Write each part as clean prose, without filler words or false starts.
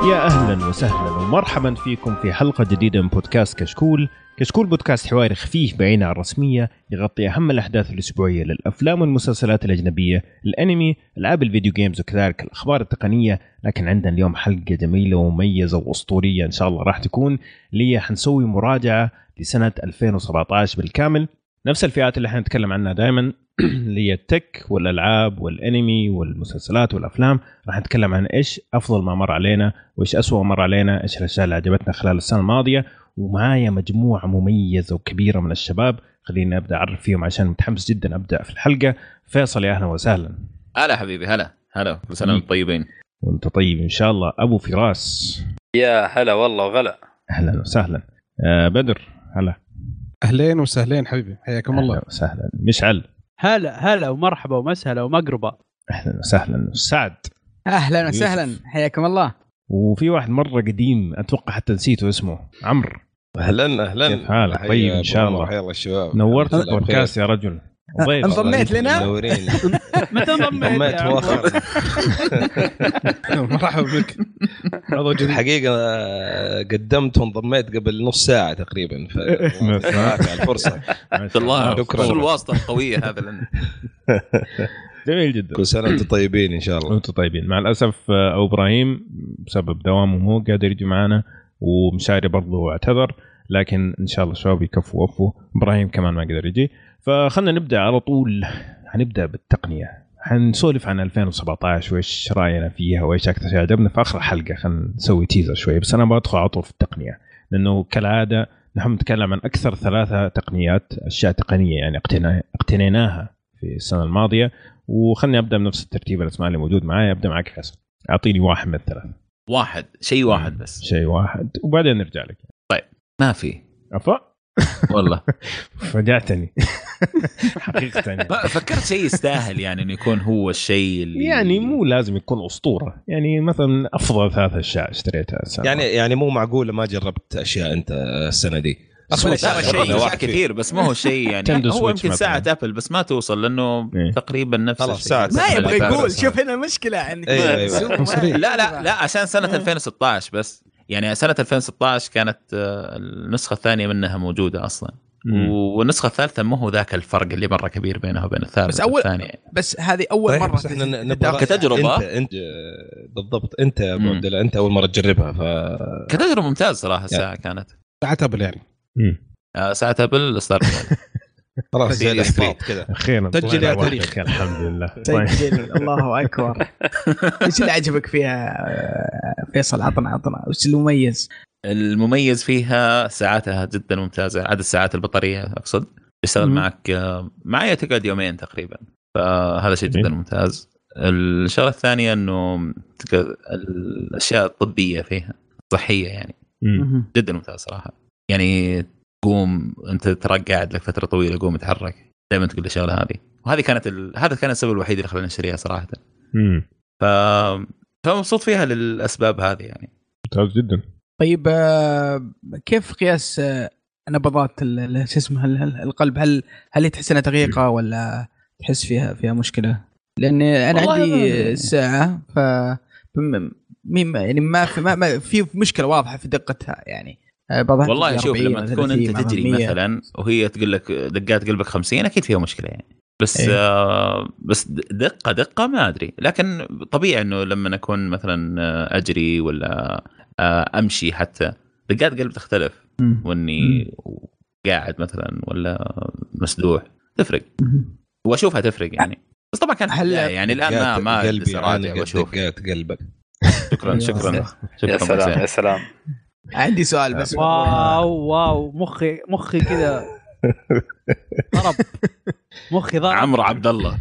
يا أهلا وسهلا ومرحبا فيكم في حلقة جديدة من بودكاست كشكول. كشكول بودكاست حواري خفيف بعينه عن الرسمية، يغطي أهم الأحداث الأسبوعية للأفلام والمسلسلات الأجنبية، الأنمي، ألعاب الفيديو جيمز، وكذلك الأخبار التقنية. لكن عندنا اليوم حلقة جميلة ومميزة وأسطورية إن شاء الله راح تكون لي. حنسوي مراجعة لسنة 2017 بالكامل، نفس الفئات اللي حنتكلم عنها دائما اللي هي التك والألعاب والأنمي والمسلسلات والأفلام. راح نتكلم عن إيش أفضل ما مر علينا وإيش أسوأ مر علينا، إيش الأشياء اللي عجبتنا خلال السنة الماضية. ومعايا مجموعة مميزة وكبيرة من الشباب، خلينا أبدأ أعرف فيهم عشان متحمس جدا أبدأ في الحلقة. فيصل يا أهلا وسهلا. هلا حبيبي، هلا كل سنة وانتم طيبين. وانت طيب إن شاء الله. أبو فراس يا هلا والله وغلا. أهلا وسهلا. بدر هلا. أهلين وسهلين حبيبي، حياكم الله. أهلا وسهلا. مشعل هلا ومرحبا ومسهلا ومقربة. أهلا وسهلا. سعد اهلا وسهلا، حياكم الله. وفي واحد مرة قديم أتوقع حتى نسيته اسمه عمرو. أهلا كيف حالك؟ طيب إن شاء الله. حيا الله الشباب، نورت البودكاست يا رجل. انضميت لنا؟ متى انضميت؟ مؤخرا. مرحبا بك. الحقيقة قدمت وانضميت قبل نص ساعة تقريبا، فعلى الفرصة. الله شكرا. شو الواسطة القوية هذا لنا. جميل جدا. كل سنة وانتم طيبين إن شاء الله. وانتم طيبين. مع الأسف أبو إبراهيم بسبب دوامه مو قادر يجي معنا، ومشاري برضه اعتذر، لكن إن شاء الله شباب يكفوا وفوا. إبراهيم كمان ما قدر يجي. فخلنا نبدأ على طول. هنبدأ بالتقنية، حنسولف عن 2017 وإيش رأينا فيها وإيش أكثر شيء عجبنا في آخر الحلقة. خلنا نسوي تيزر شوي، بس أنا بدخل على طول في التقنية لأنه كالعادة نحن نتكلم عن أكثر 3 تقنيات، أشياء تقنية يعني اقتنيناها في السنة الماضية. وخلني أبدأ بنفس الترتيب الأسماء اللي موجود معايا. أبدأ معك فيصل، أعطيني واحد من 3. شيء واحد بس. شيء واحد وبعدين نرجع لك. طيب ما في أفا والله فجعتني حقيقة. فكرت شيء يستاهل يعني إنه يكون هو الشيء اللي يعني مو لازم يكون أسطورة، يعني مثلا أفضل 3 أشياء اشتريتها السنة. يعني مو معقولة ما جربت أشياء أنت السنة دي. شيء كثير بس ما هو شيء يعني هو يمكن ساعة أبل بس ما توصل لأنه تقريبا نفس الشيء. ما يبغى يقول شوف هنا مشكلة عندك. لا عشان سنة 2016 بس. يعني سنة 2016 كانت النسخة الثانية منها موجودة أصلا، والنسخة الثالثة ما هو ذاك الفرق اللي مرة كبير بينها وبين الثالثة والثانية. بس هذه أول مرة كتجربة. أنت بالضبط. أنت أبو عبد الله أنت أول مرة تجربها، كتجربة ممتاز صراحة. الساعة كانت ساعة أبل يعني. ساعة أبل صار خلاص زي الإحباط كذا. أخيرا سجل يا تاريخ. الحمد لله. سجل. الله أكبر. إيش اللي عجبك فيها فيصل؟ عطنا وش المميز فيها؟ ساعاتها جدا ممتازة، عدد ساعات البطارية أقصد يشتغل معي تقعد 2 يومين تقريبا، فهذا شيء جدا ممتاز. الشغلة الثانية أنه الأشياء الطبية فيها صحية يعني جدا ممتاز صراحة. يعني قوم أنت ترى قاعد لك فترة طويلة، قوم تحرك دائما تقول الشغلة هذه. وهذه هذا كان السبب الوحيد اللي خلاني أشتريها صراحة. فمبسوط فيها للأسباب هذه يعني. ممتاز جدا. طيب كيف قياس نبضات اسمها القلب؟ هل تحس انها دقيقة ولا تحس فيها مشكلة؟ لأن أنا عندي ساعة يعني ما في مشكلة واضحة في دقتها يعني. والله شوف لما تكون أنت تجري مثلا وهي تقول لك دقات قلبك 50، أكيد فيها مشكلة يعني. بس بس دقة ما أدري، لكن طبيعي إنه لما أكون مثلا أجري ولا أمشي حتى دقات قلب تختلف، وإني قاعد مثلا ولا مسدوح تفرق، وأشوفها تفرق يعني. بس طبعا كان يعني الآن ما قلبي عانق دقات قلبك. شكرا يا سلام. عندي سؤال بس. واو مخي كذا ضرب. مخي ضرب. عمرو عبد الله.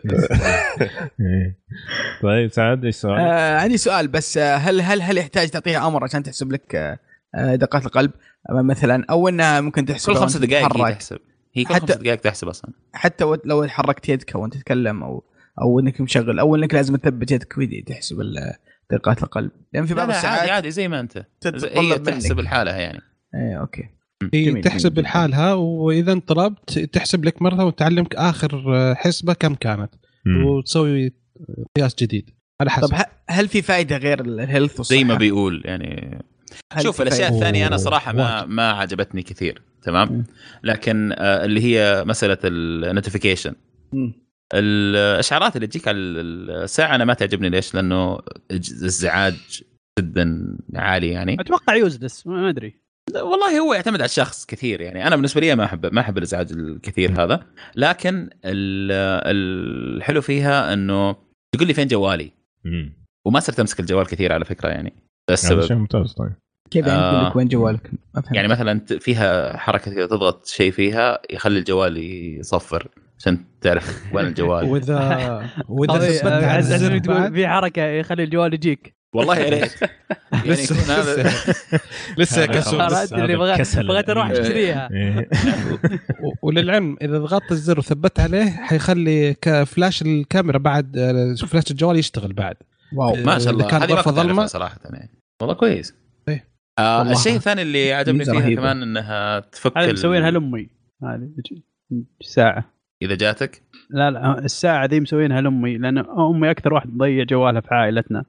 طيب سعد ايش سؤال؟ عندي سؤال بس. هل يحتاج تعطيها امر عشان تحسب لك دقات القلب مثلا، او انها ممكن تحسب كل 5 دقائق تحسب؟ هي كل 5 دقائق تحسب اصلا، حتى لو حركت يدك وانت تتكلم او انك مشغل، او انك لازم تثبت يدك تحسب دقات القلب. لان في بعض الساعات عادي زي ما انت هي تحسب الحالة يعني. اوكي هي تحسب الحالها، واذا انطلبت تحسب لك مره وتعلمك اخر حسبه كم كانت وتسوي قياس جديد. على حسب. طب هل في فائده غير الهيلث والصحه زي ما بيقول يعني؟ شوف الاشياء الثانيه انا صراحه ما عجبتني كثير، تمام. لكن اللي هي مساله النوتيفيكيشن، الاشعارات اللي تجيك على الساعه انا ما تعجبني. ليش؟ لانه الازعاج جدا عالي يعني. اتوقع يوزلس، ما ادري والله، هو يعتمد على الشخص كثير يعني. انا بالنسبه لي ما احب الازعاج الكثير هذا. لكن الحلو فيها انه تقول لي فين جوالي، وما صرت امسك الجوال كثير على فكره يعني. السبب شيء ممتاز. طيب كيف يعني يقول لك وين جوالك؟ يعني مثلا فيها حركه كذا تضغط شيء فيها يخلي الجوال يصفر عشان تعرف وين الجوال. واذا ثبت على الزر تقول في حركه يخلي الجوال يجيك. والله يا ريت يعني لسه كسل. بغيت اروح اشتريها. وللعلم اذا ضغطت الزر وثبت عليه حيخلي فلاش الكاميرا بعد فلاش الجوال يشتغل بعد. واو ما شاء الله، هذه ما ظلمه صراحه يعني. والله كويس. الشيء الثاني اللي عجبني فيها كمان انها تفك مسوينها لامي هذه ساعه اذا جاتك. لا الساعه دي مسوينها لامي، لان امي اكثر واحد تضيع جوالها في عائلتنا.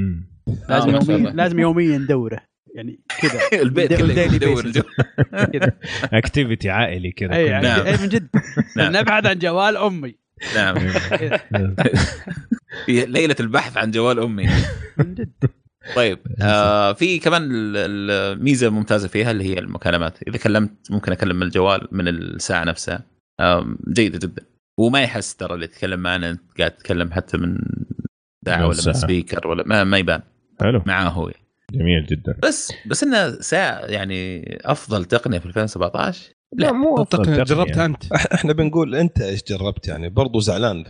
لازم يوميا ندوره يعني كذا. البيت كله يدور كذا اكتيفيتي عائلي كذا. اي من جد. نبعد عن جوال امي. نعم. ليله البحث عن جوال امي من جد. طيب في كمان الميزه ممتازه فيها اللي هي المكالمات. اذا كلمت ممكن اكلم الجوال من الساعه نفسها. جيده جدا، وما يحس ترى اللي يتكلم معنا قاعد تتكلم حتى من داعي ولا من سبيكر ولا ما يبان. حلو معاه هو. جميل جدا. بس انه ساعه يعني افضل تقنيه في 2017. لا مو افضل. جربتها يعني. انت؟ احنا بنقول انت ايش جربت يعني؟ برضو زعلان.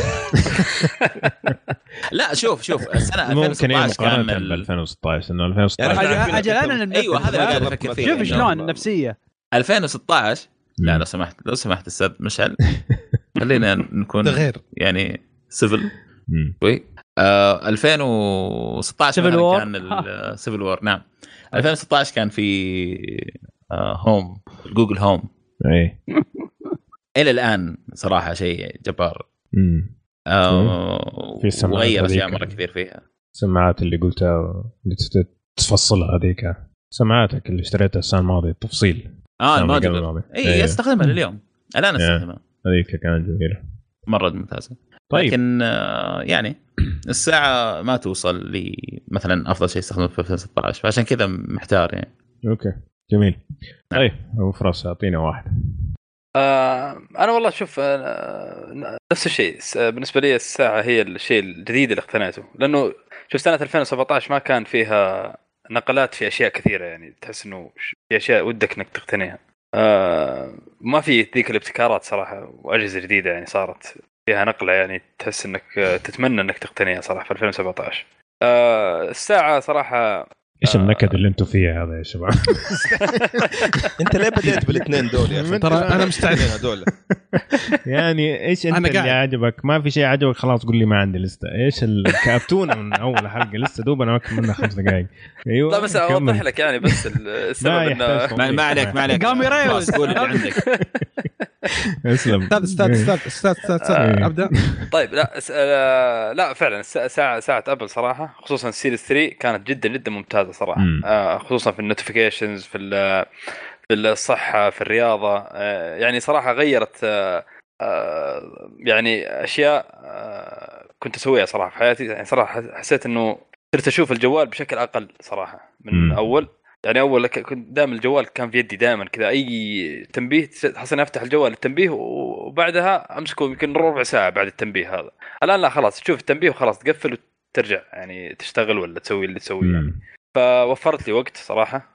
لا شوف السنه 2016 كان 2016 انه 2016 يعني اجل انا ايوه هذا اللي قاعد افكر فيه. شوف شلون النفسيه 2016. لا لو سمحت استاذ مشعل خلينا نكون غير يعني سيفل شوي. 2016 كان السيفل وور. نعم 2016 كان في هوم جوجل هوم. اي الى الان صراحه شيء جبار. في سماعات وغير اشياء مره كثير فيها. السماعات اللي قلتها اللي تفصلها هذيك سماعاتك اللي اشتريتها السنه الماضيه التفصيل. الماضي اي استخدمها لليوم الان استخدمها. هذيك كانت جميله مره ممتازه. طيب. لكن يعني الساعه ما توصل لي مثلا افضل شيء استخدمه في 2016 فعشان كذا محتار يعني. اوكي جميل. طيب ابو فراس اعطينا واحد. انا والله شوف نفس الشيء بالنسبه لي. الساعه هي الشيء الجديد اللي اقتنيته، لانه شوف سنه 2017 ما كان فيها نقلات في اشياء كثيره يعني تحس انه في اشياء ودك انك تقتنيها. ما في ذيك الابتكارات صراحه، واجهزه جديده يعني صارت فيها نقله يعني تحس انك تتمنى انك تقتنيها صراحه في 2017. الساعه صراحه ايش النكد اللي انتم فيه هذا يا شباب؟ انت ليه بديت بالاثنين دول يا اخي؟ ترى انا مستعد هذول يعني ايش انت اللي عجبك؟ ما في شيء عجبك خلاص قول لي ما عندي لسته. ايش كابتونا من اول حلقه لسه دوب انا ماكل منها 5 دقائق. ايوه لا بس اوضح لك يعني بس السبب انه ما عليك قام يريوز قول اللي عندك. اسلم استاذ ابدا. طيب لا فعلا ساعه ابل صراحه خصوصا السيريس 3 كانت جدا جدا ممتازه صراحه. خصوصا في النوتيفيكيشنز في الصحه في الرياضه. يعني صراحه غيرت يعني اشياء كنت اسويها صراحه في حياتي. يعني صراحه حسيت انه صرت اشوف الجوال بشكل اقل صراحه من اول. يعني اول كنت دائما الجوال كان في يدي دائما كذا، اي تنبيه حسن افتح الجوال التنبيه وبعدها امسكه يمكن ربع ساعه بعد التنبيه هذا. الان لا خلاص تشوف التنبيه وخلاص تقفل وترجع يعني تشتغل ولا تسوي اللي تسويه يعني. فوفرت لي وقت صراحه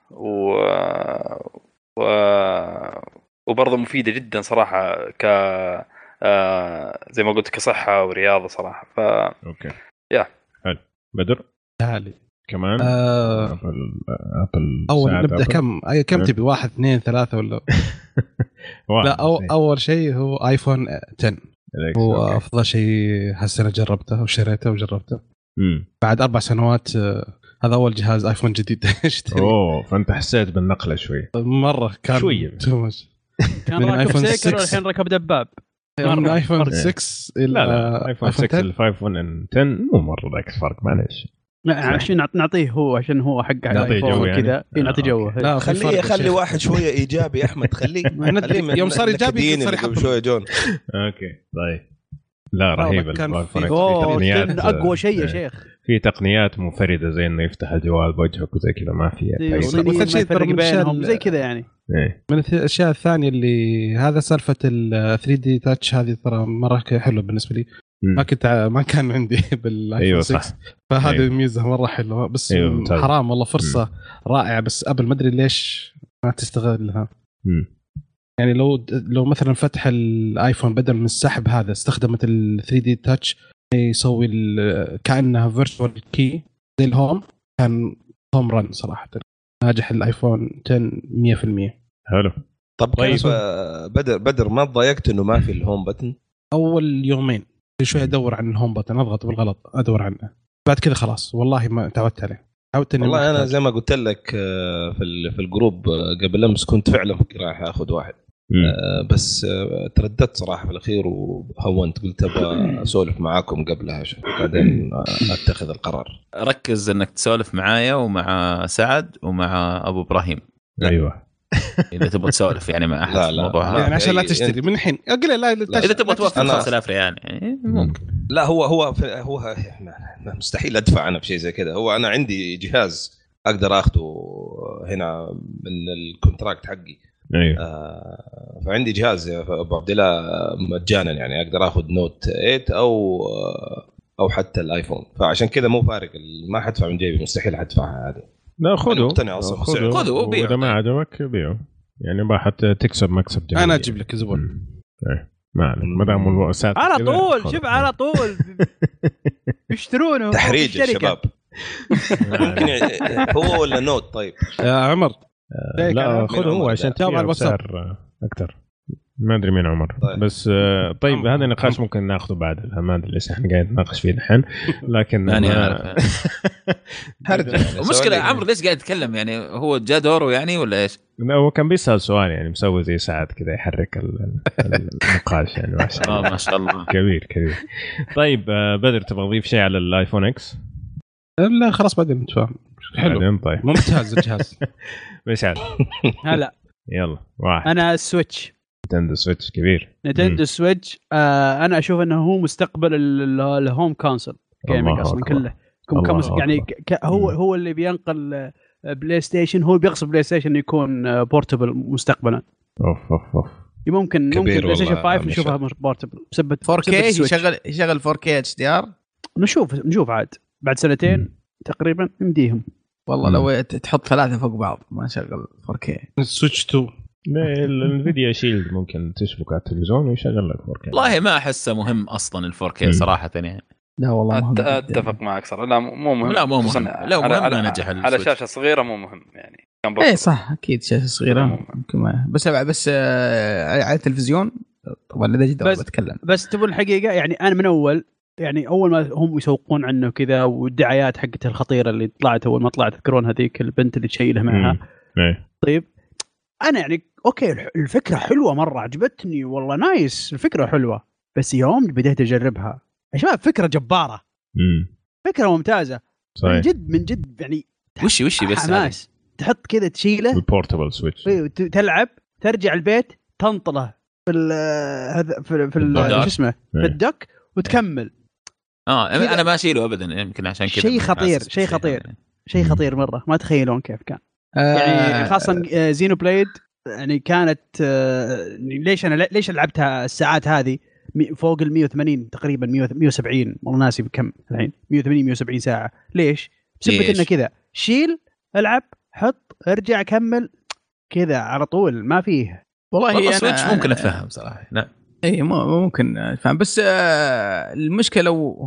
وبرضه مفيده جدا صراحه ك زي ما قلت كصحه ورياضه صراحه. اوكي يا حلو. بدر تعالي كمان أبل اول نبدا كم تبي 1 2 3 ولا لا اول شيء هو ايفون 10 هو افضل شيء هالسنه جربته وشريته وجربته. بعد 4 سنوات هذا اول جهاز ايفون جديد اشتري. فانت حسيت بالنقله شوي مره كان شويه كان راكب سيكل والحين ركب دباب. من ايفون 6 الى لا ايفون 6 الايفون 10 مو مره ذاك الفرق معليش. لا عشان نعطيه هو عشان هو حق الايفون كذا نعطي جوه. لا خلي واحد شويه ايجابي احمد خليه يوم صار ايجابي صار يحب شويه جون. اوكي طيب لا رهيب الايفون تقنيات اقوى شيء يا شيخ. في تقنيات منفرده زي انه يفتح الجوال بوجهك وزي كذا ما في بينهم زي كذا يعني. من الاشياء الثانيه اللي هذا سالفه ال 3 دي تاتش هذه ترى مره حلوه بالنسبه لي. ما كان عندي بالايفون 6 فهذه ميزه مره حلوه بس حرام والله فرصه رائعه بس ابل ما ادري ليش ما تستغلها. يعني لو مثلا فتح الايفون بدل من السحب هذا استخدمت ال 3 دي تاتش يسوي كانها فيرتشوال كي زي الهوم كان هوم رن صراحه ناجح الايفون 10 100%. حلو. طب كيف بدر ما تضايقت انه ما في الهوم بتن؟ اول يومين شوي ادور عن الهوم بتن اضغط بالغلط ادور عنه بعد كده خلاص والله ما تعودت عليه. والله انا زي ما قلت لك في الجروب قبل امس كنت فعلا رايح اخذ واحد بس ترددت صراحه في الاخير وهونت قلت ابغى اسولف معاكم قبلها بعدين اتخذ القرار. ركز انك تسولف معايا ومع سعد ومع ابو ابراهيم. ايوه اذا تبغى تسولف يعني مع احد الموضوع يعني عشان لا تشتري من الحين اقول لا اذا تبغى توفر 5000 ريال يعني ممكن. لا هو مستحيل ادفع انا بشيء زي كذا. هو انا عندي جهاز اقدر اخذه هنا من الكونتراكت حقي. ايوه فعندي جهاز يا ابو عبد الله مجانا يعني اقدر اخذ نوت 8 او حتى الايفون فعشان كذا مو فارق ما حدفع من جيبي مستحيل حدفعها هذه. لا خذوا وبيعوا اذا ما عجبك بيعوا يعني ما حتى تكسب مكسب جميل. انا اجيب لك زبون ما عليك ما دام الوقت على طول شوف على طول بيشترونه تحريج الشباب. هو ولا نوت طيب يا عمر لا خذوا هو عشان تبيع بسعر اكثر. ما ادري مين عمر بس طيب هذا النقاش ممكن ناخذه بعد الهماد اللي احنا قاعد نناقش فيه الحين لكن انا المشكله عمرو ليش قاعد يتكلم يعني هو جاء دوره يعني ولا ايش؟ هو كان بيسال سؤال يعني مسوي زي سعد كذا يحرك النقاش يعني ما شاء الله كبير طيب بدر تبغى تضيف شيء على الايفون اكس؟ لا خلاص بعدين نتفاهم. حلو طيب ممتاز الجهاز. مشعل هلا يلا واحد. انا السويتش نينتندو سويتش كبير. نينتندو سويتش انا اشوف انه هو مستقبل الهوم كونسول جيمنج اصلا كله يعني هو اللي بينقل بلاي ستيشن. هو بيغصب بلاي ستيشن يكون بورتبل مستقبلا. اوف ممكن بلاي ستيشن 5 نشوفها بورتبل بسبب 4K يشغل 4K HDR. نشوف عاد بعد سنتين تقريبا يمديهم والله. لو تحط ثلاثة فوق بعض ما شغل 4K. سويتش 2 الفيديو شيلد ممكن تشبك على التلفزيون ويشغل لك 4K. والله ما احسه مهم اصلا ال 4K صراحه يعني. لا والله اتفق معك صراحه. لا مو مهم. لا مو مهم. لا مهم نجح على شاشه صغيره مو مهم يعني. اي صح اكيد شاشه صغيره ممكن بس على التلفزيون طبعا اذا جد بتكلم. بس تبون الحقيقه يعني انا من اول ما هم يسوقون عنه كذا والدعايات حقته الخطيره اللي طلعت اول ما طلعت تذكرون هذيك البنت اللي تشيلها معها. طيب انا يعني اوكي الفكره حلوه مره عجبتني والله نايس الفكره حلوه بس يوم بديت اجربها يا شباب فكره جباره. فكره ممتازه صحيح. من جد يعني وشي بس حماس تحط كذا تشيله البورتبل سويتش تلعب ترجع البيت تنطله في شو اسمه في الدك وتكمل. انا ما اشيله ابدا يمكن عشان كذا شيء خطير مره ما تخيلون كيف كان. يعني خاصه زينو بليد يعني كانت ليش لعبتها الساعات هذه فوق ال 180 تقريبا 170 والله ناسي بكم الحين 170 ساعه. ليش؟ بسبب انه كذا شيل العب حط ارجع كمل كذا على طول ما فيه. والله سويتش ممكن اتفهم صراحه. نعم اي ممكن افهم بس المشكله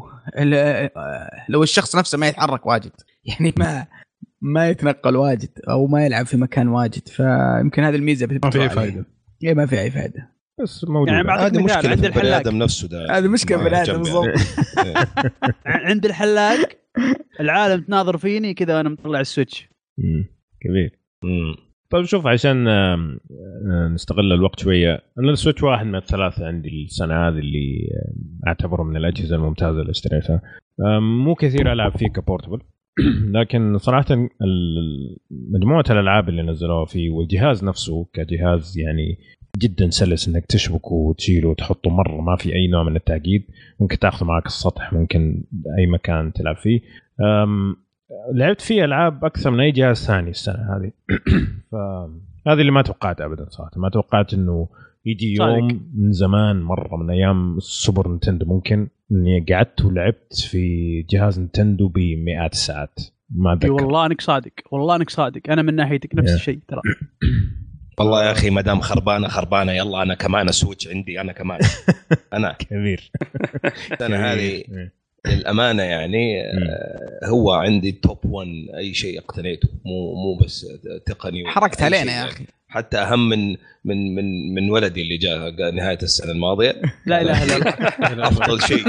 لو الشخص نفسه ما يتحرك واجد يعني ما يتنقل واجد او ما يلعب في مكان واجد فيمكن هذه الميزه ما فيها فائده. ما فيها اي فائده بس موجود يعني هذه مشكله عند البني ادم نفسه ده. هذه مشكله بني ادم بالضبط. عند الحلاق العالم تناظر فيني كذا وانا مطلع السويتش كبير. طيب شوف عشان نستغل الوقت شويه، انا السويتش واحد من الثلاثه عندي السنه هذه اللي اعتبره من الاجهزه الممتازه اللي اشتريتها. مو كثير العب فيه كبورتبل لكن صراحه مجموعه الالعاب اللي نزلوها فيه والجهاز نفسه كجهاز يعني جدا سلس انك تشبكه وتشيله وتحطه مره ما في اي نوع من التعقيد، ممكن تاخذه معك السطح، ممكن اي مكان تلعب فيه. لعبت فيه العاب اكثر من اي جهاز ثاني السنه هذه. فهذه اللي ما توقعت ابدا صراحه، ما توقعت انه يجي يوم من زمان مره من ايام السوبر نينتندو ممكن اني قعدت ولعبت في جهاز نينتندو بمئات الساعات. ما اتذكر. والله انك صادق، والله انك صادق، انا من ناحيتك نفس الشيء ترى. والله يا اخي ما دام خربانه يلا انا كمان سويتش عندي انا كمان. انا كبير انا هذه الامانه يعني هو عندي توب 1 اي شيء اقتنيته، مو بس تقني حركت علينا يا اخي، حتى اهم من ولدي اللي جاء نهايه السنه الماضيه. لا اله الا الله افضل شيء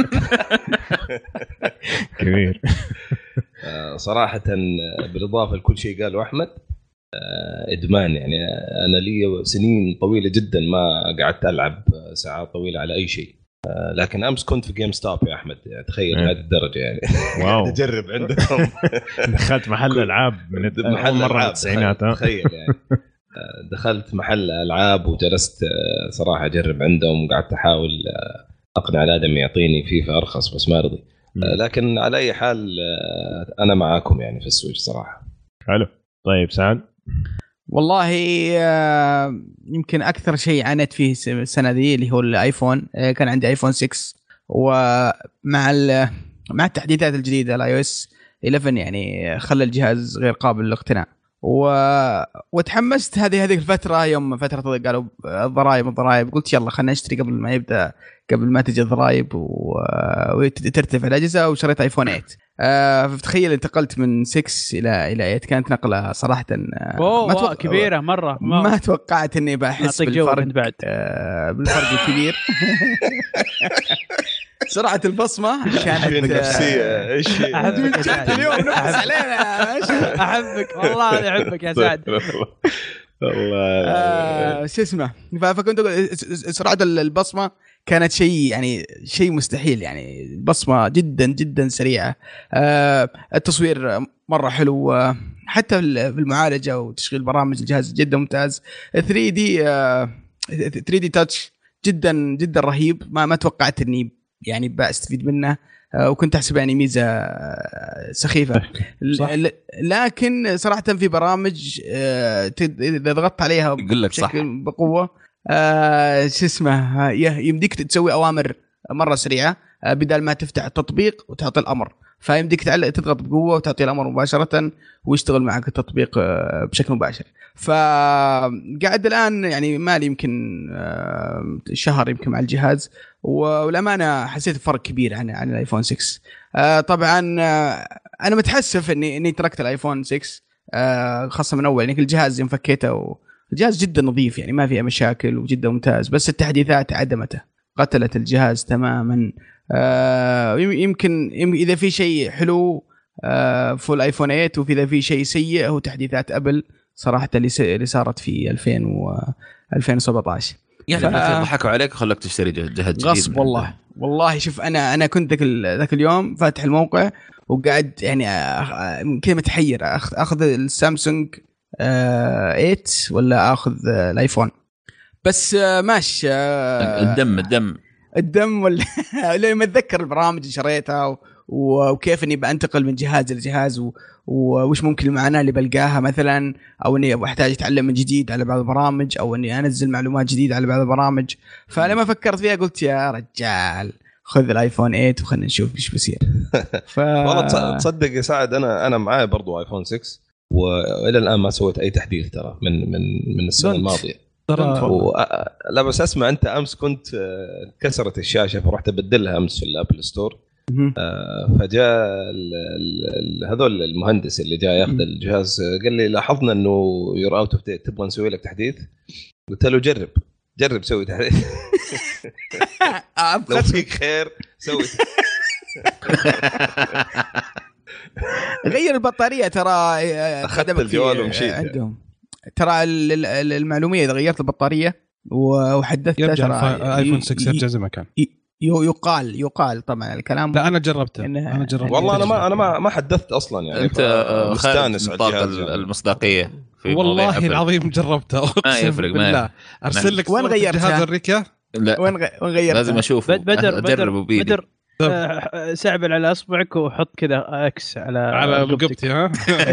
كبير صراحه. بالاضافه لكل شيء قاله احمد، ادمان يعني انا لي سنين طويله جدا ما قعدت العب ساعات طويله على اي شيء، لكن امس كنت في جيم ستوب يا احمد، تخيل هذه الدرجه يعني. واو اجرب عندهم دخلت محل العاب من محل مره التسعينات، تخيل يعني. دخلت محل العاب وجلست صراحه اجرب عندهم، وقعدت احاول اقنع الادمي يعطيني فيفا ارخص بس ما رضي. لكن على اي حال انا معاكم يعني في السويتش صراحه. حلو. طيب سعد؟ والله يمكن أكثر شيء عانيت فيه السنة دي اللي هو الآيفون. كان عندي آيفون 6، ومع مع التحديثات الجديدة iOS 11 يعني خلى الجهاز غير قابل للاقتناء. وتحمست هذه الفترة، يوم فترة قالوا الضرائب قلت يلا خلنا نشتري قبل ما تجي الضرائب وترتفع الأجهزة، وشريت آيفون 8. فتخيل انتقلت من 6 إلى 8، كانت نقلة صراحة كبيرة مرة. ما توقعت إني بحس بالفرق بعد بالفرق الكبير. سرعة البصمة كانت نفسية. ايش اليوم نفس علينا. احبك والله، احبك يا سعد والله. شو اسمه، فكنت سرعة البصمة كانت شيء مستحيل يعني. البصمة جدا جدا سريعة، التصوير مرة حلو، حتى بالمعالجة وتشغيل برامج الجهاز جدا ممتاز. 3D تاتش جدا جدا رهيب، ما توقعت اني يعني بستفيد منه، وكنت احسب يعني ميزة سخيفة. لكن صراحة في برامج اذا ضغطت عليها بقوة شو اسمه يمديك تسوي اوامر مرة سريعة، بدل ما تفتح التطبيق وتعطي الامر، فيمديك تضغط بقوة وتعطي الامر مباشرة ويشتغل معك التطبيق بشكل مباشر. فقاعد الان يعني مالي يمكن شهر يمكن مع الجهاز، والامانه حسيت فرق كبير عن الايفون 6. طبعا انا متحسف اني تركت الايفون 6 خاصه من اول، يعني الجهاز يوم فكيته الجهاز جدا نظيف يعني ما فيه مشاكل وجدا ممتاز، بس التحديثات عدمته قتلت الجهاز تماما. يمكن اذا في شيء حلو في الايفون 8 وفي اذا في شيء سيء هو تحديثات ابل صراحه اللي صارت في 2017. يعني ضحكوا عليك وخلوك تشتري جهاز جديد غصب. والله شوف انا كنت ذاك اليوم فاتح الموقع وقاعد يعني كذا متحير، اخذ السامسونج 8 ولا اخذ الايفون، بس ماشي الدم ولا لما اتذكر البرامج اللي شريتها وكيف اني بانتقل من جهاز لجهاز وش ممكن المعاناة اللي بلقاها مثلا، او اني احتاج اتعلم من جديد على بعض البرامج، او اني انزل معلومات جديدة على بعض البرامج. فلما فكرت فيها قلت يا رجال خذ الايفون 8 وخلنا نشوف ايش بيصير. والله تصدق يا سعد انا معايا برضو ايفون 6 والى الان ما سويت اي تحديث ترى من السنه الماضيه. لا بس اسمع، انت امس كنت كسرت الشاشه فرحت ابدلها امس في الابل ستور. فجاء هذول المهندس اللي جاء ياخذ الجهاز قال لي لاحظنا انه يور اوت اوف ديت، تبغى نسوي لك تحديث؟ قلت له جرب سوي تحديث. لو فيك خير سوي. غير البطاريه ترى اخذت الجوال ومشيت عندهم. ترى المعلوميه اذا غيرت البطاريه وحدثت يرجع ايفون 6 يرجع زي ما كان. يقال طبعا الكلام. لا انا جربته والله انا ما حدثت اصلا يعني. انت مستانس على المصداقيه والله العظيم جربته ما يفرق بالله. ارسل لك وين غيرت جهاز الريكا؟ لا وين غيرت؟ لازم اشوف اجربه بيدي. سعب على اصبعك وحط كذا اكس على رقبتي ها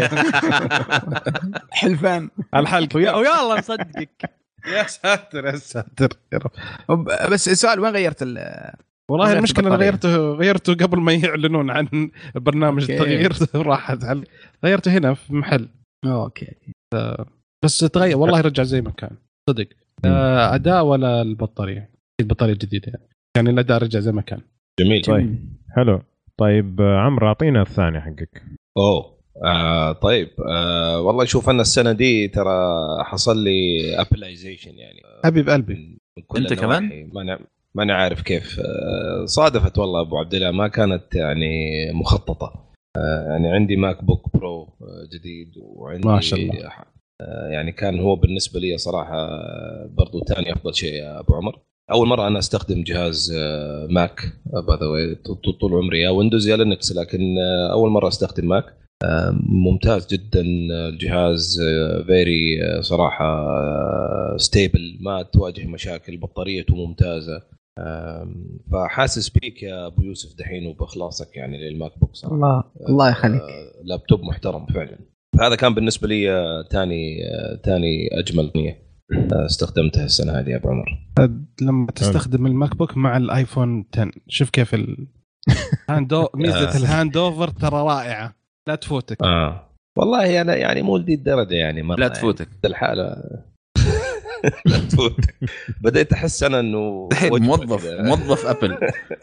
حلفان على الحلق ويلا نصدقك. يا ساتر يا ساتر يا رب. بس السؤال وين غيرت والله المشكلة أنا غيرته قبل ما يعلنون عن برنامج التغيير راحت غيرته هنا في محل. اوكي بس تغير والله يرجع زي ما كان صدق. أداء ولا البطارية الجديدة يعني الأداء رجع زي ما كان. جميل. طيب حلو. طيب عمرو أعطينا الثاني حقك. طيب والله شوف أنا السنة دي ترى حصل لي أبلايزيشن يعني حبيب قلبي. أنت كمان ما أنا عارف كيف صادفت والله أبو عبد الله ما كانت يعني مخططة. يعني عندي ماك بوك برو جديد وعندي ما شاء الله يعني كان هو بالنسبة لي صراحة برضو تاني أفضل شيء يا أبو عمر. أول مرة أنا أستخدم جهاز ماك طول عمري يا ويندوز يا لينكس لكن أول مرة أستخدم ماك. ممتاز جدا الجهاز فيري صراحة ستيبل ما تواجه مشاكل بطاريته ممتازة. فحاسس بيك يا أبو يوسف دحين وبإخلاصك يعني للماك بوك صراحة. الله يخليك لابتوب محترم فعلا. هذا كان بالنسبة لي تاني أجمل نية استخدمتها السنة هذه يا أبو عمر. لما تستخدم الماك بوك مع الآيفون 10 شوف كيف ميزة الهاند أوفر ترى رائعة لا تفوتك. والله أنا يعني مو لدي الدرجة يعني مرة لا تفوتك يعني الحالة لا تفوتك. بديت أحس أنا إنه موظف أبل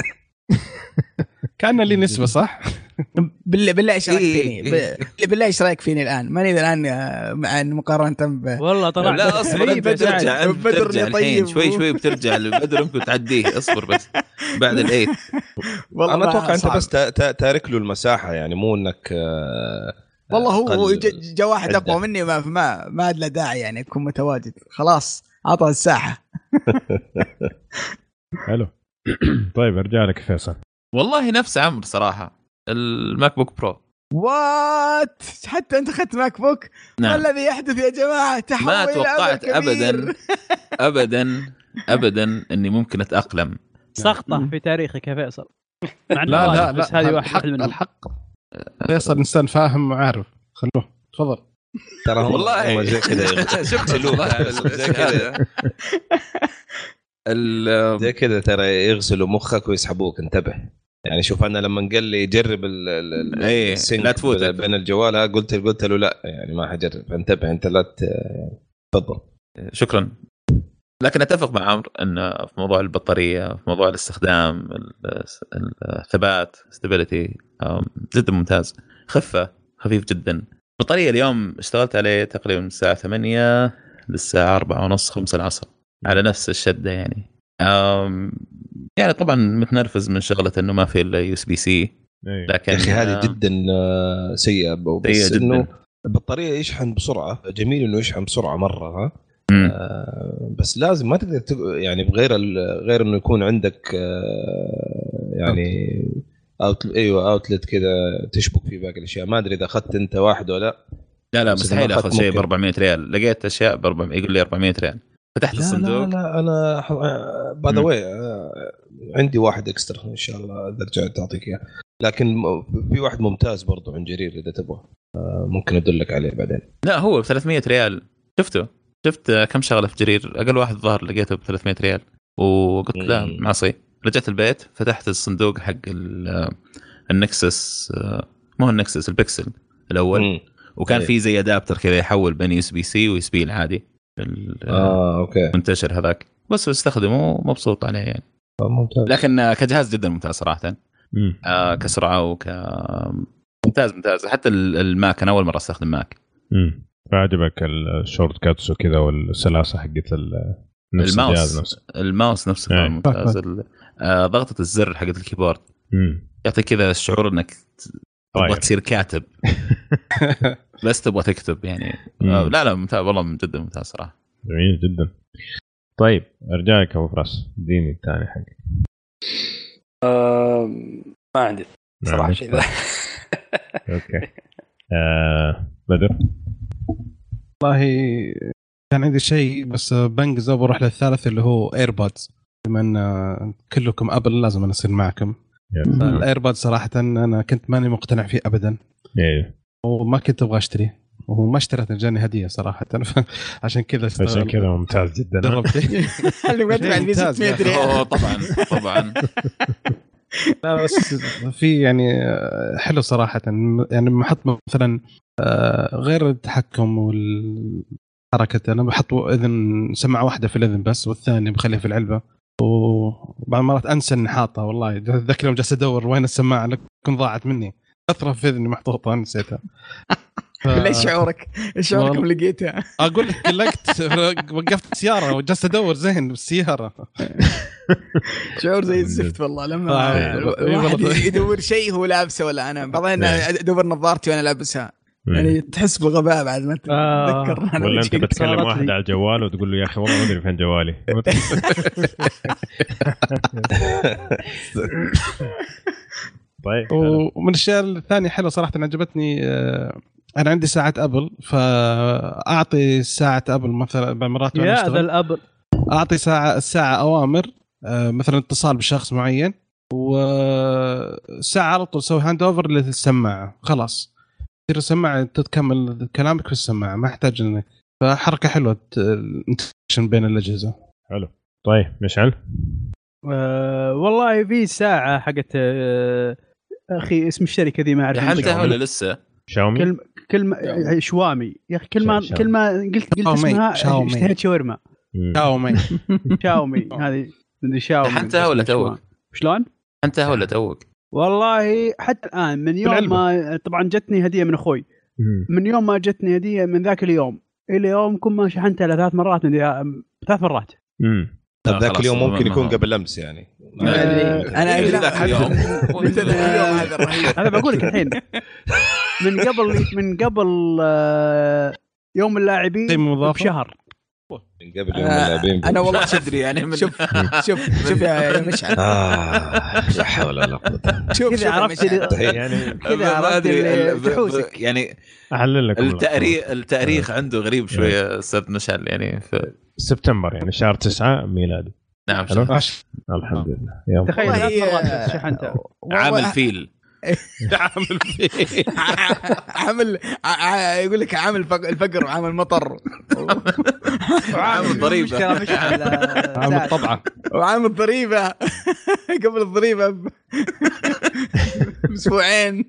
كان لي نسبة صح. بالله ايش رايك فيني؟ بالله ايش رايك فيني الان؟ ماني الان مع مقارنه والله طلع لا اصبر بدر الحين شوي بترجع لبدر ممكن تعديه. اصبر بس بعد الايت. انا اتوقع انت بس تارك له المساحه يعني مو انك والله هو جا واحد اقوى مني ما له داعي يعني يكون متواجد خلاص عطى الساحه. حلو. طيب ارجع لك فيصل. والله نفس عمرو صراحة الماك بوك برو. وات حتى انت اخذت ماك بوك؟ ما الذي يحدث يا جماعة؟ تحول ما توقعت ابدا اني ممكن اتأقلم. سقطة في تاريخك يا فيصل. لا بس هذه واحد منهم. الحق فيصل انسان فاهم وعارف. خلوه تفضل. ترى والله زي كذا شفت زي كذا زي كذا ترى يغسلوا مخك ويسحبوك. انتبه يعني شوف انا لما قال لي جرب لا تفوت بين الجوال قلت له لا يعني ما حجرب. انتبه انت لا تفضل. شكرا. لكن اتفق مع عمرو ان في موضوع البطاريه في موضوع الاستخدام الثبات stability جدا ممتاز. خفيف جدا. البطاريه اليوم اشتغلت عليه تقريبا من الساعه 8 للساعه 4:30 5 العصر على نفس الشدة يعني. يعني طبعا متنرفز من شغلة انه ما في الا USB-C. لكن يا اخي هذه جدا سيئة. بس انه البطارية يشحن بسرعة. جميل انه يشحن بسرعة مرة بس لازم ما تقدر يعني غير انه يكون عندك يعني اوتلت كذا تشبك فيه باقي الاشياء. ما ادري اذا اخذت انت واحد ولا لا مستحيل اخذ شيء ب 400 ريال. لقيت اشياء ب 400 يقول لي 400 ريال. فتحت الصندوق. لا انا باي ذا واي عندي واحد اكسترا ان شاء الله اذا رجعت تعطيك اياه. لكن في واحد ممتاز برضو عن جرير اذا تبغى ممكن ادلك عليه بعدين. لا هو ب 300 ريال. شفت كم شغله في جرير. اقل واحد ظهر لقيته ب 300 ريال وقلت لا معصي. رجعت البيت فتحت الصندوق حق النكسس مو النكسس البكسل الاول وكان في زي ادابتر كذا يحول بين USB-C وUSB العادي اوكي منتشر هذاك. بس استخدمه مبسوط عليه يعني. ممتاز. لكن كجهاز جدا ممتاز صراحه. كسرعه ممتاز. حتى الماك انا اول مره استخدم ماك. فعجبك الشورت كاتس وكذا والسلاسه حقت الماوس نفسه كان ممتاز. ضغطه الزر حقت الكيبورد يعطيك كذا الشعور انك تبغى تصير كاتب. بس تبغى تكتب يعني. لا ممتاز والله، من جدا ممتاز صراحه، جميل جدا. طيب ارجع لك ابو فراس، اديني الثاني حقك. ما عندي صراحه شيء ذا. اوكي. بدر. والله كان عندي شيء بس بنجز وبروح للثالث اللي هو ايربودز. بما ان كلكم ابل لازم انا اصير معكم. الايربودز صراحه انا كنت ماني مقتنع فيه ابدا، وما كنت ابغى اشتري، وما اشتريت، جاني هديه صراحه عشان كذا ممتاز جدا. اللي بدفع لي 600 ريال. طبعا لا بس في يعني حلو صراحه، يعني بحط مثلا غير التحكم والحركه، انا بحط اذن سماعه واحده في الاذن بس، والثاني بخليها في العلبه، وبعض المرات انسى اني حاطها. والله ذاك اليوم جالس ادور وين السماعه، كنت ضاعت مني كثره في اذني محطوطه نسيتها. ليش شعورك لقيتها؟ اقول لك وقفت سياره وجلست ادور زين بالسياره. شعور زي الزفت والله لما يدور شيء هو لابسه ولا انا بعدين ادور نظارتي وانا لابسها، يعني تحس بغباء بعد ما تتذكر. ولا انت بتكلم واحد على الجوال وتقول له يا اخي والله ما ادري فين جوالي. طيب. ومن الاشياء الثانيه حلوه صراحه عجبتني، انا عندي ساعه ابل، فاعطي ساعه ابل مثلا بمرات يا هذا الابل اعطي الساعه اوامر، مثلا اتصال بشخص معين، وساعه على طول سوي هاند اوفر للسماعه، خلاص تصير السماعه تكمل كلامك في السماعه، ما يحتاج انك. فحركه حلوه انتشن بين الاجهزه. حلو. طيب مشعل. والله في ساعه حقت اخي اسم الشركه ذي ما اعرف حلتها ولا لسه. شاومي. كلمه شوامي يا اخي، كلمه قلت اسمها اشتهيت شاورما. شاومي هذه من شاومي. حنتها ولا توك؟ شلون حنتها ولا توك؟ والله حتى الان من يوم ما طبعا جتني هديه من اخوي، من يوم ما جتني هديه من ذاك اليوم الى يوم كل ما شحنتها 3 مرات من 3 مرات. ذاك اليوم ممكن يكون قبل امس يعني. انا ذاك اليوم هذا رهيب. انا بقول لك الحين من قبل يوم اللاعبين بشهر. من قبل يوم اللاعبين انا والله تدري يعني شوف يا مشعل. لا حول ولا قوه. شوف عرفت يعني كذا عرفت يعني احلل لك التاريخ عنده غريب شويه استاذ مشعل، يعني في سبتمبر يعني شهر 9 ميلادي. نعم الحمد لله. تخيل شحنته عامل فيل عامل يقول لك عامل الفقر وعامل مطر وعامل ضريبه عامل طبعا وعامل ضريبه قبل الضريبه باسبوعين.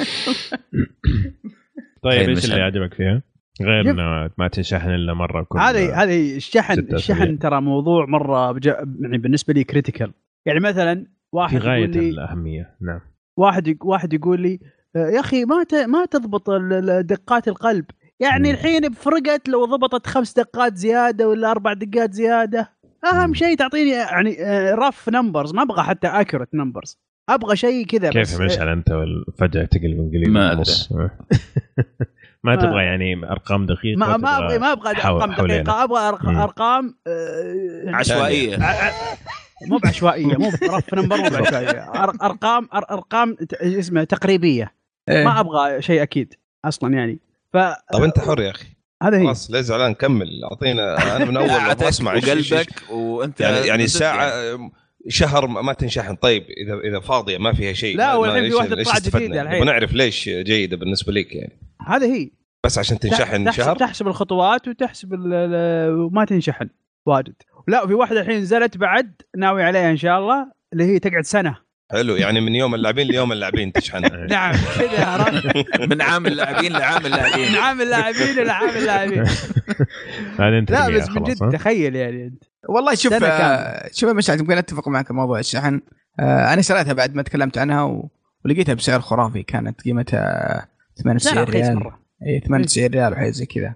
طيب ايش اللي عجبك فيها غير انه ما تنشحن الا مره كل هذه الشحن ترى موضوع مره يعني بالنسبه لي كريتيكال. يعني مثلا واحد في غايه يقول لي الاهميه. نعم. واحد يقول لي يا اخي ما تضبط دقات القلب، يعني الحين بفرقت لو ضبطت 5 دقات زياده ولا 4 دقات زياده، اهم شيء تعطيني يعني رف نمبرز، ما ابغى حتى اكيوريت نمبرز، ابغى شيء كذا. كيف مشعل انت فجاه تقلب انجليزي ونص؟ ما تبغى يعني ارقام دقيقه؟ ما ابغى ارقام دقيقه، ابغى ارقام عشوائيه، مو بعشوائيه، مو برف نمبر، مو بعشوائيه، ارقام اسمها تقريبيه. ما ابغى شيء اكيد اصلا يعني. طب انت حر يا اخي، هذا هي. خلاص لا زعلان، كمل اعطينا. انا من اول ما اسمع قلبك وانت يعني ساعه شهر ما تنشحن. طيب اذا فاضيه ما فيها شيء، لا والحين في واحده طلعت جديده الحين، بنعرف ليش جيده بالنسبه لك يعني. هذا هي بس عشان تنشحن شهر تحسب الخطوات وتحسب وما تنشحن واجد. لا في واحده الحين نزلت بعد ناوي عليها ان شاء الله، اللي هي تقعد سنه. حلو، يعني من يوم اللاعبين ليوم اللاعبين تشحن. نعم كذا عرفت. من عام اللاعبين لعام اللاعبين. من عام اللاعبين لعام اللاعبين. لا بس من جد تخيل يعني انت. والله شوف مش ممكن اتفق معك موضوع الشحن. انا شريتها بعد ما تكلمت عنها ولقيتها بسعر خرافي، كانت قيمتها 98 ريال. اي 98 ريال وحاجه زي كذا.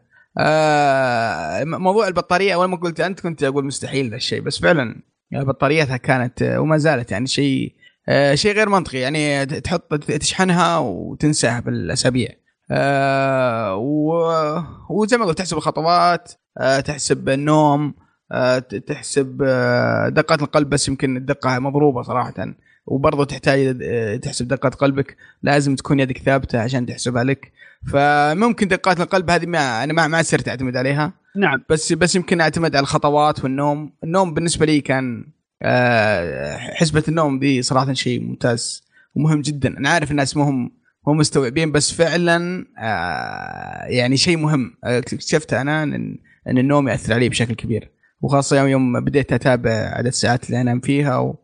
موضوع البطاريه اول ما قلت انت كنت اقول مستحيل ذا الشيء، بس فعلا بطاريتها كانت وما زالت يعني شيء غير منطقي. يعني تحط تشحنها وتنساها بالاسابيع، وزي ما قلت تحسب الخطوات، تحسب النوم، تحسب دقات القلب، بس يمكن الدقة مضروبة صراحة. وبرضه تحتاج تحسب دقات قلبك، لازم تكون يدك ثابتة عشان تحسبها لك. فممكن دقات القلب هذه أنا ما صرت أعتمد عليها. نعم. بس يمكن أعتمد على الخطوات والنوم. النوم بالنسبة لي كان حسبة النوم دي صراحة شيء ممتاز ومهم جدا. أنا عارف الناس هم مستوعبين، بس فعلا يعني شيء مهم. اكتشفت أنا أن النوم يأثر علي بشكل كبير، وخاصة يوم بديت أتابع عدد الساعات اللي أنام فيها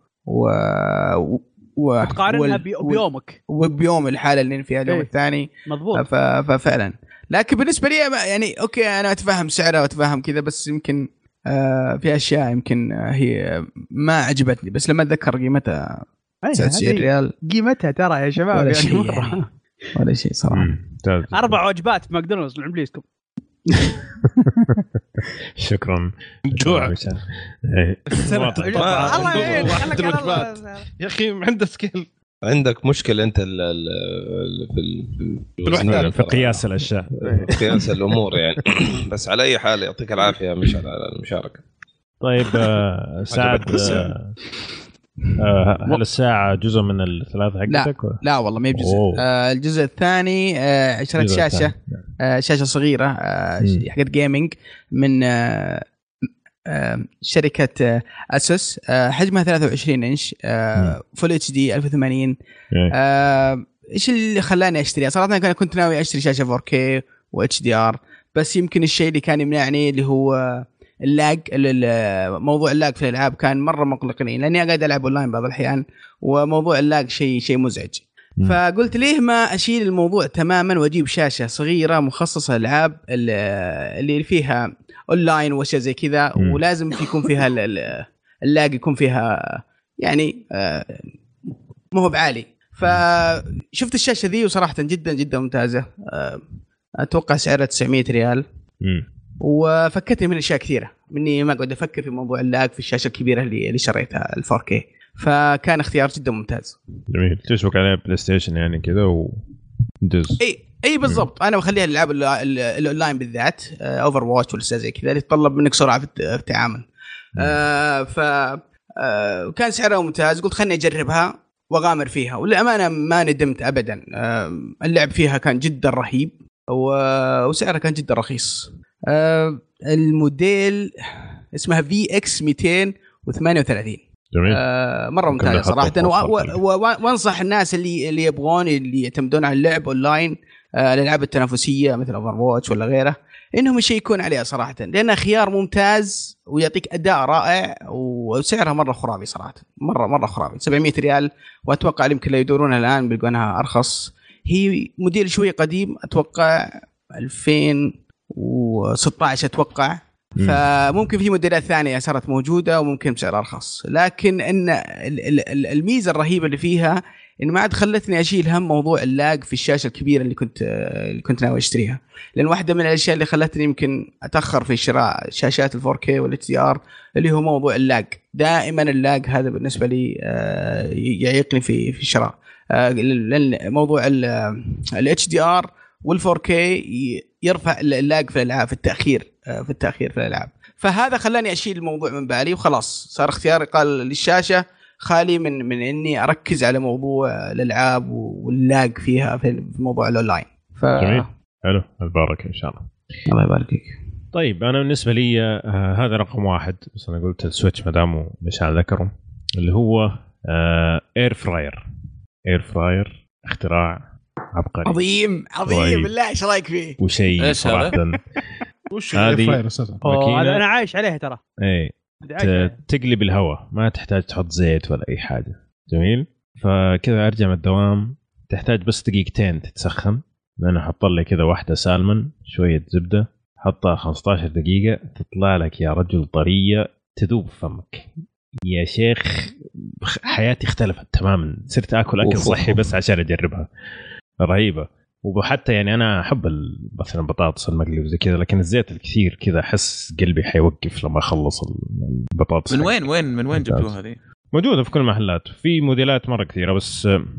وتقارنها بيومك وبيوم الحالة اللي فيها اليوم الثاني. مضبوط. ففعلا لكن بالنسبة لي يعني أوكي أنا أتفهم سعره وأتفهم كذا، بس يمكن في أشياء يمكن هي ما عجبتني، بس لما أتذكر قيمتها 99 ريال قيمتها ترى يا شباب يعني مرة ولا شيء صراحة. 4 وجبات في ماكدونالدز لعمليسكم. شكرا. جوع الله يعينك يا اخي عنده سكيل. عندك مشكله انت في قياس الاشياء، قياس الامور يعني. بس على اي حال يعطيك العافيه مش على المشاركه. طيب سعد، هل الساعة جزء من الثلاثة حقتك؟ لا والله ما بجزء. الجزء الثاني اشتريت شاشة شاشة صغيرة حقت جيمنج من شركة أسوس، حجمها 23 إنش، فول اتش دي 1080. إيش اللي خلاني أشتريها؟ صراحة أنا كنت ناوي أشتري شاشة 4K و HDR، بس يمكن الشيء اللي كان يمنعني اللي هو اللاج. موضوع اللاج في الألعاب كان مرة مقلقني، لأني قاعد ألعب أونلاين بعض الأحيان، وموضوع اللاج شيء مزعج. فقلت ليه ما أشيل الموضوع تماما وأجيب شاشة صغيرة مخصصة للألعاب اللي فيها أونلاين وشيء زي كذا، ولازم يكون فيها اللاج يكون فيها يعني ما هو بعالي. فشفت الشاشة ذي وصراحة جدا جدا ممتازة. أتوقع سعرها 900 ريال. وفكرت من أشياء كثيرة، مني ما قاعد أفكر في موضوع اللاج في الشاشة الكبيرة اللي شريتها 4K، فكان اختيار جدا ممتاز. جميل. تشبك عليه بلاي ستيشن يعني كذا ودز. اي بالضبط. انا بخليها الالعاب الاونلاين بالذات، اوفر واتش ولا زي كذا، اللي يتطلب منك سرعه في التعامل. كان سعرها ممتاز، قلت خلني اجربها واغامر فيها، والامانه ما ندمت ابدا. اللعب فيها كان جدا رهيب، وسعرها كان جدا رخيص. الموديل اسمها VX 238. جميل. مرة ممتازة صراحة. وانصح الناس اللي يبغون اللي يعتمدون على اللعب اونلاين، الالعاب التنافسية مثل اوفر واتش ولا غيره، انهم يشيكون عليها صراحة، لانها خيار ممتاز ويعطيك اداء رائع، وسعرها مرة خرافي صراحة، مرة خرافي. 700 ريال، واتوقع يمكن لا يدورونها الان بيلقونها ارخص. هي موديل شوي قديم، اتوقع 2016 اتوقع. فممكن في موديلات ثانية صارت موجودة وممكن بسعر أرخص، لكن إن الميزة الرهيبة اللي فيها إن ما عاد خلتني أشيل هم موضوع اللاج في الشاشة الكبيرة اللي كنت ناوي أشتريها. لأن واحدة من الأشياء اللي خلتني يمكن أتأخر في شراء شاشات ال 4K وال HDR اللي هو موضوع اللاج. دائما اللاج هذا بالنسبة لي يعيقني في الشراء، لأن موضوع ال HDR وال 4K يرفع اللاج في الألعاب، في التأخير في الألعاب. فهذا خلاني أشيل الموضوع من بالي، وخلاص صار اختياري قال للشاشة خالي من إني أركز على موضوع الألعاب واللاج فيها في موضوع الأونلاين. جميل. حلو، البركة إن شاء الله. الله يبارك فيك. طيب أنا بالنسبة لي هذا رقم 1، بس أنا قلت السويتش مدامه مشان ذكره، اللي هو إير فراير. اختراع عبقري عظيم بالله. ايش رايك فيه؟ وشيء صراحه وش هذه اساسا؟ انا عايش عليها ترى. اي تقلب الهواء، ما تحتاج تحط زيت ولا اي حاجه. جميل. فكذا ارجع من الدوام، تحتاج بس دقيقتين تتسخن. انا احط لي كذا واحده سالمون، شويه زبده، حطها 15 دقيقه، تطلع لك يا رجل طريه تذوب فمك يا شيخ. حياتي اختلفت تماما، صرت اكل صحي بس عشان اجربها. رهيبه. وحتى يعني انا احب مثلا البطاطس المقلي وزي كذا، لكن الزيت الكثير كذا احس قلبي حيوقف لما اخلص البطاطس. من وين جبتوها هذه؟ موجوده في كل المحلات، في موديلات مره كثيره، بس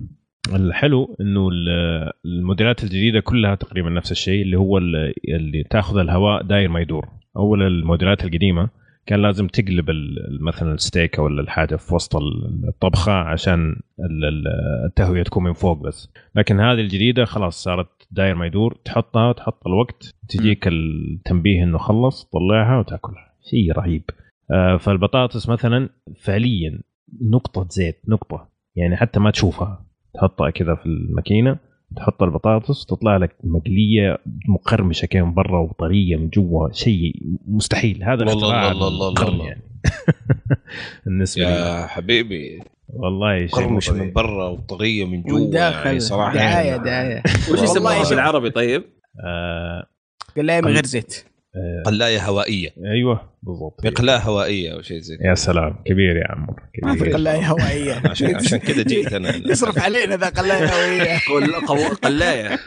الحلو انه الموديلات الجديده كلها تقريبا نفس الشيء، اللي هو اللي تاخذ الهواء داير ما يدور. اول الموديلات القديمه كان لازم تقلب مثلا الستيك او الحاجه في وسط الطبخه عشان التهويه تكون من فوق بس، لكن هذه الجديده خلاص صارت داير ما يدور، تحطها وتحط الوقت، تجيك التنبيه انه خلص، تطلعها وتاكلها. شيء رهيب. فالبطاطس مثلا فعليا نقطه زيت، نقطه يعني حتى ما تشوفها، تحطها كذا في الماكينه، تحط البطاطس تطلع لك مقليه مقرمشه كده من برا وطريه من جوا. شيء مستحيل. هذا الاختراع القرن يعني. بالنسبه يا حبيبي والله شيء مقرمشه من برا وطريه من جوا يعني صراحه. دعايه وش اسمه بالعربي طيب؟ قلايه من غير زيت. قلايه هوائيه. ايوه بالضبط، مقلاة هوائيه او شيء زي كذا. يا سلام كبير يا عمر، ما في قلايه هوائيه. عشان كذا جيت انا. يصرف علينا ذا قلايه هوائيه. قلايه.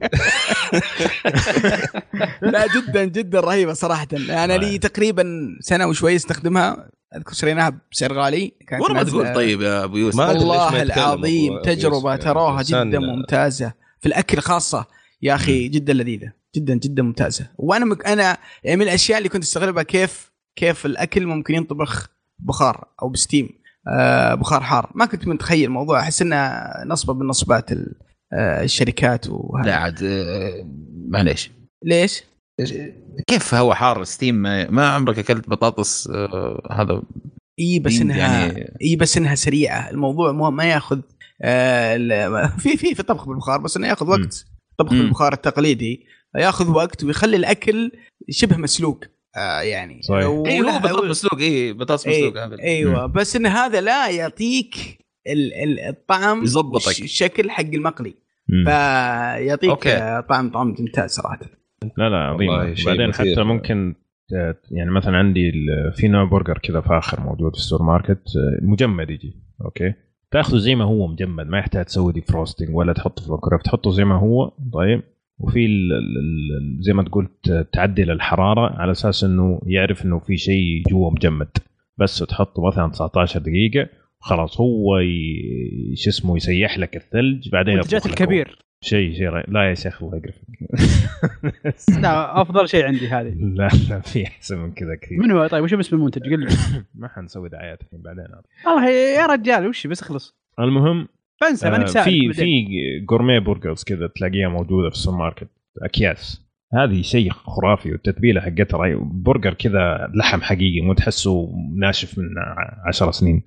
لا جدا جدا رهيبه صراحه. انا لي تقريبا سنه وشوي استخدمها، اذكر شريناها بسعر غالي. كانت ما تقول طيب يا ابو يوسف، والله العظيم تجربه تراها جدا ممتازه في الاكل خاصه يا اخي، جدا لذيذه، جدا جدا ممتازه. وانا انا يعني من الاشياء اللي كنت استغربها كيف الاكل ممكن ينطبخ بخار او بستيم، بخار حار. ما كنت متخيل الموضوع، احس انه نصبه من نصبات الشركات. وهذا لا عاد معليش، ليش كيف هو حار ستيم؟ ما عمرك اكلت بطاطس هذا؟ بس انها يعني بس انها سريعه. الموضوع ما ياخذ في طبخ بالبخار، بس انه ياخذ وقت. طبخ بالبخار التقليدي ياخذ وقت ويخلي الاكل شبه مسلوق يعني. ايوه بالضبط مسلوق. بطاطس مسلوق. ايوه بس ان هذا لا يعطيك الطعم، يضبطك الشكل حق المقلي، فيعطيك طعم ممتاز صراحه. لا عظيم. بعدين حتى ممكن يعني مثلا عندي في نوع برجر كذا فاخر موجود في السوبر ماركت مجمد، يجي اوكي تاخذه زي ما هو مجمد، ما يحتاج تسوي دي فروستنج ولا تحطه في الميكرويف، تحطه زي ما هو. طيب وفي زي ما تقول تعدل الحراره على اساس انه يعرف انه في شيء جوا مجمد، بس تحطه مثلا 19 دقيقه خلاص هو شو اسمه يسيح لك الثلج. بعدين منتجات الكبير شيء لا يا شيخ الله يقرفك. لا افضل شيء عندي هذه. لا في احسن من كذا كثير. من هو طيب؟ وش اسم المنتج؟ قل لي. ما حنسوي دعايات الحين بعدين. والله يا رجال وش بس اخلص. المهم بنسى ماني سائل. في جورميه برجرز كذا تلاقيها موجوده في السوبر ماركت، اكياس. هذه شيء خرافي، والتتبيله حقتها برجر كذا لحم حقيقي، مو تحسه ناشف من 10 سنين.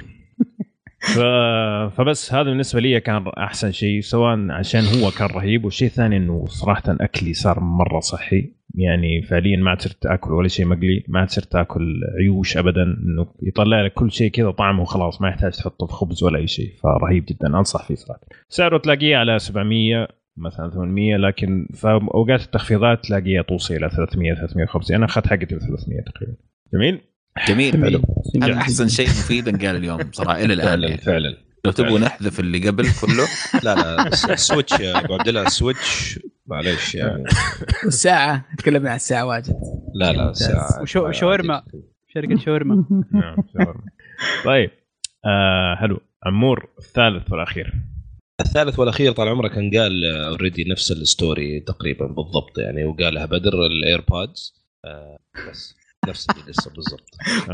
فبس هذا بالنسبه لي كان احسن شيء، سواء عشان هو كان رهيب، والشيء الثاني انه صراحه اكلي صار مره صحي. يعني فعليا ما صرت اكل ولا شيء مقلي، ما صرت اكل عيوش ابدا، انه يطلع لك كل شيء كذا طعمه وخلاص، ما يحتاج تحطه في خبز ولا اي شيء. فرهيب جدا، انصح فيه صراحه. سعره تلاقيه على 700 مثلا 800، لكن في اوقات التخفيضات تلاقيه توصل الى 300 350. انا اخذت حقتي ب 300 تقريبا. جميل حلو. هذا احسن شيء مفيد قال اليوم صراحه الى الان. فعلا لو تبغوا نحذف اللي قبل كله. لا سويتش يا ابو عبد الله، سويتش معليش يعني. الساعه تكلمنا عن الساعه واجد. لا الساعه شاورما، شركه شاورما. نعم شاورما. طيب حلو. عمور الثالث والاخير طال عمرك كان قال اوريدي نفس الستوري تقريبا بالضبط يعني، وقالها بدر الايربودز. بس نفس اللي لسه بالضبط.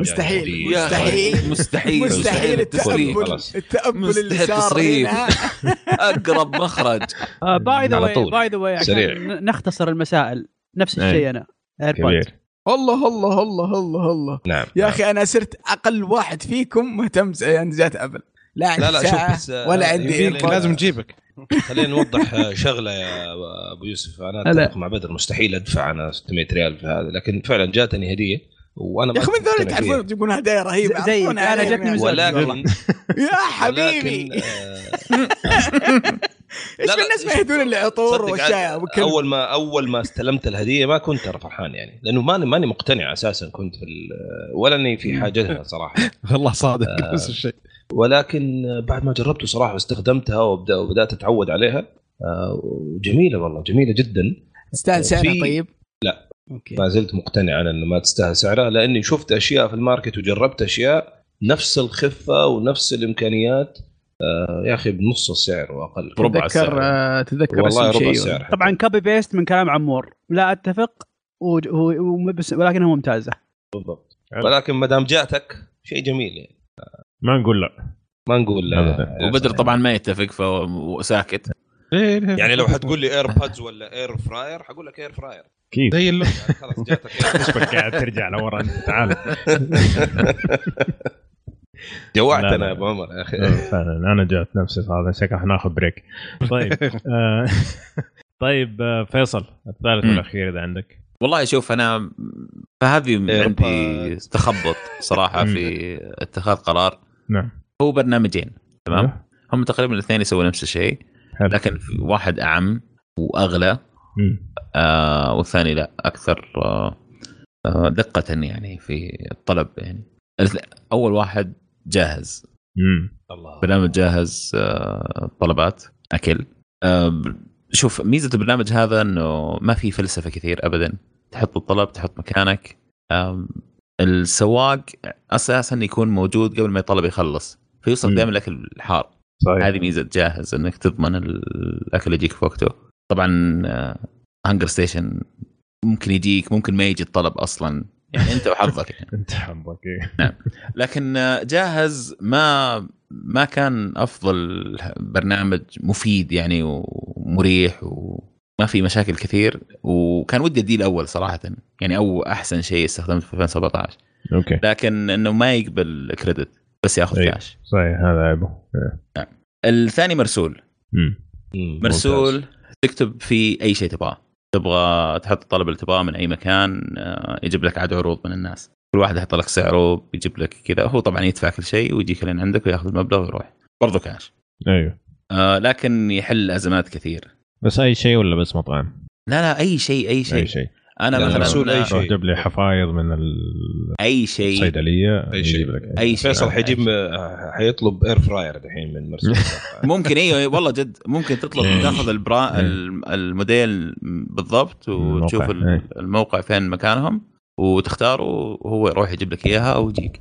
مستحيل التأمل اللي صار هنا. أقرب مخرج. باي ذا واي عشان نختصر المسائل، نفس الشيء أنا ايربودز. الله نعم. يا أخي أنا صرت أقل واحد فيكم مهتم بمنتجات أبل. لا شوف بس ولا عندي لازم نجيبك. خلينا نوضح شغله يا ابو يوسف. انا اتفق مع بدر، مستحيل ادفع انا 600 ريال في هذا، لكن فعلا جاتني هديه وانا يا اخي من ذول تعرفون تجيبون هدايا رهيبه زي انا جاتني من ولكن يا حبيبي ايش الناس ما يهدون العطور والشاي. اول ما استلمت الهديه ما كنت فرحان يعني، لانه ماني مقتنع اساسا كنت ولا اني في حاجتها صراحه. والله صادق نفس الشيء. ولكن بعد ما جربته صراحه واستخدمتها وبدات اتعود عليها، جميله والله، جميله جدا. تستاهل سعرها؟ طيب لا أوكي. ما زلت مقتنع أنا أنه ما تستاهل سعرها، لأني شفت أشياء في الماركت وجربت أشياء نفس الخفة ونفس الإمكانيات يا اخي بنص السعر واقل، ربع السعر. تذكر والله ربع السعر. طبعا كوبي بيست من كلام عمور، لا اتفق ولكنها ممتازه بالضبط. ولكن ما دام جاتك شيء جميل يعني ما نقول لا وبدر طبعا ما يتفق فساكت. يعني لو حتقول لي ايربودز ولا اير فراير حقول لك اير فراير. كيف زي اللي خلاص جاتك ايش قاعد ترجع لورا انت؟ تعال جوعتنا يا ابو عمر يا اخي. فعلا انا جات نفسي هذا شكله حناخذ بريك. طيب طيب فيصل الثالث والاخير اذا عندك. والله شوف انا فهذه عندي تخبط صراحه في اتخاذ قرار. نعم هو برنامجين تمام هم تقريبا الاثنين يسووا نفس الشيء لكن واحد اعم واغلى والثاني لا اكثر دقه يعني في الطلب. يعني اول واحد جاهز الله برنامج جاهز طلبات اكل. شوف ميزه البرنامج هذا انه ما في فلسفه كثير ابدا، تحط الطلب تحط مكانك. السواق اساسا يكون موجود قبل ما الطلب يخلص فيوصل دائما الاكل الحار. هذه ميزه جاهز انك تضمن الاكل يجيك في وقته. طبعا هانجر ستيشن ممكن يجيك ممكن ما يجي الطلب اصلا يعني انت وحظك يعني. انت حظك نعم. لكن جاهز ما كان افضل برنامج مفيد يعني ومريح وما في مشاكل كثير وكان ودي اديه الاول صراحه يعني او احسن شيء استخدمته في 2017. اوكي لكن انه ما يقبل كريدت بس ياخذ كاش. صحيح هذا عيبه. نعم. الثاني مرسول. مرسول تكتب فيه اي شيء تبغى تحط الطلب اللي تبغاه من اي مكان يجيب لك عاد عروض من الناس كل واحد يحط لك سعره بيجيب لك كذا. هو طبعا يدفع كل شيء ويجيك لين عندك وياخذ المبلغ ويروح برضو كاش. ايوه لكن يحل ازمات كثير. بس اي شيء ولا بس مطعم؟ لا اي شيء انا مثلا اي شيء جاب لي حفايض من اي شيء صيدليه اي شيء. فيصل حيجيب حيطلب اير فراير الحين من مرسول. ممكن ايوه والله جد ممكن تطلب تاخذ الموديل بالضبط وتشوف الموقع فين مكانهم وتختاره وهو يروح يجيب لك اياها او يجيك.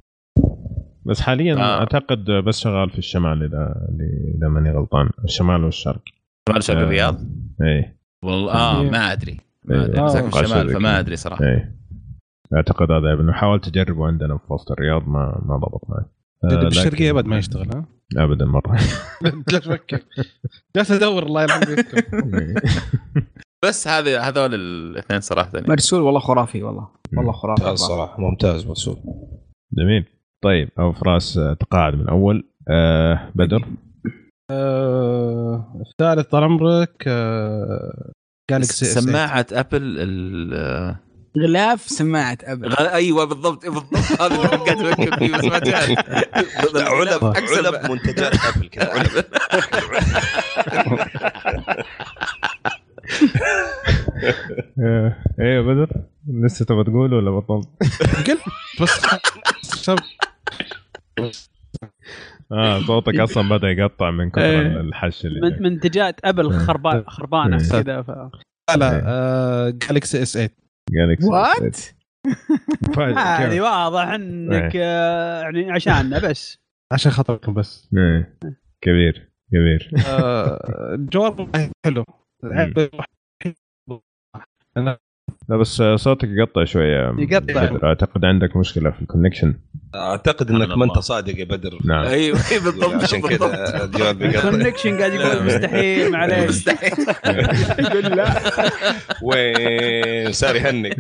بس حاليا اعتقد بس شغال في الشمال اذا ماني غلطان. الشمال والشرق. شمال شرق الرياض. اي والله ما ادري في الشمال فما ادري صراحه. اعتقد هذا انه حاولت اجربه عندنا في وسط الرياض ما ضبط معي. بالشرقيه ابد ما يشتغل. ها ابدا مره. لا تفكر جالس ادور الله يرحم بيتكم. بس هذول الاثنين صراحه مرسول والله خرافي والله خرافي الصراحه ممتاز مرسول جميل. طيب أو فراس تقاعد من أول. بدر الثالث طال عمرك جالكسي سماعة أبل غلاف سماعة أبل. أيوة بالضبط هذا اللي قاعد أفكر فيه بس ما جاء. علب منتجات أبل كذا علب. إيه بدر لسه تبغى تقول ولا بطلت؟ قل بس صوتك اصلا بدا يقطع من كثر الحش اللي منتجات ابل خربانه كذا. لا جالكسي اس 8 جالكسي وات هذه واضح انك يعني عشاننا بس عشان خاطركم بس. كبير الجواب حلو. لا بس صوتك يقطع شويه. اعتقد عندك مشكله في الكونكشن. اعتقد انك ما انت صادق يا بدر. نعم. ايوه بالضبط عشان كذا الجواب يقطع. الكونكشن قاعد يقول مستحيل معليش مستحيل. يقول لا وين صار يهنك.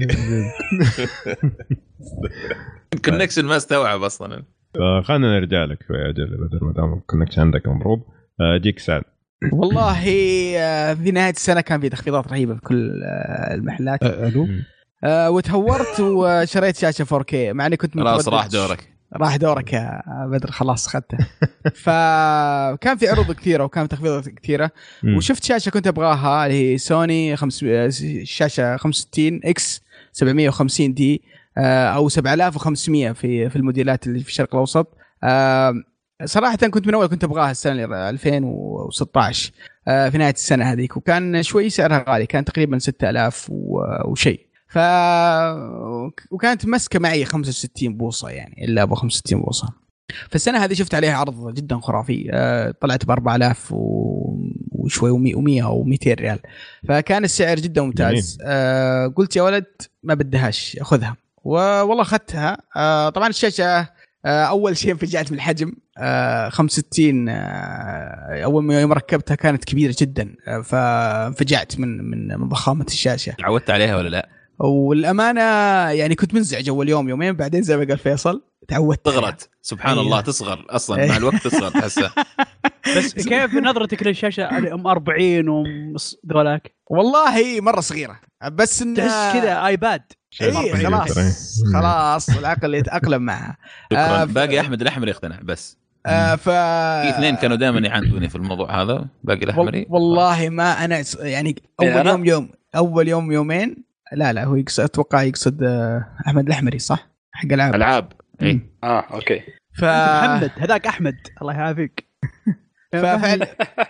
الكونكشن ما استوعب اصلا. خلينا نرجع لك شويه اجل بدر ما دام الكونكشن عندك مضروب. جيك سعد. والله في نهاية السنة كان في تخفيضات رهيبة في كل المحلات. وتهورت وشريت شاشة 4K مع أني كنت خلاص راح دورك يا بدر خلاص خدته. فكان في عروض كثيرة وكان في تخفيضات كثيرة وشفت شاشة كنت أبغاها اللي هي سوني شاشة 65 X 750 دي أو 7500 في الموديلات اللي في الشرق الأوسط. صراحة كنت من أول كنت أبغاها السنة 2016 في نهاية السنة هذيك وكان شوي سعرها غالي كان تقريبا 6000 وشيء. وكانت مسكة معي 65 بوصة يعني إلا أبو 65 بوصة. فالسنه هذه شفت عليها عرض جدا خرافي، طلعت ب 4000 وشوي و100 او 200 ريال، فكان السعر جدا ممتاز. قلت يا ولد ما بدهاش اخذها، والله اخذتها. طبعا الشاشه اول شيء انفجعت من الحجم، 65 اول ما ركبتها كانت كبيره جدا، فانفجعت من ضخامه الشاشه. تعودت عليها ولا لا؟ والامانه يعني كنت منزعج اول يوم يومين، بعدين زي ما قال فيصل تعودت. صغرت سبحان الله، تصغر اصلا مع الوقت، تصغر تحسها. بس كيف نظرتك للشاشه ام 40 وذولاك؟ والله مره صغيره، بس إن تحس كذا ايباد. خلاص العقل يتأقلم معها. باقي احمد الاحمر يقتنع بس. في اثنين كانوا دائما يعاندوني في الموضوع هذا، باقي الاحمري والله ما انا يعني اول يوم يومين لا هو اتوقع يقصد احمد الاحمري صح حق العاب اي اوكي. محمد هذاك احمد الله يعافيك. ففعلا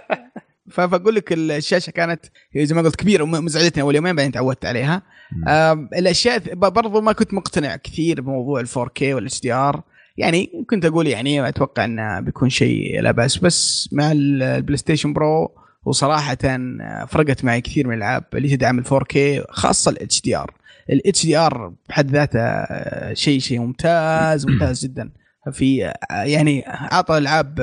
فبقول لك الشاشه كانت زي ما قلت كبيره ومزعجتني اول يومين، بعدين تعودت عليها. الاشياء برضو ما كنت مقتنع كثير بموضوع ال 4K وال HDR، يعني كنت اقول يعني اتوقع انه بيكون شيء لا باس، بس مع البلاي ستيشن برو وصراحه فرقت معي كثير من الالعاب اللي تدعم ال 4K، خاصه ال HDR. ال HDR بحد ذاته شيء ممتاز جدا، في يعني اعطى العاب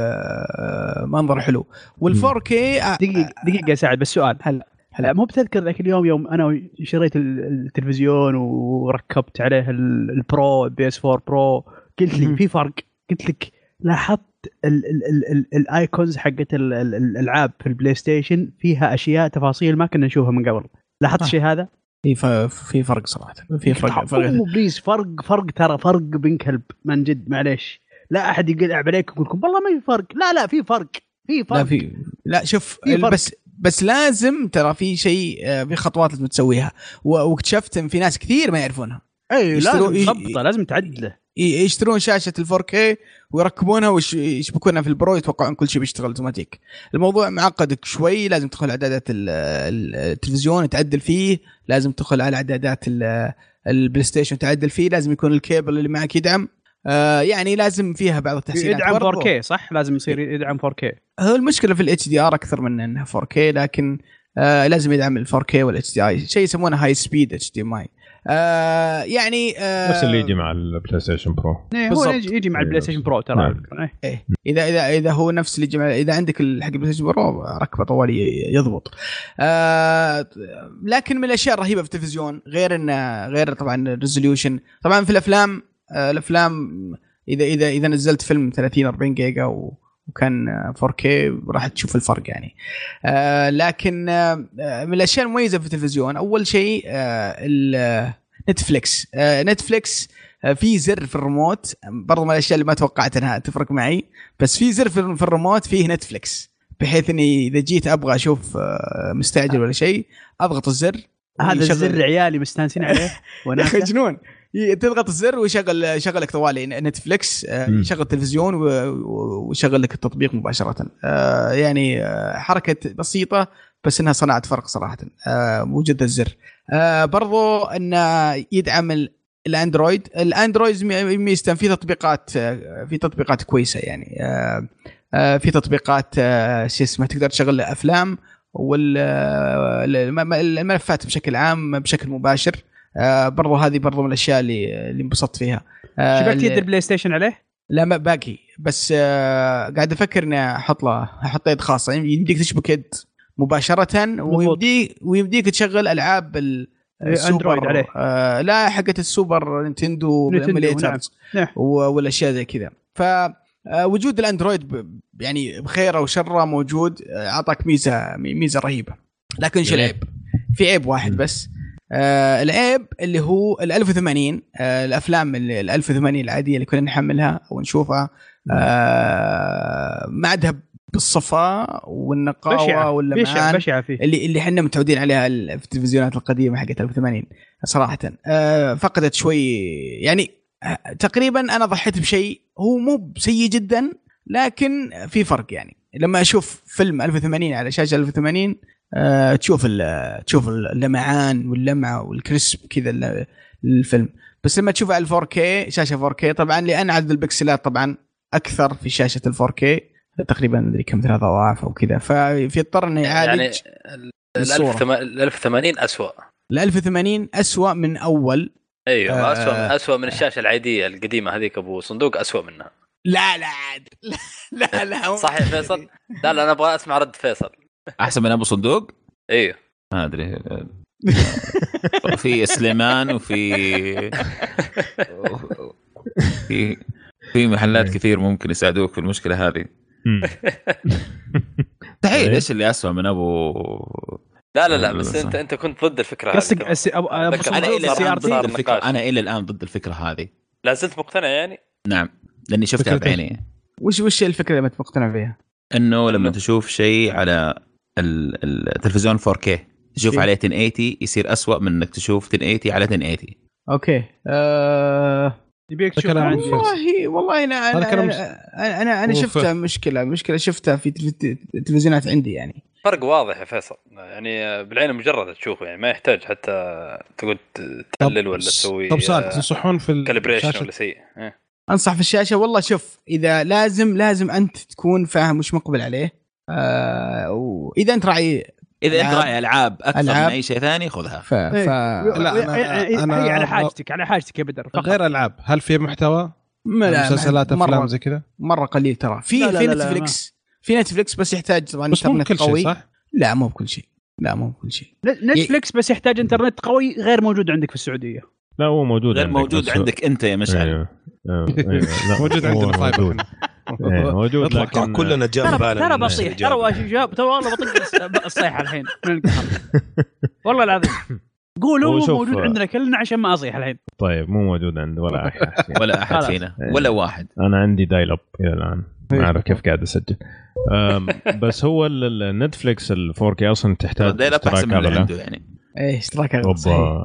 منظر حلو. وال4K دقيقه ساعد بس سؤال، هلا مو بتذكر ذاك اليوم يوم انا شريت التلفزيون وركبت عليه البرو PS4 برو، قلت لي في فرق، قلت لك لاحظت الايكونز حقت الالعاب في البلاي ستيشن فيها اشياء تفاصيل ما كنا نشوفها من قبل، لاحظت الشيء هذا؟ في فرق صراحه، في فرق بليز فرق ترى فرق بن كلب من جد، معليش لا احد يقلع عليك ويقول لكم والله ما في فرق، لا في فرق لا شوف بس لازم ترى في شيء، في خطوات لازم تسويها، واكتشفت ان في ناس كثير ما يعرفونها. اي لازم تعدله، يشترون شاشه ال 4K ويركبونها ويشبكونها في البرو، يتوقعون كل شيء بيشتغل اوتوماتيك. الموضوع معقد شوي، لازم تدخل اعدادات التلفزيون تعدل فيه، لازم تدخل على اعدادات البلاي ستيشن تعدل فيه، لازم يكون الكيبل اللي معك يدعم، يعني لازم فيها بعض التحسينات. يدعم 4K صح، لازم يصير يدعم 4K. هو المشكله في الاتش دي ار اكثر من انها 4K، لكن لازم يدعم ال 4K والاتش دي اي، شيء يسمونه هاي سبيد اتش دي ام اي، يعني بس اللي يجي مع البلاي ستيشن برو. هو يجي مع البلاي ستيشن برو ترى. إيه. اذا هو نفس اللي يجي اذا عندك حق البلاي ستيشن برو ركبه طوالي يضبط. لكن من الاشياء الرهيبه في التلفزيون غير طبعا الريزوليوشن، طبعا في الافلام اذا نزلت فيلم 30-40 جيجا وكان 4K راح تشوف الفرق يعني. لكن من الاشياء المميزه في التلفزيون اول شيء نتفليكس في زر في الريموت، برضو من الاشياء اللي ما توقعت انها تفرق معي، بس في زر في الريموت فيه نتفليكس، بحيث اني اذا جيت ابغى اشوف مستعجل ولا شيء اضغط الزر. هذا الزر عيالي مستانسين عليه وانا جنون، تضغط الزر ويشغلك طوالي نتفليكس، يشغل التلفزيون ويشغل لك التطبيق مباشرة. يعني حركة بسيطة بس انها صنعت فرق صراحة، وجود الزر. برضو انه يدعم الاندرويد ميزتن في تطبيقات كويسة يعني، في تطبيقات اسمها تقدر تشغل افلام والملفات بشكل عام بشكل مباشر. برضو هذه برضو من الاشياء اللي انبسطت فيها. شبكت يد البلاي ستيشن عليه؟ لا ما باقي، بس قاعد افكر اني احط يد خاصه، يمديك تشبك يد مباشره، ويمديك تشغل العاب اندرويد عليه. لا حقت السوبر نينتندو بالإيميليترز والاشياء زي كذا. فوجود الاندرويد يعني بخيره وشره موجود، اعطاك ميزه رهيبه. لكن شو العيب؟ في عيب واحد بس. العيب اللي هو ال 1080، الافلام ال 1080 العاديه اللي كنا نحملها او نشوفها، ما عندها بالصفاء والنقاوه واللمعان اللي احنا متعودين عليها في التلفزيونات القديمه حقت 1080 صراحه. فقدت شوي يعني، تقريبا انا ضحيت بشيء هو مو سيء جدا، لكن في فرق يعني. لما اشوف فيلم 1080 على شاشه 1080 تشوف اللمعان واللمعه والكريسب كذا الفيلم، بس لما تشوفه على 4K شاشه 4K طبعا لان عدد البكسلات طبعا اكثر في شاشه ال 4K تقريبا مدري كم 3 أضعاف او كذا، ففي اضطر انه يعالج يعني ال 1080 اسوء. ال 1080 اسوء من اول. ايوه اسوء من الشاشه العاديه القديمه هذيك ابو صندوق، اسوء منها. لا صحيح فيصل؟ لا انا ابغى اسمع رد فيصل. احسن من ابو صندوق؟ ايوه ما ادري. في سليمان وفي في محلات كثير ممكن يساعدوك في المشكله هذه. تحيل ايش اللي اسوء من ابو؟ لا بس انت كنت ضد الفكره هذه. انا الى الان ضد الفكره هذه. لا زلت مقتنع يعني؟ نعم لاني شفتها بعيني. وش الفكره اللي ما انت مقتنع فيها؟ انه لما تشوف شيء على التلفزيون 4K تشوف عليه 1080 يصير أسوأ من انك تشوف 1080 على 1080. اوكي يبيك تشوف والله انا شفتها مشكله شفتها في التلفزيونات عندي يعني. فرق واضح يا فيصل يعني بالعين المجرده تشوفه يعني ما يحتاج حتى تقعد تحلل ولا تسوي. طب صار تنصحون في الكاليبريشن ولا شيء؟ انصح في الشاشه والله. شوف اذا لازم انت تكون فاهم وش مقبل عليه. واذا انت راعي العاب اكثر من اي شيء ثاني خذها. لا انا على حاجتك يا بدر فقط. غير العاب هل في محتوى مسلسلات افلام زي كذا؟ مره قليل ترى. في نتفليكس بس يحتاج طبعا انترنت قوي. لا مو بكل شيء. نتفليكس بس يحتاج انترنت قوي غير موجود عندك في السعوديه. لا هو موجود غير موجود عندك انت يا مشعل. موجود عندنا موجود لكن كلنا جاب بالنا. ترى بصيح ترى والله بطق الصيحه الحين من القهر والله العظيم. قولوا موجود عندنا كلنا عشان ما اصيح الحين. طيب مو موجود عند ولا احد فينا ولا واحد. انا عندي دايل اب الى الان ما اعرف كيف قاعد اسجل. بس هو النتفليكس ال 4K اصلا تحتاج اشتراك اغلى يعني. اشتراك اغلى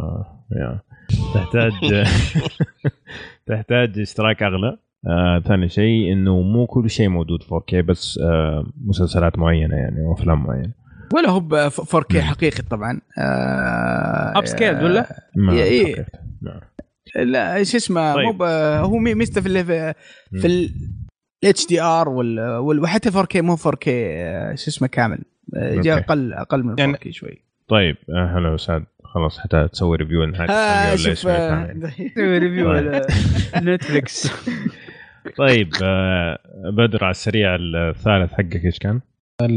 تحتاج اشتراك اغلى. ثاني شيء انه مو كل شيء موجود 4K بس مسلسلات معينه يعني وافلام معينه. ولا هو 4K حقيقي طبعا. اب سكيل ولا لا ايش اسمه. طيب. هو ميزته في ال HDR وحتى 4K مو 4K ايش اسمه كامل. جاء اقل من 4K يعني شوي. طيب هلا سعد خلاص حتى تسوي ريفيو نهاية شوف تسوي ريفيو على نتفليكس. طيب بدر على السريع الثالث حقك ايش كان؟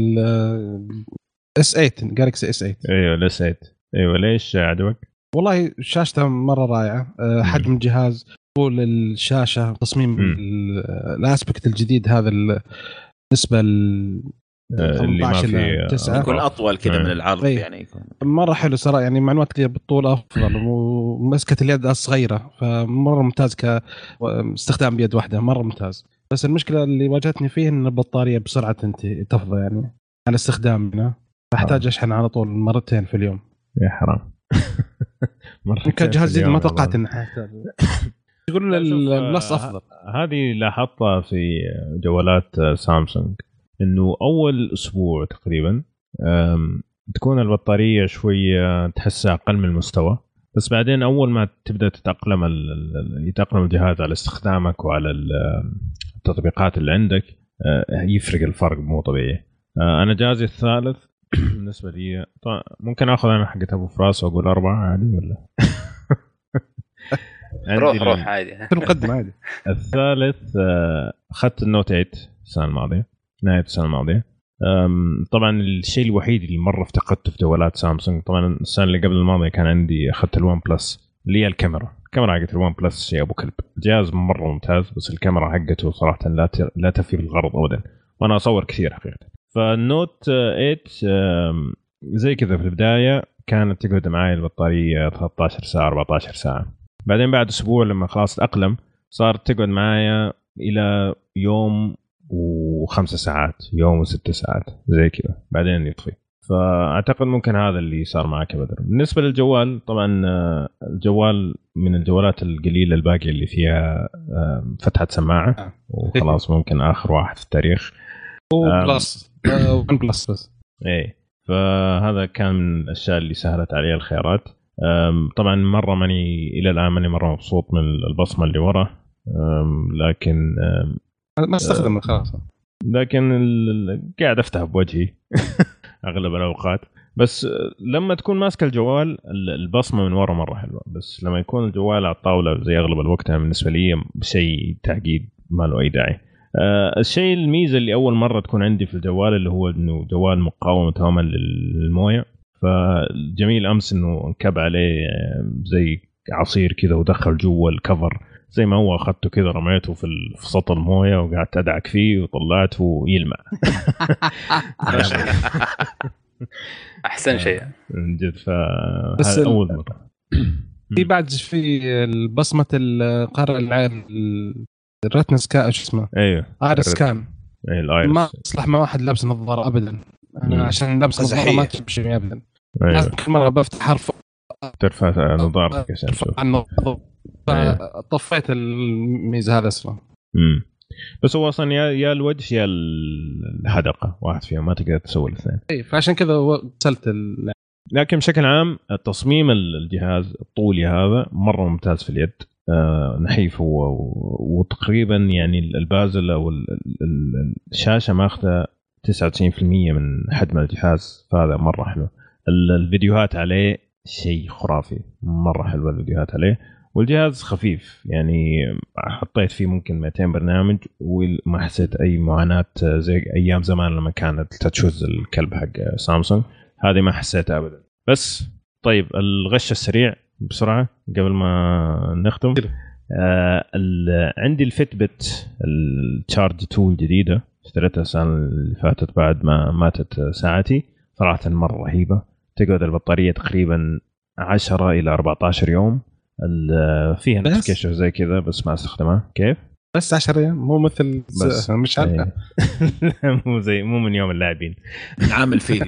S8 جالكسي S8. ايوه S8. ايوه ليش عجبك؟ والله شاشته مره رائعه. حجم الجهاز طول الشاشه تصميم الاسبكت الجديد هذا بالنسبه اللي ما في يكون اطول كذا من العرض يعني يكون مره حلو صراحه يعني معلومات كثير بالطول افضل ومسكه اليد صغيره فمره ممتاز كاستخدام بيد واحده مره ممتاز. بس المشكله اللي واجهتني فيه ان البطاريه بسرعه تفضى يعني على استخدامنا فاحتاج اشحن على طول مرتين في اليوم. يا حرام. مرتين جهاز جديد ما توقعت انه حاحتاج. يقول البلس افضل. هذه لاحظتها في جوالات سامسونج انه اول اسبوع تقريبا تكون البطاريه شويه تحسها اقل من المستوى بس بعدين اول ما تبدا يتاقلم الجهاز على استخدامك وعلى التطبيقات اللي عندك يفرق الفرق مو طبيعي. انا جهازي الثالث بالنسبه لي ممكن اخذ انا حقت ابو فراس واقول 4 عادي ولا روح عادي المقدم عادي. الثالث اخذت النوت 8 السنه الماضيه نهاية السنة الماضية. طبعا الشيء الوحيد اللي مرة افتقدته في جوالات سامسونج طبعا السنة اللي قبل الماضية كان عندي أخذت الوان بلس اللي هي الكاميرا حقت الوان بلس شيء أبو كلب. جهاز مرة ممتاز بس الكاميرا حقته صراحة لا تفي بالغرض أبدا وأنا أصور كثير حقيقة. فالنوت 8 زي كذا في البداية كانت تقعد معي البطارية 13 ساعة 14 ساعة. بعدين بعد أسبوع لما خلاص تأقلم صارت تقعد معي إلى يوم و5 ساعات يوم و6 ساعات زي كذا بعدين يطفي. فأعتقد ممكن هذا اللي صار معك بدر. بالنسبة للجوال طبعا الجوال من الجوالات القليلة الباقية اللي فيها فتحة سماعة وخلاص ممكن آخر واحد في التاريخ بلس ون بلس بس. ايه فهذا كان من الأشياء اللي سهلت علي الخيارات. طبعا مرة ماني إلى الآن ماني مرة مبسوط من البصمة اللي ورا لكن ما استخدمه خلاص، لكن قاعد افتح بوجهي اغلب الاوقات. بس لما تكون ماسك الجوال البصمه من ورا مره حلوه، بس لما يكون الجوال على الطاوله زي اغلب الوقت بالنسبه لي شيء تعقيد ما له اي داعي. الشيء الميزه اللي اول مره تكون عندي في الجوال اللي هو انه جوال مقاوم تماما للمويه، فجميل امس انه انكب عليه زي عصير كذا ودخل جوا الكفر زي ما هو، اخذته كذا رميته في سطح المويه وقعدت ادعك فيه وطلعته يلمع. احسن شيء جد. بس اول مره في بعد في البصمه القارئ العين الرتنا سكان ايش اسمه؟ ايوه ايرس سكان. الايرس ما اصلح مع واحد لابس نظاره ابدا. انا عشان لابس نظاره ما تمشي ابدا. أيوة. كل مره بفتح حرف ترفع نظارتك عشان تشوف. طفيت الميزه هذا اصلا. بس هو اصلا يا الوجه يا الحدقه واحد فيهم، ما تقدر تسوي الاثنين. اي فعشان كذا وصلت لكن بشكل عام تصميم الجهاز الطولي هذا مره ممتاز في اليد. نحيف هو وتقريبا يعني البازل او الشاشه ماخذه 99% من حجم الجهاز، فهذا مره حلو. الفيديوهات عليه شيء خرافي، مره حلوه الفيديوهات عليه. والجهاز خفيف يعني حطيت فيه ممكن 200 برنامج وما حسيت اي معاناه زي ايام زمان لما كانت تشوز الكلب حق سامسونج، هذه ما حسيتها ابدا. بس طيب الغش السريع بسرعه قبل ما نختم. عندي الفيتبت التشارج 2 الجديده، اشتريتها السنه اللي فاتت بعد ما ماتت ساعتي، صراحه مره رهيبه. تقعد البطاريه تقريبا 10 الى 14 يوم. فيها نوتيفيكيشن زي كذا بس ما استخدمها. كيف بس 10 ايام؟ مو مثل مش عارف مو من يوم اللاعبين عامل فيه.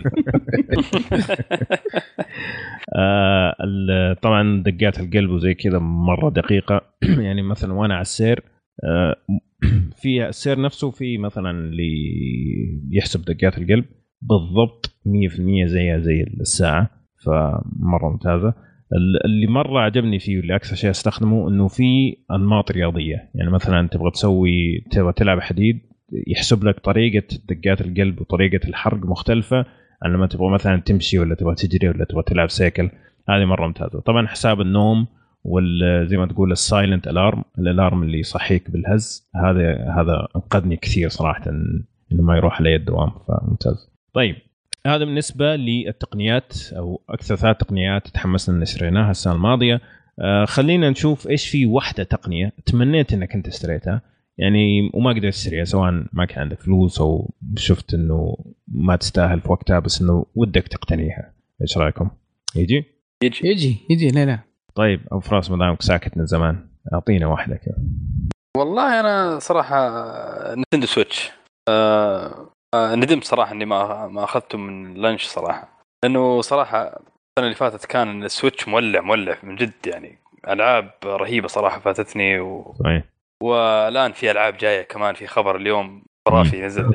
طبعا دقات القلب وزي كذا مره دقيقه. يعني مثلا وانا على السير في السير نفسه في مثلا اللي يحسب دقات القلب بالضبط 100% زي الساعه، فمره ممتازه. اللي مره عجبني فيه واللي اكثر شيء استخدمه انه في انماط رياضيه. يعني مثلا تبغى تلعب حديد، يحسب لك طريقه دقات القلب وطريقه الحرق مختلفه عن لما تبغى مثلا تمشي ولا تبغى تجري ولا تبغى تلعب سيكل. هذه مره ممتازه. طبعا حساب النوم زي ما تقول السايلنت الالارم اللي يصحيك بالهز، هذا انقذني كثير صراحه انه ما يروح علي الدوام، فممتاز. طيب هذا بالنسبه للتقنيات او اكثر 3 تقنيات تحمسنا ان نشتريناها السنه الماضيه. خلينا نشوف ايش في واحده تقنيه تمنيت انك انت اشتريتها يعني وما قدرت تشتريها، سواء ما كان عندك فلوس او شفت انه ما تستاهل في وقتها بس انه ودك تقتنيها. ايش رايكم؟ يجي لا طيب ابو فراس مدامك ساكت من زمان، اعطينا واحده كذا. والله انا صراحه نينتندو سويتش ندمت صراحه اني ما اخذته من لانش صراحه، لانه صراحه السنه اللي فاتت كان السويتش مولع من جد، يعني العاب رهيبه صراحه فاتتني صحيح. والان في العاب جايه كمان، في خبر اليوم خرافي نزل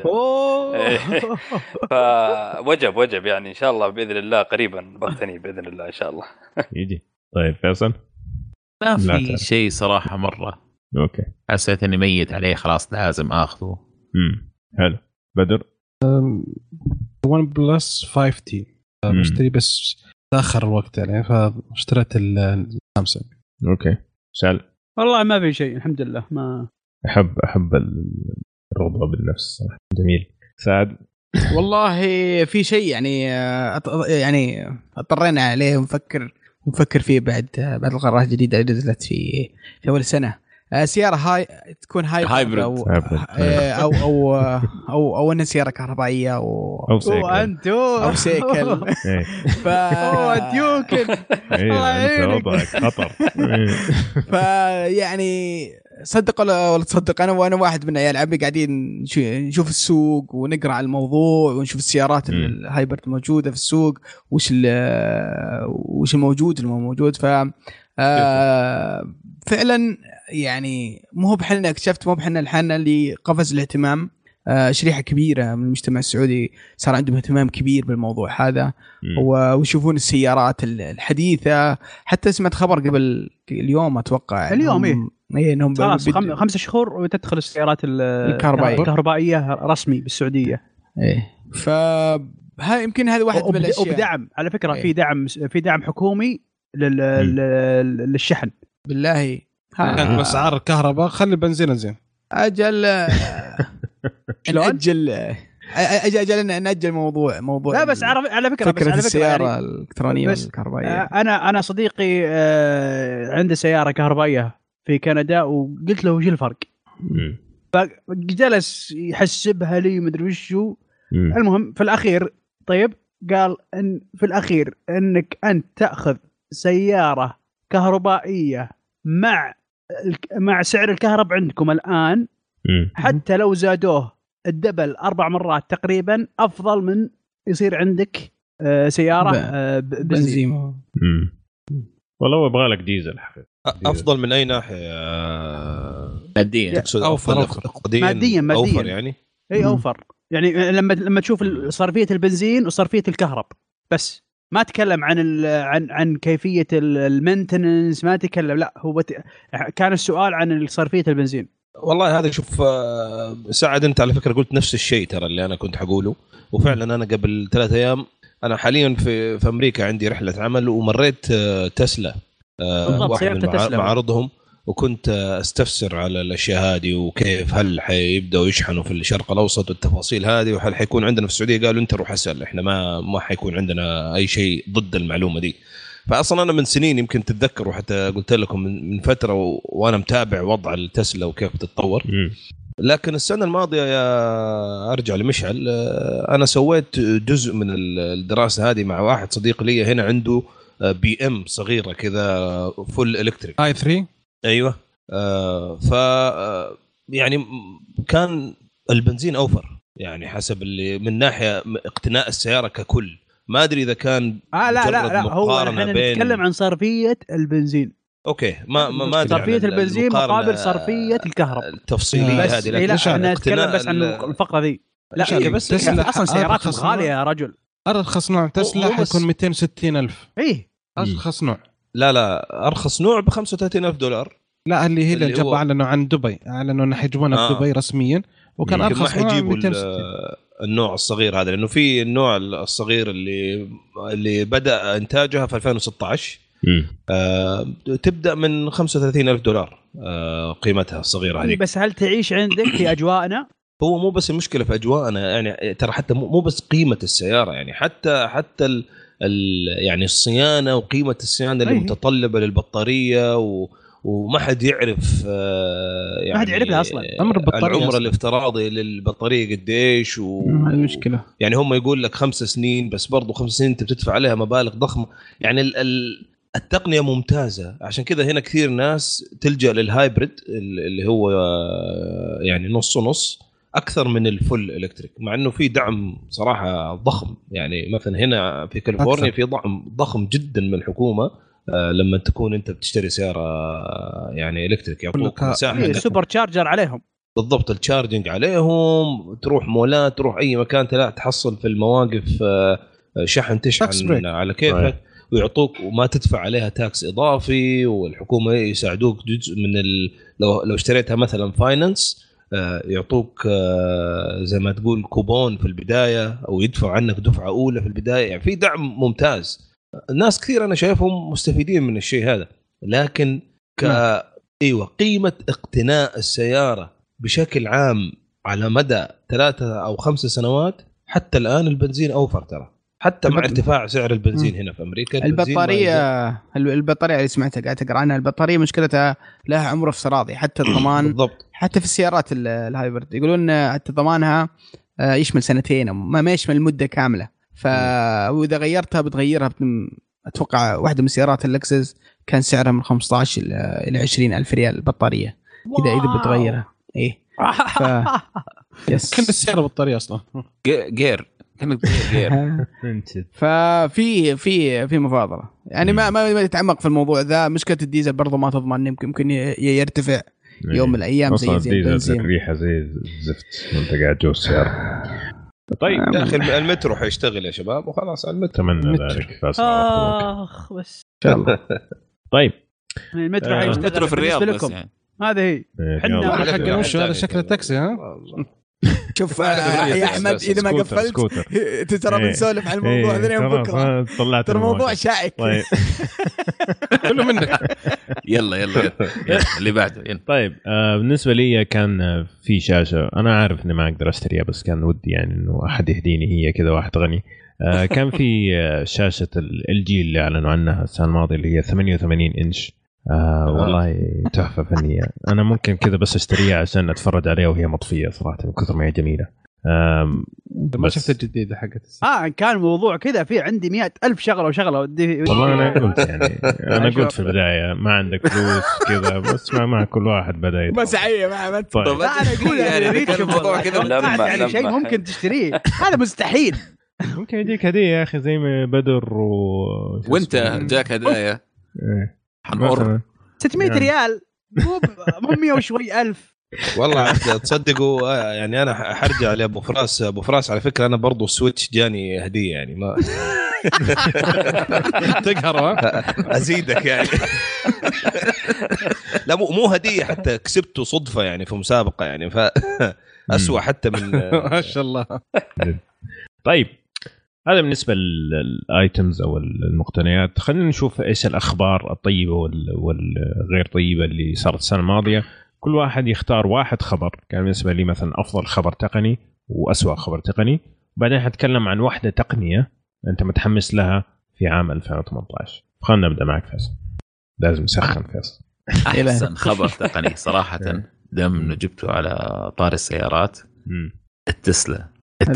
فوجب يعني ان شاء الله باذن الله قريبا بقتني باذن الله ان شاء الله. يجي. طيب فيصل؟ ما في شيء صراحه مره. اوكي حسيت اني ميت عليه خلاص لازم اخذه. حلو. بدر؟ ون بلس 5T اشتري بس تاخر الوقت يعني، فاشتريت السامسونج. اوكي. سال؟ والله ما في شيء الحمد لله. ما احب الرضا بالنفس صراحه. جميل. سعد؟ والله في شيء يعني اضطرينا عليه ونفكر فيه بعد القرارات الجديده اللي نزلت في اول السنه. سيارة تكون هايبرد أو أن سيارة كهربائية أو سيكل ديوكن خطر. فيعني صدق ولا تصدق أنا واحد من عيال عمي قاعدين نشوف السوق ونقرأ على الموضوع ونشوف السيارات الهايبرد موجودة في السوق وش الموجود المو موجود. فعلا يعني مو بحنا اكتشفت، مو بحنا الحنا اللي قفز الاهتمام. شريحة كبيرة من المجتمع السعودي صار عندهم اهتمام كبير بالموضوع هذا ويشوفون السيارات الحديثة. حتى سمعت خبر قبل اليوم أتوقع اليوم انهم خلاص 5 شهور وتدخل السيارات الكهربائيه رسمي بالسعوديه. ايه فهاي يمكن هذا واحد من الاشياء. وبدعم على فكره إيه. في دعم حكومي للشحن. بالله كان اسعار الكهرباء خلي البنزين زين. اجل نأجل موضوع لا بس على فكره السياره يعني الالكترونيه والكهربائيه. انا صديقي عنده سياره كهربائيه في كندا وقلت له وش الفرق، فجلس يحسبها لي مدري وشو. المهم في الاخير طيب قال ان في الاخير انك انت تاخذ سياره كهربائيه مع سعر الكهرباء عندكم الان حتى لو زادوه الدبل 4 مرات تقريبا افضل من يصير عندك سياره بنزين. والله هو يبغى لك ديزل حقيقة. افضل من اي ناحيه؟ ماديا اوفر ماديا اوفر يعني اي اوفر يعني لما تشوف صرفيه البنزين وصرفيه الكهرب بس، ما تكلم عن كيفيه المينتننس، ما تكلم، لا هو كان السؤال عن صرفيه البنزين. والله هذا شوف سعد انت على فكره قلت نفس الشيء ترى اللي انا كنت حقوله، وفعلا انا قبل 3 أيام انا حاليا في امريكا عندي رحله عمل ومريت تسلا واحد من معارضهم، وكنت استفسر على الاشياء هذه وكيف هل حيبداوا يشحنوا في الشرق الاوسط والتفاصيل هذه، وهل حيكون عندنا في السعوديه. قالوا انت روح اسال، احنا ما حيكون عندنا اي شيء ضد المعلومه دي. فاصلا انا من سنين يمكن تتذكروا حتى قلت لكم من فتره وانا متابع وضع التسلا وكيف تتطور. لكن السنه الماضيه يا ارجع لمشعل، انا سويت جزء من الدراسه هذه مع واحد صديق لي هنا عنده بي ام صغيره كذا فول الكتريك اي 3. ايوه ف يعني كان البنزين اوفر يعني حسب اللي من ناحيه اقتناء السياره ككل. ما ادري اذا كان لا هو احنا نتكلم عن صرفيه البنزين. اوكي ما صرفيه البنزين مقابل صرفيه الكهرباء التفصيليه هذه. لا احنا نتكلم بس عن الفقره ذي. لا بس اصلا سيارات غاليه يا رجل. ارخص نوع تسلا حيكون 260,000. ايه ارخص نوع. لا ارخص نوع $35,000. لا اللي جاب اعلنوا عن دبي، اعلنوا انه حيجيبونها في دبي رسميا، وكان ارخص نوع 260. النوع الصغير هذا لانه في النوع الصغير اللي بدا انتاجها في 2016 تبدا من $35,000 قيمتها الصغيره هذه. بس هل تعيش عندك في اجواءنا؟ هو مو بس المشكله في اجواءنا يعني، ترى حتى مو بس قيمه السياره يعني، حتى يعني الصيانه وقيمه الصيانه اللي متطلبه للبطاريه وما حد يعرف يعني ما حد يعرفها اصلا العمر الافتراضي للبطاريه قديش المشكله يعني هم يقول لك 5 سنين، بس برضو 5 سنين انت بتدفع عليها مبالغ ضخمه يعني. التقنيه ممتازه، عشان كذا هنا كثير ناس تلجأ للهايبريد اللي هو يعني نص اكثر من الفول الكتريك، مع انه في دعم صراحه ضخم يعني. مثلا هنا في كاليفورنيا في دعم ضخم جدا من الحكومه لما تكون انت بتشتري سياره يعني الكتريك، يعطوك مساحه سوبر تشارجر عليهم. بالضبط، التشارجنج عليهم، تروح مولات، تروح اي مكان تحصل في المواقف شحن تشحن على كيفك، ويعطوك وما تدفع عليها تاكس اضافي، والحكومه يساعدوك جزء من لو اشتريتها مثلا فاينانس يعطوك زي ما تقول كوبون في البدايه، او يدفع عنك دفعه اولى في البدايه يعني. في دعم ممتاز، الناس كثير انا شايفهم مستفيدين من الشيء هذا. لكن ايوه قيمه اقتناء السياره بشكل عام على مدى 3 أو 5 سنوات حتى الان البنزين اوفر ترى، حتى مع ارتفاع سعر البنزين هنا في امريكا. البطاريه اللي سمعتها قاعد اقرا عنها، البطاريه مشكلتها لها عمر افتراضي، حتى الضمان بالضبط. حتى في السيارات الهايبرد يقولون حتى ضمانها يشمل 2 ما يشمل المده كامله. واذا غيرتها بتغيرها اتوقع واحده من سيارات اللكسس كان سعرها من 15 الى 20,000 ريال البطاريه اذا بتغيرها. ايه يس كل السياره بطاريه اصلا جير ففي مفاضله يعني. ما يتعمق في الموضوع ذا. مشكله الديزل برضو ما تضمن، يمكن يرتفع يوم من الايام زي البنزين، الريحه زي الزفت وانت قاعد جوا السياره. طيب يا اخي المترو حيشتغل يا شباب وخلاص. المترو اتمنى ذلك بس ان شاء الله. طيب المترو في الرياض بس يعني هذا هي احنا حق وش هذا شكل التاكسي ها شوف يا احمد اذا ما قفلت ترى بنسولف عن الموضوع ذا يوم بكره طلعت الموضوع شائك كله منك يلا اللي بعده طيب بالنسبه لي كان في شاشه انا عارف اني ما اقدر اشتريها بس كان ودي يعني انه احد يهديني هي كذا واحد غني كان في شاشه ال جي اللي اعلنوا عنها السنه الماضيه اللي هي 88 انش والله تحفه فنيه انا ممكن كذا بس اشتريها عشان اتفرج عليها وهي مطفيه صراحه من كثر ما هي جميله. ما شفت الجديده حقت كان موضوع كذا في عندي 100,000 شغله وشغله والله انا قلت يعني انا قلت في البدايه ما عندك فلوس كذا بس مع كل واحد بدا مسعيه ما عملت طيب انا اقول يعني الموضوع كذا يعني شيء ممكن تشتريه هذا مستحيل ممكن يجيك هديه يا اخي زي ما بدر وانت جاك هدايا حنور 600 ريال مو 100 وشوي ألف. والله تصدقوا يعني انا حرجع لابو فراس على فكره انا برضو السويتش جاني هديه يعني ما تقهر ازيدك يعني لا مو هديه حتى كسبته صدفه يعني في مسابقه يعني فاسوأ حتى من ما شاء الله. طيب هذا بالنسبه للايتمز او المقتنيات. خلينا نشوف ايش الاخبار الطيبه والغير طيبه اللي صارت السنه الماضيه. كل واحد يختار واحد خبر كان بالنسبه لي مثلا افضل خبر تقني واسوأ خبر تقني، وبعدين حتكلم عن واحدة تقنيه انت متحمس لها في عام 2018. خلينا نبدا معك فيصل. لازم نسخن فيصل. احسن خبر تقني صراحه دام انه جبته على طار السيارات التسلا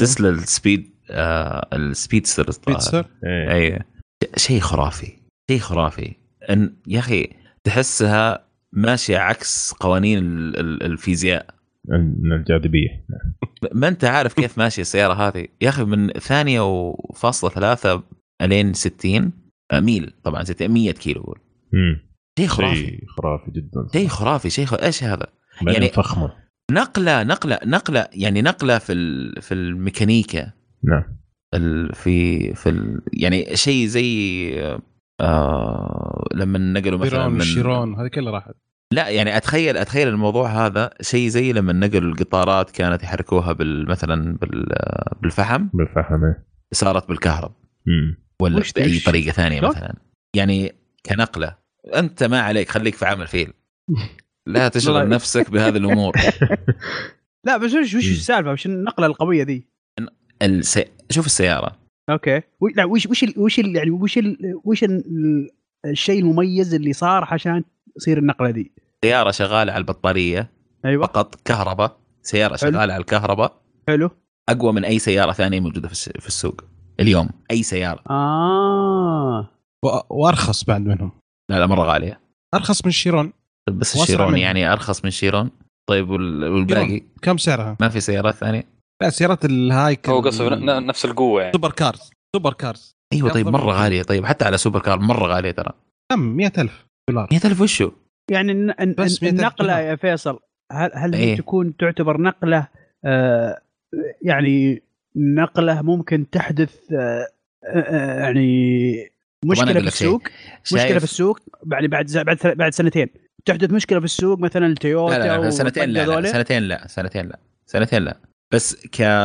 السبيدستر اي شيء خرافي ان يا اخي تحسها ماشيه عكس قوانين الفيزياء الجاذبيه. ما انت عارف كيف ماشيه السياره هذه يا اخي من 2.3 الين 60 ميل طبعا 600 كيلو قول. شيء خرافي جدا. شيء خرافي ايش هذا يعني فخمه نقله يعني نقله في الميكانيكا. نعم في يعني شيء زي لما نقلوا مثلا من الشيرون هذه كلها راحت. لا يعني اتخيل الموضوع هذا شيء زي لما نقلوا القطارات كانت يحركوها مثلا بالفحم صارت بالكهرب ولا باي طريقه ثانيه مثلا يعني كنقله. انت ما عليك خليك في عمل فيل لا تشغل نفسك بهذه الامور. لا بس وش السالفه وش النقله القويه دي؟ شوف السياره اوكي لا وش الشيء المميز اللي صار عشان تصير النقله دي؟ سياره شغاله على البطاريه أيوة. فقط كهرباء. سياره شغاله على الكهرباء حلو اقوى من اي سياره ثانيه موجوده في السوق اليوم. اي سياره وارخص بعد منهم. لا مره غاليه. ارخص من الشيرون بس الشيرون يعني ارخص من الشيرون. طيب والباقي كم سعرها؟ ما في سيارات ثانية؟ لا سيارات الهاي هو قصد نفس القوة يعني سوبر كارز. ايوه طيب مرة غالية. طيب حتى على سوبر كار مرة غالية ترى. كم 100,000 دولار 100,000 وشو يعني النقلة يا فيصل هل هي تكون تعتبر نقلة يعني نقلة ممكن تحدث يعني مشكلة في السوق مشكلة في السوق يعني بعد سنتين تحدث مشكلة في السوق مثلا التويوتا لا سنتين لا بس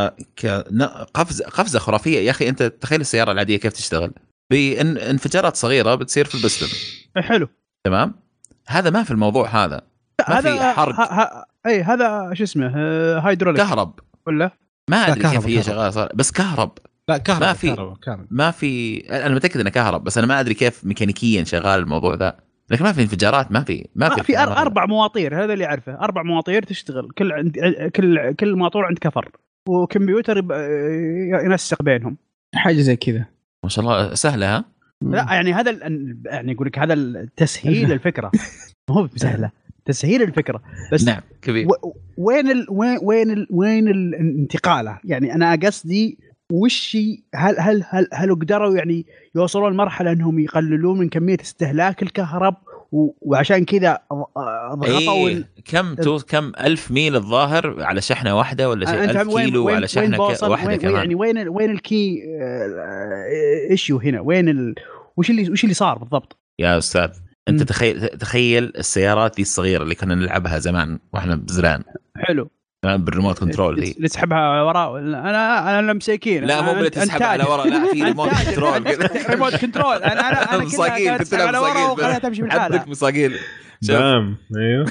قفزة خرافية يا أخي. أنت تخيل السيارة العادية كيف تشتغل بانفجارات صغيرة بتصير في البستم. حلو تمام. هذا ما في الموضوع هذا ما في حرق. أي هذا شو اسمه هيدروليك كهرب ولا ما أدري كيف هي شغالة صار بس كهرب. لا كهرب ما في أنا متأكد إنه كهرب بس أنا ما أدري كيف ميكانيكيا شغال الموضوع ذا. لكن ما في انفجارات ما في 4 مواتير. هذا اللي أعرفه 4 مواتير تشتغل كل موتور عند كفر وكمبيوتر ينسق بينهم حاجة زي كذا. ما شاء الله سهلة ها؟ لا يعني هذا يعني يقول لك هذا التسهيل الفكرة مو سهلة تسهيل الفكرة بس. نعم كبير. وين الانتقالة يعني أنا قصدي وش هل قدروا يعني يوصلون لمرحلة أنهم يقللون من كمية استهلاك الكهرب وعشان كذا ضغطوا كم 1000 ميل الظاهر على شحنة واحدة ولا شيء 1000 كيلو على شحنة واحدة كمان. يعني وين الكي إيشيو هنا وش اللي صار بالضبط يا أستاذ؟ انت تخيل السيارات دي الصغيره اللي كنا نلعبها زمان واحنا بزران. حلو. بالريموت كنترول ذي نسحبها على وراء. انا مساكين. لا مو اللي تسحبها على وراء، لا في ريموت كنترول كذا. ريموت كنترول. انا مساقيل كنت على وراء وخليها تمشي بالحالة. عندك مساقيل. نعم ايوه.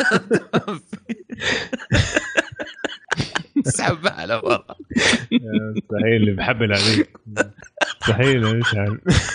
تسحبها على وراء. مستحيل اللي بحبل عليك. مستحيل ايش يعني.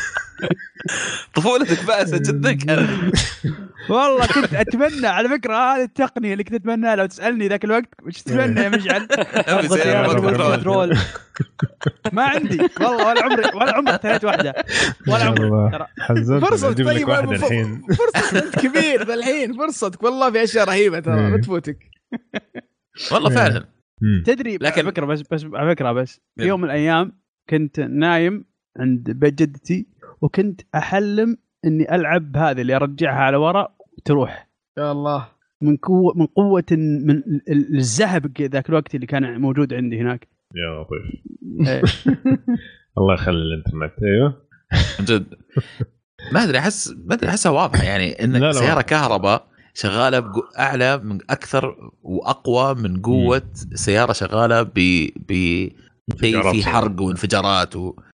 طفولتك بائسة جدا كانت. والله كنت اتمنى على فكره هذه التقنيه اللي كنت اتمنى لو تسالني ذاك الوقت وش تتمنى يا مشعل. كنترول. ما عندي والله ولا عمري اخترت واحده ولا عمري. فرصتك طيب الحين. فرصتك كبير ذا الحين فرصتك والله في اشياء رهيبه ترى ما تفوتك والله فعلا. تدري لكن على فكره بس على فكره بس في يوم من الايام كنت نايم عند بيت جدتي وكنت احلم اني العب هذه اللي ارجعها على وراء وتروح. يا الله من قوه من الذهب ذاك الوقت اللي كان موجود عندي هناك. يا لطيف. الله يخلي الانترنت. ايوه جد. ما ادري احسها واضحه يعني ان سياره كهرباء شغاله اعلى من اكثر واقوى من قوه سياره شغاله في حرق وانفجارات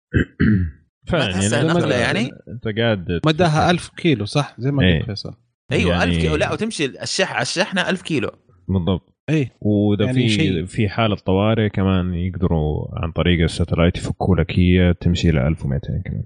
فعلا يعني انت قاعد مداها 1000 كيلو صح زي ما قلت فيصل. ايوه يعني 1000 كيلو. لا وتمشي الشحنه 1000 كيلو بالضبط. اي وده يعني في حاله طوارئ كمان يقدروا عن طريق الساتلايت يفكوا لك هي تمشي ل 1200 كمان.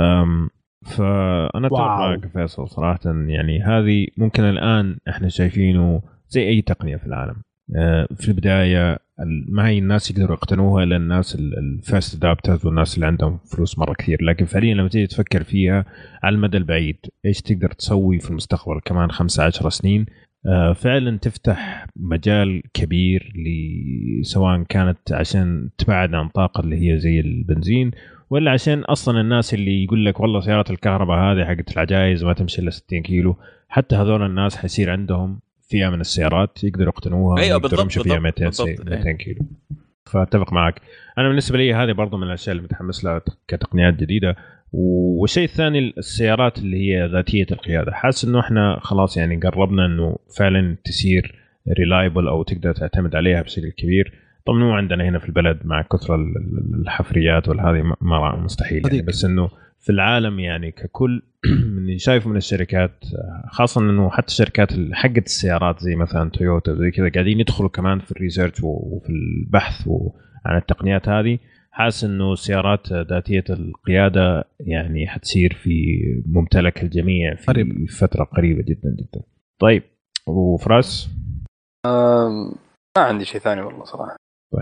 فانا اتفق معك فيصل صراحه يعني هذه ممكن الان احنا شايفينه زي اي تقنيه في العالم. في البدايه ما هي الناس يقدروا يقتنوها الا الناس الفاست ادابترز والناس اللي عندهم فلوس مره كثير، لكن فعليا لما تيجي تفكر فيها على المدى البعيد ايش تقدر تسوي في المستقبل كمان 15 سنين، فعلا تفتح مجال كبير سواء كانت عشان تبعد عن طاقه اللي هي زي البنزين ولا عشان اصلا الناس اللي يقول لك والله سياره الكهرباء هذه حقت العجائز ما تمشي الا 60 كيلو، حتى هذول الناس حيصير عندهم فئه من السيارات يقدروا يقتنوها ويقدروا يمشوا فيها 200 كيلو. فاتفق معك. انا بالنسبه لي هذه برضو من الاشياء اللي متحمس لها كتقنيات جديده. والشيء الثاني السيارات اللي هي ذاتيه القياده، حاسس انه احنا خلاص يعني قربنا انه فعلا تسير ريلايبل او تقدر تعتمد عليها بشكل كبير. طبعا مو عندنا هنا في البلد مع كثرة الحفريات والهذه ما مستحيل يعني، بس انه في العالم يعني ككل من شايفه من الشركات خاصة انه حتى الشركات حقت السيارات زي مثلا تويوتا زي كذا قاعدين يدخلوا كمان في الريسيرش وفي البحث عن التقنيات هذه. حاسس انه السيارات ذاتية القيادة يعني حتصير في ممتلك الجميع في فترة قريبة جدا جدا. طيب وفراس؟ ما عندي شيء ثاني والله صراحة. طيب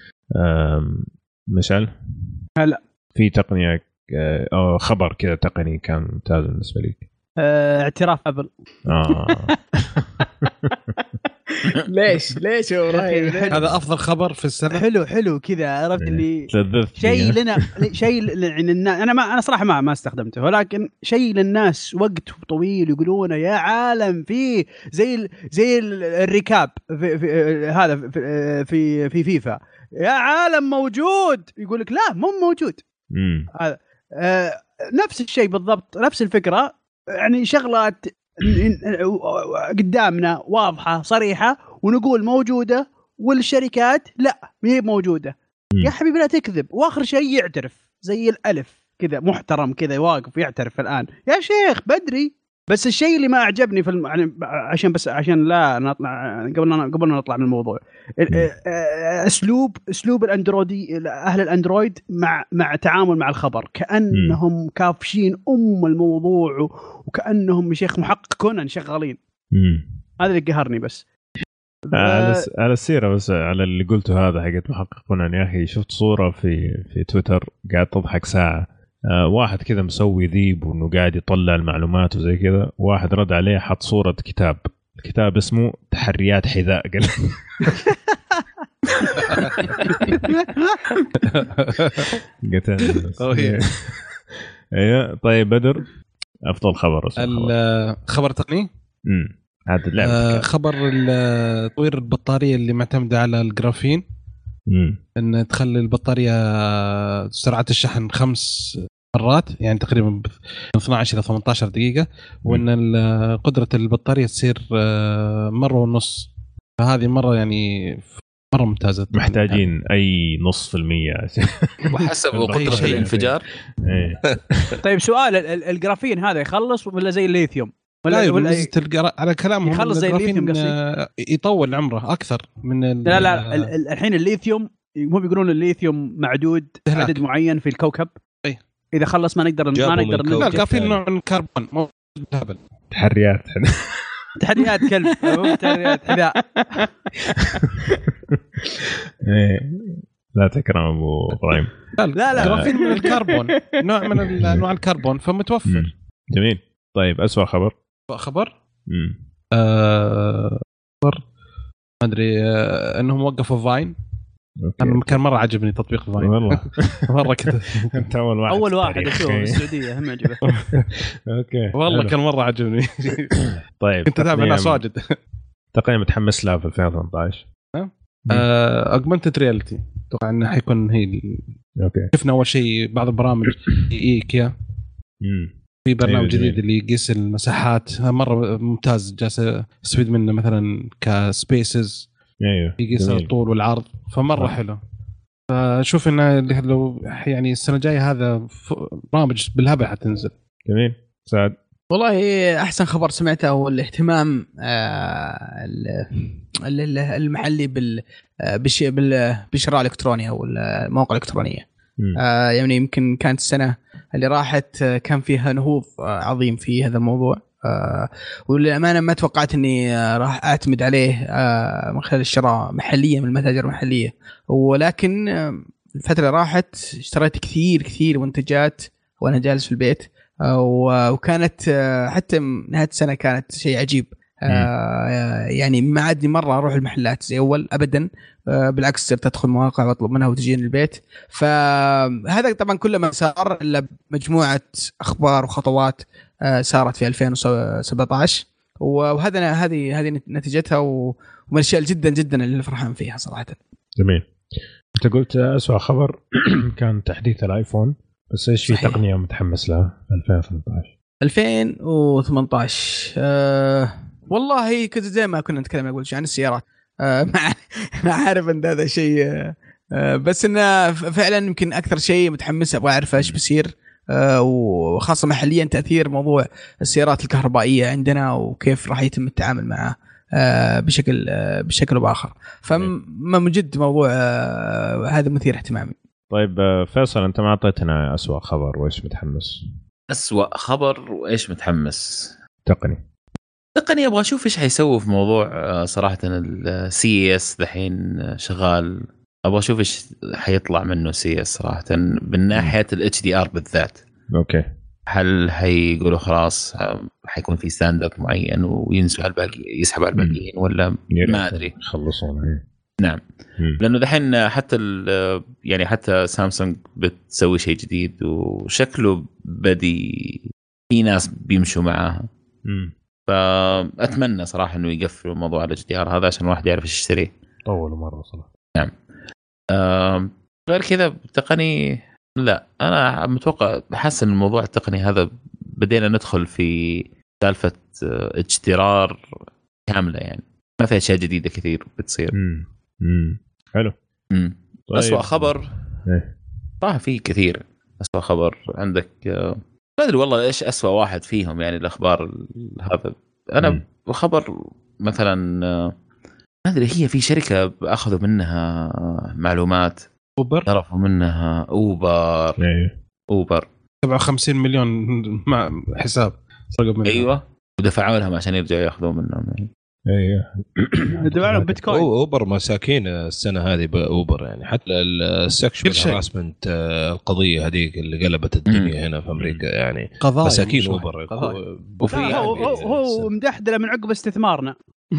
مشعل؟ هلا في تقنية أو خبر كذا تقني كان ممتاز بالنسبة ليك؟ اعتراف أبل. ليش هذا أفضل خبر في السنة. حلو كذا عرفت اللي شيء لنا شيء يعني أنا صراحة ما استخدمته، ولكن شيء للناس وقت طويل يقولونه يا عالم فيه زي الركاب في هذا في فيفا يا عالم موجود، يقول لك لا مو موجود. هذا نفس الشيء بالضبط، نفس الفكرة يعني شغلات قدامنا واضحة صريحة ونقول موجودة والشركات لا ما هي موجودة. يا حبيبي لا تكذب. واخر شيء يعترف زي الألف كذا محترم كذا واقف يعترف الآن يا شيخ بدري. بس الشيء اللي ما أعجبني في يعني عشان لا نطلع قبل ما نطلع من الموضوع، أسلوب الأندرويدي أهل الأندرويد مع تعامل مع الخبر كأنهم كافشين الموضوع وكأنهم شيخ محقق كونان شغالين. هذا اللي قهرني. بس على السيرة بس على اللي قلته هذا حقت محقق كونان، يا أخي شفت صورة في تويتر قاعد تضحك ساعة. واحد كذا مسوي ذيب وانه قاعد يطلع المعلومات وزي كذا، واحد رد عليه حط صورة الكتاب اسمه تحريات حذاء قال قتل. ايوه طيب بدر افضل خبر الخبر تقني هذا اللعبة خبر تطوير البطارية اللي معتمدة على الجرافين، ان تخلي البطارية سرعة الشحن 5 مرات، يعني تقريبا من 12 إلى 18 دقيقة، وإن قدرة البطارية تصير مرة ونص. فهذه مرة يعني مرة ممتازة. محتاجين أي نص في المية وحسب قدرة الانفجار. طيب سؤال، الجرافين هذا يخلص ولا زي الليثيوم؟ ولا على كلامهم يخلص زي الليثيوم يطول عمره أكثر من لا الحين الليثيوم هم بيقولون الليثيوم معدود عدد معين في الكوكب. إذا خلص ما نقدر لا الجرافين نوع من الكربون مو هبل. تحريات كلب تحريات حذاء. لا تكرم ابو ابراهيم. لا جرافين من الكربون، نوع من انواع الكربون، فمتوفر. جميل. طيب اسوأ خبر ما ادري انهم وقفوا فاين. أنا كان مرة عجبني تطبيق فاين والله. مرة كده انت اول واحد اشوفه في السعودية هم عجبه. اوكي والله كان مرة عجبني. طيب كنت اتابع ناس واجد. تقييم متحمس لها في 2018. augmented reality اتوقع انه حيكون هي اوكي. شفنا اول شيء بعض البرامج ايكيا في برنامج جديد اللي يقيس المساحات، مرة ممتاز، جالس استفيد منه مثلا كسبيسز يقيس الطول والعرض، فمرة حلو. فشوف انه لو يعني السنة الجاية هذا برامج بالهبل حتنزل. جميل. سعد. والله احسن خبر سمعته هو الاهتمام المحلي بالشراء الالكتروني او المواقع الالكترونيه. يعني يمكن كانت السنه اللي راحت كان فيها نهوض عظيم في هذا الموضوع، وللامانه ما توقعت اني راح اعتمد عليه من خلال الشراء محليا من المتاجر المحليه، ولكن الفتره اللي راحت اشتريت كثير منتجات وانا جالس في البيت، وكانت حتى نهاية السنة كانت شيء عجيب. يعني ما عادني مرة أروح المحلات زي أول أبدا، بالعكس صرت أدخل مواقع وأطلب منها وتجيني البيت. فهذا طبعا كل ما صار إلا مجموعة أخبار وخطوات صارت في 2017، وهذه نتيجتها ومن الأشياء جدا اللي فرحان فيها صراحة. جميل. أنت قلت أسوأ خبر كان تحديث الآيفون، بس ايش في تقنيه متحمس لها 2018 والله كنت زي ما كنا نتكلم اقول عن السيارات. ما عارف ان هذا شيء بس انه فعلا يمكن اكثر شيء متحمس ابغى اعرف ايش بيصير، وخاصه محليا تاثير موضوع السيارات الكهربائيه عندنا وكيف راح يتم التعامل معه بشكل او باخر. فما مجد موضوع هذا مثير اهتمامي. طيب فيصل، انت ما اعطيتنا اسوأ خبر وايش متحمس؟ اسوأ خبر وايش متحمس؟ تقني ابغى اشوف ايش حيسووا في موضوع صراحه السي اس دحين شغال، ابغى اشوف ايش حيطلع منه سي اس صراحه من ناحيه الاتش دي ار بالذات. اوكي. هل هيقولوا خلاص حيكون في ستاندرد معين وينسوا الباقي يسحبوا على الباقيين ولا ما ادري يخلصون؟ نعم. لأنه دحين يعني حتى سامسونج بتسوي شيء جديد وشكله بدي في ناس بيمشوا معاها. فأتمنى صراحة إنه يقفلوا موضوع ال HDR هذا عشان الواحد يعرف إيش يشتري. طولوا مرة صراحة. نعم. غير كذا تقني لا، أنا متوقع بحس إن الموضوع التقني هذا بدينا ندخل في سالفة اجترار كاملة، يعني ما في أشياء جديدة كثير بتصير. حلو. طيب. أسوأ خبر صراحة في كثير أسوأ خبر عندك. ما أدري والله إيش أسوأ واحد فيهم، يعني الأخبار هذا أنا خبر مثلا ما أدري، هي في شركة أخذوا منها معلومات، طرفوا منها أوبر 57 مليون مع حساب سرقوا منها. أيوة، ودفعوا لهم عشان يرجعوا يأخذوا منهم. ايوه دفعوا بيتكوين. اوبر مساكين السنه هذه باوبر، يعني حتى السكشوال هراسمنت القضيه هذيك اللي قلبت الدنيا هنا في امريكا، يعني مساكين اوبر. وفي هو مدحدله من عقب استثمارنا.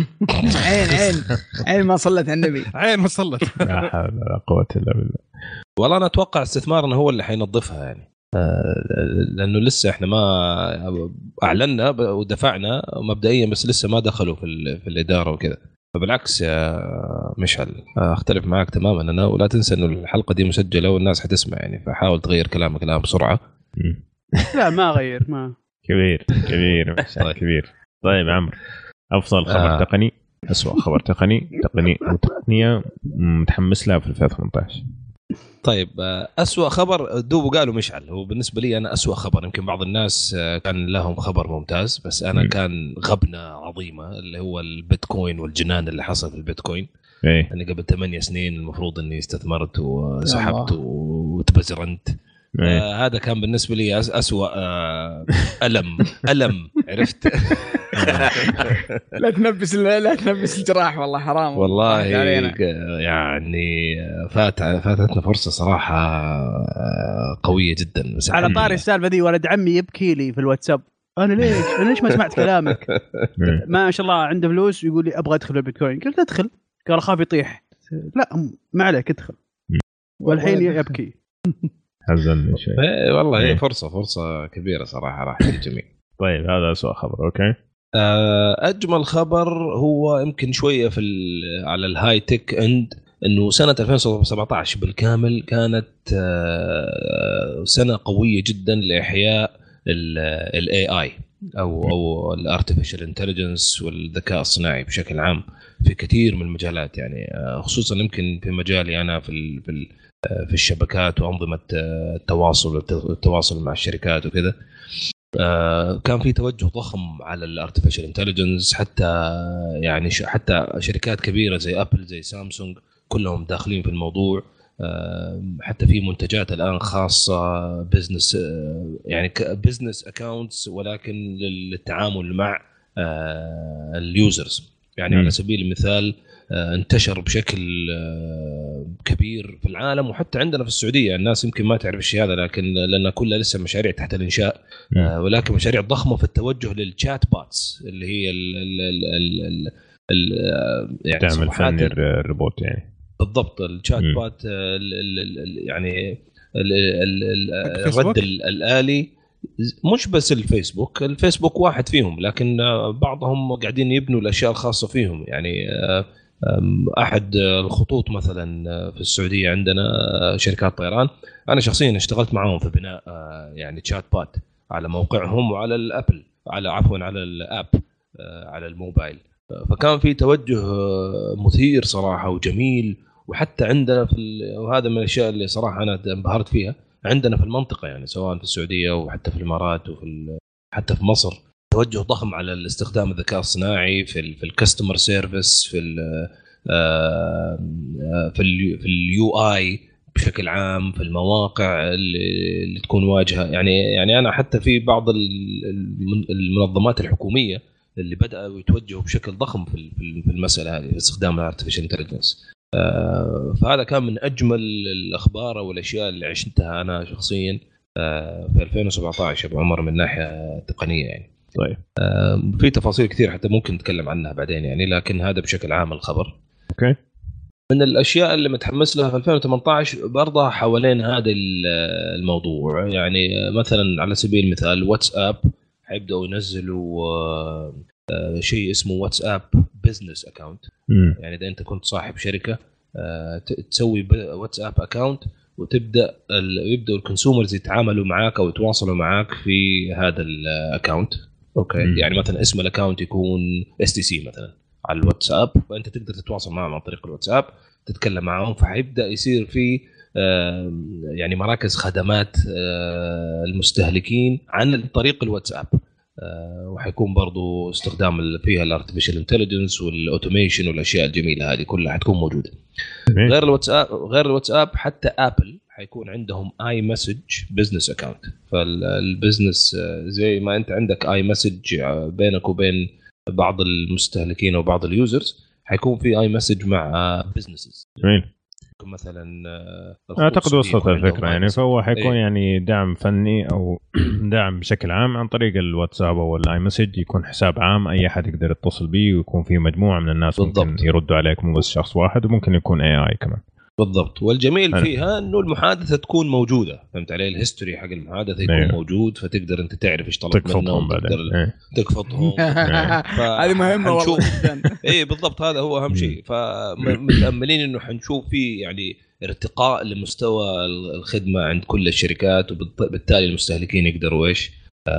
عين ما صلت على النبي، عين ما صلت. لا حول ولا قوه الا بالله. والله انا اتوقع استثمارنا هو اللي حينظفها، يعني لانه لسه احنا ما اعلنا ودفعنا مبدئيا، بس لسه ما دخلوا في الاداره وكذا. فبالعكس يا مشعل اختلف معاك تماما انا، ولا تنسى انه الحلقه دي مسجله والناس حتسمع، يعني فحاول تغير كلامك الان بسرعه لا ما غير ما كبير كبير. طيب عمرو، افضل خبر تقني، اسوأ خبر تقنيه متحمس لها في 2018. طيب أسوأ خبر دوبوا قالوا مشعل. هو بالنسبة لي أنا أسوأ خبر، يمكن بعض الناس كان لهم خبر ممتاز، بس أنا كان غبنة عظيمة اللي هو البيتكوين والجنان اللي حصل في البيتكوين. أنا قبل 8 سنين المفروض أني استثمرت وسحبت وتبزرنت. هذا كان بالنسبة لي أسوأ ألم عرفت. لا تنبس الجراح والله حرام والله يعني فاتتنا فرصة صراحة قوية جدا. بس على طاري السالفة دي ولد عمي يبكي لي في الواتساب، أنا ليش ما سمعت كلامك؟ ما شاء الله عنده فلوس ويقول لي أبغى أدخل البيتكوين. قلت أدخل، قال أخاف يطيح. لا ما عليك ادخل. والحين يبكي. حزن شوي والله هي فرصة كبيرة صراحة راح للجميع. طيب هذا أسوأ خبر. أوكي. أجمل خبر هو يمكن شوية على الهاي تك اند، إنه سنة 2017 بالكامل كانت سنة قوية جدا لإحياء ال AI أو الارتفيشال انتليجنس والذكاء الصناعي بشكل عام في كثير من المجالات. يعني خصوصا يمكن في مجالي أنا في الشبكات وأنظمة التواصل مع الشركات وكذا. كان في توجه ضخم على الارتفيشال انتليجنس، حتى شركات كبيرة زي أبل زي سامسونج كلهم داخلين في الموضوع. حتى في منتجات الآن خاصة بزنس، يعني بزنس أكاونتس ولكن للتعامل مع اليوزرز. يعني على سبيل المثال انتشر بشكل كبير في العالم وحتى عندنا في السعودية. الناس يمكن ما تعرف الشيء هذا، لكن لأن كلها لسه مشاريع تحت الإنشاء، ولكن مشاريع ضخمة في التوجه للشات باتس اللي هي يعني تعمل فن الروبوت. يعني بالضبط الشات بات يعني الرد الآلي. مش بس الفيسبوك واحد فيهم، لكن بعضهم قاعدين يبنوا الأشياء الخاصة فيهم. يعني أحد الخطوط مثلا في السعودية عندنا شركات طيران، أنا شخصيا اشتغلت معهم في بناء يعني تشات بات على موقعهم وعلى الأبل على الأب على الموبايل. فكان في توجه مثير صراحة وجميل. وحتى عندنا وهذا من الأشياء اللي صراحة أنا انبهرت فيها عندنا في المنطقة، يعني سواء في السعودية وحتى في الإمارات حتى في مصر، توجه ضخم على الاستخدام الذكاء الصناعي في الكاستمر سيرفيس، في اليو اي بشكل عام، في المواقع اللي تكون واجهة. يعني أنا حتى في بعض المنظمات الحكومية اللي بدأوا يتوجهوا بشكل ضخم في المسألة هذه، في استخدام الارتفيشال انتليجنس. فهذا كان من أجمل الأخبار والأشياء اللي عشتها أنا شخصيا في 2017 أبو عمر من ناحية تقنية. يعني طيب في تفاصيل كثير حتى ممكن نتكلم عنها بعدين يعني، لكن هذا بشكل عام الخبر. أوكي. من الأشياء اللي متحمس لها في 2018 برضه حوالين هذا الموضوع. يعني مثلا على سبيل المثال واتساب حيبدأوا ينزلوا شيء اسمه واتساب بزنس أكاونت. يعني إذا أنت كنت صاحب شركة تسوي واتساب أكاونت وتبدأ يبدأ الكونسومرز يتعاملوا معاك أو يتواصلوا معاك في هذا الأكاونت. أوكي. يعني مثلا اسم الأكاونت يكون STC مثلا على الواتساب، فأنت تقدر تتواصل معهم عن طريق الواتساب، تتكلم معهم. فحيبدأ يصير في يعني مراكز خدمات المستهلكين عن طريق الواتساب، وحيكون برضو استخدام فيها الارتفيشال انتليجنس والاوتوميشن والاشياء الجميله هذه كلها حتكون موجوده. غير الواتساب حتى ابل حيكون عندهم اي مسج بزنس اكاونت. فالبزنس زي ما انت عندك اي مسج بينك وبين بعض المستهلكين او بعض اليوزرز، حيكون في اي مسج مع بزنسز. مثلا اعتقد وصلت الفكره يعني. فهو حيكون يعني دعم فني او دعم بشكل عام عن طريق الواتساب او الاي مسج، يكون حساب عام اي احد يقدر يتصل به، ويكون فيه مجموعه من الناس ممكن يردوا عليك، مو بس شخص واحد، وممكن يكون اي كمان. بالضبط. والجميل فيها انه المحادثه تكون موجوده، فهمت علي؟ الهيستوري حق المحادثه يكون موجود، فتقدر انت تعرف ايش طلب منهم، تقفطهم. هذه مهمه والله جدا. بالضبط، هذا هو اهم شيء. فمتاملين انه حنشوف فيه يعني ارتقاء لمستوى الخدمه عند كل الشركات، وبالتالي المستهلكين يقدروا ايش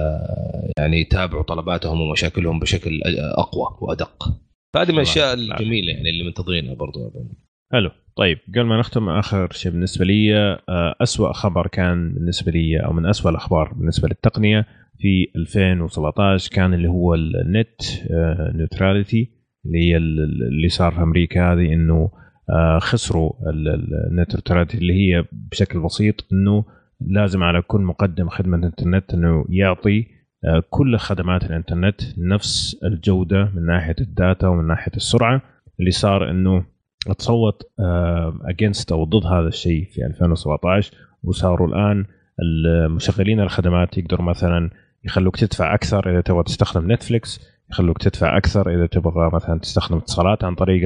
يعني يتابعوا طلباتهم ومشاكلهم بشكل اقوى وادق. فهذه من الاشياء الجميله يعني اللي منتظرينها برضو. حلو. طيب قبل ما نختم آخر شيء بالنسبة لي، أسوأ خبر كان بالنسبة لي أو من أسوأ الأخبار بالنسبة للتقنية في 2017 كان اللي هو النت نيوتراليتي، اللي صار في أمريكا هذه، إنه خسروا النت نيوتراليتي اللي هي بشكل بسيط إنه لازم على كل مقدم خدمة إنترنت إنه يعطي كل خدمات الإنترنت نفس الجودة من ناحية الداتا ومن ناحية السرعة. اللي صار إنه تصوت against أو ضد هذا الشيء في 2017، وصاروا الآن المشغلين الخدمات يقدروا مثلا يخلوك تدفع أكثر إذا تبغى تستخدم نتفليكس، يخلوك تدفع أكثر إذا تبغى مثلا تستخدم اتصالات عن طريق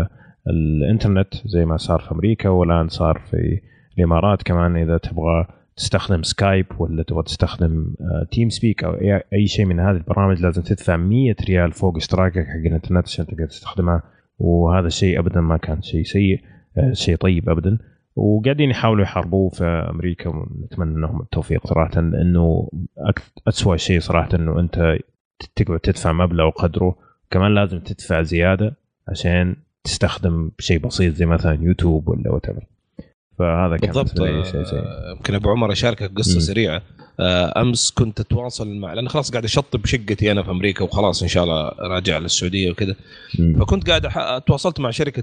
الإنترنت زي ما صار في أمريكا، والآن صار في الإمارات كمان إذا تبغى تستخدم سكايب ولا تبغى تستخدم تيم سبيك أو أي شيء من هذه البرامج لازم تدفع 100 ريال فوق اشتراكك حق الإنترنت عشان تقدر تستخدمها. وهذا الشيء أبدا ما كان شيء سيء، شيء طيب أبدا، وقاعدين يحاولوا يحاربوه في أمريكا، ونتمنى لهم التوفيق صراحة. إنه أسوأ شيء صراحة إنه أنت تقعد تدفع مبلغ وقدره، كمان لازم تدفع زيادة عشان تستخدم شيء بسيط زي مثلا يوتيوب ولا واتيفر. فهذا كان بالضبط. يمكن أبو عمر أشاركك قصة سريعة. أمس كنت أتواصل مع، لأن خلاص قاعد أشطب شقتي أنا في أمريكا وخلاص إن شاء الله راجع للسعودية وكده، فكنت قاعد تواصلت مع شركة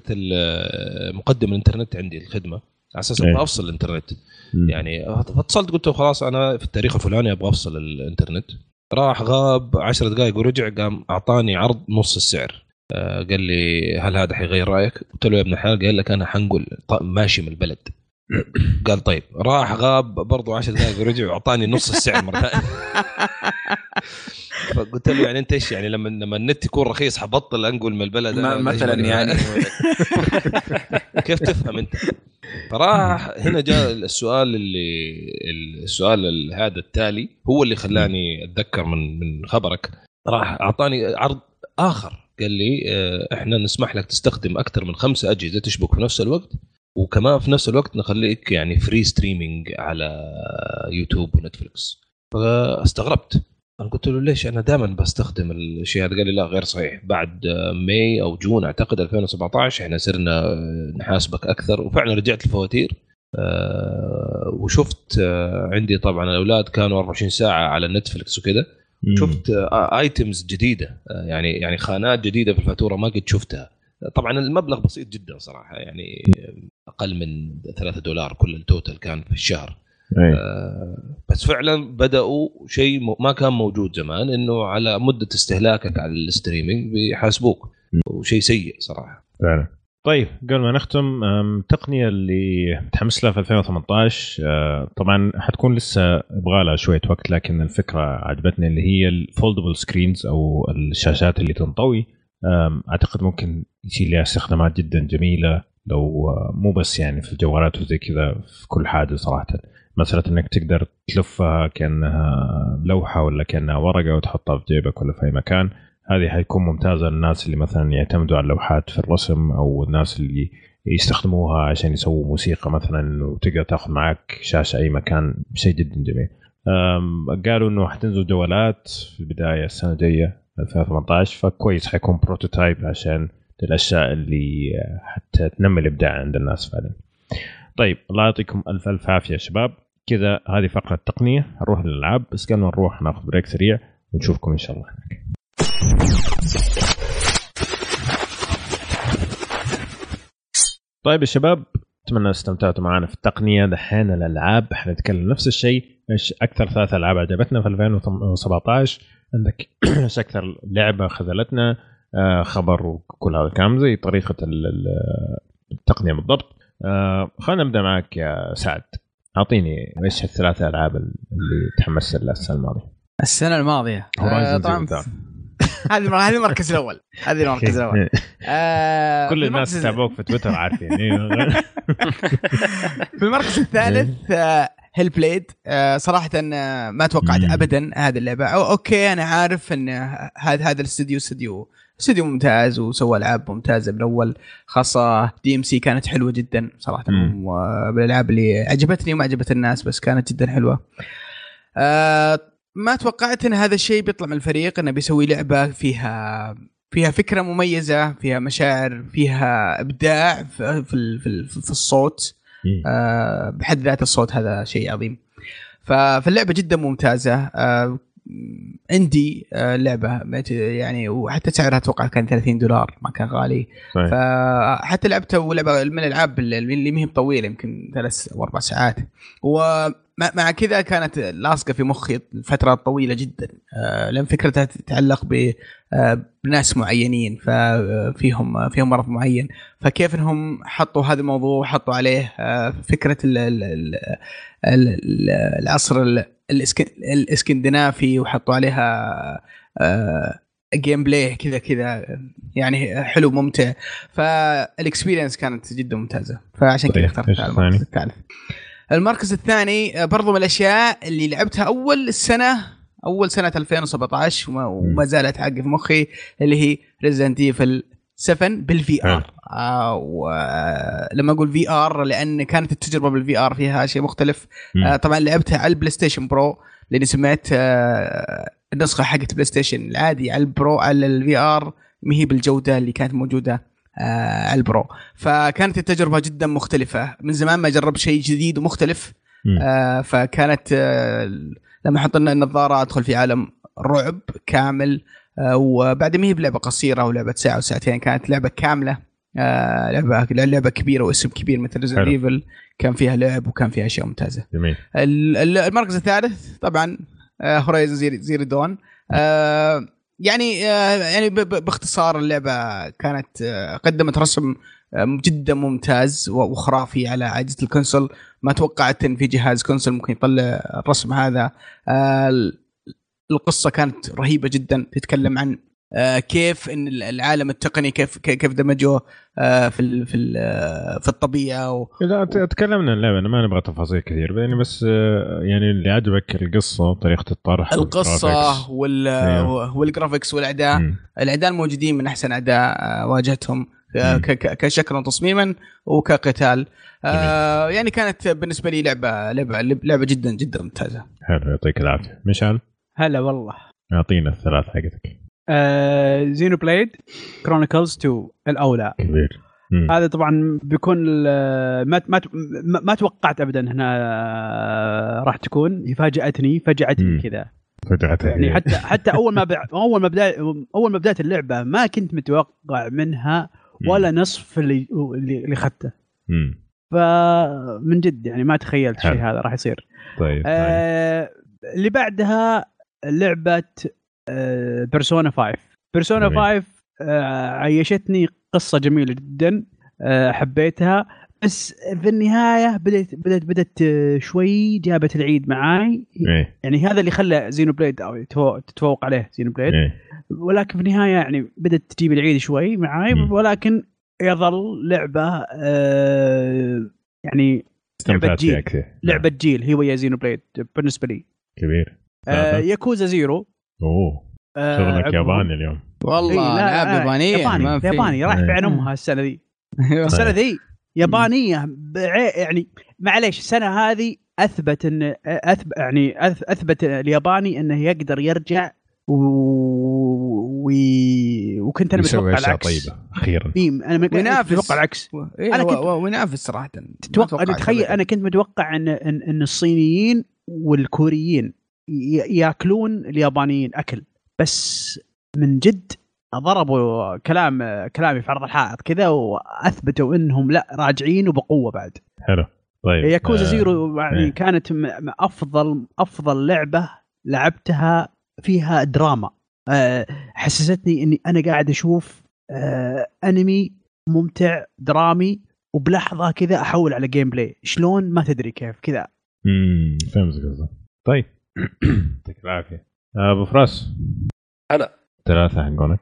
مقدم الإنترنت عندي الخدمة على أساس أبغى أفصل الإنترنت. يعني فاتصلت قلت له خلاص أنا في التاريخ الفلاني أبغى أفصل الإنترنت. راح غاب 10 دقائق ورجع، قام أعطاني عرض نص السعر. قال لي هل هذا حيغير رأيك؟ قلت له يا ابن الحلال، قال لك أنا حنقول ماشي من البلد. قال طيب. راح غاب برضو 10 دقائق ورجع وأعطاني نص السعر مرة ثانية. فقلت له يعني أنت إيش يعني لما النت يكون رخيص حبطل أنقل من البلد مثلا يعني كيف تفهم أنت؟ فراح هنا جاء السؤال هذا التالي هو اللي خلاني أتذكر من خبرك. راح أعطاني عرض آخر، قال لي إحنا نسمح لك تستخدم أكثر من 5 أجهزة تشبك في نفس الوقت، وكمان في نفس الوقت نخليك يعني فري ستريمينج على يوتيوب ونتفليكس. فاستغربت، أنا قلت له ليش أنا دائما بستخدم الشيء هذا؟ قال لي لا غير صحيح، بعد ماي أو جون أعتقد 2017 إحنا صرنا نحاسبك أكثر. وفعلا رجعت الفواتير وشفت عندي طبعا الأولاد كانوا 24 ساعة على نتفليكس وكده، شفت ايتمز جديدة يعني خانات جديدة في الفاتورة ما قد شفتها. طبعا المبلغ بسيط جدا صراحة، يعني أقل من $3 كل التوتال كان في الشهر. بس فعلا بدأوا شيء ما كان موجود زمان، إنه على مدة استهلاكك على الستريمينج بيحاسبوك، وشيء سيء صراحة فعلا. طيب قبل ما نختم، التقنية اللي متحمس لها في 2018 طبعا حتكون لسه يبغى شوية وقت، لكن الفكرة عجبتني اللي هي الفولدبل سكرينز أو الشاشات اللي تنطوي. أعتقد ممكن يصير لها استخدامات جدا جميلة، لو مو بس يعني في الجوالات وزي كذا، في كل حاجة صراحة. مثلا إنك تقدر تلفها كأنها لوحة ولا كأنها ورقة وتحطها في جيبك ولا في أي مكان. هذه حيكون ممتازة للناس اللي مثلا يعتمدوا على اللوحات في الرسم، أو الناس اللي يستخدموها عشان يسووا موسيقى مثلا، وتقدر تأخذ معك شاشة أي مكان. شيء جدا جميل. قالوا إنه حتنزل جوالات في البداية السنة الجاية 2018، فكويس حيكون بروتوتايب عشان الأشياء اللي حتى تنمي الإبداع عند الناس فعلا. طيب الله يعطيكم ألف عافية يا شباب. كذا هذه فقرة التقنية. نروح للألعاب، بس قبل ما نروح ناخذ بريك سريع ونشوفكم إن شاء الله هناك. طيب يا شباب، أتمنى استمتعتوا معنا في التقنية. دحين الألعاب حنتكلم نفس الشيء، إيش أكثر 3 ألعاب عجبتنا في 2017. عندك إيش أكثر لعبة خذلتنا، خبر وكل هذا الكلام زي طريقة التقنية بالضبط. خلينا نبدأ معك يا سعد. أعطيني إيش ال3 ألعاب اللي تحمست لها السنة الماضية. السنة الماضية طبعا هذه المركز الأول. كل الناس تابعوك في تويتر عارفين. في المركز الثالث هيل بليد. صراحه ما توقعت ابدا هذه اللعبه. اوكي انا عارف ان هذا الاستوديو ممتاز وسوى العاب ممتازه من اول، خاصه DMC كانت حلوه جدا صراحه، بالالعاب اللي عجبتني وما عجبت الناس بس كانت جدا حلوه. ما توقعت ان هذا الشيء بيطلع من الفريق، انه بيسوي لعبه فيها فكره مميزه، فيها مشاعر، فيها ابداع في الصوت. بحد ذات الصوت هذا شيء عظيم. فاللعبه جدا ممتازه. عندي لعبه يعني، وحتى سعرها اتوقع كان $30 ما كان غالي. فحتى لعبتها، ولعبه من الالعاب اللي ما هي طويله، يمكن 3 أو 4 ساعات، ومع كذا كانت لاصقه في مخي فتره طويله جدا، لان فكرتها تتعلق بناس معينين فيهم مرض معين. فكيف انهم حطوا هذا الموضوع وحطوا عليه فكره العصر الاسكندنافي، وحطوا عليها جيم بلاي كذا يعني حلو ممتع. فالاكسبيرينس كانت جدا ممتازه، فعشان كذا اخترت المركز الثالث. المركز الثاني برضو من الاشياء اللي لعبتها اول سنه 2017 وما زالت حق في مخي، اللي هي Resident Evil 7 بالفي ار. ولما اقول في ار لان كانت التجربه بالفي ار فيها شيء مختلف. طبعا لعبتها على البلاي ستيشن برو، لاني سمعت النسخه حقت بلاي ستيشن العادي على البرو على الفي ار ما هي بالجوده اللي كانت موجوده على البرو. فكانت التجربه جدا مختلفه، من زمان ما جربت شيء جديد ومختلف. فكانت لما احط النظاره ادخل في عالم رعب كامل. وبعد ما هي بلعبه قصيره ولعبه ساعه وساعتين، كانت لعبه كامله، لعبه كبيره واسم كبير مثل Resident Evil، كان فيها لعب وكان فيها اشياء ممتازه. جميل. المركز الثالث طبعا Horizon Zero Dawn. يعني باختصار اللعبه كانت قدمت رسم جدا ممتاز وخرافي على عجزة الكونسول. ما توقعت ان في جهاز كونسول ممكن يطلع الرسم هذا. القصة كانت رهيبة جدا، تتكلم عن كيف ان العالم التقني كيف دمجوه في الطبيعة. إذا تكلمنا اللعبة أنا ما نبغى تفاصيل كثير يعني، بس يعني اللي عجبك القصة، طريقة الطرح، القصة والجرافيكس والأعداء. الأعداء الموجودين من أحسن أعداء واجهتهم كشكل وتصميما وكقتال. يعني كانت بالنسبة لي لعبة جدا جدا ممتازة. حلو، يعطيك العافية. مشعل. هلا والله. أعطينا الثلاث حقتك. زينو بليد كرونيكلز 2 الأولى. كبير. هذا طبعا بيكون ما توقعت أبدا هنا راح تكون. فاجأتني كذا. يعني حتى أول ما بدأت اللعبة ما كنت متوقع منها ولا نصف اللي خدته. فمن جد يعني ما تخيلت الشيء هذا راح يصير. طيب. اللي بعدها لعبة بيرسونا 5 عيشتني قصة جميلة جدا، حبيتها. بس في النهاية بدت شوي جابت العيد معاي. يعني هذا اللي خلى زينو بليد أو تتفوق عليه زينو بليد. ولكن في النهاية يعني بدت تجيب العيد شوي معاي. ولكن يظل لعبة يعني لعبة جيل هي ويا زينو بليد بالنسبة لي. كبير. ياكوزا زيرو. شغلك ياباني اليوم والله. لعبة ياباني راح في عن أمها السنة ذي يابانية يعني معليش. السنة هذه أثبت الياباني أنه يقدر يرجع وكنت أنا متوقع العكس. طيبة أخيرا. أنا متوقع العكس. أنا كنت ونافس صراحة. تخيل أنا كنت متوقع أن الصينيين والكوريين يأكلون اليابانيين أكل، بس من جد ضربوا كلامي في عرض الحائط كذا، وأثبتوا إنهم لا راجعين وبقوة بعد. حلو. طيب. ياكوزا زيرو يعني كانت أفضل لعبة لعبتها، فيها دراما. حسستني إني أنا قاعد أشوف أنمي ممتع درامي، وبلحظة كذا أحول على جيم بلاي شلون ما تدري كيف كذا. فهمت قصدك. طيب. يعطيك العافية. أبو فراس. هلا. 3 حقونك.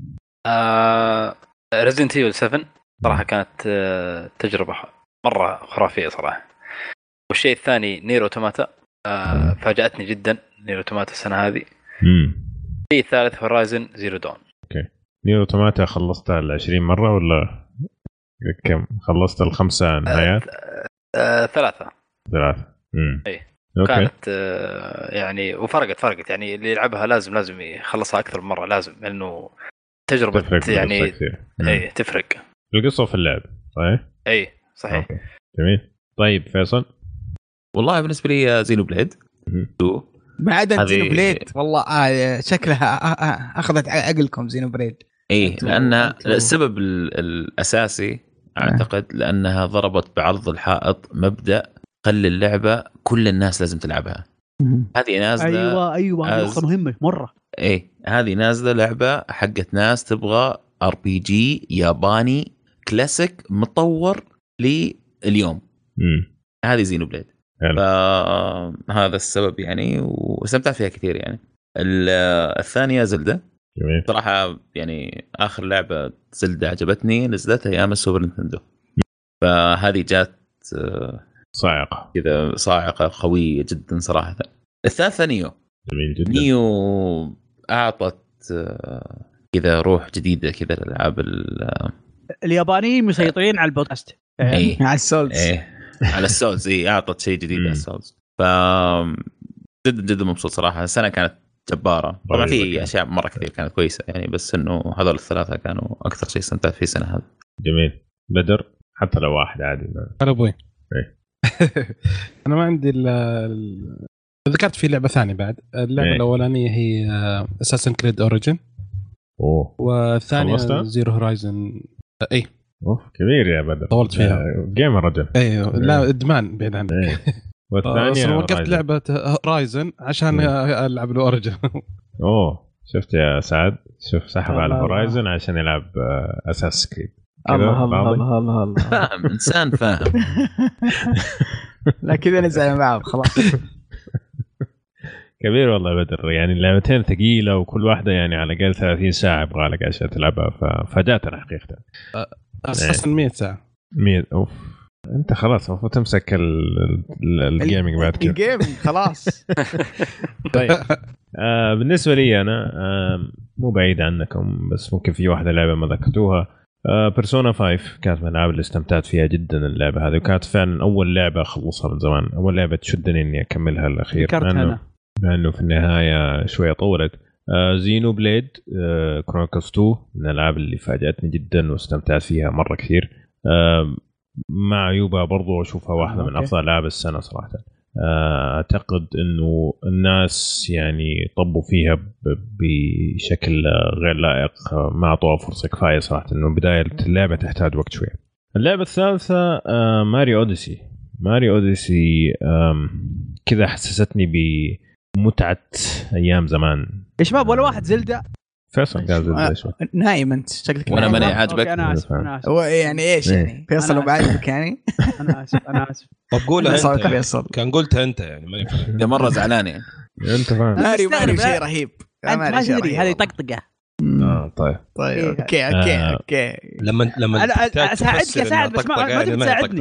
Resident Evil 7 صراحة كانت تجربة مرة خرافية صراحة. والشيء الثاني نير اوتوماتا، فاجأتني جدا نير اوتوماتا السنه هذه. الشيء الثالث هورايزن زيرو دون. اوكي، نير اوتوماتا خلصتها 20 مره ولا كم؟ خلصت ال5 نهايات؟ 3. اي أوكي. كانت يعني وفرقت يعني اللي يلعبها لازم يخلصها اكثر من مره، لازم لانه تجربه يعني اي تفرق القصه في اللعب. صحيح اي صحيح. أوكي. جميل. طيب فيصل؟ والله بالنسبه لي زينو بليد 2 بعد زينو بليد والله شكلها اخذت عقلكم زينو بليد. اي لان السبب الاساسي اعتقد لانها ضربت بعرض الحائط مبدا خلي اللعبه كل الناس لازم تلعبها. هذه نازله ايوه نقطه مهمه مره. ايه هذه نازله لعبه حقت ناس تبغى RPG ياباني كلاسيك مطور لليوم. هذه زينو بليد. فهذا السبب يعني، واستمتعت فيها كثير يعني. الثانيه زلدة صراحه يعني اخر لعبه زلدة عجبتني نزلتها ايام السوبر نينتندو، فهذه جات صاعقه كذا، صاعقه قويه جدا صراحه. الثالثه نيو. جميل جدا. نيو اعطت كذا روح جديده كذا للالعاب اليابانيين مسيطرين على البودكاست. على السولز. على السولز. اعطت شيء جديد على السولز. ف جدا مبسوط صراحه. السنه كانت جباره طبعا، في اشياء مره كثير كانت كويسه يعني، بس انه هذول الثلاثه كانوا اكثر شيء استمتعت فيه السنه هذه. جميل. بدر حتى لو واحد عادي. انا ابوي انا ما عندي ذكرت في لعبه ثانيه بعد. اللعبه الاولانيه هي اساسن كريد اوريجين، والثانيه زيرو هورايزن. اي كبير يا بدر، طولت فيها جيمر رجل. ايوه لا ادمان بعيد عنك. والثانيه وقفت لعبه هورايزن عشان العب الاوريجين. شفت يا سعد؟ شوف سحب على هورايزن عشان يلعب اساس كريد. الله فاهم، انسان فاهم. لا كذا نزل معه خلاص. كبير والله بدر، يعني اللعبتين ثقيله وكل واحده يعني على الاقل 30 ساعه يبغى لك عشان تلعبها، ففاجاتنا حقيقه. اساسا 100 ساعه. 100 اوف. انت خلاص المفروض تمسك الجيمنج بعد كده. الجيم خلاص. طيب بالنسبه لي انا مو بعيد عنكم، بس ممكن في واحده لعبه ما ذكرتوها. بيرسونا 5 كانت من الالعاب اللي استمتعت فيها جدا اللعبه هذه، وكانت فعلا اول لعبه اخلصها من زمان، اول لعبه تشدني اني اكملها الاخير، مع انه في النهايه شويه طولت. زينو بليد كرونيكلز 2 من الالعاب اللي فاجأتني جدا واستمتعت فيها مره كثير، مع عيوبها برضو اشوفها واحده من افضل العاب السنه صراحه. اعتقد انه الناس يعني طبوا فيها بشكل غير لائق، ما اعطوها فرصه كفايه صراحه، انه بدايه اللعبه تحتاج وقت شويه. اللعبه الثالثه ماريو اوديسي كذا حسستني بمتعه ايام زمان. يا شباب ولا واحد زلدة فيصل قال زلدة شوي نايم انت شكلك، وانا ماني عاجبك. انا اسف هو يعني ايش يعني فيصل وبعدك يعني. انا اسف طب قولها انت فيصل، كان قلتها انت يعني ماني فاهم. ده مره زعلان يعني. انت فاهم ماريو شيء رهيب. انت ما تدري هذه طقطقه. طيب اوكي لما اساعدك يا سعد بس ما تبي تساعدني.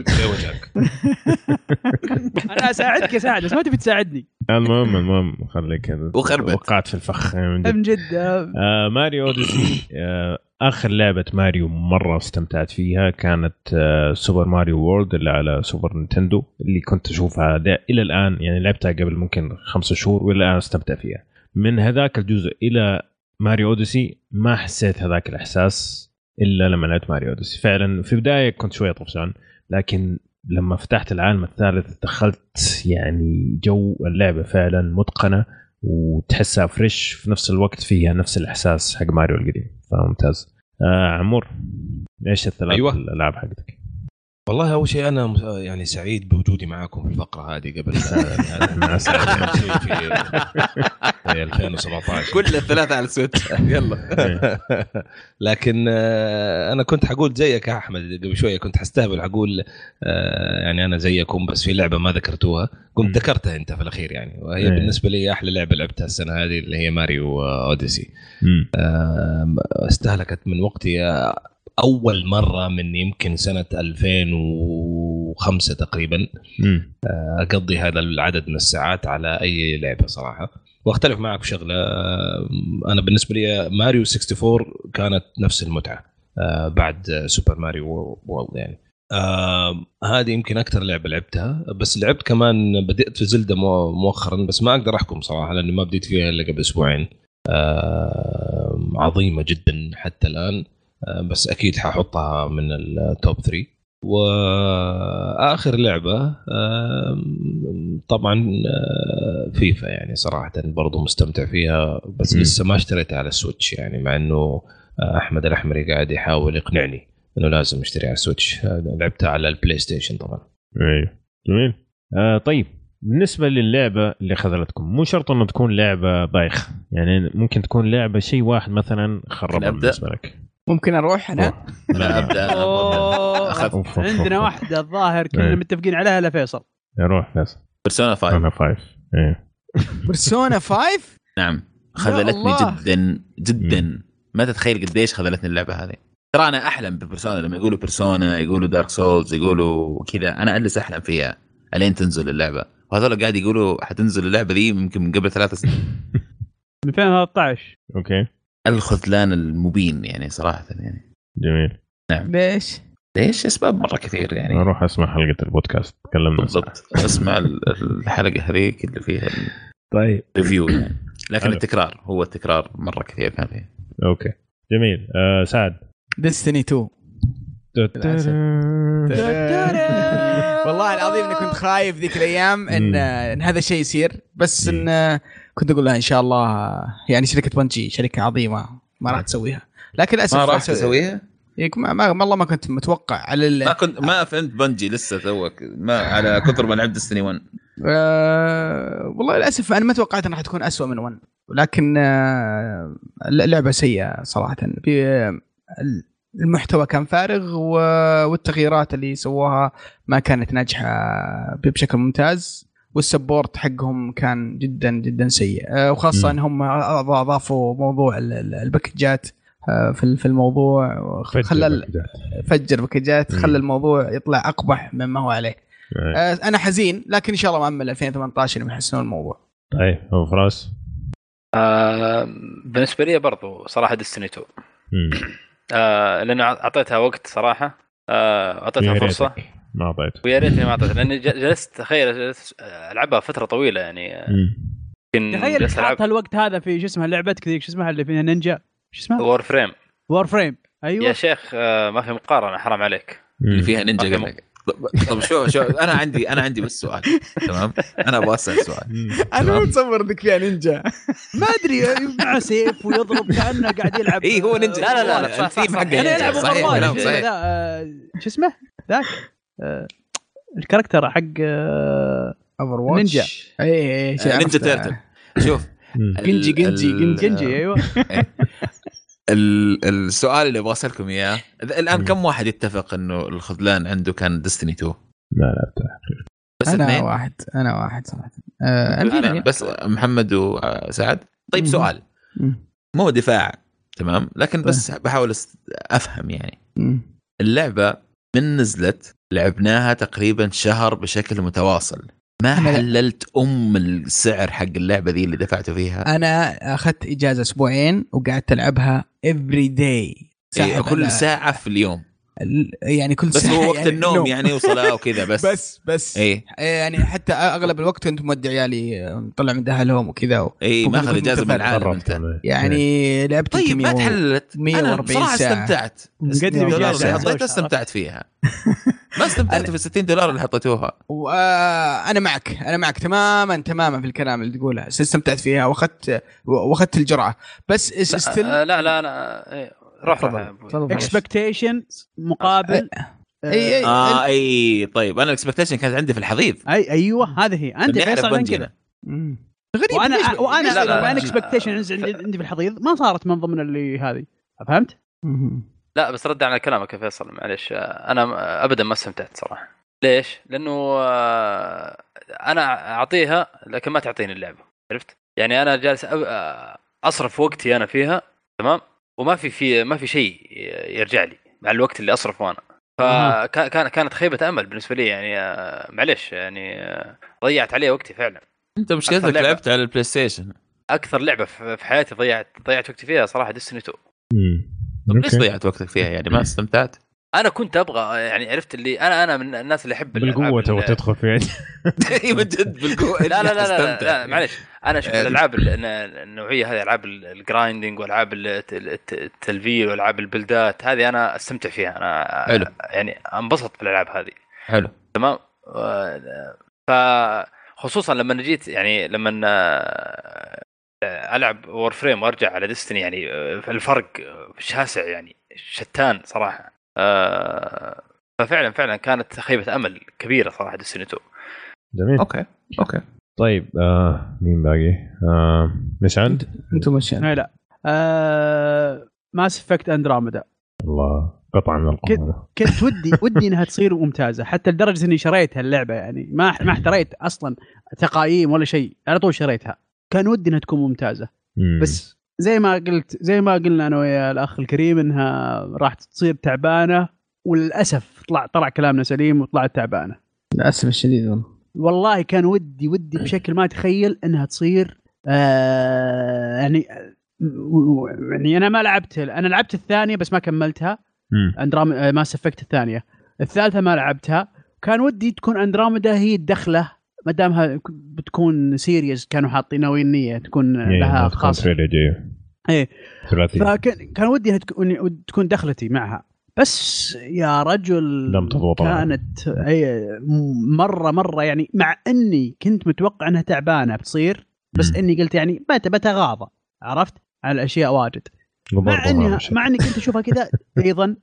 انا اساعدك يا سعد بس ما تبي تساعدني. المهم خليك وقعت في الفخ من جد. ماريو اوديسي اخر لعبه ماريو مره استمتعت فيها كانت سوبر ماريو وورلد اللي على سوبر نينتندو، اللي كنت اشوفها الى الان يعني لعبتها قبل ممكن 5 شهور والى الان استمتع فيها. من هذاك الجزء الى ماريو اوديسي ما حسيت هذاك الاحساس الا لما لعبت ماريو اوديسي. فعلا في البدايه كنت شويه طفشان، لكن لما فتحت العالم الثالث دخلت يعني جو اللعبه فعلا متقنه وتحسها فريش في نفس الوقت، فيها نفس الاحساس حق ماريو القديم، فممتاز. عمور ايش الثلاث الالعاب حقتك؟ والله اول شيء انا يعني سعيد بوجودي معاكم في الفقره هذه قبل مع السلامه في 2017 كل الثلاثه على السويتش يلا. لكن انا كنت حقول زيك يا احمد قبل شويه، كنت حستهبل حقول يعني انا زيكم بس في لعبه ما ذكرتوها كنت ذكرتها انت في الاخير يعني، وهي بالنسبه لي احلى لعبه لعبتها السنه هذه اللي هي ماريو اوديسي. استهلكت من وقتي اول مره من يمكن سنه 2005 5 تقريبا اقضي هذا العدد من الساعات على اي لعبه صراحه. واختلف معك بشغله، انا بالنسبه لي ماريو 64 كانت نفس المتعه بعد سوبر ماريو وورلد يعني. هذه يمكن اكثر لعبه لعبتها. بس لعبت كمان بدأت في زلدة مؤخرا، بس ما اقدر احكم صراحه لاني ما بديت فيها الا قبل اسبوعين. عظيمه جدا حتى الان، بس اكيد حاحطها من التوب 3. واخر لعبه طبعا فيفا يعني صراحه برضو مستمتع فيها، بس لسه ما اشتريتها على السويتش يعني، مع انه احمد الاحمري قاعد يحاول يقنعني انه لازم اشتري على السويتش. لعبتها على البلاي ستيشن طبعا. ايوه جميل. طيب بالنسبه للعبه اللي خذلتكم، مو شرط انه تكون لعبه بايخ يعني، ممكن تكون لعبه شيء واحد مثلا خربها بالنسبه لك. ممكن اروح انا؟ لا ابدا انا. عندنا واحده الظاهر كلنا متفقين عليها لفيصل. يروح فيصل. بيرسونا 5. ايه بيرسونا 5 نعم خذلتني جدا جدا. ما تتخيل قديش خذلتني اللعبه هذه. ترى انا احلم ببيرسونا، لما يقولوا بيرسونا يقولوا دارك سولز يقولوا كذا، انا اجلس احلم فيها الين تنزل اللعبه. وهذول قاعد يقولوا حتنزل اللعبه دي يمكن من قبل 3 سنين 2013. اوكي. الخذلان المبين يعني صراحه يعني. جميل. نعم. ليش اسباب مره كثير يعني. اروح اسمع حلقه البودكاست تكلمنا بالضبط. اسمع الحلقه هذيك اللي فيها طيب ريفيو يعني. لكن التكرار هو التكرار مره كثير كان فيه. اوكي جميل. سعد. ديستني 2. والله العظيم اني كنت خايف ذيك الايام ان هذا الشيء يصير، بس ان كنت اقول لها ان شاء الله يعني شركه بنجي شركه عظيمه ما راح تسويها، لكن للاسف ما راح تسويها. والله ما كنت متوقع على ما فهمت بنجي لسه توك ما على كثر ما لعبت ديستني 1. والله للاسف انا ما توقعت انها حتكون أسوأ من 1، لكن اللعبه سيئه صراحه. المحتوى كان فارغ والتغييرات اللي سووها ما كانت ناجحه بشكل ممتاز، والسبورت حقهم كان جدا جدا سيء، وخاصه انهم اضافوا موضوع الباكجات في الموضوع، فجر باكجات، خلى الموضوع يطلع اقبح مما هو عليه. انا حزين، لكن ان شاء الله مأمل 2018 انهم يحسنون الموضوع. طيب هو فراس. بالنسبه لي برضو صراحه ديستني 2 لأنه أعطيتها وقت صراحة، أعطيتها فرصة ما أعطيت، ويا ريتني ما أعطيت، لأني جلست جلست ألعبها فترة طويلة يعني. تخيل حاطها الوقت هذا في شو اسمها لعبتك ذيك، شو اسمها اللي فيها نينجا، شو اسمها؟ وور فريم. أيوة يا شيخ ما في مقارنة، حرام عليك. اللي فيها نينجا قبلك. طب شو انا عندي بس سؤال. تمام انا ابغى اسال سؤال. انا متصور انك فيها نينجا ما ادري مع سيف ويضرب كانه قاعد يلعب. اي هو نينجا. لا الثيم حق نينجا صحيح. شو اسمه ذاك الكاركتر حق اوفر واتش نينجا. اي نينجا تيرتل. شوف جنجي ايوه. السؤال اللي ابغى اسالكم اياه الان، كم واحد يتفق انه الخذلان عنده كان ديستني 2؟ لا بس انا واحد صراحه. أنا بس محمد وسعد. طيب سؤال مو دفاع تمام، لكن بس بحاول افهم يعني. اللعبه من نزلت لعبناها تقريبا شهر بشكل متواصل، ما حللت السعر حق اللعبه ذي اللي دفعته فيها. انا اخذت اجازه اسبوعين وقعدت العبها افري داي، كل ساعه في اليوم يعني كل بس ساعه، هو وقت النوم يعني وصلاه وكذا بس يعني حتى اغلب الوقت كنت مودع عيالي نطلع من دهلهم وكذا ما اخذ اجازه من العالم انت يعني. لعبت طيب ما تحللت 140 ساعه استمتعت. استمتعت فيها. ما استمتعت في $60 اللي حطيتوها. وانا معك تماما في الكلام اللي تقوله. استمتعت فيها واخذت الجرعه، بس لا انا روح اكسبكتيشن مقابل اي طيب انا الاكسبكتيشن كانت عندي في الحضيض. ايوه هذه هي عندي فيصل كذا غريب. وانا اكسبكتيشن عندي في الحضيض ما صارت من ضمن اللي هذه، فهمت؟ لا بس رد على كلامك يا فيصل معليش، انا ابدا ما استمتعت صراحه. ليش؟ لانه انا اعطيها لكن ما تعطيني اللعبه، عرفت يعني؟ انا جالس اصرف وقتي انا فيها تمام، وما في شيء يرجع لي مع الوقت اللي اصرفه انا. فكانت خيبه امل بالنسبه لي يعني. معلش يعني ضيعت عليه وقتي فعلا. انت مشكلتك لعبت على البلاي ستيشن. اكثر لعبه في حياتي ضيعت وقتي فيها صراحه ديستني 2. طب ليش ضيعت وقتك فيها يعني؟ ما استمتعت؟ انا كنت ابغى يعني عرفت اللي انا من الناس اللي احب بالقوه تدخل فيها ايوه جد بالقوه. لا معلش انا اشوف الالعاب النوعيه هذه العاب الجرايندنج والعاب التلفيل والعاب البلدات هذه انا استمتع فيها. انا حلو. يعني انبسط بالالعاب هذه. حلو تمام. فخصوصا لما جيت يعني لما العب وورفريم وارجع على ديستني يعني الفرق شاسع يعني شتان صراحه. ففعلا كانت خيبه امل كبيره صراحه ديستني 2. جميل. اوكي طيب مين باقي؟ مشعل انتم مشعل. لا ماس افكت اندروميدا. الله قطعا من القمه. كنت ودي انها تصير ممتازه حتى لدرجه اني شريت هاللعبه يعني ما احتريت اصلا تقايم ولا شيء على طول شريتها. كان ودي انها تكون ممتازه بس زي ما قلنا انا ويا الاخ الكريم انها راح تصير تعبانه وللاسف طلع كلامنا سليم وطلعت تعبانه للاسف الشديد. والله كان ودي بشكل ما تخيل انها تصير يعني انا ما انا لعبت الثانيه بس ما كملتها. ماس افكت الثالثه ما لعبتها. كان ودي تكون اندروميدا هي الدخله ما دامها بتكون سيريز كانوا حاطين ناويين نيه تكون لها خاصه. ايه فكان ودي انها تكون دخلتي معها بس يا رجل كانت مره يعني مع اني كنت متوقع انها تعبانه بتصير بس اني قلت يعني بتغاضى عرفت على الاشياء واجد مع اني كنت اشوفها كذا ايضا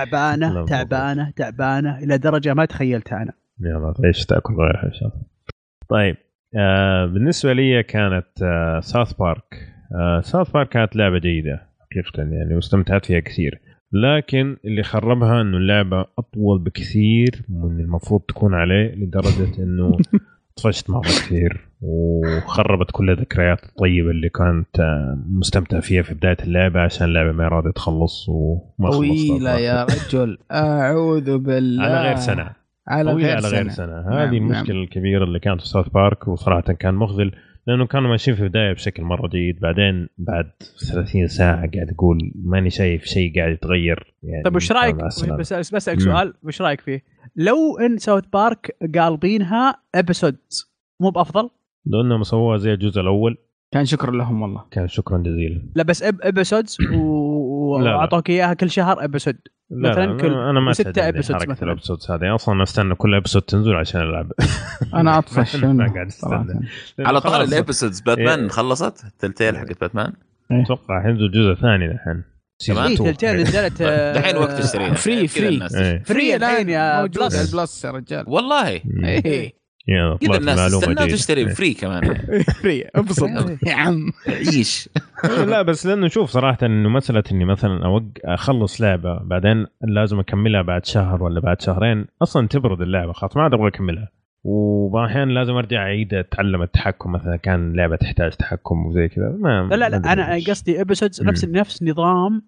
تعبانه الى درجه ما تخيلتها انا. يلا ايش تاكل غيرها ان شاء الله. طيب بالنسبه لي كانت ساوث بارك كانت لعبه جيده حقيقه يعني واستمتعت فيها كثير لكن اللي خربها انه اللعبه اطول بكثير من المفروض تكون عليه لدرجه انه طفشت مره كثير وخربت كل الذكريات الطيبه اللي كانت مستمتع فيها في بدايه اللعبه عشان اللعبه ما راضيه تخلص وما خلصت طويله يا رجل. اعوذ بالله. على غير سنه هذه المشكله الكبيره اللي كانت في ساوث بارك وصراحه كان مخذل لانه كانوا ماشيين في البدايه بشكل مره جيد بعدين بعد 30 ساعه قاعد اقول ماني شايف شيء قاعد يتغير يعني. طيب وش رايك بس اسالك سؤال وش رايك فيه لو ان ساوث بارك قالبينها ابيسودز مو بافضل لو انهم سووها زي الجزء الاول كان شكرا لهم والله كان شكرا جزيلا. لا بس ابيسودز واعطوك اياها كل شهر ابيسود مثلا كل انا ما 6 ابيسودز مثلا. الابيسودز هذه اصلا استنى كل ابيسود تنزل عشان العب. انا اطفش قاعد استنى. على طار الابيسودز باتمان خلصت التلتيل حقت باتمان اتوقع حينزل جزء ثاني الحين تلتيل نزلت الحين وقت تشتريها فري الحين يا البلس يا رجال والله. يلا كذا الناس استنى تشتري فري كمان فري ابسط يا عم عيش. لا بس لانه شوف صراحه انه مساله اني مثلا اخلص لعبه بعدين لازم اكملها بعد شهر ولا بعد شهرين اصلا تبرد اللعبه خلاص ما ابغى اكملها وباحيانا لازم ارجع اعيد اتعلم التحكم مثلا كان لعبه تحتاج تحكم وزي كذا. لا انا قصدي ابيسودز نفس نظام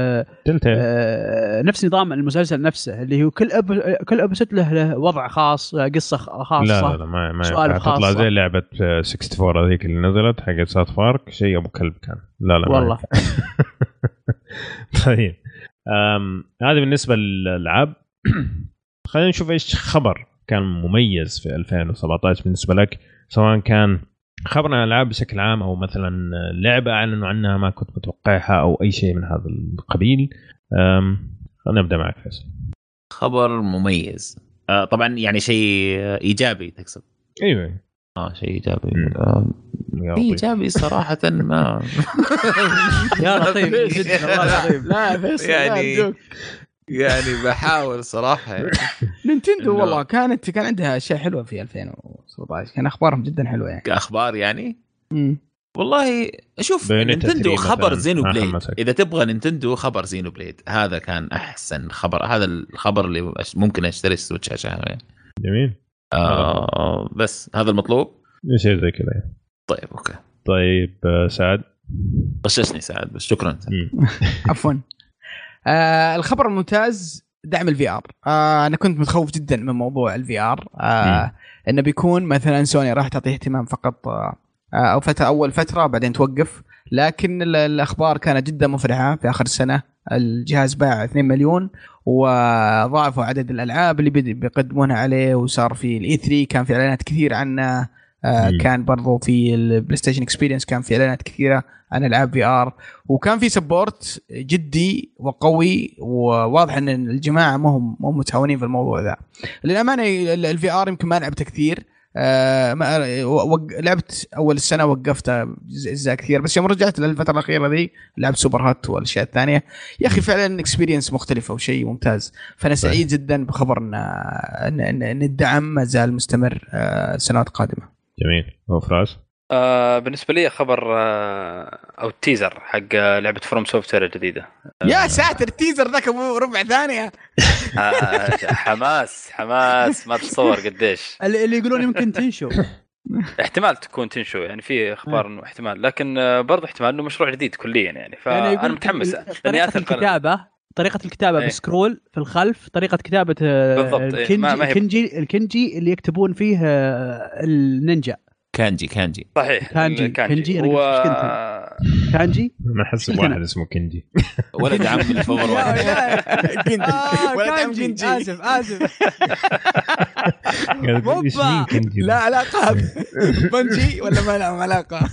نفس نظام المسلسل نفسه اللي هو كل ابيسود له وضع خاص قصه خاصه. لا ما تطلع زي لعبه 64 هذيك اللي نزلت حق ساوث بارك شيء ابو كلب كان. لا والله. طيب هذا بالنسبه للالعاب. خلينا نشوف ايش خبر كان مميز في 2017 بالنسبه لك سواء كان خبرنا الألعاب بشكل عام أو مثلا لعبة أعلنوا عنها ما كنت متوقعها أو أي شيء من هذا القبيل. خلينا نبدأ معك فيصل. خبر مميز طبعا يعني شيء إيجابي تقصد؟ أيوة شيء إيجابي. إيجابي صراحة ما يا لطيف جدا والله لطيف. لا فيصل يعني بحاول صراحة يعني. نينتندو والله كان عندها أشياء حلوة في 2017 كان أخبارهم جدا حلوة يعني كأخبار يعني. والله شوف نينتندو خبر زينو بليد إذا تبغى نينتندو خبر زينو بليد هذا كان أحسن خبر. هذا الخبر اللي ممكن أشتري السويتش عشانه يعني. جميل. بس هذا المطلوب شيء زي كذا. طيب أوكي. طيب سعد غششني سعد بس شكرا. عفوا. الخبر الممتاز دعم الفي ار. انا كنت متخوف جدا من موضوع الفي ار، انه بيكون مثلا سوني راح تعطيه اهتمام فقط او اول فتره بعدين توقف. لكن الاخبار كانت جدا مفرحه. في اخر السنه الجهاز باع 2 مليون وضاعفوا عدد الالعاب اللي بيقدمونها عليه، وصار في الاي 3 كان في اعلانات كثير عنه. كان برضو في البلاي ستيشن اكسبيرينس كان في اعلانات كثيره عن العاب في ار، وكان في سبورت جدي وقوي، وواضح ان الجماعه ما هم متعاونين في الموضوع ذا. للامانه الفي ار يمكن ما لعبت كثير، لعبت اول السنه وقفت اجزاء كثير، بس يوم رجعت للفتره الاخيره ذي لعبت سوبر هات والاشياء الثانيه. يا اخي فعلا اكسبيرينس مختلفه وشيء ممتاز. فانا سعيد جدا بخبر ان الدعم ما زال مستمر سنوات قادمه. جميل. هو فراس بالنسبه لي خبر او التيزر حق لعبه فروم سوفتوير الجديده. يا ساتر، التيزر ذاك ابو ربع ثانيه. حماس ما تتصور قديش. اللي يقولون يمكن تنشو. احتمال تكون تنشو، يعني في اخبار انه احتمال، لكن برضه احتمال انه مشروع جديد كليا يعني. فانا متحمس. طريقة الكتابة بسكرول في الخلف، طريقة كتابة الكنجي اللي يكتبون فيه النينجا. كانجي صحيح. كانجي كانجي ما احس بواحد اسمه كنجي. ولد عم الفور ولد عم كنجي. اسف لا علاقه بنجي ولا ما له علاقه.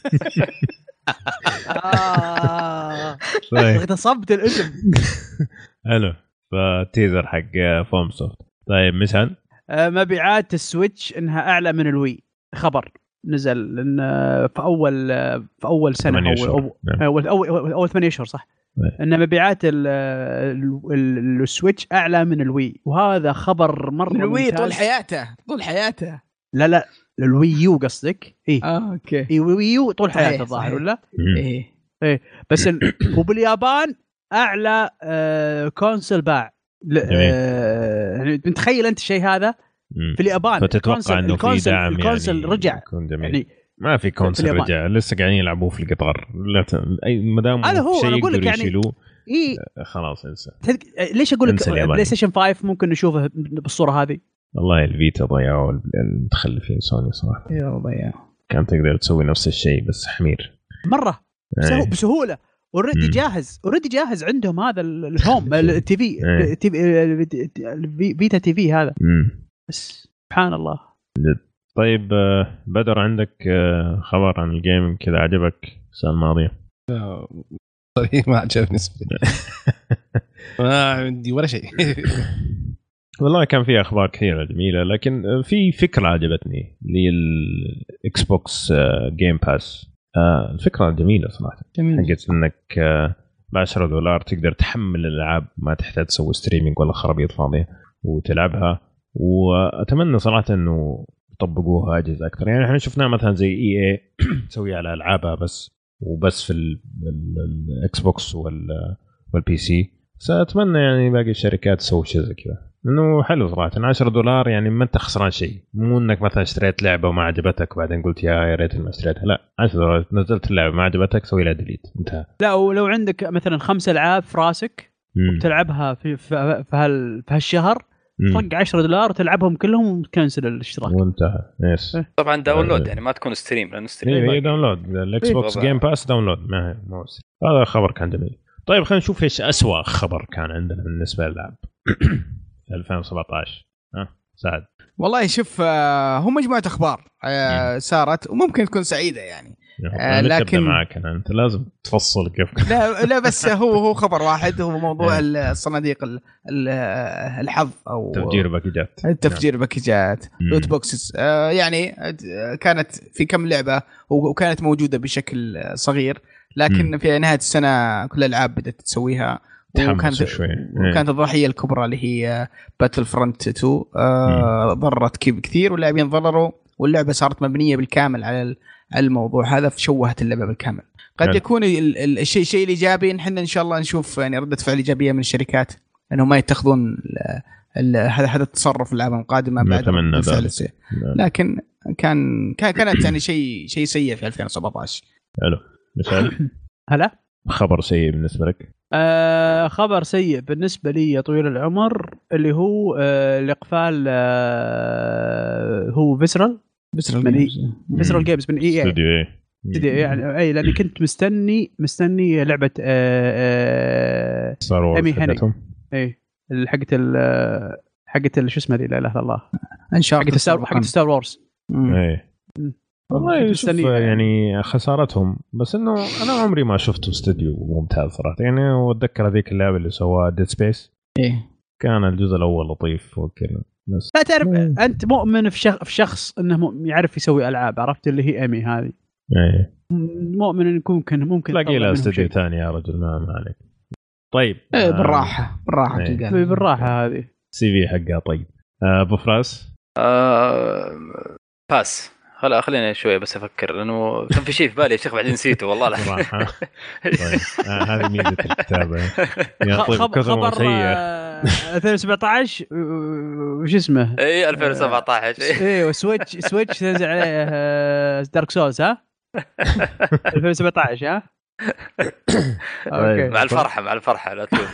اغتصبت الاسم. حلو. فتيزر حق فوم سوفت. طيب مثلا مبيعات السويتش انها اعلى من الوي. خبر نزل ان في اول سنه اول 8 اشهر صح. ان مبيعات السويتش اعلى من الوي، وهذا خبر مره الوي طول حياته. لا الوي يو قصدك؟ اي اوكي. اي وي يو طول حياته الظاهر ولا ايه بس وباليابان اعلى كونسول باع. يعني تخيل انت الشيء في اليابان. فتتوقع انه في دعم الكونسول يعني رجع يعني ما في كونسول رجع، لسه قاعدين يلعبوا في القطار. اي مدام شيء يقدروا يعني يشيلوه خلاص انسى. ليش اقول لك بلاي ستيشن 5 ممكن نشوفه بالصوره هذه؟ والله الفيتا ضيعوا المتخلفين سوني صراحه. ضيعوا. كان تقدر تسوي نفس الشيء بس حمير مره بسهوله. اوريدي جاهز عندهم هذا الهوم التي في فيتا تي في هذا. بس سبحان الله. طيب بدر عندك خبر عن الجيم كذا عجبك السنة الماضية؟ ما عجبني ما عندي ولا شيء. والله كان في أخبار كثيرة جميلة، لكن في فكرة عجبتني للإكس بوكس جيم باس. الفكرة جميلة صراحة، حقت إنك $10 تقدر تحمل الألعاب، ما تحتاج تسوي ستريمينج ولا خرابيط فاضية وتلعبها. وأتمنى صراحة إنه يطبقوها أجهزة أكثر. يعني إحنا شفناه مثلا زي EA تسوي على ألعابها وبس في الإكس بوكس والبي سي. سأتمنى يعني باقي الشركات تسوي شيء زي كذا، لأنه حلو صراحة. $10 يعني ما أنت خسران شيء. مو إنك مثلا اشتريت لعبة وما عجبتك وبعدين قلت يا ريت ما اشتريتها. لا، $10 نزلت اللعبة ما عجبتك سوي لها ديليت انتهى. لا، ولو عندك مثلا 5 ألعاب في راسك وتلعبها في هالشهر، طق $10 وتلعبهم كلهم وتكنسل الاشتراك وانتهى. يس طبعا داونلود يعني ما تكون ستريم، لأن ستريم هي داونلود. الإكس بوكس جيم باس داونلود ما هذا خبر كان جميل. طيب خلينا نشوف ايش أسوأ خبر كان عندنا بالنسبة للألعاب 2017. سعد. والله شوف، هم مجموعة أخبار صارت وممكن تكون سعيدة يعني. لكن معك أنت لازم تفصل كيف. لا بس هو خبر واحد، هو موضوع الصناديق الحظ أو تفجير باكيجات لوت بوكسز. يعني كانت في كم لعبة وكانت موجودة بشكل صغير، لكن في نهاية السنة كل الألعاب بدأت تسويها. وكانت الضحية الكبرى اللي هي باتل فرونت 2 ضرت كثير واللاعبين ضرروا، واللعبة صارت مبنية بالكامل على الموضوع هذا، فشوهت اللعبة بالكامل. قد يكون الشيء الإيجابي إن حنا إن شاء الله نشوف يعني ردة فعل إيجابية من الشركات أنهم ما يتخذون هذا التصرف الأعمال القادمة بعد الفعل السيء. لكن كانت يعني شيء سيء في 2017. حلو مثال. هلا خبر سيء بالنسبه لك؟ خبر سيء بالنسبه لي يا طويل العمر اللي هو الاقفال هو فيسرال جيمز من اي استوديو يعني اي لاني كنت مستني لعبه ستار وورز حقتهم اي حقت شو اسمها دي لا اله الا الله حقت ستار وورز اي والله شوف يعني خسارتهم بس انه انا عمري ما شفت استوديو ممتاز صراحه يعني واتذكر هذيك اللعبه اللي سواها ديد سبيس كان الجزء الاول لطيف وكذا بس لا تعرف انت مؤمن في شخص انه يعرف يسوي العاب عرفت اللي هي ايمي هذه مؤمن انه ممكن تلاقي له استوديو ثاني يا رجل ما عليك طيب بالراحه بالراحه هذه سي في حقها طيب ابو فراس باس خليني شويه بس افكر لانه كان في شيء في بالي يا شيخ بعدين نسيته والله لا طيب هذه ميزه الكتابه يا طيب خبر 2017 وش اسمه اي 2017 ايوه سويتش تنزل عليه دارك سولز ها 2017 ها اوكي مع الفرحه لا تقول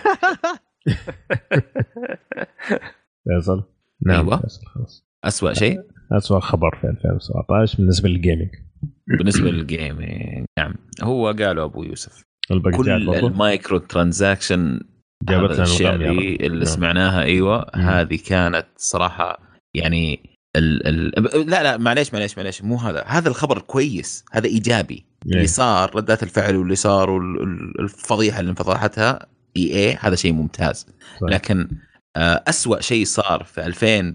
فيصل نعم خلاص أسوأ خبر في 2017 بالنسبه للجيمنج نعم هو قالوا ابو يوسف كل المايكرو ترانزاكشن جابتنا الاشياء اللي سمعناها ايوه هذه كانت صراحه يعني لا معليش مو هذا الخبر كويس هذا ايجابي اللي صار ردات الفعل واللي صار والفضيحه اللي انفضحتها هذا شيء ممتاز لكن أسوأ شيء صار في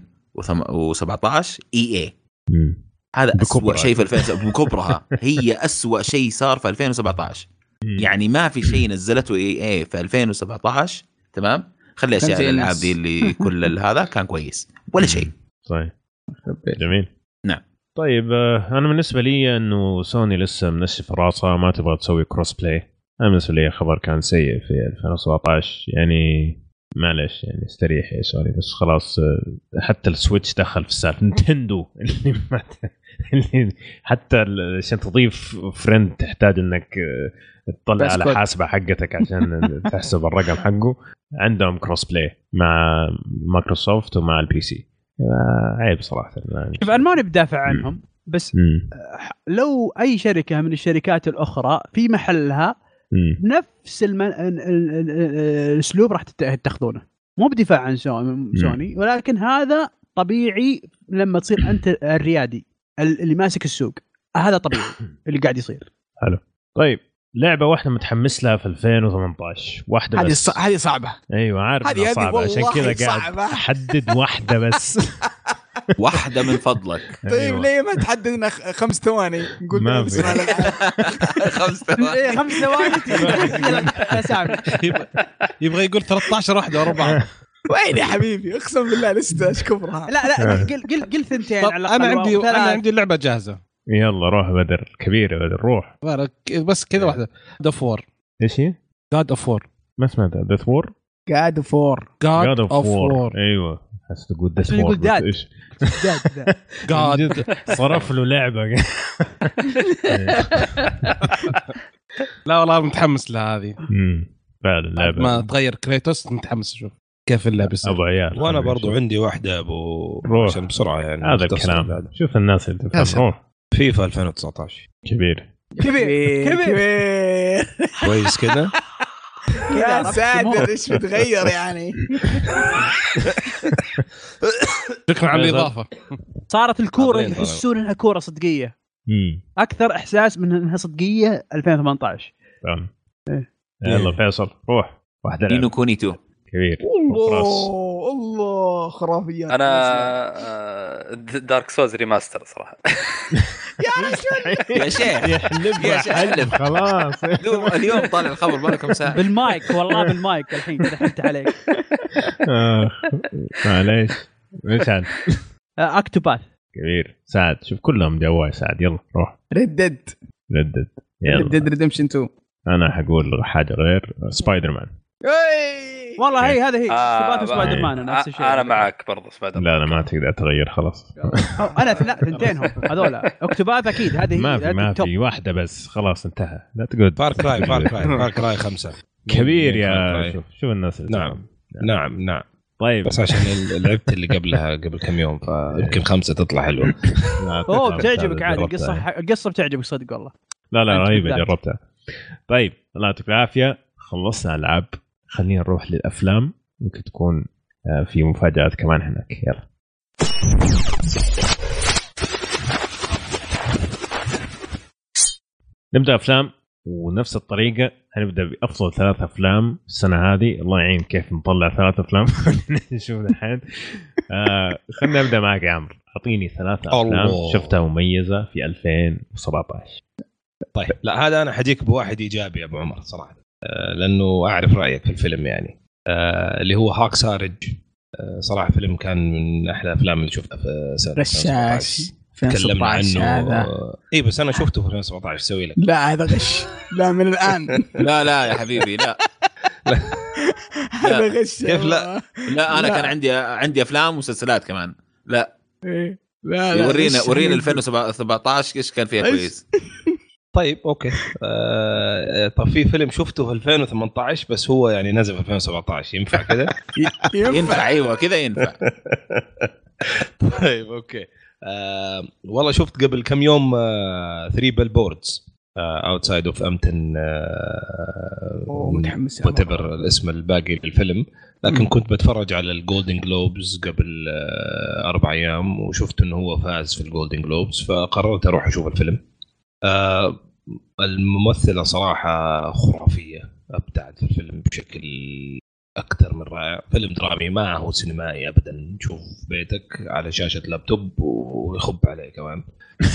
2017 هذا أسوأ شيء في 2017 بكبرها هي أسوأ شيء صار في 2017 يعني ما في شيء نزلته في 2017 تمام خلي أشياء الألعاب دي اللي كل هذا كان كويس ولا شيء صحيح جميل نعم طيب أنا بالنسبة لي أنه سوني لسه منشف راسها ما تبغى تسوي كروس بلاي أنا بالنسبة لي خبر كان سيء في 2017 يعني معلش يعني استريح يا سوني بس خلاص حتى السويتش دخل في السالفه نينتندو اللي حتى عشان تضيف فريند تحتاج انك تطلع على حاسبه حقتك عشان تحسب الرقم حقه عندهم كروس بلاي مع مايكروسوفت ومع البي سي عيب صراحه شوف انا ما بدافع عنهم بس لو اي شركه من الشركات الاخرى في محلها نفس الاسلوب راح تاخذونه مو بدفاع عن سوني ولكن هذا طبيعي لما تصير انت الريادي اللي ماسك السوق هذا طبيعي اللي قاعد يصير حلو طيب لعبه واحده متحمس لها في 2018 واحده بس هذه صعبه ايوه عارف انها صعبه عشان كذا قاعد احدد واحده بس واحدة من فضلك طيب أيوة. ليه ما تحددنا 5 ثواني نقول ما في 5 ثواني 5 ثواني يبغى يقول 13 واحدة ورا بعض وين يا حبيبي اقسم بالله لسه ايش كبرها لا قل ثنتين على انا عندي اللعبة جاهزة يلا روح بدر كبير بدر روح بس كذا واحدة دفور ايش هي God of War ما سمعت ديث وور God of War ايوه حس تقول ديث وور ايش God صرف له لعبة لا والله متحمس لها هذه فعلا اللعبة ما تغير كريتوس متحمس اشوف كيف اللعبة ابو عيال وانا برضو عندي واحدة ابو عشان بسرعة يعني هذا الكلام شوف الناس اللي تفهم فيفا 2019 كبير كويس كده يا ساتر ايش بتغير يعني شكرا على الإضافة صارت الكورة يحسون انها كورة صدقية اكثر احساس من انها صدقية 2018 تمام يلا فيصل روح واحدة نينو كونيتو كبير الله خرافيات انا دارك سولز ريماستر صراحه يا شيخ يحلب خلاص اليوم طالع الخبر بالكم ساعه بالمايك والله بالمايك الحين دخلت عليك معليش ايش هذا اكتوباث كبير سعد شوف كلهم دواي سعد يلا روح ردد يلا ردد ريدمشن 2 انا حقول حاجه غير سبايدر مان والله هي هذه هي اقتباس سبايدر مان نفس الشيء. انا معك برضه سبايدر مان. لا ما تقدر تغير خلاص. انا ثنتينهم هذول اقتباس اكيد. هذه ما في واحده بس خلاص انتهى. لا تقول فار كراي 5 كبير يا شوف الناس. نعم طيب بس عشان لعبت اللي قبلها قبل كم يوم فيمكن 5 تطلع حلوه. بتعجبك عادي القصه بتعجبك صدق والله. لا رهيبه جربتها. طيب الله يعطيك العافيه. خلصنا العاب خلينا نروح للافلام. ممكن تكون في مفاجآت كمان هناك. يلا نبدأ أفلام ونفس الطريقة. هنبدأ بأفضل 3 أفلام السنة هذه. الله يعين كيف نطلع 3 أفلام نشوف الحين. خلينا نبدأ معك يا عمرو. أعطيني 3 أفلام شفتها مميزة في 2017. طيب لا هذا أنا حديك بواحد إيجابي يا أبو عمر صراحة، لأنه أعرف رأيك في الفيلم يعني. اللي هو هاك سارج. صراحة فيلم كان من أحلى الأفلام اللي شفتها في سنة رشاش. تكلمنا عنه. إيه بس أنا شفته في 2017 سوي لك. لا هذا غش. لا من الآن. لا يا حبيبي لا. هذا غش. كيف لا أنا كان عندي أفلام ومسلسلات كمان. لا ورينا 2017 إيش كان فيها كويس. طيب اوكي. طب في فيلم شفته في 2018 بس هو يعني نزل في 2017 ينفع كده؟ ينفع ايوه كده ينفع. طيب اوكي. والله شفت قبل كم يوم 3 بيلبوردز اوتسايد اوف امتن. متحمس وتبر الاسم الباقي للفيلم، لكن كنت بتفرج على الجولدن جلوبز قبل 4 أيام وشفت انه هو فاز في الجولدن جلوبز فقررت اروح اشوف الفيلم. الممثلة صراحة خرافية، أبدعت في الفيلم بشكل أكثر من رائع. فيلم درامي ما هو سينمائي أبدا، تشوف بيتك على شاشة لابتوب ويخب عليه كمان.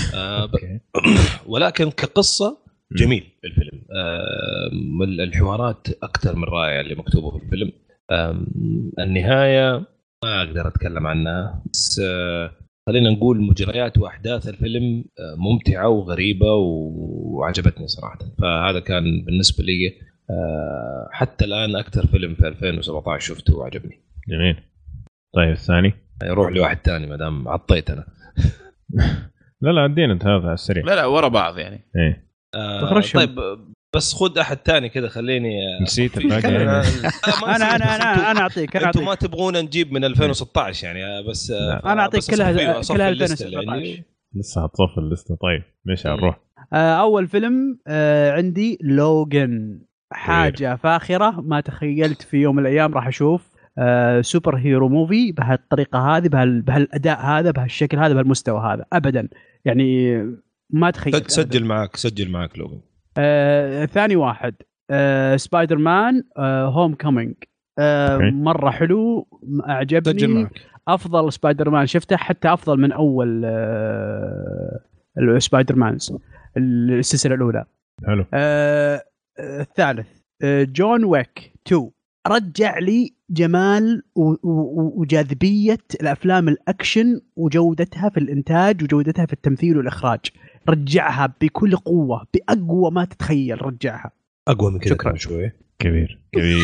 ولكن كقصة جميل الفيلم. الحوارات أكثر من رائعة اللي مكتوبة في الفيلم. النهاية ما أقدر أتكلم عنها بس خلينا نقول مجريات وأحداث الفيلم ممتعة وغريبة وعجبتني صراحة. فهذا كان بالنسبة لي حتى الآن أكثر فيلم في 2017 شفته وعجبني. جميل. طيب الثاني يروح لواحد تاني مدام عطيت أنا. لا ادينا انت هذا السريع. لا ورا بعض يعني. ايه طيب بس خد احد تاني كده خليني نسيت الباقي. انا اعطيك. انتم ما تبغون نجيب من 2016 يعني بس انا اعطيك كلها 2017 لسه هتصف الليسته. طيب ماشي نروح. اول فيلم عندي لوغان. حاجه فاخره ما تخيلت في يوم من الايام راح اشوف سوبر هيرو موفي بهالطريقه هذه بهالاداء هذا بهالشكل هذا بهالمستوى هذا ابدا يعني ما تخيلت. سجل معك لوغان. ثاني واحد سبايدر مان هوم كومينج. مرة حلو أعجبني. أفضل سبايدر مان شفته حتى أفضل من أول السبايدر مانز السلسلة الأولى. حلو. الثالث جون ويك 2 رجع لي جمال وجاذبية الأفلام الأكشن وجودتها في الإنتاج وجودتها في التمثيل والإخراج. رجعها بكل قوة بأقوى ما تتخيل. رجعها أقوى من كذا شوي. كبير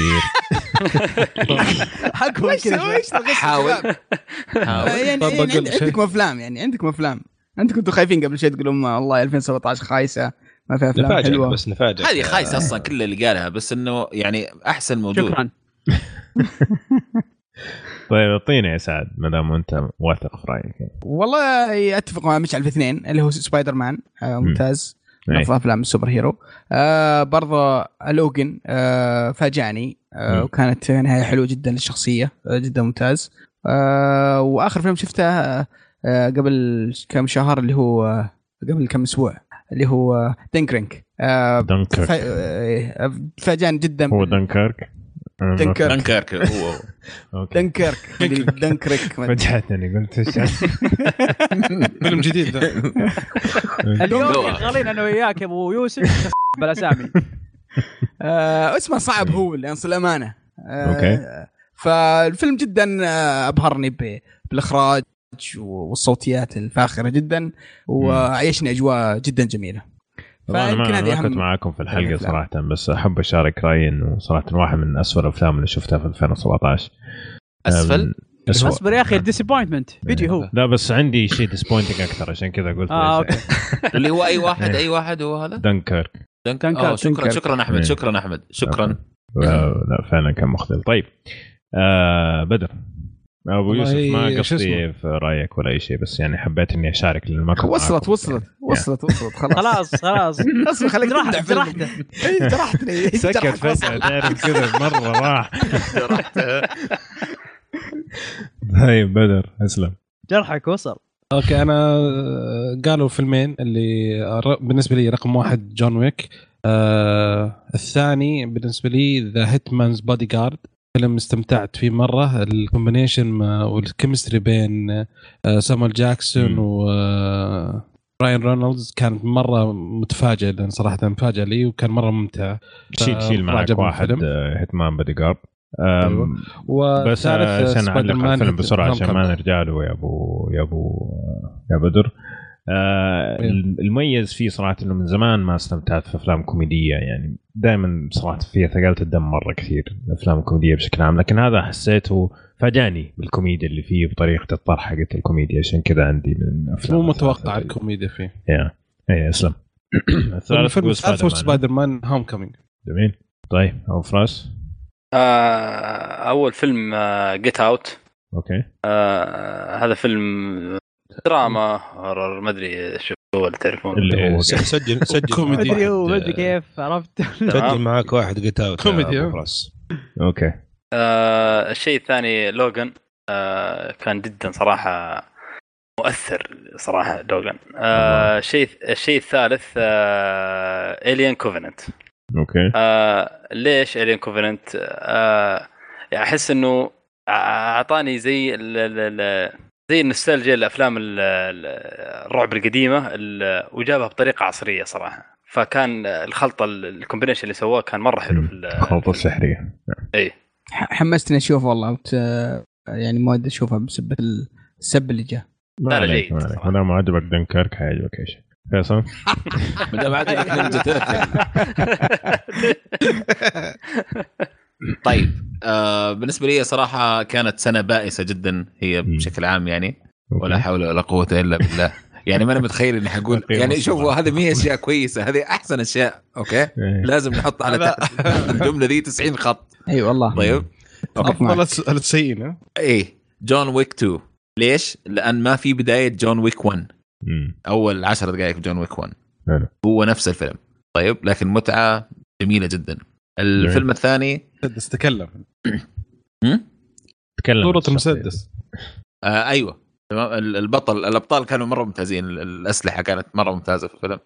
أقوى من كذا. حاول يعني عندكم أفلام أنتم كنتوا خايفين قبل شيء تقولون والله 2017 خايسة ما فيها أفلام حلوة. بس نفاجئ هذه خايسة أصلا كل اللي قالها بس إنه يعني أحسن موجود. شكرا. طيب اعطينا يا سعد ما دام انت واثق في رايك. والله اتفق مع مشعل في 2 اللي هو سبايدر مان ممتاز من افلام السوبر هيرو. برضه لوغان فاجأني وكانت نهايه حلوه جدا للشخصيه جدا ممتاز. واخر فيلم شفته قبل كم شهر اللي هو قبل كم اسبوع اللي هو دنكرك. فاجأني جدا. هو دنكرك هو دنكرك فجأتني قلت ايش فيلم جديد ذا. اليوم شغالين انا وياك يا ابو يوسف بالاسامي. اسمه صعب هو لان الامانه. فالفيلم جدا ابهرني بالاخراج والصوتيات الفاخره جدا وعيشني اجواء جدا جميله. فيمكن هذه كنت معاكم في الحلقه صراحه، بس احب اشارك رايي انه صراحه واحد من اسوأ الافلام اللي شفتها في 2017. اسفل اصبر يا اخي، الديسابوينتمنت بيجي هو. لا بس عندي شيء ديسابوينتنج اكثر عشان كذا قلت اوكي. اللي هو اي واحد هو هذا دنكرك. شكرا احمد، شكرا. لا فعلا كان مختلف. طيب بدر ابو يوسف، ما قصدي في رايك ولا اي شيء، بس يعني حبيت اني اشارك لان ما كنت وصلت خلاص خليك جرحتني سكت فجأة تعرف كذا مرة راح. طيب بدر اسلم، جرحك وصل. اوكي انا قالوا فيلمين اللي بالنسبه لي رقم 1 جون ويك، الثاني بالنسبه لي ذا هيتمانز بودي جارد. فيلم استمتعت فيه مرة، الكومبينيشن والكيمستري بين سامويل جاكسون وراين رونالدز كانت مرة متفاجئة، لأن صراحة مفاجأة لي وكان مرة ممتع. شيل معك واحد هيتمان بودي جارد. بس عشان أعلق الفيلم بسرعة عشان ما نرجع له يا بدر. المميز فيه صراحة إنه من زمان ما استمتعت في أفلام كوميدية، يعني دائما صراحة فيها ثقالة الدم مرة كثير الأفلام الكوميدية بشكل عام، لكن هذا حسيته فاجاني بالكوميديا اللي فيه بطريقة الطرح حقت الكوميديا، عشان كذا عندي من أفلام مو متوقع الكوميديا فيه. يا اسلم. الثالث سبايدر مان هوم كومينج. جميل. طيب أو فراس. أول فيلم جيت أوت. أوكي. هذا فيلم دراما ما ادري شو هو اللي تعرفون اللي هو سجل كوميدي ما ادري كيف عرفت. سجل معك واحد جيت اوت كوميدي. اوكي. الشيء الثاني لوغان، كان جدا صراحه مؤثر صراحه لوغان. الشيء الثالث الين كوفننت. اوكي. ليش الين كوفننت؟ احس انه اعطاني زي النوستالجيا الافلام الرعب القديمه وجابها بطريقه عصريه صراحه، فكان الخلطه الكومبينيشن اللي سواه كان مره حلو في الخلطه السحريه. اي حمستني اشوف والله، يعني ما ودي اشوفها بسبب السب اللي جاء. لا جيد. انا ما عجبك دنكرك حيعجبك ايش فيصل؟ ما دام عجبك نينجا. طيب بالنسبه لي صراحه كانت سنه بائسه جدا هي بشكل عام يعني، ولا حول ولا قوه الا بالله. يعني ما انا متخيل اني حقول يعني شوفوا هذه 100 اشياء كويسه، هذه احسن اشياء اوكي لازم نحط على الجمله دي 90 خط. اي والله. طيب افضل السيئين. ايه جون ويك 2 ليش؟ لان ما في بدايه جون ويك 1. اول 10 دقائق في جون ويك 1 هو نفس الفيلم. طيب لكن متعه جميله جدا. الفيلم الثاني تكلم صورة المسدس. ايوه تمام. الابطال كانوا مره ممتازين، الاسلحه كانت مره ممتازه في الفيلم.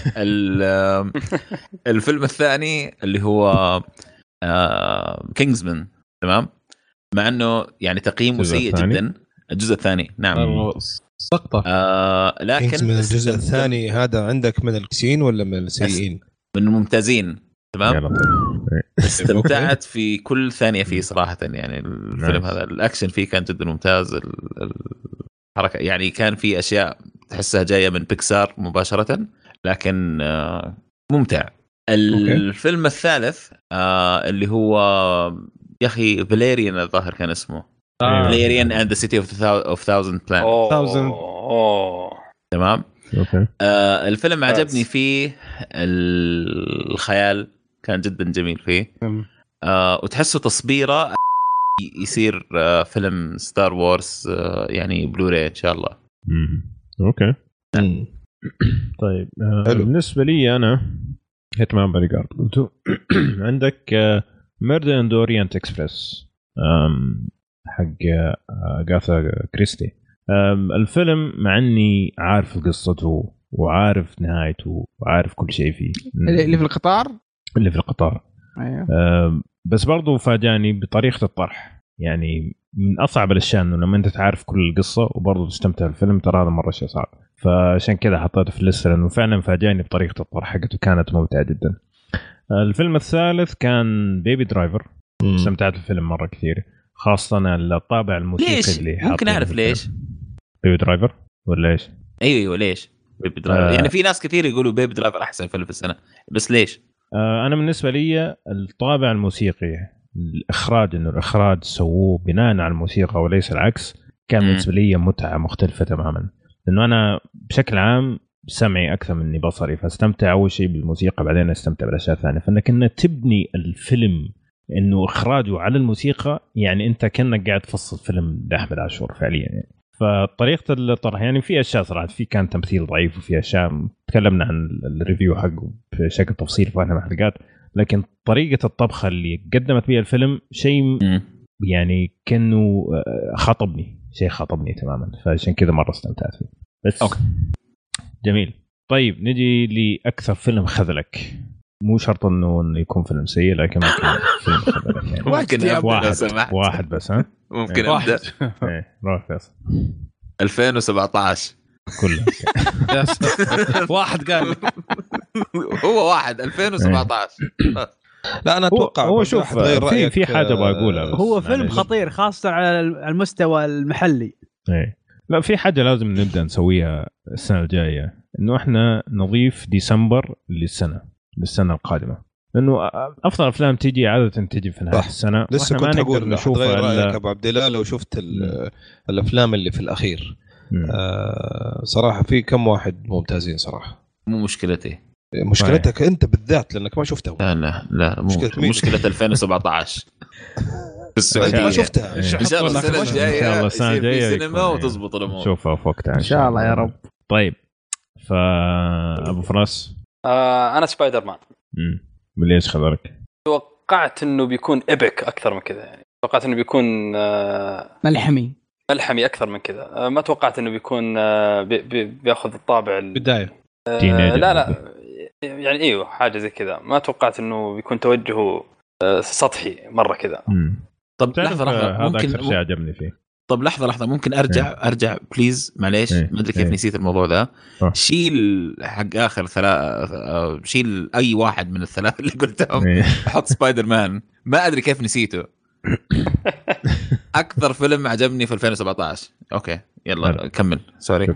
الفيلم الثاني اللي هو كينجزمان، تمام، مع انه يعني تقييمه سيء جدا. الجزء الثاني نعم سقطه. لكن من الجزء الثاني هذا عندك من الكسين ولا من السيئين؟ من الممتازين تمام. استمتعت في كل ثانية فيه صراحة. يعني الفيلم هذا الأكشن فيه كان جدا ممتاز، الحركة يعني كان فيه أشياء تحسها جاية من بيكسار مباشرة، لكن ممتع. الفيلم الثالث اللي هو يا أخي فاليريان الظاهر كان اسمه فاليريان and the city of thousand planets. تمام. الفيلم عجبني فيه الخيال كان جدا جميل فيه. وتحسه تصبيره يصير فيلم ستار وورز يعني بلوراي ان شاء الله. اوكي. طيب بالنسبه لي انا هيتمان بودي جارد قلت عندك ميردر اند اورينت اكسبريس حق غاثا كريستي. الفيلم مع اني عارف قصته وعارف نهايته وعارف كل شيء فيه، اللي في القطار أيوه. بس برضو فاجأني بطريقة الطرح. يعني من أصعب الأشياء إنه لما أنت تعرف كل القصة وبرضو تستمتع بالفيلم، ترى هذا مرة شيء صعب. فعشان كذا حطيته في الليستة لأنه فعلا فاجأني بطريقة الطرح حقته، كانت ممتعة جدا. الفيلم الثالث كان بيبي درايفر. استمتعت بالفيلم مرة كثير، خاصة الطابع الموسيقي ليش؟ اللي ممكن أعرف ليش بيبي درايفر ولا إيش؟ أيوه ليش؟ بيبي درايفر يعني في ناس كثير يقولوا بيبي درايفر احسن فيلم في السنه، بس ليش؟ انا بالنسبه لي الطابع الموسيقي، الاخراج، انه الاخراج سووه بناء على الموسيقى وليس العكس، كان بالنسبه لي متعه مختلفه تماما. لانه انا بشكل عام سمعي اكثر مني بصري، فاستمتع اول شيء بالموسيقى بعدين استمتع بالاشياء الثانيه. فانك انك تبني الفيلم انه اخراجه على الموسيقى، يعني انت كأنك قاعد تفصل فيلم لاحمد عاشور فعليا يعني. فطريقه الطرح يعني في اشياء صراحه في كان تمثيل ضعيف، وفي اشياء تكلمنا عن الريفيو حقه بشكل تفصيل في واحده من الحلقات، لكن طريقه الطبخه اللي قدمت بها الفيلم شيء يعني كانه خاطبني تماما، فعشان كذا مره استمتعت فيه. بس أوكي. جميل. طيب نجي لاكثر فيلم خذلك. مو شرط انه يكون فيلم سيء، لكن ممكن فيلم خذلك يعني. ممكن واحد بس ها ممكن ابدا. روح فيصل. 2017 كله واحد قال هو واحد 2017. لا انا اتوقع هو شوف في حاجه بقولها، هو فيلم خطير خاصه على المستوى المحلي. لا في حاجه لازم نبدا نسويها السنه الجايه، انه احنا نضيف ديسمبر للسنه القادمه، لانه افضل افلام تيجي عاده تيجي في نهايه السنه. لسه كنت اقول نشوفها رايك ابو عبد الله لو شفت الافلام اللي في الاخير. صراحه في كم واحد ممتازين صراحه. مو مشكلتي، مشكلتك انت بالذات لانك ما شفتها. لا مشكله 2017 السعوديه ما شفتها. ان شاء الله السنه الجايه في سينما وتزبط الامور. شوفها في وقتها ان شاء الله يا رب. طيب فابو فراس. انا سبايدر مان. ليش خبرك؟ توقعت انه بيكون ايبك اكثر من كذا، يعني توقعت انه بيكون ملحمي اكثر من كذا. ما توقعت انه بيكون بياخذ الطابع بدايه لا يعني ايوه حاجه زي كذا. ما توقعت انه بيكون توجهه سطحي مره كذا. طب لحظه ممكن اكثر شيء عجبني فيه. طب لحظه ممكن ارجع بليز معليش. ما ادري كيف نسيت الموضوع ده. شيل حق اخر ثلاثه، شيل اي واحد من الثلاثه اللي قلتهم، حط سبايدر مان. ما ادري كيف نسيته. اكثر فيلم عجبني في 2017. اوكي يلا كمل. سوري.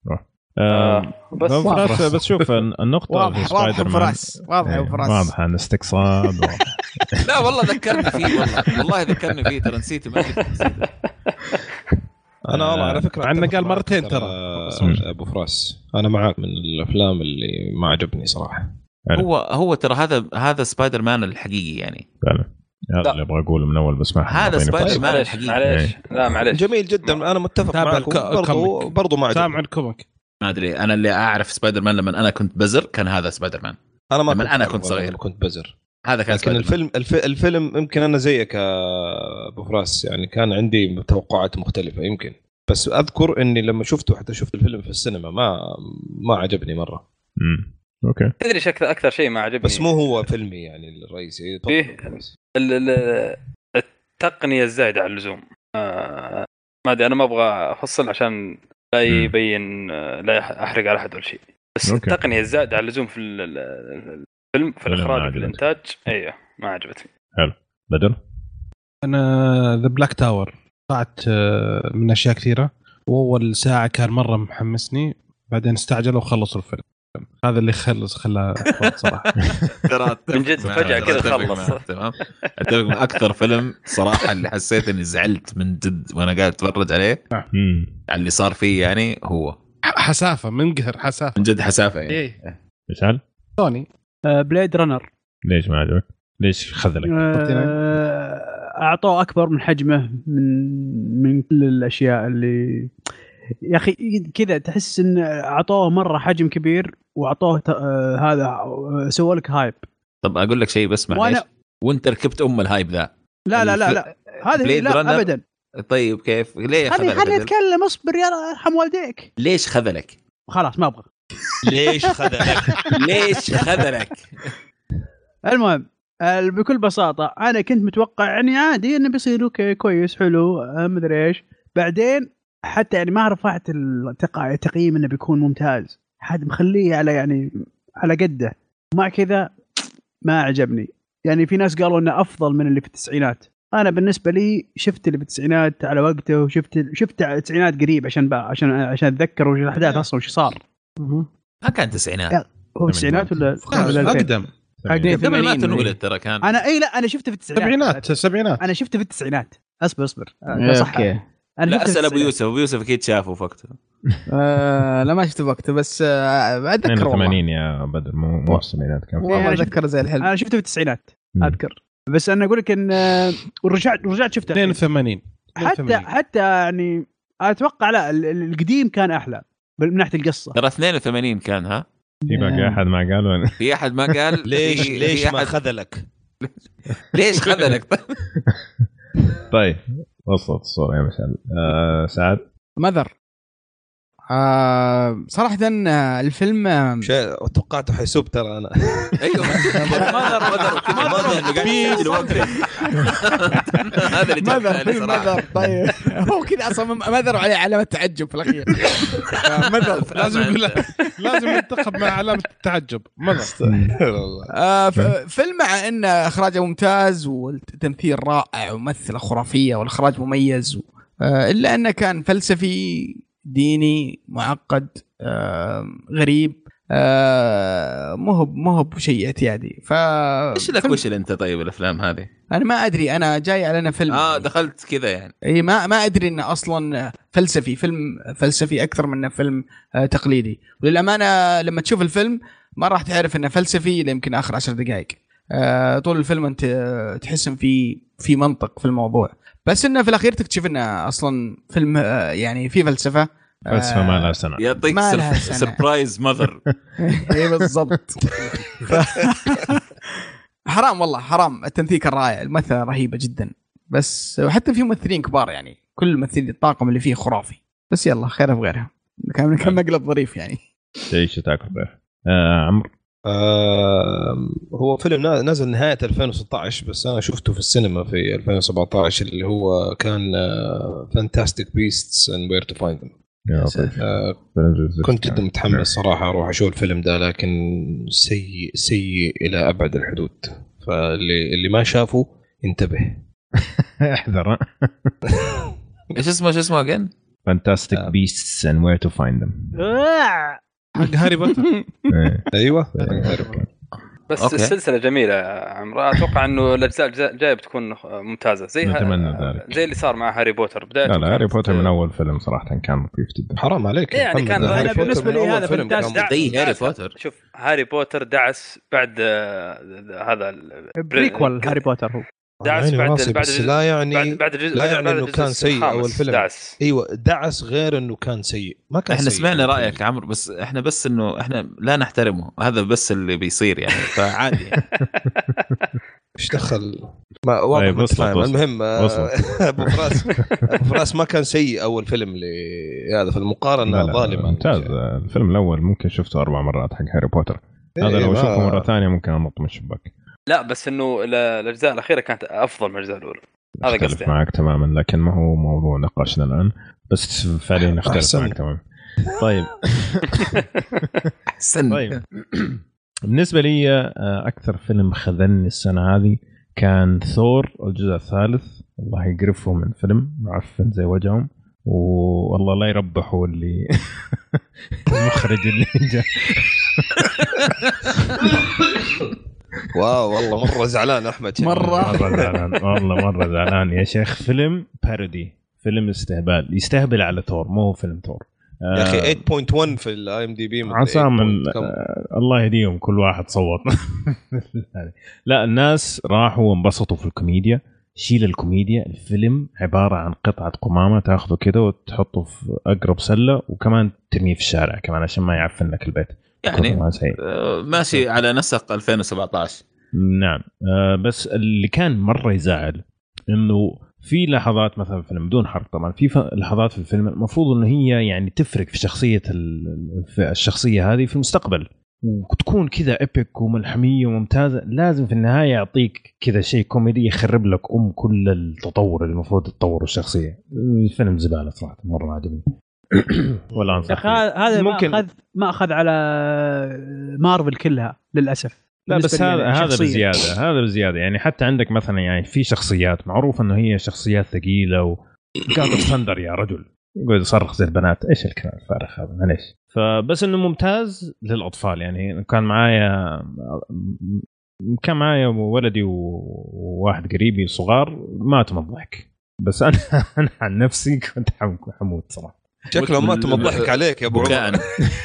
بس شوف النقطة في سبايدر مان واضح عن استقصاد. لا والله ذكرني فيه، والله ذكرني فيه، ترى نسيته. ما انا والله على فكرة عندنا قال مرتين ترى ابو فراس. انا معاك من الافلام اللي ما عجبني صراحة. هو ترى هذا سبايدر مان الحقيقي يعني. هذا اللي ابغى اقوله من اول، بس ما هذا سبايدر مان الحقيقي. معليش جميل جدا. انا متفق معك. برضو ما سامع الكوميك. ما ادري، انا اللي اعرف سبايدر مان لما انا كنت بزر كان هذا سبايدر مان. انا كنت صغير كنت بزر. هذا كان لكن الفيلم يمكن انا زيك ابو فراس، يعني كان عندي توقعات مختلفة يمكن. بس اذكر اني لما حتى شفت الفيلم في السينما ما عجبني مرة. اوكي. تدري اكثر شيء ما عجبني، بس مو هو فيلمي يعني الرئيسي. التقنية الزايدة على اللزوم. ما ادري، انا ما ابغى افصل عشان لا يبين، لا احرق على احد ولا شيء. بس التقنية الزايدة على اللزوم في الفيلم، في الاخراج وفي الانتاج، ايوه ما عجبتني. حلو. بدر. انا ذا بلاك تاور طلعت من اشياء كثيره، واول ساعه كان مره محمسني، بعدين استعجلوا وخلصوا الفيلم. هذا اللي خلى صراحه من جد فجاه كذا خلص. تمام. اتفق. اكثر فيلم صراحه اللي حسيت اني زعلت من جد وانا قاعد اتفرج عليه على اللي صار فيه، يعني هو حسافه من قهر، حسافه من جد، حسافه يعني. ايش قال سوني؟ بليد رانر. ليش ما عجبك؟ ليش خذلك؟ اعطوه اكبر من حجمه من كل الاشياء اللي يا اخي كذا تحس ان اعطوه مره حجم كبير واعطوه هذا سووا لك هايب. طب اقول لك شيء بس معليش، وانت ركبت الهايب ذا. لا هذه لا ابدا. طيب كيف ليه خذلك؟ خليني اتكلم، اصبر يا ارحم والديك. ليش خذلك؟ خلاص ما ابغى. ليش خذلك؟ المهم بكل بساطه انا كنت متوقع يعني عادي انه بيصير اوكي كويس حلو مدري ايش، بعدين حتى يعني ما اعرف واحد التقييم انه بيكون ممتاز، حد مخليه على يعني على قده. مع كذا ما عجبني. يعني في ناس قالوا انه افضل من اللي في التسعينات. انا بالنسبه لي شفت اللي في التسعينات على وقته، وشفت التسعينات قريب عشان اتذكر وش الاحداث اصلا وش صار. ما كان تسعينات. هو التسعينات ولا اقدم؟ قبل ما تنولد ترى كان. انا لا انا شفته في السبعينات. انا شفته في التسعينات. اصبر صح. انا لا اسال ابو يوسف اكيد شافه في وقته. لا ما شفته وقته بس اتذكر 82 يا بدر مو السبعينات كان. والله اتذكر زي الحلم. انا شفته في التسعينات اذكر. بس انا اقول لك ان ورجعت شفته 82 حتى يعني اتوقع لا القديم كان احلى من ناحيه القصه. ترى 82 كان. ها في باقي احد ما قال في احد ما قال ليش ما خذلك؟ ليش خذلك؟ طيب وصلت الصورة يا مشعل. سعد مذر. صراحة الفيلم توقعته حيسوب ترى أنا. أيوة مذر. طيب هو كذا أصلا مذر عليه علامة تعجب في الأخير. مذر لازم ننتقب مع علامة التعجب. مذر فيلم مع إن إخراجه ممتاز والتمثيل رائع وممثلة خرافية والإخراج مميز، إلا أنه كان فلسفي ديني معقد غريب، مو بشيء اعتيادي. ايش لك وش انت طيب الافلام هذه؟ انا ما ادري، انا جاي على انا فيلم دخلت كذا يعني. اي ما ادري انه اصلا فلسفي، فيلم فلسفي اكثر من فيلم تقليدي. وللامانه لما تشوف الفيلم ما راح تعرف انه فلسفي الا يمكن اخر 10 دقائق. طول الفيلم انت تحس في منطق في الموضوع، بس انه في الاخير تكتشف انه اصلا فيلم يعني في فلسفه ما لها سنة. يعطيك سربرايز مذر. اي بالضبط. حرام والله حرام. التمثيل كان رائع، الممثلة رهيبة جدا، بس وحتى في ممثلين كبار يعني كل الممثلين الطاقم اللي فيه خرافي. بس يلا خيرها في غيرها، كان مقلب ظريف يعني. ايش تاكل غير عمرو؟ هو فيلم نزل نهاية 2016 بس أنا شفته في السينما في 2017 اللي هو كان Fantastic Beasts and Where to Find Them. كنت جدا متحمس صراحة أروح أشوف الفيلم ده، لكن سيء إلى أبعد الحدود. فاللي ما شافه انتبه. احذر. ايش اسمه again؟ Fantastic Beasts and Where to Find Them. هاري بوتر. ايوه بس أوكي. السلسله جميله عمرو، اتوقع انه الاجزاء الجايه بتكون ممتازه زي اللي صار مع هاري بوتر. بدايه لا هاري بوتر من اول فيلم صراحه كان لطيف جدا. حرام عليك يعني كان بالنسبه لي هذا فانتاستيك زي هاري بوتر. شوف هاري بوتر دعس بعد هذا بريكول. هاري بوتر هو دعس بعد لا يعني بعد لا يعني انه كان سيء اول فيلم دعس. ايوه دعس غير انه كان سيء. ما كان احنا سيء. سمعنا رايك عمرو، بس احنا بس انه احنا لا نحترمه، هذا بس اللي بيصير يعني فعادي. ايش دخل ما واضح. المهم ابو فراس ما كان سيء اول فيلم هذا في المقارنه ظالمه. ممتاز. الفيلم الاول ممكن شفته 4 مرات حق هاري بوتر. هذا لو اشوفه مره ثانيه ممكن انط من الشباك. لا بس انه الاجزاء الاخيره كانت افضل من الاجزاء الاولى. هذا قصدي معك تماما، لكن ما هو موضوع نقاشنا الان، بس فعليا نختلف معك تماما. طيب احسن. طيب بالنسبه لي اكثر فيلم خذلني السنه هذه كان ثور الجزء الثالث. الله يقرفهم من فيلم معفن زي وجههم، والله لا يربحوا اللي المخرج اللي جاء. واو والله مرة زعلان أحمد، مرة زعلان والله مرة زعلان يا شيخ. فيلم بارودي، فيلم استهبال، يستهبل على ثور، مو فيلم ثور يا أخي. 8.1 في IMDb عسام الله يهديهم كل واحد صوت. لا الناس راحوا وانبسطوا في الكوميديا. شيل الكوميديا، الفيلم عبارة عن قطعة قمامة تاخذه كده وتحطه في أقرب سلة وكمان ترميه في الشارع كمان عشان ما يعفن لك البيت يعني. ماشي على نسق 2017. نعم. بس اللي كان مرة يزعل إنه في لحظات مثلا في الفيلم بدون حرق طبعا، في لحظات في الفيلم المفروض إنه هي يعني تفرق في شخصية في الشخصية هذه في المستقبل وتكون كذا إبيك وملحمية وممتازة. لازم في النهاية يعطيك كذا شيء كوميدي يخرب لك كل التطور اللي المفروض تطور الشخصية. الفيلم زبالة صراحة، مرة ما عجبني. ولا أنصح. هذا ممكن ما أخذ على مارفل كلها للأسف. لا بس هذا بزيادة يعني. حتى عندك مثلا يعني في شخصيات معروف إنه هي شخصيات ثقيلة وقاعدة تصندر يا رجل يقول يصرخ زي البنات. إيش الكلام الفارغ هذا معليش. فبس انه ممتاز للاطفال. يعني كان معايا ولدي وواحد قريبي صغار ماتوا من الضحك، بس انا عن نفسي كنت حموت صراحه. شكله ما تم الضحك عليك يا ابو عمر.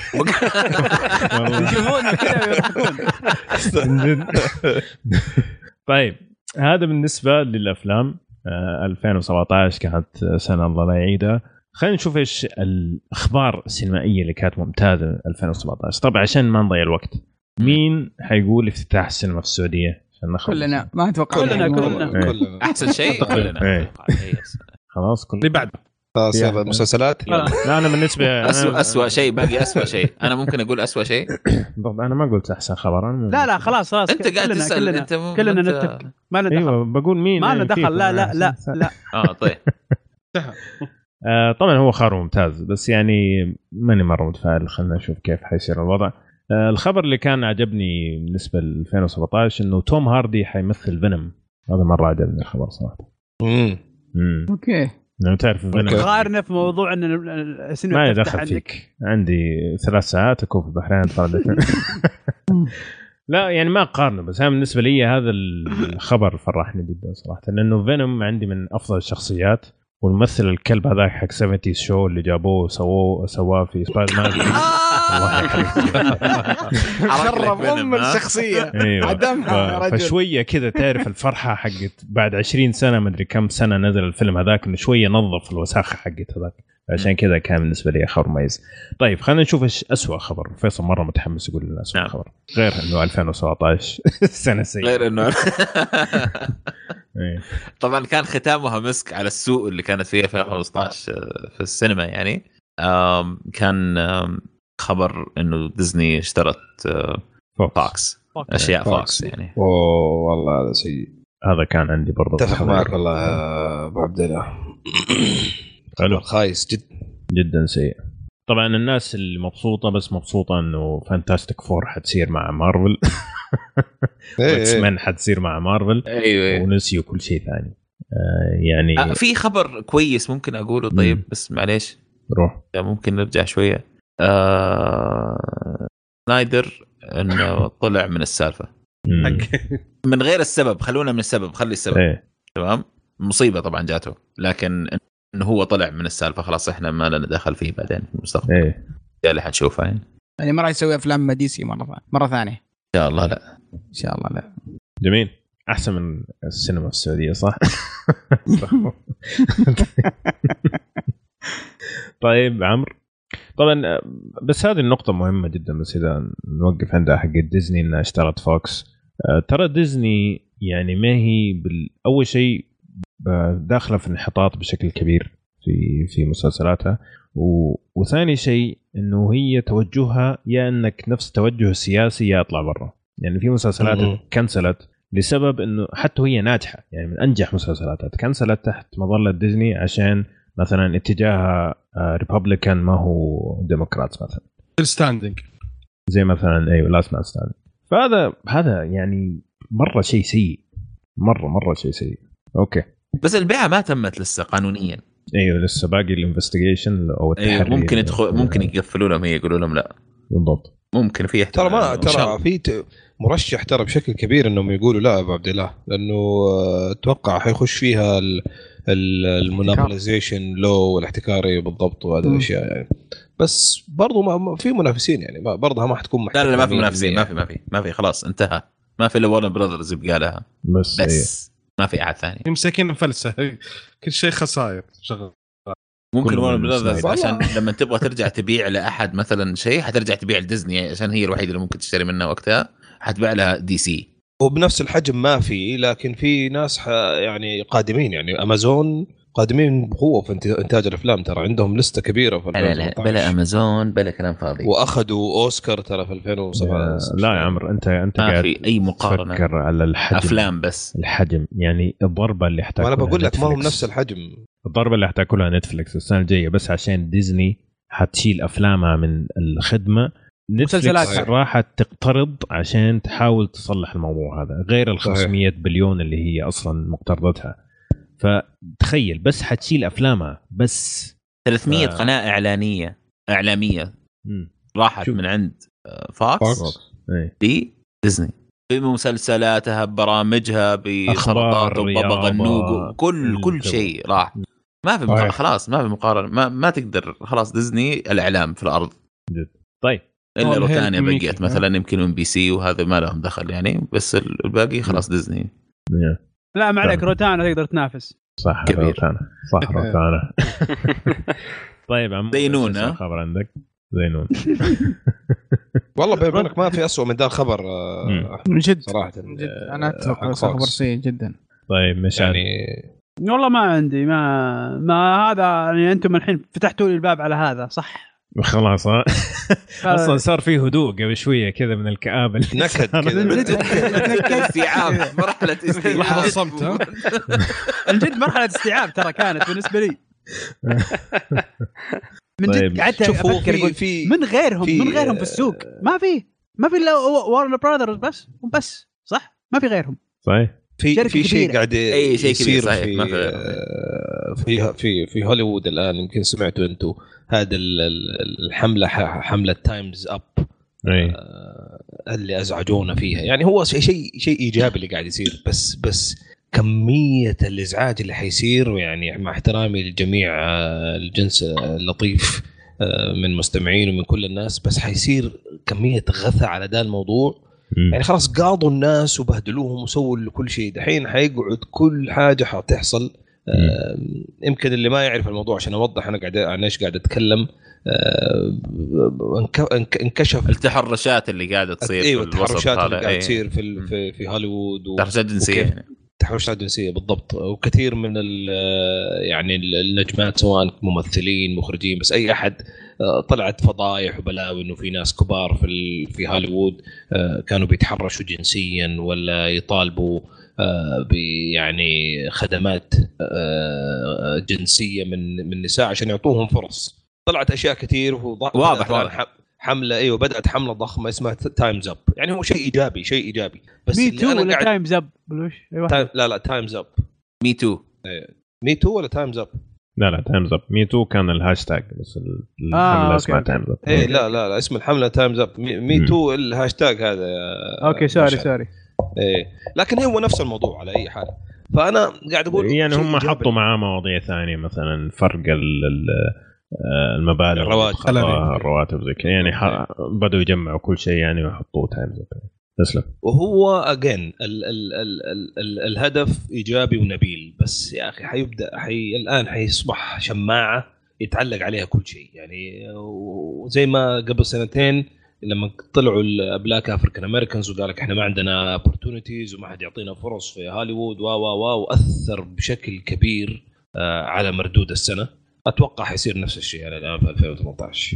طيب هذا بالنسبه للافلام. 2017 كانت سنه الله لا يعيدها. خلينا نشوف ايش الاخبار السينمائيه اللي كانت ممتازه 2017. طبعا عشان ما نضيع الوقت، مين حيقول افتتاح السينما في السعوديه؟ كلنا ما اتوقع كلنا احسن شيء كلنا. خلاص اللي بعد المسلسلات. لا انا بالنسبه أسوأ شيء باقي أسوأ شيء. انا ممكن اقول أسوأ شيء. طبعا انا ما قلت احسن خبر. أنا لا خلاص انت قاعد تسال. كلنا نتفق. ما ندخل. ايوه بقول مين ما ندخل. لا طيب. طبعا هو خبر ممتاز، بس يعني ماني مره متفائل. خلينا نشوف كيف حيصير الوضع. الخبر اللي كان عجبني بالنسبه ل 2017 انه توم هاردي حيمثل فينوم. هذا مره عجبني الخبر صراحه. اوكي. لأنه تعرف غارنا في موضوع ان السينما ما يدخل فيك. عندي 3 ساعات اكون في البحرين اتفرج. لا يعني ما قارنه، بس بالنسبه لي هذا الخبر فرحني جدا صراحه، لانه فينوم عندي من افضل الشخصيات. والممثل الكلب هذاك حق 70 شو اللي جابوه سواه في سبايدر مان. الله يحرقك. شرف الشخصيه عدمها رجل. فشويه كذا تعرف الفرحه حقت بعد 20 سنه ما ادري كم سنه نزل الفيلم هذاك، انه شويه نظف الوساخه حقت هذاك. عشان كذا كان بالنسبه لي خبر مميز. طيب خلينا نشوف ايش اسوأ خبر. فيصل مره متحمس يقول لنا اسوأ خبر، غير انه 2017 سنه سيئه. غير انه طبعا كان ختامها مسك على السوق اللي كانت فيها في 2015 في السينما. يعني كان خبر انه ديزني اشترت فوكس اشياء فوكس. يعني والله هذا سيء. هذا كان عندي برضه. اتفق معك والله ابو عبد الله. حلو. خايس جدا سيء. طبعا الناس اللي مبسوطه، بس مبسوطه انه فانتاستيك فور حتصير مع مارفل. اكس-مان حتصير مع مارفل. ايوه ونسيوا كل شيء ثاني. يعني في خبر كويس ممكن اقوله. طيب بس معليش روح ممكن نرجع شويه. سنايدر انه طلع من السالفه من غير السبب. خلونا من السبب، خلي السبب. تمام. مصيبه طبعا جاته، لكن انه هو طلع من السالفه خلاص. احنا ما لنا دخل فيه بعدين في المستقبل. اللي حنشوفها يعني ما راح يسوي افلام دي سي مره ثانيه ان شاء الله. لا ان شاء الله لا. جميل. احسن من السينما السعوديه صح. طيب عمرو، طبعا بس هذه النقطه مهمه جدا، بس اذا نوقف عندها حق ديزني انها اشترت فوكس. ترى ديزني يعني ما هي بالاول شيء داخله في انحطاط بشكل كبير في مسلسلاتها، وثاني شيء انه هي توجهها يا انك نفس التوجه السياسي يا اطلع برا. يعني في مسلسلات كنسلت لسبب انه حتى هي ناجحه، يعني من انجح مسلسلاتها كنسلت تحت مظله ديزني عشان مثلا اتجاهها ريبابليكان ما هو ديمقراط مثلا ستاندينج، زي مثلا ايوه لاست مان ستاندينج. فهذا يعني مره شيء سيء، مره شيء سيء. اوكي بس البيعه ما تمت لسه قانونيا. ايوه لسه باقي الانفستيجيشن او التحري. أيوة ممكن يدخل، ممكن يقفلوا لهم، هي يقولوا لهم لا. بالضبط. ممكن في ترى في مرشح ترى بشكل كبير انهم يقولوا لا ابو عبد الله، لانه اتوقع حيخش فيها المونوبوليزيشن لو والاحتكاري بالضبط وهذه الاشياء يعني. بس برضو ما في منافسين يعني، برضها ما حتكون لا لا ما في منافسين يعني. ما في خلاص انتهى. ما في الا وارنر براذرز يبقى لها بس ما في احد ثاني. مساكين فلسه كل شيء خسائر شغل. ممكن وارنر براذرز عشان لما تبغى ترجع تبيع لاحد مثلا شيء حترجع تبيع لديزني عشان هي الوحيده اللي ممكن تشتري منها وقتها، حتبيع لها دي سي. وبنفس الحجم ما في، لكن في ناس يعني قادمين، يعني امازون قادمين بقوه في انتاج الافلام. ترى عندهم لسته كبيره في بلا امازون بلا كلام فاضي. واخذوا اوسكار ترى في 2007. لا يا عمرو انت قاعد في اي مقارنه تفكر على الحجم. افلام بس الحجم يعني الضربه اللي حتاكلها. انا بقول لك ما هم نفس الحجم. الضربه اللي حتاكلها نتفليكس السنه الجايه بس عشان ديزني حتشيل افلامها من الخدمه. نتفليكس راح تقترض عشان تحاول تصلح الموضوع هذا، غير ال 500 بليون اللي هي اصلا مقترضتها. فتخيل بس حتشيل افلامها بس 300 قناه اعلاميه راحت من عند فوكس دي ديزني بمسلسلاتها ببرامجها بخبرات وبابا غنوج كل شيء راح. ما في خلاص ما في مقارنه. ما تقدر خلاص ديزني الاعلام في الارض جد. طيب الا لو ثانيه بقيت مثلا يمكن ام بي سي وهذا ما لهم دخل يعني بس الباقي خلاص ديزني. لا ما عليك روتانا تقدر تنافس صح روتانا صح روتانا. طيب عم زينون خبر عندك زينون والله بينك ما في أسوأ من ذا الخبر من جد صراحة أنا أتوقع خبر سيء جدا. طيب مش يعني والله ما عندي ما هذا يعني أنتم الحين فتحتوا لي الباب على هذا صح خلاص اصلا صار فيه هدوء قبل شويه كذا من الكآبه نكد كذا استيعاب مرحله استيعاب لحظه صمت من جد مرحله استيعاب ترى كانت بالنسبه لي من جد قعدت افكر من غيرهم في السوق ما في الا وارنر براذرز بس صح ما في غيرهم صحيح. في شيء قاعد يصير في هوليوود الان يمكن سمعتوا انتم هذا حمله تايمز اب اللي ازعجونا فيها. يعني هو شيء ايجابي اللي قاعد يصير بس كميه الازعاج اللي حيصير يعني مع احترامي للجميع الجنس اللطيف من مستمعين ومن كل الناس بس حيصير كميه غثى على ده الموضوع. يعني خلاص قاضوا الناس وبهدلوهم وسووا كل شيء. دحين حيقعد كل حاجه حتحصل. يمكن اللي ما يعرف الموضوع عشان اوضح انا قاعد اتكلم. انكشف التحرشات اللي قاعده تصير في التحرشات اللي قاعده تصير في هوليوود تحرشات جنسيه تحرشات جنسيه بالضبط. وكثير من يعني النجمات سواء ممثلين مخرجين بس اي احد طلعت فضايح وبلاوي انه في ناس كبار في هوليوود كانوا بيتحرشوا جنسيا ولا يطالبوا يعني خدمات جنسيه من النساء عشان يعطوهم فرص. طلعت اشياء كثير واضح حمله بدات حمله ضخمه اسمها تايمز اب. يعني هو شيء ايجابي بس مي تو ولا تايمز اب لا تايمز اب مي تو ولا تايمز اب لا تايمز اب مي تو كان الهاشتاج بس الحمله اسمها تايمز اب. لا اسم الحمله تايمز اب مي تو الهاشتاج هذا. اوكي سوري لكن هو نفس الموضوع على اي حال. فانا قاعد اقول يعني هم حطوا معاه مواضيع ثانيه مثلا فرق المبالغ الرواتب زي كذا يعني بدوا يجمعوا كل شيء يعني ويحطوه تايمز اب. تسلم. وهو اجين الهدف ايجابي ونبيل بس يا اخي حيبدا الان حيصبح شماعه يتعلق عليها كل شيء. يعني وزي ما قبل سنتين لما طلعوا البلاك افريكان امريكانز وقال لك احنا ما عندنا opportunities وما حد يعطينا فرص في هوليوود واثر بشكل كبير على مردود السنه. اتوقع حيصير نفس الشيء على الان في 2018.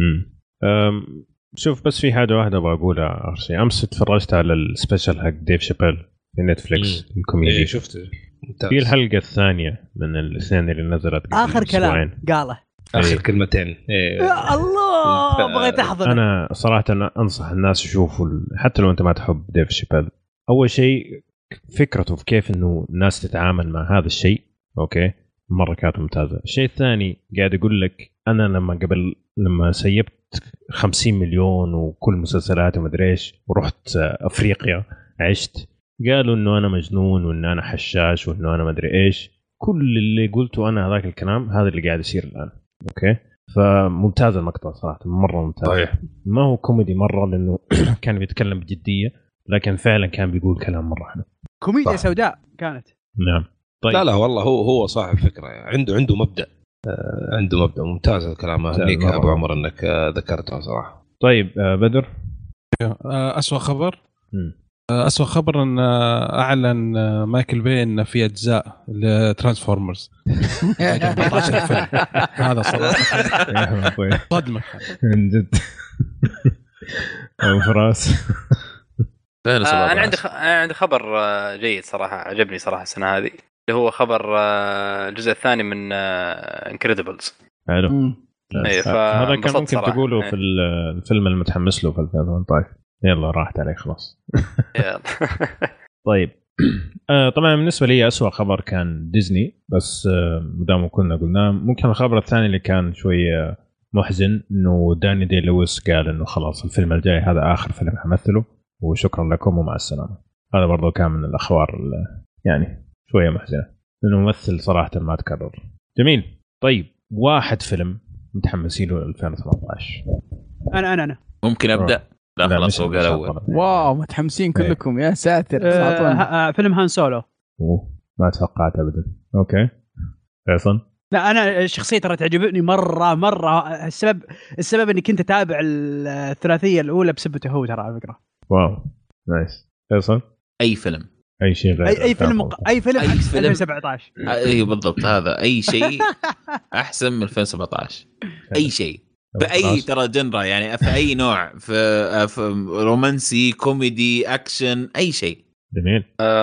شوف بس في حاجه واحده بقولها اخر شيء. امس تفرجت على السبيشال حق ديف شابيل في نتفليكس الكوميدي. شفته في الحلقه الثانيه من الاثنين اللي نزلت اخر كلام قاله اخر كلمتين يا الله بغيت احضر. انا صراحه انصح الناس يشوفوا حتى لو انت ما تحب ديف شابيل. اول شيء فكرته في كيف انه الناس تتعامل مع هذا الشيء اوكي مره كانت ممتازه. الشيء الثاني قاعد يقول لك انا لما سيبت 50 مليون وكل مسلسلات وما ادري ايش ورحت افريقيا عشت قالوا انه انا مجنون وان انا حشاش وانه انا ما ادري ايش. كل اللي قلته انا هذاك الكلام هذا اللي قاعد يصير الان اوكي. فممتاز المقطع صراحه مره ممتاز. طيب. ما هو كوميدي مره لانه كان بيتكلم بجديه لكن فعلا كان بيقول كلام مره حلو. كوميديا سوداء كانت. نعم. طيب. لا والله هو صاحب فكره عنده مبدأ. عنده مبدأ ممتاز الكلام هذيك ابو عمر انك ذكرته صراحه. طيب بدر أسوأ خبر أسوأ خبر ان اعلن مايكل بي ان في اجزاء لترانسفورمرز. هذا صراحه صدمه من جد. او فراس. انا عندي خبر جيد صراحه عجبني صراحه السنه هذه اللي هو خبر الجزء الثاني من انكريدبلز. حلو. هذا كان ممكن صراحة. تقوله في الفيلم المتحمس له في 2018. يلا راحت عليك خلاص. طيب طبعا بالنسبه لي أسوأ خبر كان ديزني بس مدام كنا قلنا ممكن الخبر الثاني اللي كان شويه محزن انه داني دي لويس قال انه خلاص الفيلم الجاي هذا اخر فيلم حمثله وشكرا لكم ومع السلامه. هذا برضو كان من الاخبار يعني شويه محزنه لانه ممثل صراحه ما تكرر. جميل. طيب واحد فيلم متحمسين له 2018. انا ممكن ابدا. لا خلاص هو قال اول. واو متحمسين كلكم يا ساتر. فيلم هان سولو. ما توقعت ابدا. اوكي فيصل. لا انا شخصيا ترى تعجبني مره السبب اني كنت اتابع الثلاثيه الاولى بسبته هو ترى على فكره. واو نايس. فيصل. اي فيلم اي شيء غير اي فيلم 2017. اي بالضبط هذا اي شيء احسن من 2017 اي شيء باي ترى جنرا يعني في اي نوع في رومانسي كوميدي اكشن اي شيء. جميل.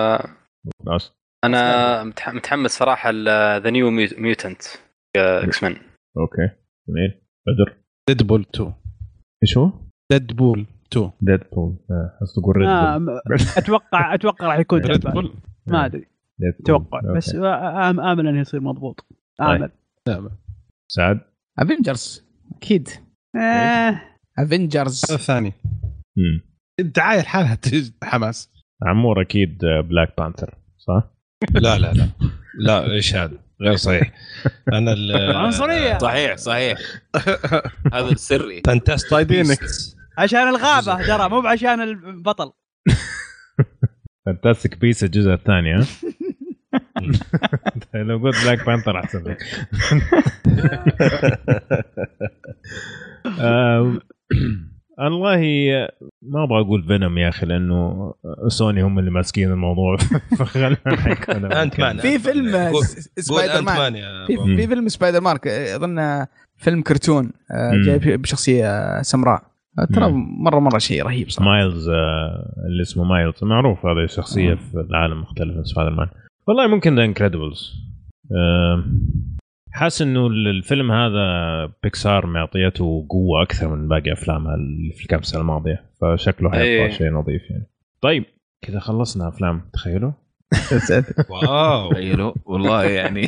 انا متحمس صراحه ذا نيو ميوتنت اكس مان. اوكي جميل. بدر. ديدبول 2. ايش هو؟ ديدبول 2. ديدبول قصدي تقول ريد اتوقع راح يكون ديدبول ما ادري اتوقع بس امل انه يصير مضبوط. امل. سعد. افنجرز اكيد. افنجرز الثاني. الدعايه لحالها حماس. عمور اكيد بلاك بانثر صح؟ لا ايش هذا غير صحيح. انا العنصريه. صحيح هذا السري. فانتاستيك عشان الغابه ترى مو عشان البطل. فانتاستيك بيس الجزء الثاني. ها لو قلت بلاك بانثر احسن لك. والله ما ابغى اقول فينوم يا اخي لانه سوني هم اللي ماسكين الموضوع. في فيلم سبايدر مان. في فيلم سبايدر مان اظن فيلم كرتون جاي بشخصيه سمراء ترى مره شيء رهيب صراحه. مايلز اللي اسمه مايلز معروف هذه الشخصيه في العالم مختلف من سبايدر مان. والله ممكن ذا انكريدبلز. حاسس انه الفيلم هذا بيكسار معطيته قوه اكثر من باقي افلامها اللي في الكام سنه الماضيه فشكله حيطلع شيء نظيف يعني. طيب كذا خلصنا افلام. تخيلوا واو تخيلوا والله يعني.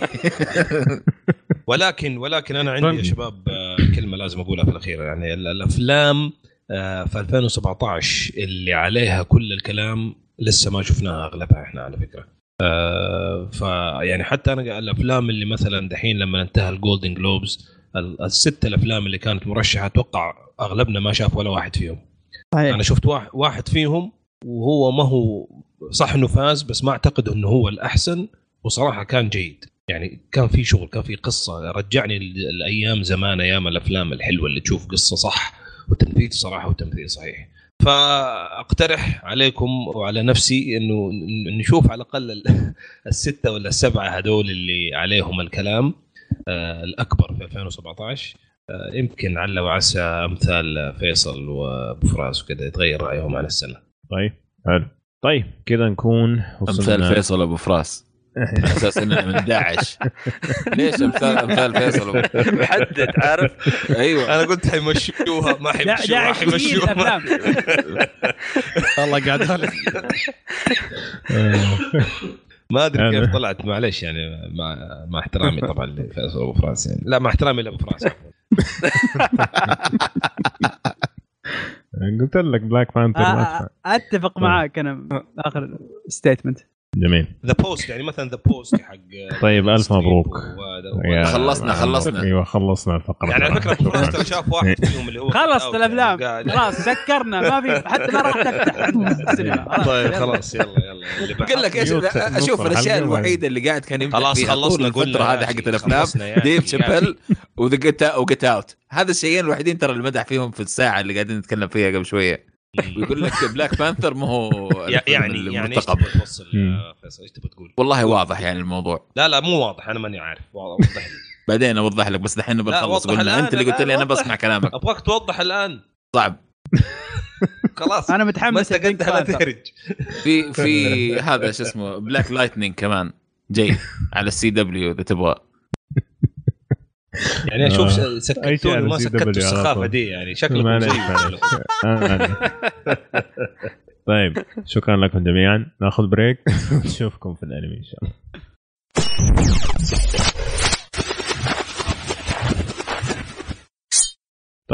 ولكن انا عندي يا شباب كلمه لازم اقولها في الاخير. يعني الافلام في 2017 اللي عليها كل الكلام لسه ما شفناها اغلبها احنا على فكره. فيعني حتى انا الافلام اللي مثلا دحين لما انتهى الجولدن جلوبز الست الافلام اللي كانت مرشحه اتوقع اغلبنا ما شاف ولا واحد فيهم. انا شفت واحد فيهم وهو ما هو صح انه فاز بس ما اعتقد انه هو الاحسن وصراحه كان جيد. يعني كان في شغل كان في قصه رجعني الايام زمان ايام الافلام الحلوه اللي تشوف قصه صح وتنفيذ صراحه وتمثيل صحيح. فاقترح عليكم وعلى نفسي انه نشوف على الاقل الستة ولا السبعة هذول اللي عليهم الكلام الاكبر في 2017. يمكن على وعسى امثال فيصل وبفراس وكذا يتغير رايهم على السنه. طيب حلو. طيب كذا نكون امثال فيصل ابو فراس على اساس انه من داعش. ليش امثال فيصل محدد عارف. ايوه انا قلت حيمشوها ما حيمشوها. والله قاعد ما ادري كيف طلعت معلش يعني مع احترامي طبعا لفيصل ابو فراس يعني لا مع احترامي لابو فراس. قلت لك بلاك بانثر. اتفق معك انا اخر ستيتمنت. جميل. ذا بوست يعني مثلا ذا بوست حق. طيب الف مبروك. خلصنا ايوه خلصنا الفقره. يعني على فكره بروفيسور شاف واحد فيهم اللي هو خلصت الافلام خلاص سكرنا ما في حتى ما راح تفتح السينما. طيب خلاص يلا قال لك ايش اشوف الاشياء الوحيده اللي قاعد كان يمدح فيها خلصنا الفتره هذه حقت الافلام ديف شابيل وذا اوت. هذا الشيئين الوحيدين ترى اللي مدح فيهم في الساعه اللي قاعدين نتكلم فيها قبل شويه. ويقول لك بلاك بانثر ما هو يعني ايش تبغى توصل فيصل ايش تبغى تقول؟ والله واضح يعني الموضوع. لا مو واضح انا ماني عارف. وضح لي بعدين اوضح لك بس دحين بنخلص. قلنا انت اللي قلت لي انا بسمع كلامك. ابغاك توضح الان. صعب خلاص انا متحمس. ما انت لا تهرج. في هذا شو اسمه بلاك لايتنينج كمان جاي على السي دبليو اذا تبغى. يعني اشوف سكتوني ما سكتوا السخافه دي يعني شكله طيب شكرا لكم جميعا. ناخذ بريك ونشوفكم في الانمي ان شاء الله.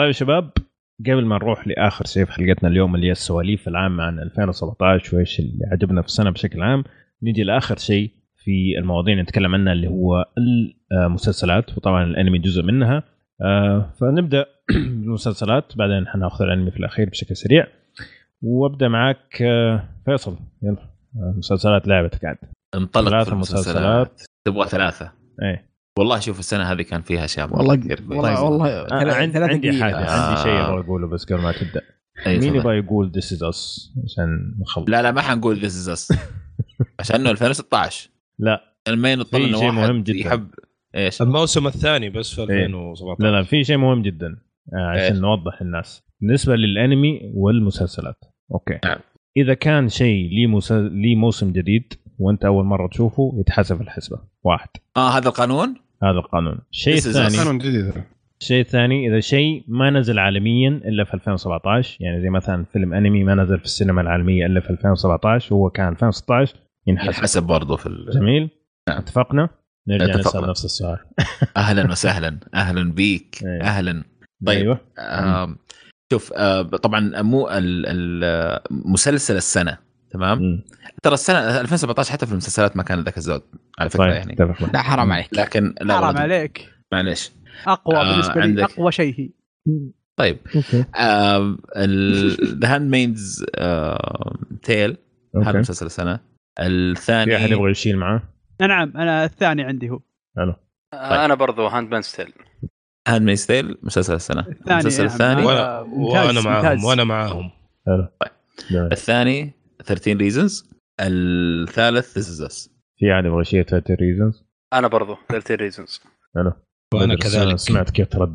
طيب يا شباب، قبل ما نروح لاخر شيء في حلقتنا اليوم اللي هي السواليف العامه عن 2017 وايش اللي عجبنا في السنه بشكل عام، نيجي لاخر شيء في المواضيع اللي نتكلم عنها اللي هو المسلسلات، وطبعا الانمي جزء منها. فنبدا بالمسلسلات، بعدين حناخذ الانمي في الاخير بشكل سريع. وابدا معك فيصل، يلا مسلسلات لعبتك قاعد انطلق 3 مسلسلات. تبغى 3؟ ايه والله شوف السنه هذه كان فيها شاب والله كثير. والله عندي حاجه عندي شيء ابغى اقوله بس قبل ما تبدا. مين يبغى يقول This is Us عشان نخلص؟ لا ما حنقول This is Us عشان انه 2016. لا المين الطلع انه شيء واحد مهم جدا يحب ايش الموسم الثاني بس في 2017. لا في شيء مهم جدا عشان نوضح للناس بالنسبه للانمي والمسلسلات. اوكي نعم. اذا كان شيء ليه موسم جديد وانت اول مره تشوفه يتحسب الحسبه واحد. هذا القانون. الشيء الثاني قانون جديد. الشيء الثاني اذا شيء ما نزل عالميا الا في 2017، يعني زي مثلا فيلم انمي ما نزل في السينما العالميه الا في 2017 وهو كان 2016 ينحسب برضه في جميل. نعم. اتفقنا. نرجع نسال نفس السؤال. اهلا وسهلا، اهلا بيك. اهلا. طيب أيوة. شوف طبعا مو مسلسل السنه تمام. ترى السنه 2017 حتى في المسلسلات ما كان ذاك الزود على فكره. طيب. يعني لا حرام عليك، لكن لا حرام عليك، معليش اقوى بالنسبه لي اقوى شيء هي. طيب ذا هاندميدز تيل هذا مسلسل السنه. الثاني في احد يبغى يشيل معاه؟ نعم انا الثاني عندي هو. حلو. انا برضو هاندميدز تيل مسلسل السنه. المسلسل الثاني وانا معاهم. حلو. الثاني 13 reasons. الثالث This is Us. في احد يبغى يشيل 13 reasons؟ انا برضو 13 reasons. حلو. وانا كذلك سمعت كيف ترد.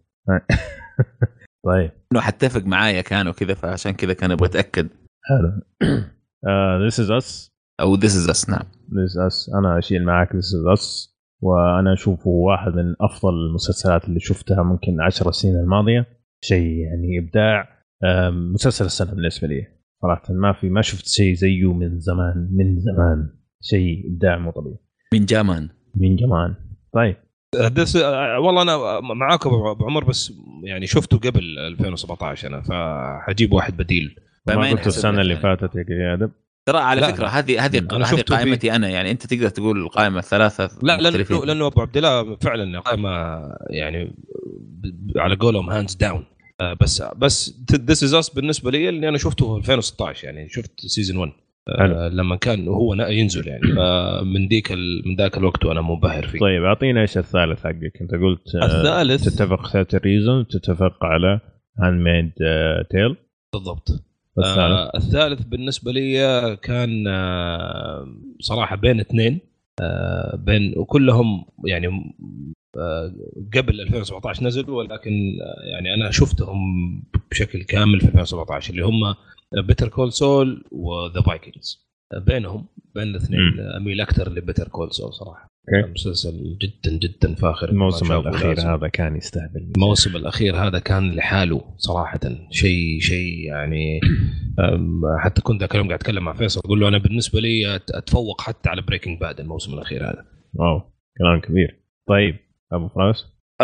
طيب انه حتفق معايا كانوا كذا، فعشان كذا كان ابغى اتاكد. حلو. This is Us او This is Us. نعم This is Us. انا اشيل معاك This is Us، وانا اشوفه واحد من افضل المسلسلات اللي شفتها ممكن 10 سنين الماضيه. شيء يعني ابداع. مسلسل السنه بالنسبه لي صراحه. ما شفت شيء زيه من زمان. شيء ابداع مو طبيعي من جمان. طيب والله انا معاكم ابو عمر، بس يعني شفته قبل 2017 انا، فحجيب واحد بديل. ما قلت السنه اللي فاتت يا ادب. ترى على فكره هذه قائمتي انا، يعني انت تقدر تقول القائمه الثلاثه. لا لانه ابو عبد الله فعلا قائمه يعني على قولهم هاندز داون. بس This is Us بالنسبه لي اللي انا شفته في 2016، يعني شفت سيزون 1 لما كان هو ينزل، يعني من ذاك الوقت وانا منبهر فيه. طيب اعطينا ايش الثالث حقك؟ انت قلت الثالث تتفق 30 reasons، تتفق على هاندميد تيل. بالضبط. الثالث بالنسبه لي كان صراحه بين اثنين، وكلهم يعني قبل 2017 نزلوا، ولكن يعني انا شفتهم بشكل كامل في 2017، اللي هم بيتر كول سول وذا فايكنجز. بين الاثنين اميل اكثر لبيتر كول سول صراحه. مسلسل جدا جدا فاخر. الموسم الاخير هذا كان يستهبل. الموسم الاخير هذا كان لحاله صراحه شيء يعني. حتى كنت ذاك اليوم قاعد اتكلم مع فيصل اقول له انا بالنسبه لي اتفوق حتى على بريكنج باد الموسم الاخير هذا. واو كلام كبير. طيب ابو فراس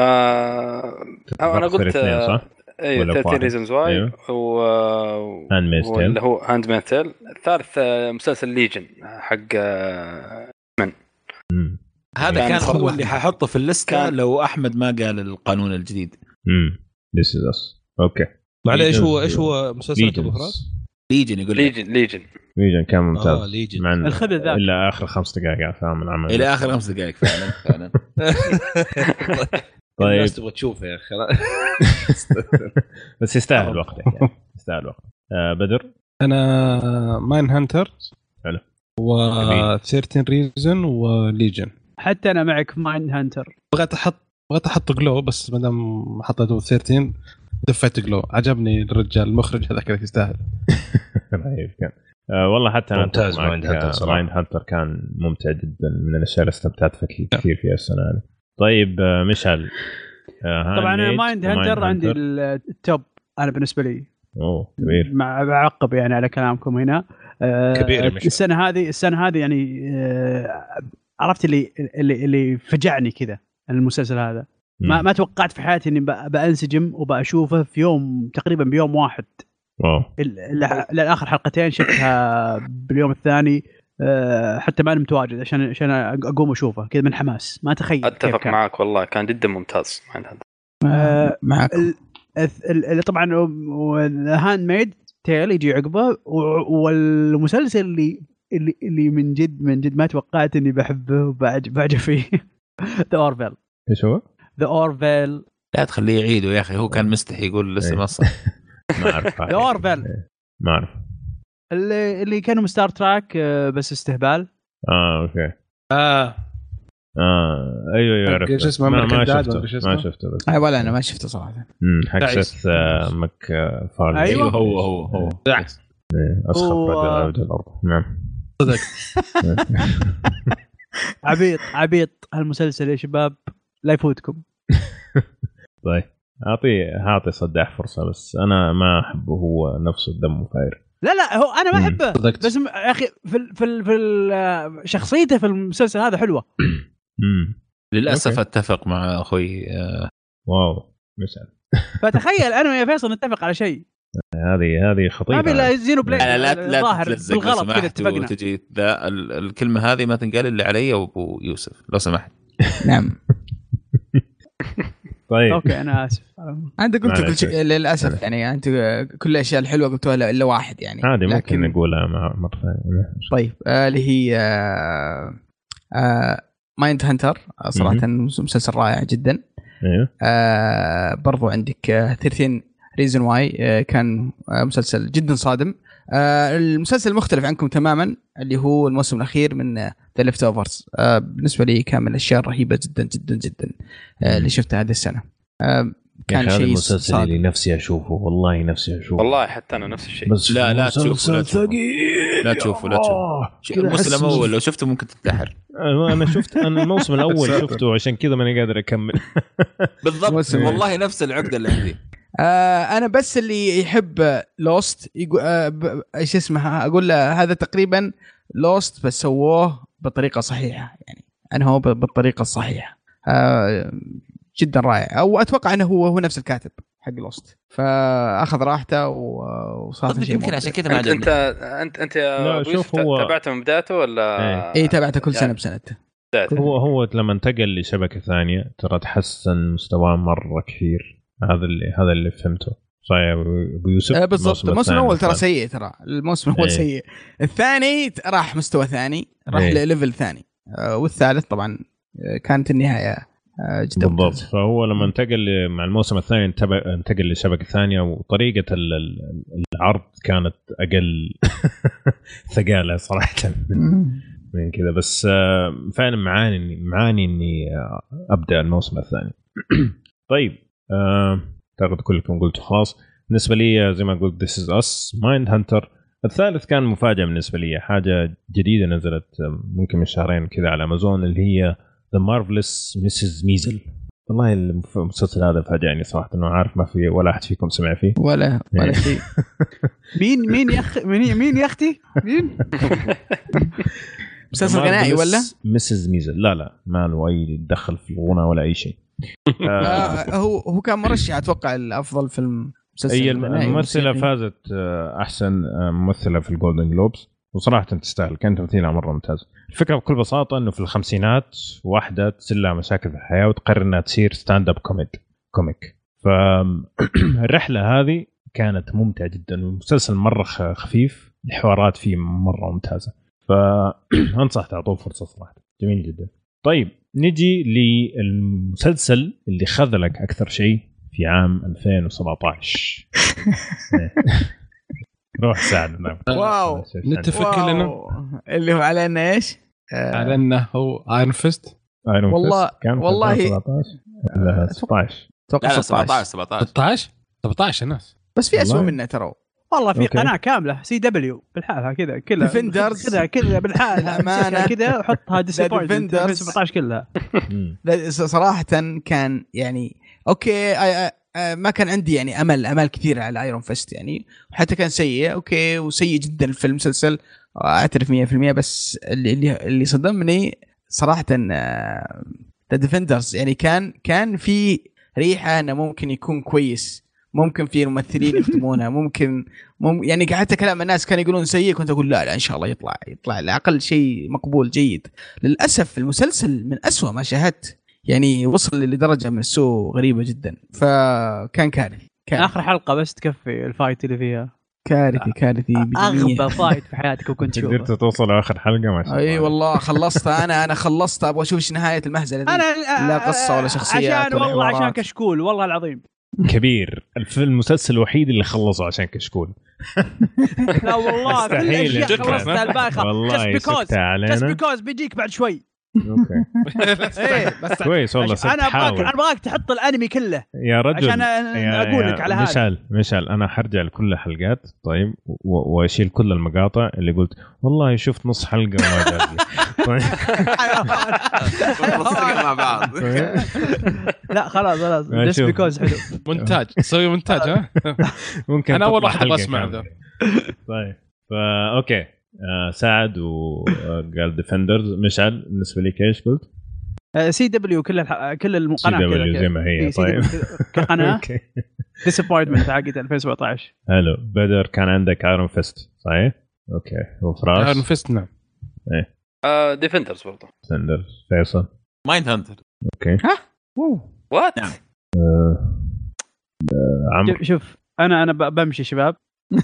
انا قلت ايوه 30 ريزونز واي واللي هو هاندميد تيل. الثالث مسلسل ليجن حق من هذا كان هو اللي ححطه في الليسته لو احمد ما قال القانون الجديد. This is Us. اوكي معليش ايش هو مسلسل ابو فراس؟ ليجن يقول ليجن كان ممتاز. الخبث ذاك الا اخر 5 دقائق فاهم من العمل. الى اخر 5 دقائق فعلا. طيب الناس تبغى تشوفه يا اخي. بس يستاهل وقتك يعني. يستاهل وقت. بدر انا ماين هانتر. حلو. و 13 ريزن وليجن. حتى انا معك ماين هانتر. بغيت احط جلو، بس ما دام حطيته 13 دفيت جلو. عجبني الرجال المخرج هذاك اللي يستاهل. رهيب كان. والله حتى انا ممتاز. ماين هانتر كان ممتع جدا، من الاشياء اللي استمتعت فيه كثير في السنه هذه. طيب مشعل. طبعا انا مايند هانتر عندي التوب انا بالنسبه لي. كبير. مع بعقب يعني على كلامكم هنا. كبير السنه هذه يعني عرفت اللي فجعني كذا المسلسل هذا. ما توقعت في حياتي اني بانسجم وبشوفه في يوم تقريبا بيوم واحد. واو. الاخر حلقتين شفتها باليوم الثاني، حتى ما انا متواجد عشان اقوم اشوفه كذا من حماس. ما تخيل. اتفق معك والله، كان جدا ممتاز. معك اللي طبعا هاند ميد تيل يجي عقبه، والمسلسل اللي من جد ما توقعت اني بحبه وبعجب فيه ذا اورفيل. ايش هو ذا اورفيل؟ لا تخليه يعيده يا اخي، هو كان مستحي يقول لسه ما صح. ما اعرف ذا اورفيل ما اعرف اللي كانوا ستار تراك بس استهبال. اوكي. ايوه يعرف. ايش اسمه؟ ما شفته بس ولا انا ما شفته صراحه. حق سيث مك فارغ. ايوه هو اسخف بعد الارض. نعم صدق. عبيط هالمسلسل يا شباب، لا يفوتكم. طيب اعطي صداح فرصه، بس انا ما احبه، هو نفسه دمه فاير. لا هو انا ما احبه، بس يا اخي في شخصيته في المسلسل هذا حلوه. للاسف اتفق مع اخوي. واو مثلا. فتخيل انا ويا فيصل نتفق على شيء. هذه خطيره. ما بلا زينو بلاي. لا بالغلط كذا اتفقنا. تجي ذا الكلمه هذه ما تنقال الا علي وابو يوسف لو سمحت. نعم. طيب اوكي انا اسف. انت قلت كل شيء للاسف، يعني انت كل الاشياء الحلوه قلتوها الا واحد يعني. عادي ممكن نقولها مره ثانيه. طيب اللي هي مايند هانتر صراحه مسلسل رائع جدا. ايوه. برضو عندك 13 ريزن واي، كان مسلسل جدا صادم. المسلسل مختلف عنكم تماما، اللي هو الموسم الاخير من ذا ليفت اوفرز. بالنسبه لي كان من الاشياء الرهيبه جدا جدا جدا اللي شفتها هذه السنه. كان شيء المسلسل اللي نفسي اشوفه، والله نفسي اشوفه. والله حتى انا نفس الشيء. لا تشوفه لا تشوفه الموسم الاول لو شفته ممكن تنتحر. انا شفت الموسم الاول شفته، عشان كذا ماني قادر اكمل. بالضبط والله نفس العقده اللي عندي. انا بس اللي يحب لوست يقول ايش اسمها، اقول له هذا تقريبا لوست بس سووه بطريقه صحيحه، يعني انا هو بالطريقه الصحيحه. جدا رائع، او اتوقع انه هو نفس الكاتب حق لوست، فاخذ راحته وصار شيء يمكن عشان كذا ما عجبني. انت يا شوف تابعته من بدايته ولا اي تابعته كل سنه بسنته. هو لما انتقل لشبكه ثانيه ترى تحسن مستواه مره كثير. هذا اللي فهمته صحيح ابو يوسف. بالضبط. الموسم الاول ترى سيء، ترى الموسم الاول سيء، الثاني راح مستوى ثاني، راح لليفل ثاني، والثالث طبعا كانت النهايه جدا بالضبط. فهو لما انتقل مع الموسم الثاني انتقل لشبكه ثانيه، وطريقه العرض كانت اقل ثقاله صراحه من كذا. بس فعلا معاني اني ابدا الموسم الثاني. طيب اعتقد كلكم قلتوا خلاص. بالنسبه لي زي ما قلت This is Us، Mind Hunter. الثالث كان مفاجاه بالنسبه لي، حاجه جديده نزلت ممكن من شهرين كذا على امازون، اللي هي The Marvelous Mrs. Maisel. والله المسلسل هذا فاجأني صراحه، انه عارف ما في ولا احد فيكم سمع فيه ولا شيء. مين يا اختي مين؟ مسلسل غنائي ولا Mrs. Maisel؟ لا ما له اي دخل في الغناء ولا اي شيء. هو كان مرشح اتوقع الافضل فيلم مسلسل. هي الممثله فازت احسن ممثله في الجولدن جلوبز، وصراحه تستاهل، كان تمثيلها مره ممتاز. الفكره بكل بساطه انه في الخمسينات واحده تصير لها مشاكل في الحياه وتقرر انها تصير ستاند اب كوميك. فالرحله هذه كانت ممتعه جدا، والمسلسل مره خفيف، الحوارات فيه مره ممتازه، فانصح تعطوه فرصه صراحه، جميل جدا. طيب نجي للمسلسل اللي خذلك اكثر شيء في عام 2017. روح ساعدنا. واو نتفق كلنا اللي هو علينا ايش؟ علينا هو ايرون فيست. والله 16 17 الناس، بس في اسوء منه ترى والله. في قناه كامله CW بالحالها كذا كلها ديفندرز كذا بالحالها كذا حطها ديسابوينت 17 كلها. صراحه كان يعني اوكي ما كان عندي يعني امل كثير على ايرون فيست يعني، وحتى كان سيء اوكي وسيء جدا في المسلسل اعترف 100%. بس اللي صدمني صراحه ذا ديفندرز يعني كان في ريحه انه ممكن يكون كويس، ممكن في الممثلين يخدمونه، ممكن يعني حتى كلام الناس كانوا يقولون سيء، كنت اقول لا ان شاء الله يطلع على الاقل شيء مقبول جيد. للاسف المسلسل من أسوأ ما شاهدت، يعني وصل لدرجه من السوء غريبه جدا، فكان كارثي. اخر حلقه بس تكفي الفايت اللي فيها كارثي اغبى فايت في حياتك وكنت تشوفه. قدرت توصل اخر حلقه ما شاء الله. اي والله خلصتها. انا خلصت، ابغى اشوف ايش نهايه المهزله دي. لا قصه ولا شخصيات عشان كشكول والله العظيم كبير. المسلسل الوحيد اللي خلصه عشان كشكول. لا والله مستحيل خلصتها الباخره والله just because بيجيك بعد شوي. اوكي بس كويس والله. انا ابغاك تحط الانمي كله يا رجل عشان اقول لك على هذا. مشعل انا حرجع لكل الحلقات طيب واشيل كل المقاطع اللي قلت والله شفت نص حلقه وما جابني. مع بعض. لا خلاص just because حلو. مونتاج سوي مونتاج. ها ممكن انا اول واحد بسمع ذا. طيب اوكي سعد وقال ديفندرز. مشعل بالنسبه لي ايش قلت؟ سي دبليو كل القناه كذا زي ما هي. طيب كقناه ديسابوينتمنت حقت 2017. حلو. بدر كان عندك ايرون فيست صحيح؟ اوكي. وفراس ايرون فيست نعم. ايه ديفندرز برضه. ديفندرز. فيصل مايند هانتر. اوكي. ها وات نعم. شوف انا بمشي شباب.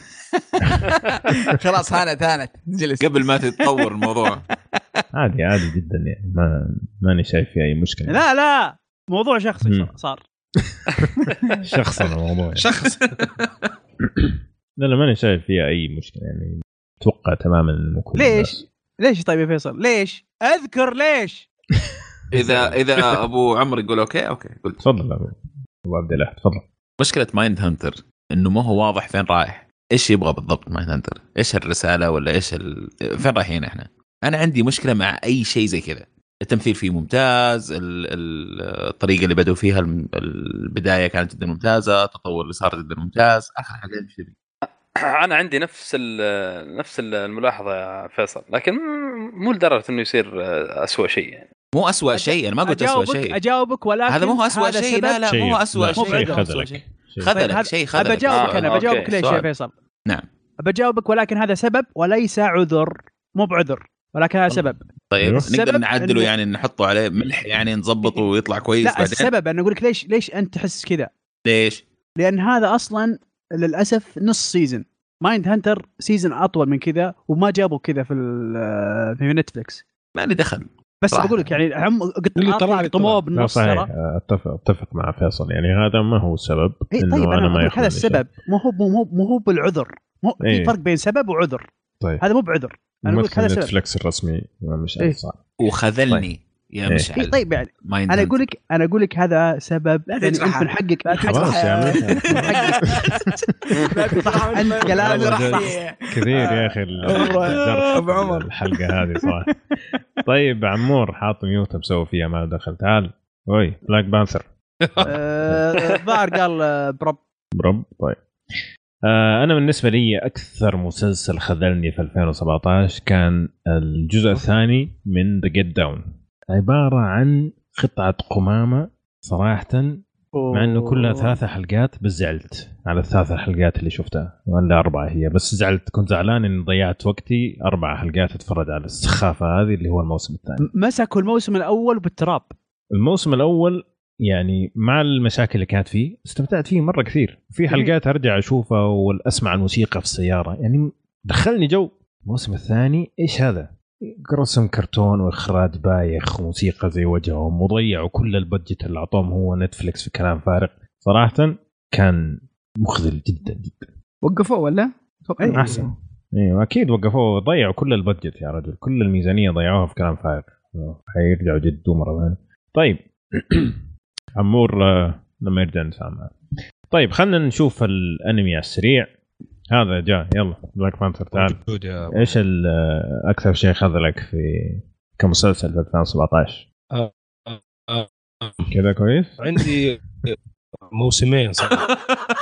خلاص هانت جلس قبل ما تتطور الموضوع. عادي جدا يعني ماني شايف فيه اي مشكله. لا موضوع شخصي صار. شخصا الموضوع شخص. لا ماني شايف فيه اي مشكله يعني. اتوقع تماما ليش طيب يا فيصل ليش اذكر ليش؟ اذا ابو عمر يقول اوكي قلت تفضل ابو عبد الله تفضل. مشكله مايند هانتر انه ما هو واضح فين رايح، ايش يبغى بالضبط مايند هانتر، ايش الرساله ولا ايش فين رايحين احنا. انا عندي مشكله مع اي شيء زي كذا. التمثيل فيه ممتاز، الطريقه اللي بدأوا فيها البدايه كانت جدا ممتازه، التطور اللي صار جدا ممتاز. اخر حاجه انا عندي نفس الملاحظه يا فيصل، لكن مو لدرجه انه يصير اسوأ شيء يعني. مو أسوأ شيء، انا ما قلت أسوأ شيء. اجاوبك ولكن هذا مو أسوأ شيء. لا مو أسوأ شيء. خذلك شيء. بجاوبك ليش يا فيصل؟ نعم بجاوبك، ولكن هذا سبب وليس عذر. مو بعذر ولكن هذا سبب. طيب نقدر نعدله يعني نحطه عليه ملح يعني نظبطه ويطلع كويس لا بعدين. السبب انا اقول لك ليش انت تحس كذا. ليش؟ لان هذا اصلا للاسف نص سيزن. مايند هانتر سيزن اطول من كذا وما جابوا كذا في نتفليكس. ما لي دخل بس بقول لك يعني طموه بالنص. اتفق مع فيصل يعني هذا ما هو السبب. طيب انا ما هذا السبب مو هو بالعذر. في فرق بين سبب وعذر. طيب. هذا مو بعذر. انا اقول لك هذا نتفلكس الرسمي مش صح وخذلني يا مشعل. طيب يعني انا اقول لك هذا سبب يعني انت من حقك خلاص يا انت كلام كثير يا اخي ابو عمر الحلقه هذه صح. طيب عمور حاط ميوت مسوي فيها ما دخل. تعال وي بلاك بانثر. ظهر قال برب. طيب أنا بالنسبة لي أكثر مسلسل خذلني في 2017 كان الجزء الثاني من The Get Down. عبارة عن قطعة قمامة صراحة، مع أنه كلها 3 حلقات بس زعلت على 3 حلقات اللي شفتها، ولا 4 هي بس زعلت. كنت زعلان إن ضيعت وقتي 4 حلقات أتفرج على السخافة هذه اللي هو الموسم الثاني. مسكوا الموسم الأول بالتراب. الموسم الأول يعني مع المشاكل اللي كانت فيه استمتعت فيه مرة كثير. في حلقات أرجع أشوفها والأسمع الموسيقى في السيارة يعني دخلني جو. الموسم الثاني إيش هذا؟ رسم كرتون وإخراج بايخ وموسيقى زي وجههم، وضيعوا كل البادجت اللي أعطوهم هو نتفليكس في كلام فارغ. صراحة كان مخذل جدا جدا. وقفوه ولا؟ أحسن. أيوة أكيد وقفوه. ضيعوا كل البادجت يا رجل، كل الميزانية ضيعوها في كلام فارغ. حيرجعوا جدوا مرة ثانية. طيب عمور لما يرجع نسمع. طيب خلنا نشوف الانمي على السريع. هذا جاء يلا بلاك بانثر. تعال ايش اكثر شيء خذلك في كمسلسل في 2017؟ كذا كويس. عندي موسمين صراحه.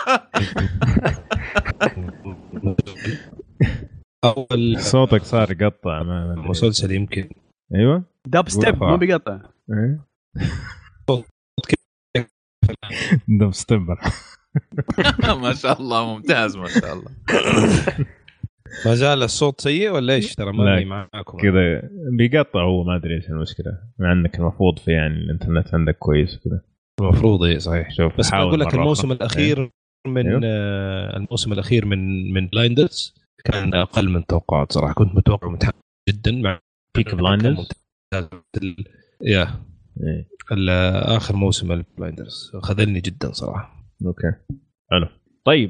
اول صوتك صار يقطع. مسلسل يمكن ايوه داب ستيب ما بيقطع. ده مستمر. ما شاء الله ممتاز ما شاء الله. ما زال الصوت سيء ولا ايش؟ ترى ماني معاكم كذا بيقطع هو، ما ادري ايش المشكله، مع انك المفروض في يعني الانترنت عندك كويس كذا المفروض. ايه صحيح. شوف بس اقول لك الموسم الاخير من الموسم الاخير من بلايندرز كان اقل من توقعات صراحه. كنت متوقع متحمس جدا مع بيك بلايندرز. يا اخر موسم البلايندرز خذلني جدا صراحه. اوكي حلو. طيب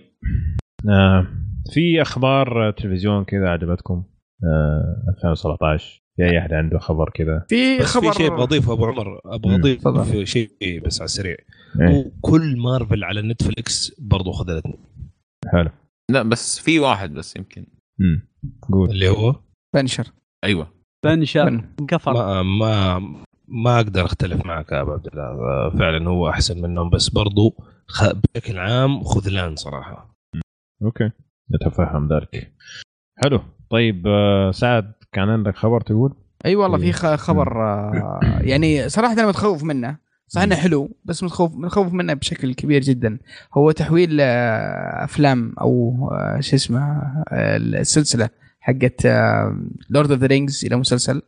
في اخبار تلفزيون كذا عجبتكم 2017؟ في اي احد عنده خبر كذا؟ في خبر في شيء بضيفه ابو عمر، ابغى اضيف في شيء بس على السريع. وكل مارفل على نتفليكس برضو خذلتني. حلو. لا بس في واحد بس يمكن قول. اللي هو بنشر. ايوه بنشر كفر. ما اقدر اختلف معك يا ابو عبد الله، فعلا هو احسن منهم، بس برضو بشكل عام خذلان صراحه. اوكي نتفهم ذلك. حلو. طيب سعد كان عندك خبر تقول؟ اي والله في خبر يعني صراحه انا متخوف منه. صح انه حلو بس متخوف منه بشكل كبير جدا. هو تحويل افلام او شو اسمه السلسله حقت لورد اوف ذا رينجز الى مسلسل.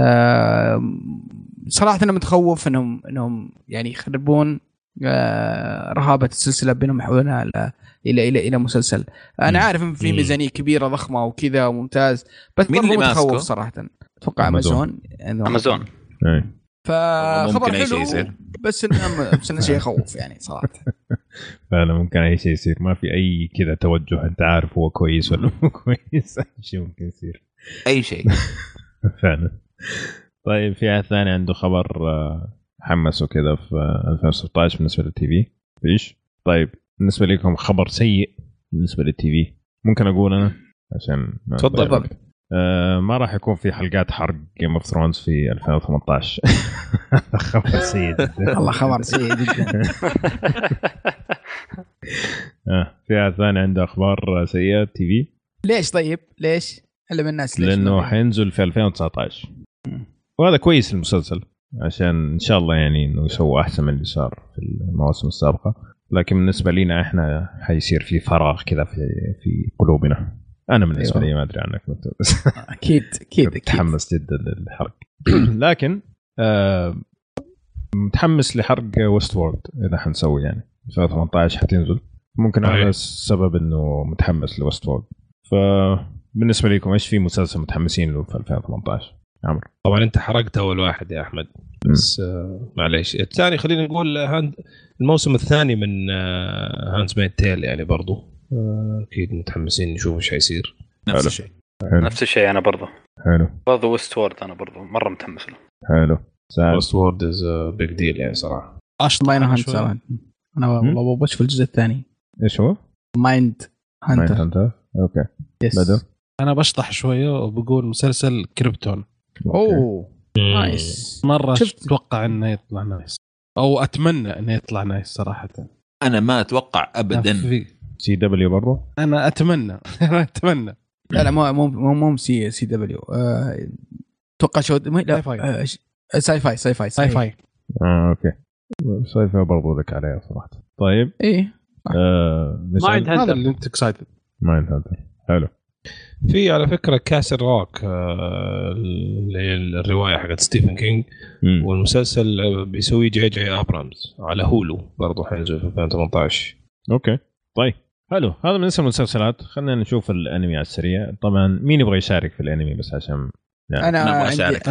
صراحه انا متخوف انهم يعني يخربون رهابه السلسله بينهم يحولونها الى مسلسل. انا عارف ان في ميزانيه كبيره ضخمه وكذا وممتاز، بس مين اللي متخوف صراحه. اتوقع امازون. فخبر حلو بس انه شيء يخوف يعني صراحه. فعلا ممكن اي شيء يصير، ما في اي كذا توجه انت عارف هو كويس ولا مو كويس. اي شيء ممكن يصير، اي شيء فعلا. طيب في واحد ثاني عنده خبر حمسه كذا في 2016 بالنسبه للتي في؟ فيش؟ طيب بالنسبه لكم خبر سيء بالنسبه للتي في ممكن اقول انا عشان تفضل. ما راح يكون في حلقات حرق جيم اوف ثرونز في 2018. خبر سيء جدا. الله خبر سيء جدا. في واحد ثاني عنده اخبار سيئه تي في. ليش طيب ليش علم الناس ليش؟ لانه حينزل في 2019 وهذا كويس المسلسل عشان ان شاء الله يعني انه يسوي احسن من اللي صار في المواسم السابقه. لكن بالنسبه لنا احنا حيصير في فراغ كذا في قلوبنا. انا بالنسبه لي ما ادري عنك بس اكيد متحمس جدا للحرق. لكن متحمس لحرق ويست وورد اذا حنسوي يعني 2018 حتنزل. ممكن هذا السبب انه متحمس لويست وورد. فبالنسبه لكم ايش في مسلسل متحمسين له في 2018 عمرو؟ طبعا انت حرقت اول واحد يا احمد بس معليش. الثاني خلينا نقول الموسم الثاني من هانز ميد تيل يعني برضو اكيد متحمسين نشوف ايش حيصير. نفس الشيء انا حلو برضو ويست وورد انا برضو مره متحمس له. حلو. ويست وورد از بيج ديل يعني صراحه. مايند هانتر انا والله بشوف الجزء الثاني. ايش هو؟ مايند هانتر. اوكي بدر. انا بشطح شويه وبقول مسلسل كريبتون. اوه نايس. مره اتوقع انه يطلع نايس او اتمنى انه يطلع نايس صراحه. انا ما اتوقع ابدا. سي دبليو برضو انا اتمنى. اتمنى. لا مو سي دبليو. اتوقع شو ساي فاي. اوكي ساي فاي برضو لك عليها صراحه. طيب ايه مايند هانتر اللي انت اكسايتد. مايند هانتر حلو. في على فكره كاسل روك الروايه حقت ستيفن كينج والمسلسل بيسوي جي ابرامز على هولو برضو حينزل في 2018. اوكي طيب حلو. هذا بالنسبه للمسلسلات. خلينا نشوف الانمي على السريع. طبعا مين يبغى يشارك في الانمي بس عشان يعني انا بشارك.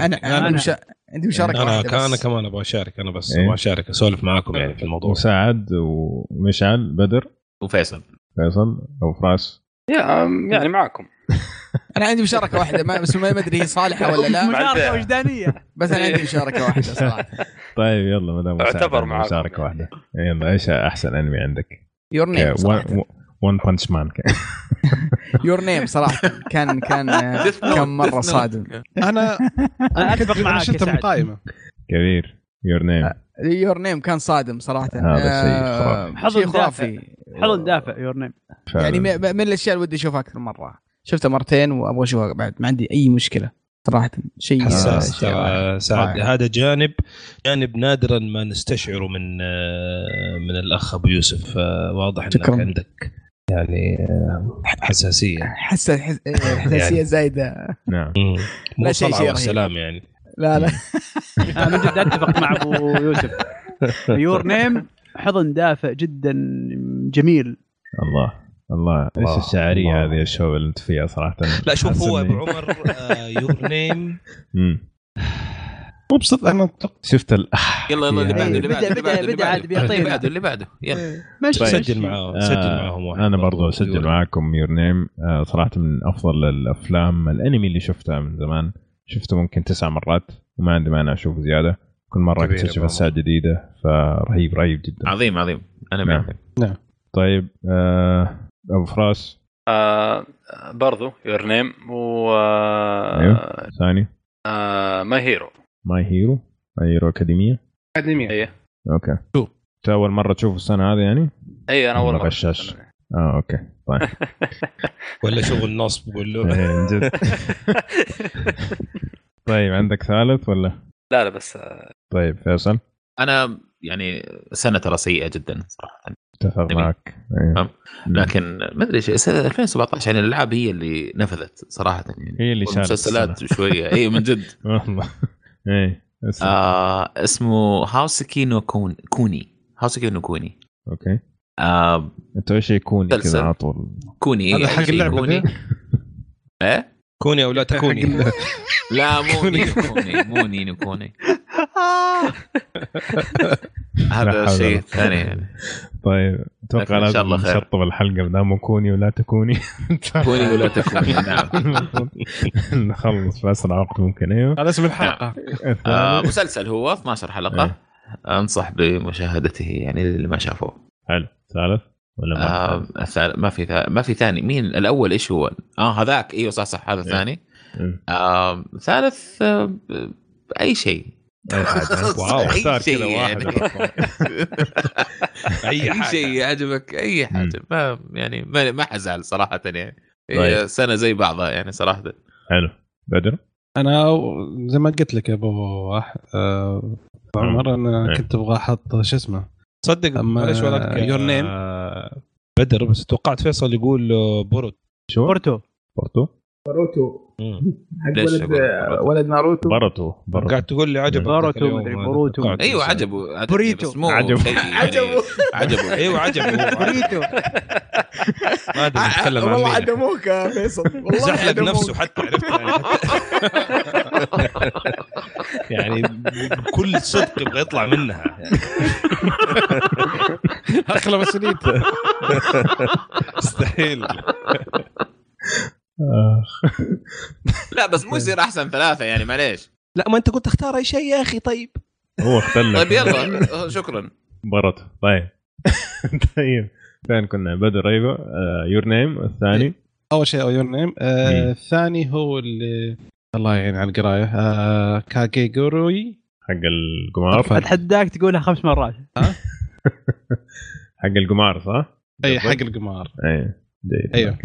عندي مشاركه واحده. انا كمان ابغى اشارك. انا بس ابغى اشارك اسولف معاكم يعني في الموضوع. وسعد ومشعل بدر وفيصل او فراس يعني معاكم. انا عندي مشاركه واحده بس ما ادري هي صالحه ولا لا. مشاركه وجدانيه بس انا عندي مشاركه واحده صراحه. طيب يلا ما دام اعتبر معاكم مشاركه واحده. يلا ايش احسن انمي عندك؟ يور نيم وان بانش مان. يور نيم صراحه كان مره صادم. انا اتفق معك. شفت القائمه كبير. يور نيم كان صادم صراحه. هذا شيء خرافي. حضن دافع يور نيم يعني من الاشياء اللي ودي اشوفها اكثر مره. شفتها مرتين وابغى اشوفها بعد. ما عندي اي مشكله صراحه شيء حساس. سعد هذا جانب نادرا ما نستشعره من الاخ ابو يوسف. واضح انك عندك يعني حساسيه حساسيه زايده. نعم مو صلاه والسلام يعني. لا انا من جد اتفق مع ابو يوسف. يور نيم حضن دافئ جدا جميل. الله ايش الشعريه هذه الشو اللي انت فيها صراحه. لا شوف هو ابو عمر يور نيم مبسط. انا يلا شفت اللي بعده يلا سجل معاهم واحد. انا برضو اسجل معاكم يور نيم. صراحه من افضل الافلام الانمي اللي شفتها من زمان. شفته ممكن 9 مرات وما عندي مانع اشوف زياده. كل مره اكتشف اشياء جديده فرهيب جدا. عظيم انا نعم. طيب ابو فراس برضو يور نيم و ايوه ثاني ماي هيرو اكاديميه ايه اوكي. اول مره تشوف السنه هذه يعني؟ اي انا اول مره غشاش. اوكي طيب. ولا شغل نصب ولا جد. طيب عندك ثالث ولا لا بس طيب فيصل. انا يعني سنه ترى سيئه جدا صراحه. اتفق معك. لكن ما ادري ايش 2017 يعني الالعاب هي اللي نفذت صراحه يعني. هي اللي المسلسلات شويه اي من جد والله. ايه اسمه هاوسكي نو كوني. اوكي. انت ايش يكوني كذا على طول؟ كوني هذا حق اللعبه كوني. ايه كوني او لا تكوني. لا مو نينو كوني. هذا شيء ثاني يعني. طيب اتوقع لازم نشطب الحلقه بدام كوني ولا تكوني. كوني ولا تكوني. نعم نخلص في اسرع وقت ممكن. ايوه هذا اسم الحلقه. مسلسل هو 12 حلقه. انصح بمشاهدته يعني اللي ما شافوه. حلو. ثالث ولا ما في ثاني. مين الاول ايش هو؟ هذاك ايوه صح هذا الثاني. ثالث اي شيء. واو اختار كذا واحد. اي شيء يعجبك اي حاجه. ما يعني ما حزعل صراحه يعني. سنه زي بعضها يعني صراحه. حلو. بدر. انا زي ما قلت لك يا ابو عمر انا كنت ابغى احط شو اسمه صدق معلش وراك يور نيم بدر. بس توقعت فيصل يقول بورتو. ولد ناروتو. بارتو. قاعد تقول لي عجب بوروتو مدري بوروتو. ايوه عجبه بريتو. عجبه ايوه عجبه بريتو. ما ادري اتكلم عن والله عدموك يا فيصل. والله زحلق نفسه حتى عرفت يعني بكل صدق يبغى يطلع منها يعني. اخلى مسؤوليته. مستحيل. لا بس مو يصير احسن 3 يعني معليش. لا ما انت قلت تختار اي شيء يا اخي. طيب هو اختار. طيب يلا شكرا. برت. طيب فين كنا؟ بدر. ايوه يور نيم الثاني. اول شيء يور نيم. الثاني هو اللي الله يعين على القرايه. كاغيغوروي حق القمار. اتحداك تقولها 5 مرات. حق القمار صح؟ اي حق القمار. ايوه.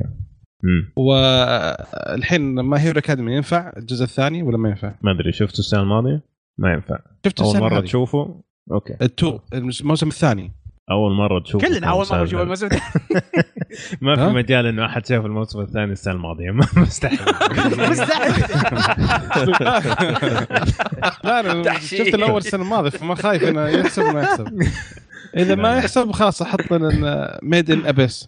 والحين ما هيرو اكاديمي ينفع الجزء الثاني ولا ما ينفع؟ ما ادري. شفته السنه الماضيه ما ينفع. شفته اول مره تشوفه. اوكي. الموسم الثاني اول مره تشوفه. كلنا اول مره نشوف الموسم ما في مجال انه احد شاف الموسم الثاني السنه الماضيه. مستحيل. لا انا شفت الاول السنه الماضيه فما خايف انه يحسب ما يحسب. اذا ما يحسب خلاص احط لنا ميد ان ابيس.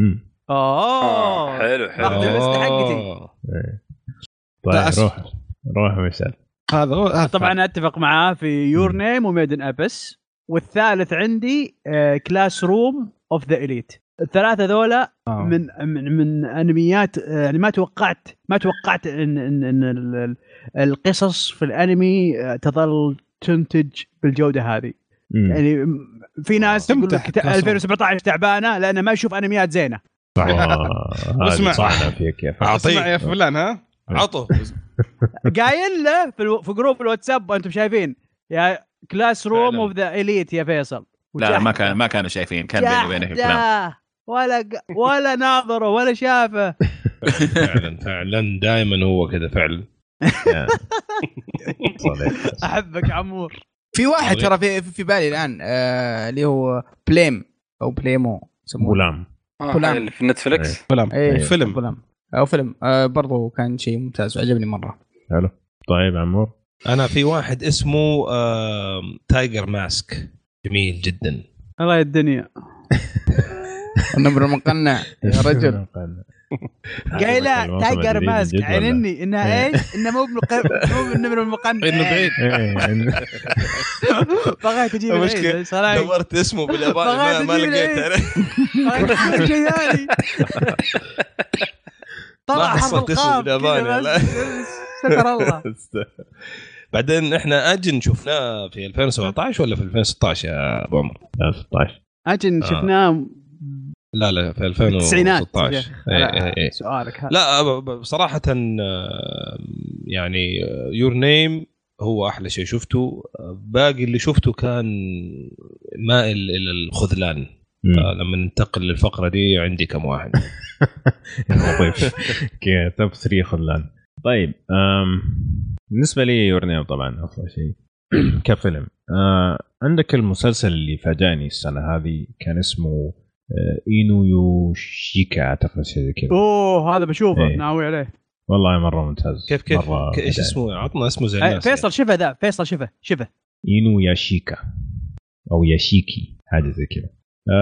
حلو حقتي. طيب روح مشعل. هذا طبعا اتفق معاه في يور نيم وميدن ابس. والثالث عندي كلاس روم اوف ذا إليت. الثلاثه ذولا من انميات يعني ما توقعت ان القصص في الانمي تظل تنتج بالجوده هذه. يعني في ناس تقول 2017 تعبانه لان ما يشوف انميات زينه. اسمع فيك يا اسمع يا فلان. ها عطوا قايل له في جروب الواتساب وانتم شايفين يا كلاس روم اوف ذا إليت يا فيصل. لا ما كانوا شايفين. كان بيني وبينك الكلام ولا ناظره ولا شافه. فعلا دائما هو كذا فعلا. احبك عمور. في واحد ترى في بالي الان اللي هو بليم او بليمو بولام اللي في نتفليكس. فيلم برضو كان شيء ممتاز وعجبني مره. حلو. طيب عمور. انا في واحد اسمه تايجر ماسك، جميل جدا. الله يا الدنيا. النمر المقنع يا رجل. قايله تايجر ماسك عينني انها ايش؟ انه مو بالنمر المقنع، انه بعيد. بغيت اجيب العيد صراحه، دورت اسمه بالياباني ما لقيته. شيء ثاني طلع حصلت اسمه بالياباني. شكر الله. بعدين احنا اجن شفناه في 2017 ولا في 2016 يا ابو عمر؟ 2016 اجن شفناه. لا في 2016. سؤالك هذا. لا بصراحة يعني يور نيم هو أحلى شيء شفته. باقي اللي شفته كان مائل إلى الخذلان. لما ننتقل للفقرة دي عندي كم واحد. لطيف. توب 3 خذلان. طيب بالنسبة لي يور نيم طبعا أفضل شيء كفيلم. عندك المسلسل اللي فاجأني السنة هذه كان اسمه إينويوشيكا أعتقد شيء زي كذا. هذا بشوفه ناوي عليه والله مرة ممتاز. كيف ايش اسمه؟ عطنا اسمه زي الناس. فيصل شفه ذا، فيصل شفه إينويوشيكا أو ياشيكي حاجة زي كذا.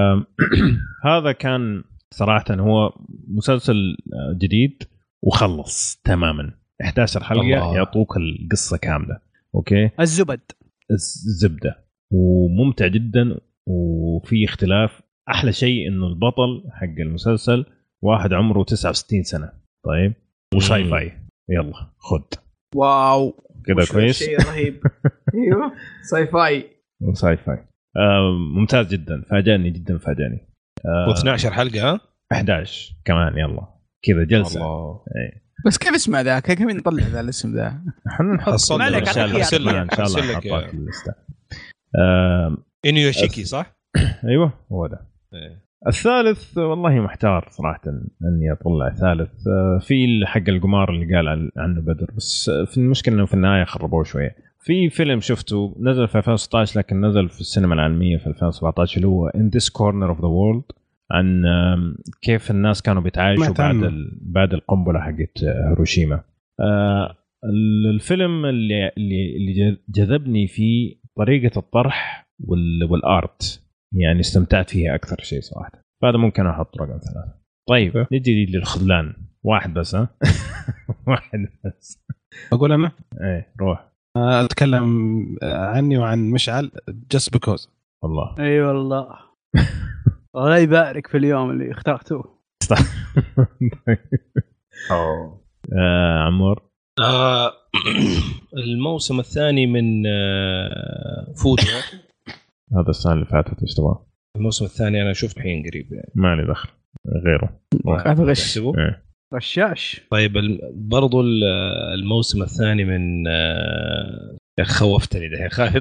هذا كان صراحة هو مسلسل جديد وخلص تماما 11 حلقة الله. يعطوك القصة كاملة. أوكي الزبدة وممتع جدا وفي اختلاف. أحلى شيء إنه البطل حق المسلسل واحد عمره 69 سنة. طيب وساي فاي. يلا خد. واو كده كويس. شيء رهيب. ايوه ساي فاي. ممتاز جدا. فاجأني جدا فاجأني. و12 حلقة 11 كمان. يلا كذا جلسة. بس كيف اسمه ذا؟ كيف نطلع ذا الاسم ذا؟ احنا نحط مالك ان شاء الله نحطه في الليستة. إنويوشيكي صح؟ ايوه هو ده. الثالث والله محتار صراحة اني اطلع ثالث. في حق القمار اللي قال عنه بدر، بس في المشكلة انه في النهاية خربوه شوية. في فيلم شفته نزل في 2016 لكن نزل في السينما العالمية في 2017 اللي هو In This Corner of the World، عن كيف الناس كانوا بيتعايشوا بعد القنبلة حقت هيروشيما. الفيلم اللي جذبني فيه طريقة الطرح والآرت، يعني استمتعت فيها أكثر شيء صراحة. فهذا ممكن أحط رقم 3. طيب نجي للخذلان. واحد بس ها. واحد بس أقول أنا إيه روح أتكلم عني وعن مشعل just because. والله أي والله. الله يبارك في اليوم اللي اخترتوه. عمور. الموسم الثاني من فوتو. هذا السنة اللي فاتت ايش تبغى؟ الموسم الثاني أنا شفت حين قريب يعني. ما لي دخل غيره. هذا غش. غشاش. طيب برضو الموسم الثاني من خوفتني ده خايف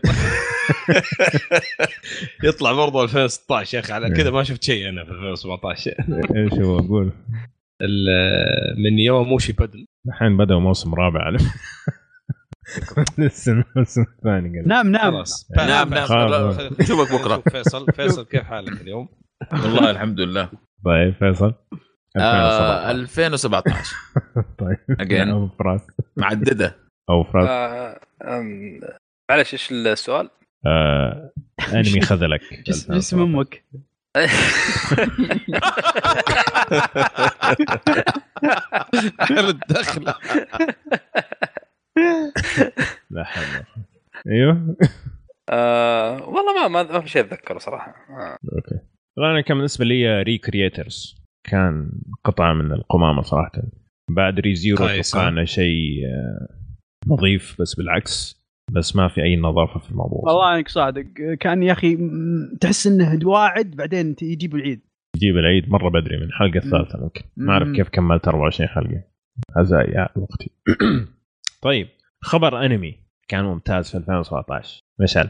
يطلع برضو 2016 يا أخي. على كذا ما شفت شيء أنا في 2017. إيش هو أقول؟ من يوموشي بادل. الحين بدأوا موسم رابع على لسه الموسم الثاني. نام خلاص نام نشوفك بكرة. فيصل كيف حالك اليوم؟ والله الحمد لله. طيب فيصل 2017. طيب أجين أو فراس معددة أو فراس. معلش إيش السؤال؟ أنمي خذلك. اسم أمك. الدخلة. لا حول. ايوه. والله ما في شيء اتذكره صراحه. اوكي. انا كان بالنسبه لي ريكرييترز كان قطعه من القمامه صراحه. بعد ريزيرو توقعنا شيء نظيف بس بالعكس، بس ما في اي نظافه في الموضوع. والله انك صادق. كان يا اخي تحس انه واعد بعدين يجيب العيد مره بدري من الحلقه الثالثه. ممكن ما اعرف كيف كملت 24 حلقه. هذا وقتي. طيب خبر انمي كان ممتاز في 2017 مشعل.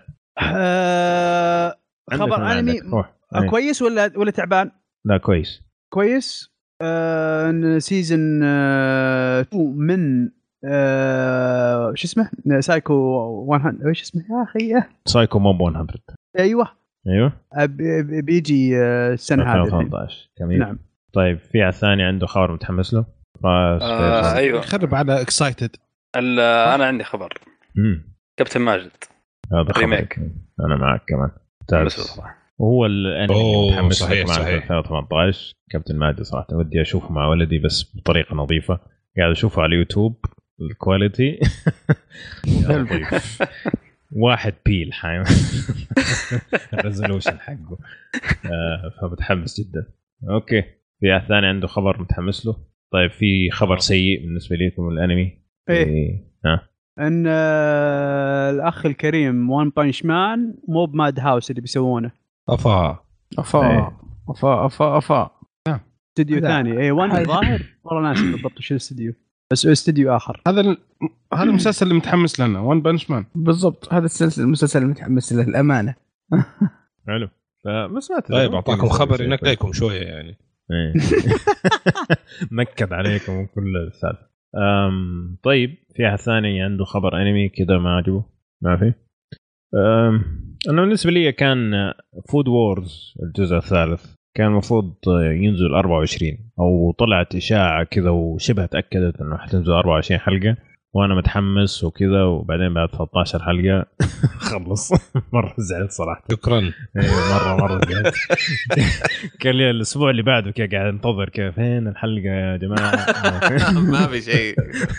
خبر انمي كويس ولا تعبان؟ لا كويس. سيزن 2 من شو اسمه سايكو 100 ايش اسمه يا اخي سايكو موب 100 ايوه بيجي السنه هذه 2018 كميل. نعم. طيب في على الثاني عنده خبر متحمس له ايوه يخرب على اكسايتد. انا عندي خبر كابتن ماجد هذا ريميك. انا معك كمان وهو الانمي متحمس له مع 2018 كابتن ماجد صراحه ودي اشوفه مع ولدي بس بطريقه نظيفه قاعد اشوفه على اليوتيوب الكواليتي واحد بيل حايم الريزولوشن حقه فبتحمس جدا. اوكي في الثاني عنده خبر متحمس له. طيب في خبر سيء بالنسبه لكم الانمي ان الاخ الكريم وان بانش مان مو بماد هاوس اللي بيسوونه افا استوديو ثاني وان ظاهر والله ناسي بالضبط شو الاستوديو بس استوديو اخر. هذا المسلسل اللي متحمس لنا وان بانش مان بالضبط. هذا المسلسل اللي متحمس له الامانه. حلو فما سمعت. طيب اعطاكم خبر ينقلكم شويه يعني نكد عليكم كل السالفه. طيب في احد ثاني عنده خبر انمي كذا ما عجبه؟ ما في. انا بالنسبه لي كان فود وورز الجزء الثالث كان المفروض ينزل 24 او طلعت اشاعه كذا وشبه تاكدت انه حتنزل 24 حلقه وانا متحمس وكذا وبعدين بعد 13 حلقه خلص مره زعلت صراحه. شكرا مره زعلت. كان لي الاسبوع اللي بعده كذا قاعد انتظر كيف فين الحلقه يا جماعه ما في شيء.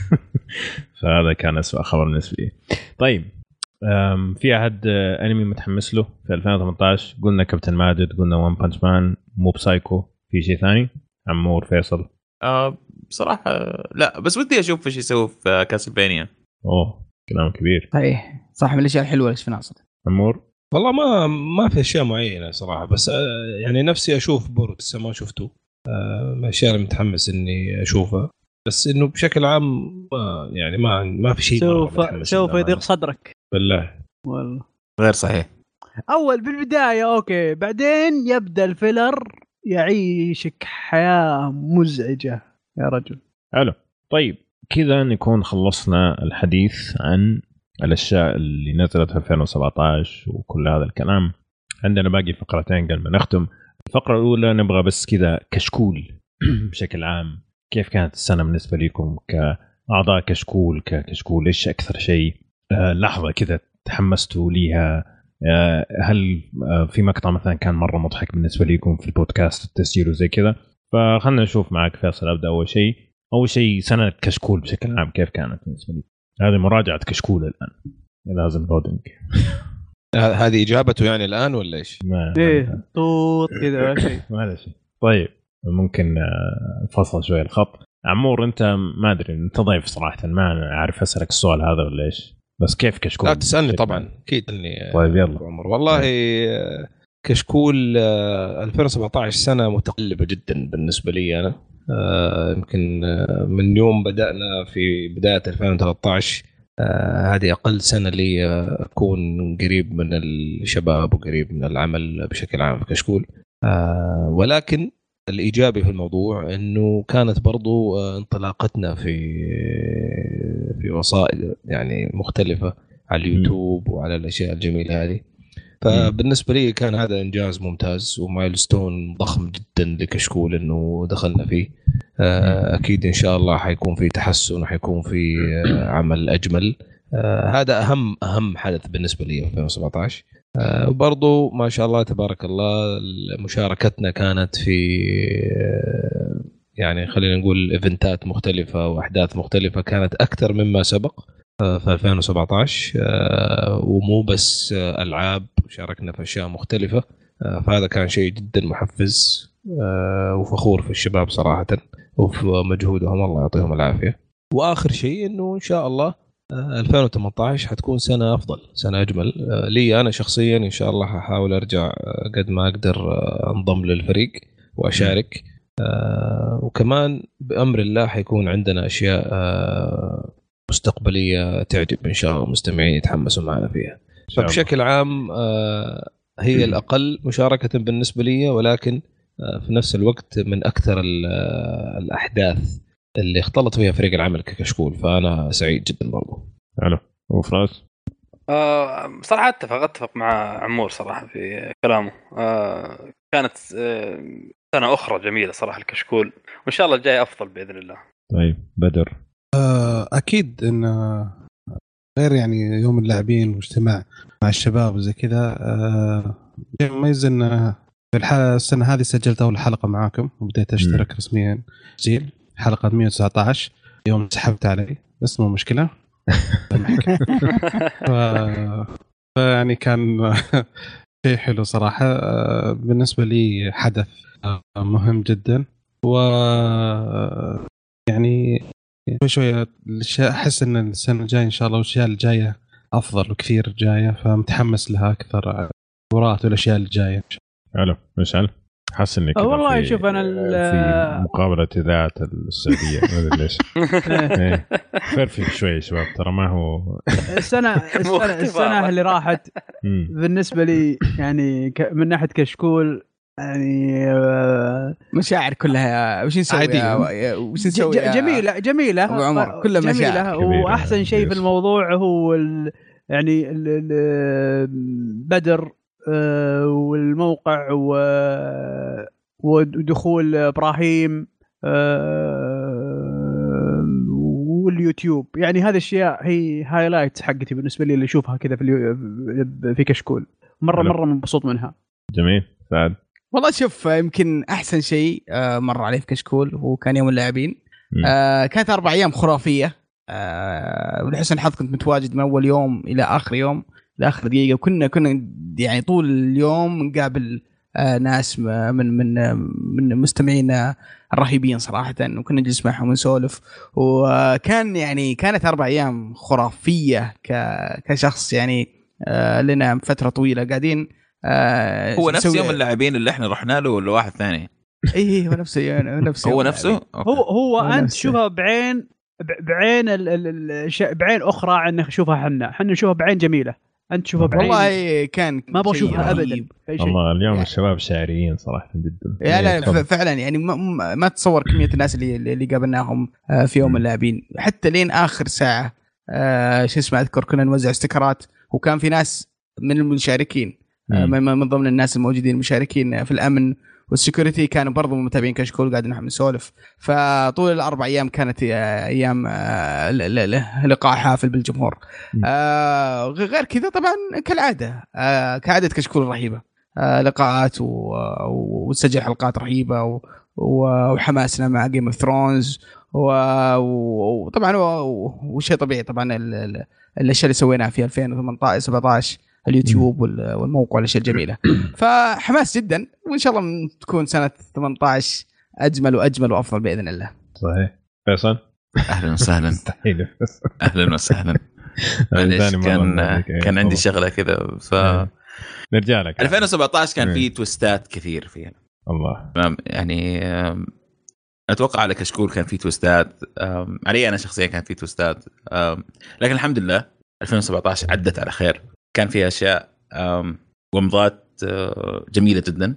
فهذا كان اسوء خبر بالنسبه لي. طيب في أحد أنمي متحمس له في 2018؟ قلنا كابتن ماجد، قلنا وان بانش مان، مو بسايكو. في شيء ثاني عمور فيصل؟ بصراحة لا بس ودي أشوف إيش يسوي في كاسلفينيا. كلام كبير صح من الأشياء الحلوة اللي في ناصر. عمور؟ والله ما في أشياء معينة صراحة بس يعني نفسي أشوف بورد لسه ما شفته. أشياء اللي متحمس إني أشوفها بس إنه بشكل عام يعني ما في شيء سوف يضيق صدرك بالله والله. غير صحيح. أول بالبداية أوكي بعدين يبدأ الفيلر يعيشك حياة مزعجة يا رجل. حلو. طيب كذا نكون خلصنا الحديث عن الأشياء اللي نزلت في 2017 وكل هذا الكلام. عندنا باقي فقرتين قبل ما نختم. الفقرة الأولى نبغى بس كذا كشكول بشكل عام. كيف كانت السنة بالنسبة لكم كأعضاء كشكول؟ كشكول إيش أكثر شيء لحظة كذا تحمستوا ليها؟ هل في مقطع مثلا كان مرة مضحك بالنسبة لكم في البودكاست التسجيل وزي كذا؟ فخلنا نشوف معك فيصل. أبدأ أول شيء سنة كشكول بشكل عام كيف كانت بالنسبة لي؟ هذه مراجعة كشكول الآن لازم لودنج. هذه إجابته يعني الآن ولا إيش؟ إيه طوط كذا شيء ما شيء. طيب ممكن نفصل شوية الخط. عمور أنت ما أدري أنت ضيف صراحة ما أعرف أسألك السؤال هذا ولا إيش بس كيف كشكول؟ لا تسألني طبعا أكيد. طيب يلا عمر. والله كشكول 2017 سنة متقلبة جدا بالنسبة لي أنا. يمكن من يوم بدأنا في بداية 2013 هذه أقل سنة لي أكون قريب من الشباب وقريب من العمل بشكل عام في كشكول. ولكن الإيجابي في الموضوع أنه كانت برضو انطلاقتنا في وسائل يعني مختلفة على اليوتيوب وعلى الأشياء الجميلة هذه. فبالنسبة لي كان هذا إنجاز ممتاز ومايلستون ضخم جدا لكشكول أنه دخلنا فيه. أكيد إن شاء الله حيكون في تحسن وحيكون في عمل أجمل. هذا أهم حدث بالنسبة لي في 2017. وبرضو ما شاء الله تبارك الله مشاركتنا كانت في يعني خلينا نقول إيفنتات مختلفة وأحداث مختلفة كانت أكثر مما سبق في 2017. ومو بس ألعاب، شاركنا في أشياء مختلفة. فهذا كان شيء جدا محفز وفخور في الشباب صراحة وفي مجهودهم الله يعطيهم العافية. وآخر شيء إنه إن شاء الله 2018 حتكون سنة أفضل، سنة أجمل لي أنا شخصيا. إن شاء الله هحاول أرجع قد ما أقدر أنضم للفريق وأشارك. وكمان بأمر الله حيكون عندنا أشياء مستقبلية تعجب إن شاء الله المستمعين يتحمسوا معنا فيها. فبشكل عام هي الأقل مشاركة بالنسبة لي، ولكن في نفس الوقت من أكثر الأحداث اللي اختلط فيها فريق العمل ككشكول، فانا سعيد جدا برضو. حلو. وفراس صراحه اتفق مع عمور صراحه في كلامه. كانت سنه اخرى جميله صراحه الكشكول، وان شاء الله الجاي افضل باذن الله. طيب بدر. اكيد ان غير يعني يوم اللاعبين واجتماع مع الشباب وزي كذا، مميز ان في السنه هذه سجلت اول حلقه معاكم وبديت اشترك رسميا تسجيل حلقه 119. يوم سحبت علي بس مو مشكله. يعني كان شيء حلو صراحه. بالنسبه لي حدث مهم جدا، و يعني شويه احس ان السنه الجايه ان شاء الله والاشياء الجايه افضل وكثير جايه، فمتحمس لها اكثر الدورات والاشياء الجايه. حلو. مشعل حاسس انك والله شوف انا في مقابله اذاعه السعوديه ما ادري ليش فرفي شوي شباب، ترى ما هو السنه اللي راحت بالنسبه لي يعني من ناحيه كشكول يعني مشاعر كلها وش نسوي جميلة أبو عمر، كلها مشاعر. وأحسن شيء في الموضوع هو يعني بدر والموقع ودخول إبراهيم واليوتيوب، يعني هذه الأشياء هي هايلايت حقتي بالنسبة لي اللي أشوفها كذا في كشكول. مرة مبسوط منها. جميل. سعد. والله شوف، يمكن أحسن شيء مر عليه في كشكول هو كان يوم اللاعبين. كانت 4 أيام خرافية. ولحسن الحظ كنت متواجد من أول يوم إلى آخر يوم، إلى آخر دقيقة. كنا يعني طول اليوم نقابل ناس من مستمعين الرهيبين صراحة، وكنا نجلس معهم ونسولف. وكان يعني كانت 4 أيام خرافية كشخص يعني لنا فترة طويلة قاعدين. هو نفس يوم اللاعبين اللي احنا رحنا له ولا واحد ثاني؟ ايه هو نفسه هو نفسه. هو انت تشوفها بعين بعين اخرى عن نشوفها احنا نشوفها بعين جميله، انت تشوفها بعين والله كان ما بشوفها ابدا. والله اليوم الشباب شاعريين صراحه جدا. لا فعلا يعني ما تصور كميه الناس اللي قابلناهم في يوم اللاعبين، حتى لين اخر ساعه. شو اسمه اذكر كنا نوزع استيكرات، وكان في ناس من المشاركين من ضمن الناس الموجودين المشاركين في الأمن والسيكوريتي كانوا برضو متابعين كشكول قاعدين نحن نسولف. فطول 4 أيام كانت أيام لقاء حافل بالجمهور. غير كذا طبعا كالعادة كعادة كشكول رهيبة، لقاءات وتسجل حلقات رهيبة وحماسنا مع جيم اوف ثرونز. وطبعا وشيء طبيعي طبعا الأشياء اللي سويناها في 2017 اليوتيوب والموقع والاشياء الجميله. فحماس جدا، وان شاء الله تكون سنه 18 اجمل واجمل وافضل باذن الله. صحيح. فيصل. اهلا وسهلا. اهلا وسهلا. كان عندي شغله كذا نرجع لك. 2017 كان فيه تويستات كثير فيها. الله يعني اتوقع على كشكول كان فيه تويستات، علي انا شخصيا كان فيه تويستات، لكن الحمد لله 2017 عدت على خير. كان فيها أشياء ومضات جميلة جدا.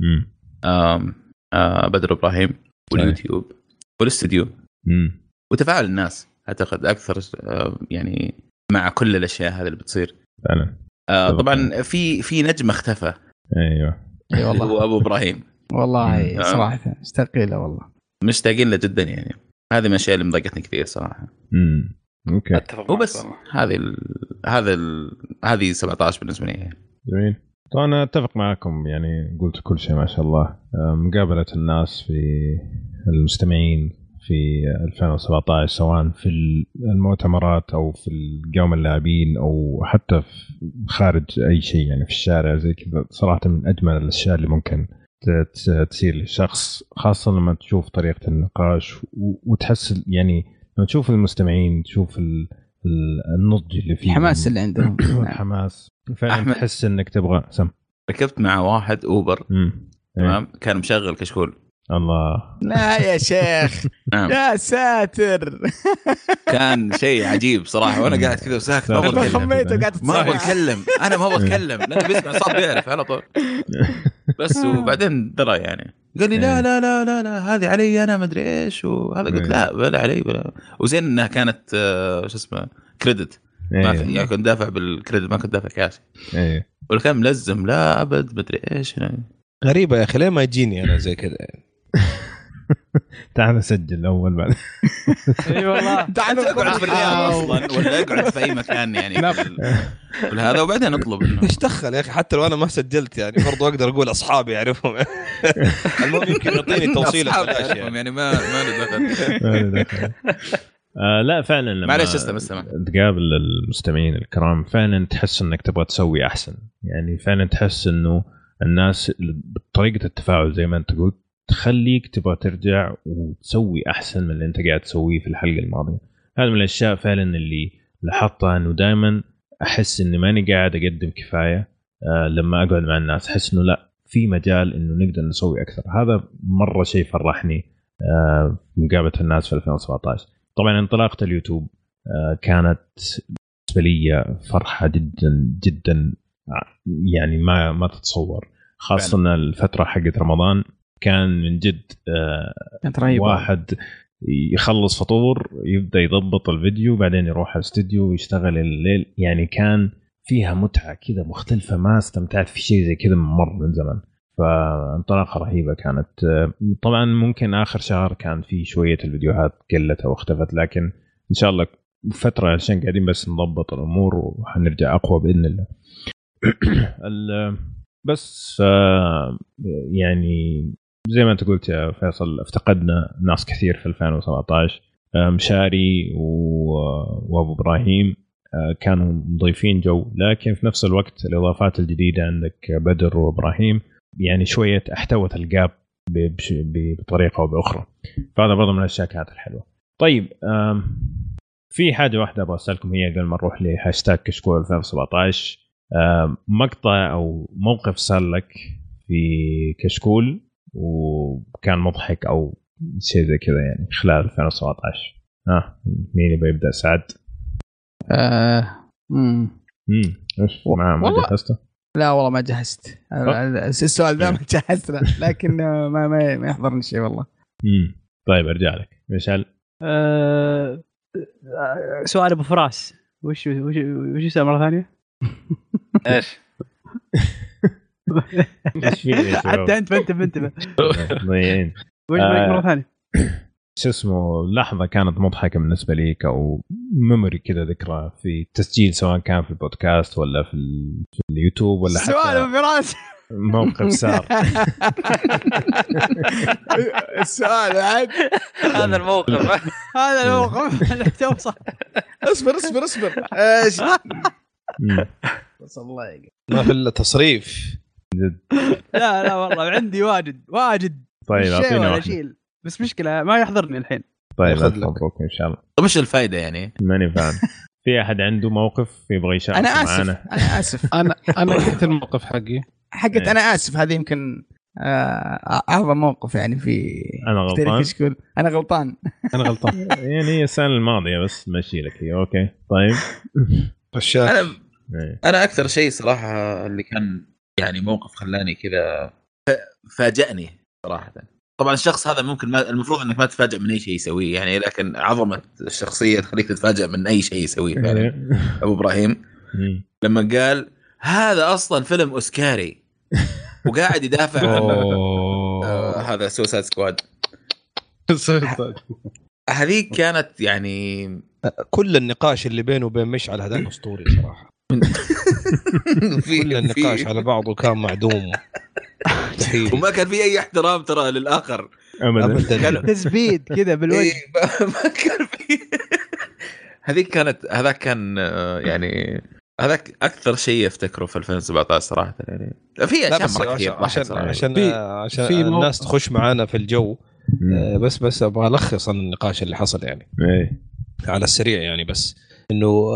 بدر إبراهيم واليوتيوب والاستوديو وتفاعل الناس أعتقد أكثر يعني مع كل الأشياء هذه اللي بتصير فعلا. طبعا في نجم اختفى. أيوة والله هو أبو إبراهيم. والله صراحة مشتاقين له، والله مشتاقين له جدا. يعني هذه من الأشياء اللي مضايقتني كثير صراحة. اوكي. وبس هذه 17 بالنسبه لي. جميل. طبعا انا اتفق معكم، يعني قلت كل شيء ما شاء الله. مقابله الناس في المستمعين في 2017 سواء في المؤتمرات او في يوم اللاعبين او حتى في خارج اي شيء، يعني في الشارع زي كذا، صراحه من اجمل الاشياء اللي ممكن تصير للشخص، خاصه لما تشوف طريقه النقاش وتحس يعني لما تشوف المستمعين، تشوف النضج اللي فيه، الحماس اللي عندهم. الحماس فعلا تحس انك تبغى سم. ركبت مع واحد اوبر تمام، كان مشغل كشكول. الله لا يا شيخ. يا ساتر. كان شيء عجيب صراحه، وانا قاعد كذا وساكت ما بتكلم. انا ما بتكلم لانه بيسمع صوت بيعرف على طول. بس وبعدين درى يعني قال لي لا لا لا لا لا هذه علي انا ما ادري ايش وهذا قلت لا ولا علي ولا وزين انها كانت شو اسمه كريدت ما يعني كنت دافع بالكريدت ما كنت دافع كاش والكلام ملزم لا ابد ما ادري ايش يعني. غريبه يا اخي ليه ما يجيني انا زي كذا تعال سجل اول بعد. اي والله تعال اقعد في الرياض اصلا ولا اقعد في اي مكان يعني هذا وبعدين نطلب انه ايش دخل يا اخي حتى لو انا ما سجلت يعني برضو اقدر اقول اصحابي يعرفهم. المهم يمكن يعطيني توصيله يعني ما دخل. لا فعلا لما معلش استمع تقابل المستمعين الكرام فعلا تحس انك تبغى تسوي احسن يعني فعلا تحس انه الناس بطريقه التفاعل زي ما انت قلت تخليك تبغى ترجع وتسوي احسن من اللي انت قاعد تسويه في الحلقه الماضيه. هذا من الاشياء فعلا اللي لاحظتها انه دائما احس اني ماني قاعد اقدم كفايه. لما اقعد مع الناس احس انه لا في مجال انه نقدر نسوي اكثر. هذا مره شيء فرحني مقابله الناس في 2017. طبعا انطلاقه اليوتيوب كانت بالنسبه لي فرحه جدا جدا يعني ما تتصور خاصه فعلا. الفتره حقت رمضان كان من جد واحد يخلص فطور يبدا يضبط الفيديو بعدين يروح على الاستوديو ويشتغل الليل يعني كان فيها متعه كذا مختلفه ما استمتعت في شيء زي كذا من زمان. فانطلاقه رهيبه كانت. طبعا ممكن اخر شهر كان في شويه الفيديوهات قلت او اختفت لكن ان شاء الله فتره عشان قاعدين بس نضبط الامور وحنرجع اقوى باذن الله. بس يعني زي ما انت قلت يا فيصل افتقدنا ناس كثير في 2017. مشاري وابو ابراهيم كانوا مضيفين جو لكن في نفس الوقت الاضافات الجديده عندك بدر وابراهيم يعني شويه احتوت الجاب بطريقه او باخرى. فهذا برضه من الاشياء كانت الحلوه. طيب في حاجه واحده ابغى اسالكم هي قبل ما نروح لهاشتاج كشكول 2017 مقطع او موقف صار لك في كشكول وكان مضحك او شيء زي كذا يعني خلال 2017. مين يبغى يبدا؟ سعد. ايش ما جهزته؟ لا والله ما جهزت. السؤال ذا ما جهزت لكن ما يحضرني شيء والله. طيب ارجع لك مشعل. سؤال ابو فراس وش يسأل مره ثانيه؟ ايش حتى انت منتبه ضيعين. وش بقى مره ثانيه؟ شو اسمه لحظه كانت مضحكه بالنسبه ليك او ميموري كذا ذكرى في تسجيل سواء كان في البودكاست ولا في اليوتيوب ولا حتى سؤال في راسي موقف صار. السؤال عاد هذا الموقف انك توصل. اصبر ايش الله يقل ما في الا تصريف. لا والله عندي واجد. طيب اعطينا واحد بس مشكله ما يحضرني الحين. طيب مبروك ان شاء الله. طيب ايش الفائده يعني؟ ماني فاهم. في احد عنده موقف يبغى يشارك معنا؟ انا اسف انا قلت الموقف حقي انا اسف. هذه يمكن اعظم موقف يعني في غلطان. انا غلطان يعني السنه الماضيه بس ماشي لك هي. اوكي طيب. انا اكثر شيء صراحه اللي كان يعني موقف خلاني كذا فاجأني صراحه. طبعا الشخص هذا ممكن المفروض انك ما تتفاجأ من اي شيء يسويه يعني لكن عظمه الشخصيه تخليك تتفاجأ من اي شيء يسويه فعلا. ابو ابراهيم لما قال هذا اصلا فيلم اوسكاري وقاعد يدافع عن هذا سوسايد سكواد. هذه كانت يعني كل النقاش اللي بينه وبين مشعل هذا اسطوري صراحه. كل النقاش على بعضه كان معدوم وما كان في اي احترام ترى للاخر ابدا. كان تزبيد كذا بالوجه. ما كان في. هذا كان يعني هذاك اكثر شيء افتكره في 2017 صراحه يعني. في اشياء عشان الناس تخش معانا في الجو. بس ابغى الخص النقاش اللي حصل يعني على السريع يعني. بس انه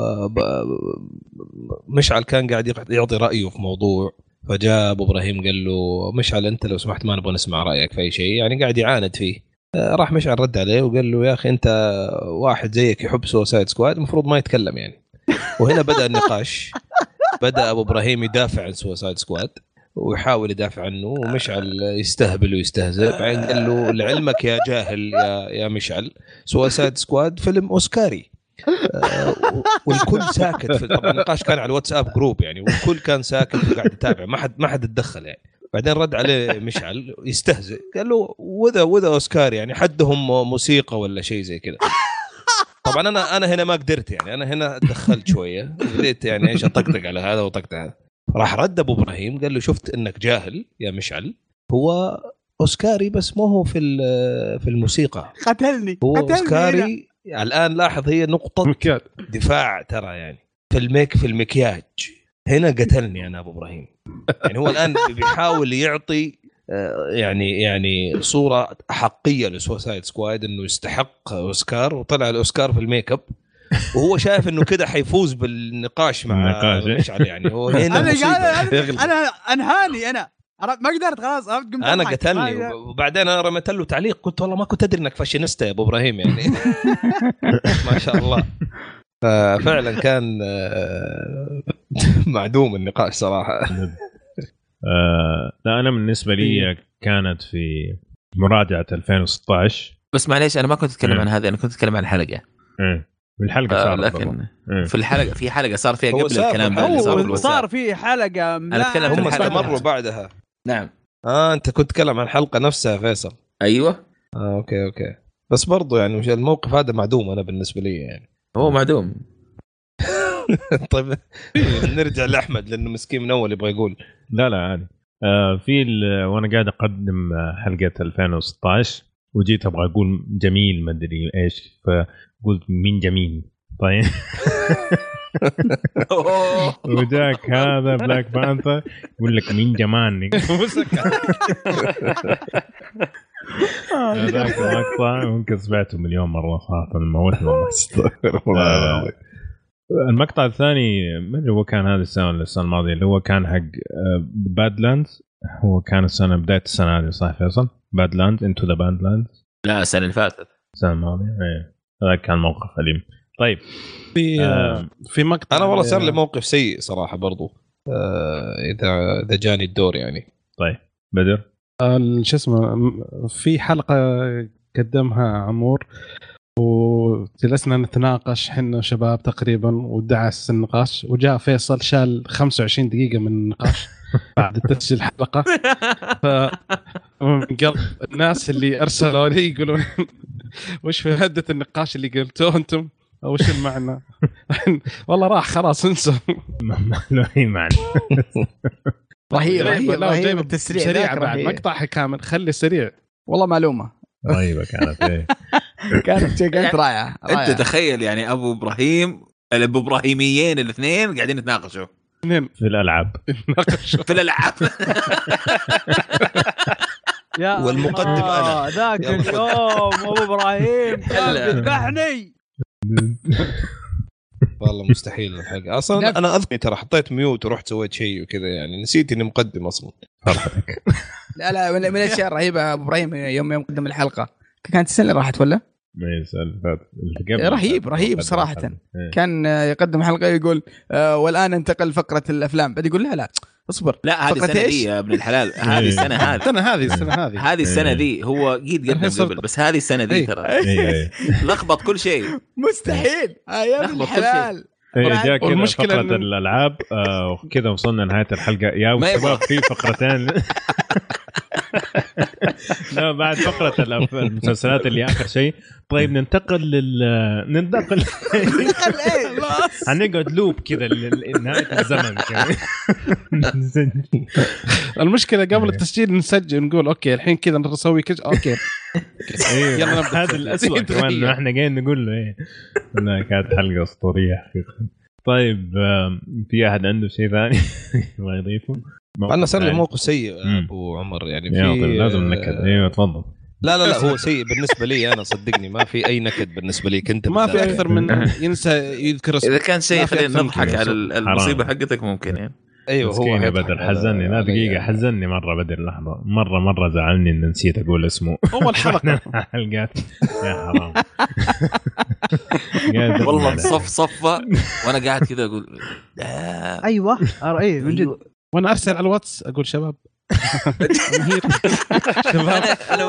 مشعل كان قاعد يعطي رايه في موضوع فجاء ابو ابراهيم قال له مشعل انت لو سمحت ما نبغى نسمع رايك في اي شيء يعني قاعد يعاند فيه. راح مشعل رد عليه وقال له يا اخي انت واحد زيك يحب سوسايد سكواد المفروض ما يتكلم يعني. وهنا بدا النقاش. بدا ابو ابراهيم يدافع عن سوسايد سكواد ويحاول يدافع عنه، ومشعل يستهبل ويستهزئ. بعدين قال له لعلمك يا جاهل يا مشعل، سوسايد سكواد فيلم أوسكاري. والكل ساكت. طبعا النقاش كان على الواتساب جروب يعني، والكل كان ساكت وقاعد يتابع، ما حد اتدخل يعني. بعدين رد عليه مشعل يستهزئ قال له وذا أوسكاري يعني حدهم موسيقى ولا شيء زي كذا. طبعا انا هنا ما قدرت يعني، انا هنا دخلت شويه وبديت يعني ايش اطقطق على هذا وطقطق على هذا. راح رد ابو ابراهيم قال له شفت انك جاهل يا مشعل، هو اوسكاري بس ما هو في الموسيقى. قتلني هو اوسكاري الان. لاحظ هي نقطه دفاع ترى يعني في المكياج هنا قتلني انا ابو ابراهيم. يعني هو الان بيحاول يعطي يعني صورة حقيقية لسوسايد سكواد انه يستحق اوسكار، وطلع الاوسكار في الميك اب، وهو شايف انه كده حيفوز بالنقاش مع مشعل. يعني هو هنا انا انهاني، انا ما قدرت خلاص، انا قتلني. وبعدين انا رميت له تعليق قلت والله ما كنت ادري انك فاشينيستا يا ابو ابراهيم يعني. ما شاء الله. ففعلا كان معدوم النقاش صراحة. لا أنا بالنسبة لي كانت في مراجعة 2016. بس معليش أنا ما كنت أتكلم عن هذا، أنا كنت أتكلم عن الحلقة. في الحلقة صار لكن في حلقة صار فيها قبل الكلام ده. صار في حلقة هم استمروا بعدها. نعم. أنت كنت تتكلم عن الحلقة نفسها فيصل. أيوة. أوكي. بس برضو يعني الموقف هذا معدوم أنا بالنسبة لي يعني. هو معدوم. طيب نرجع لأحمد لأنه مسكين من أول يبغى يقول. لا عادي. وانا قاعد اقدم حلقه 2016 وجيت ابغى اقول جميل ما ادري ايش، فقلت مين جميل. طيب وجاك هذا بلاك بانثر يقول لك مين جمالني. هذاك المقطع ممكن سمعته مليون مره صراحه، الموت والله. المقطع الثاني ما ادري هو كان هذا السنه ولا السنه الماضيه، اللي هو كان حق بادلاندز. هو كان بدايه السنه هذه صح فيصل؟ بادلاندز انتو ذا بادلاندز. لا السنه اللي فاتت، السنه الماضيه. هذا كان موقف أليم. طيب في مقطع انا والله صار لي موقف سيء صراحه برضو. اذا جاني الدور يعني. طيب بدر شو اسمه، في حلقه قدمها عمور وجلسنا نتناقش حنا شباب تقريبا ودعس النقاش، وجاء فيصل شال 25 دقيقة من النقاش بعد تسجيل الحلقة. قال الناس اللي أرسلوا لي يقولون وش فائدة النقاش اللي قلتوه أنتم أو وش المعنى؟ والله راح خلاص انسى. لا هي معنى رهيب التسريع سريع بعد مقطعها كامل، خلي سريع والله معلومة رهيبة كانت. كانت رائعة. انت تخيل يعني ابو ابراهيم الابو ابراهيميين الاثنين قاعدين يتناقشوا في الالعاب. في الالعاب. والمقدم انا ذاك اليوم ابو ابراهيم كان يذبحني. والله مستحيل الحلقة اصلا. انا اذكر ترى حطيت ميوت ورحت سويت شيء وكذا يعني، نسيت اني مقدم اصلا. فرحتك. لا من الاشياء الرهيبه ابو ابراهيم يوم قدم الحلقه كانت السنه اللي راحت ولا رهيب صراحه. كان يقدم حلقه يقول والان انتقل فقره الافلام، بعد يقول لا اصبر، لا هذه السنه دي يا ابن الحلال، هذه السنه هذه السنه دي هو قيد قدم قبل، بس هذه السنه دي ترى لخبط كل شيء. مستحيل يا ابن الحلال. جاء كذا فقرة الألعاب وكذا وصلنا نهاية الحلقة يا شباب. في فقرتين لا بعد فقرة المسلسلات اللي آخر شيء. طيب ننتقل هنقعد لوب كذا لنهاية الزمن. المشكلة قبل التسجيل نسجل نقول أوكي الحين كذا نسوي كذا أوكي. يلا هذا الأسوأ كمان احنا جايين نقول له ايه. كانت حلقة أسطورية حقيقة. طيب في أحد عنده شيء ثاني ما يضيفه؟ أنا صار لي موقف سيء أبو عمر يعني في لازم نكد. أيوة تفضل. لا هو سيء بالنسبة لي أنا، صدقني ما في أي نكد بالنسبة لي. كنت ما في أكثر من ينسى يذكر إذا كان شيء خلينا نضحك على المصيبة حقتك ممكن يعني. ايوه هو بدر حزنني. لا دقيقه حزنني مره بدر لحظه مره زعلني ان نسيت اقول اسمه اول حلقه حلقات يا حرام. والله صفه وانا قاعد كذا اقول ايوه من جد وانا ارسل على الواتس اقول شباب شباب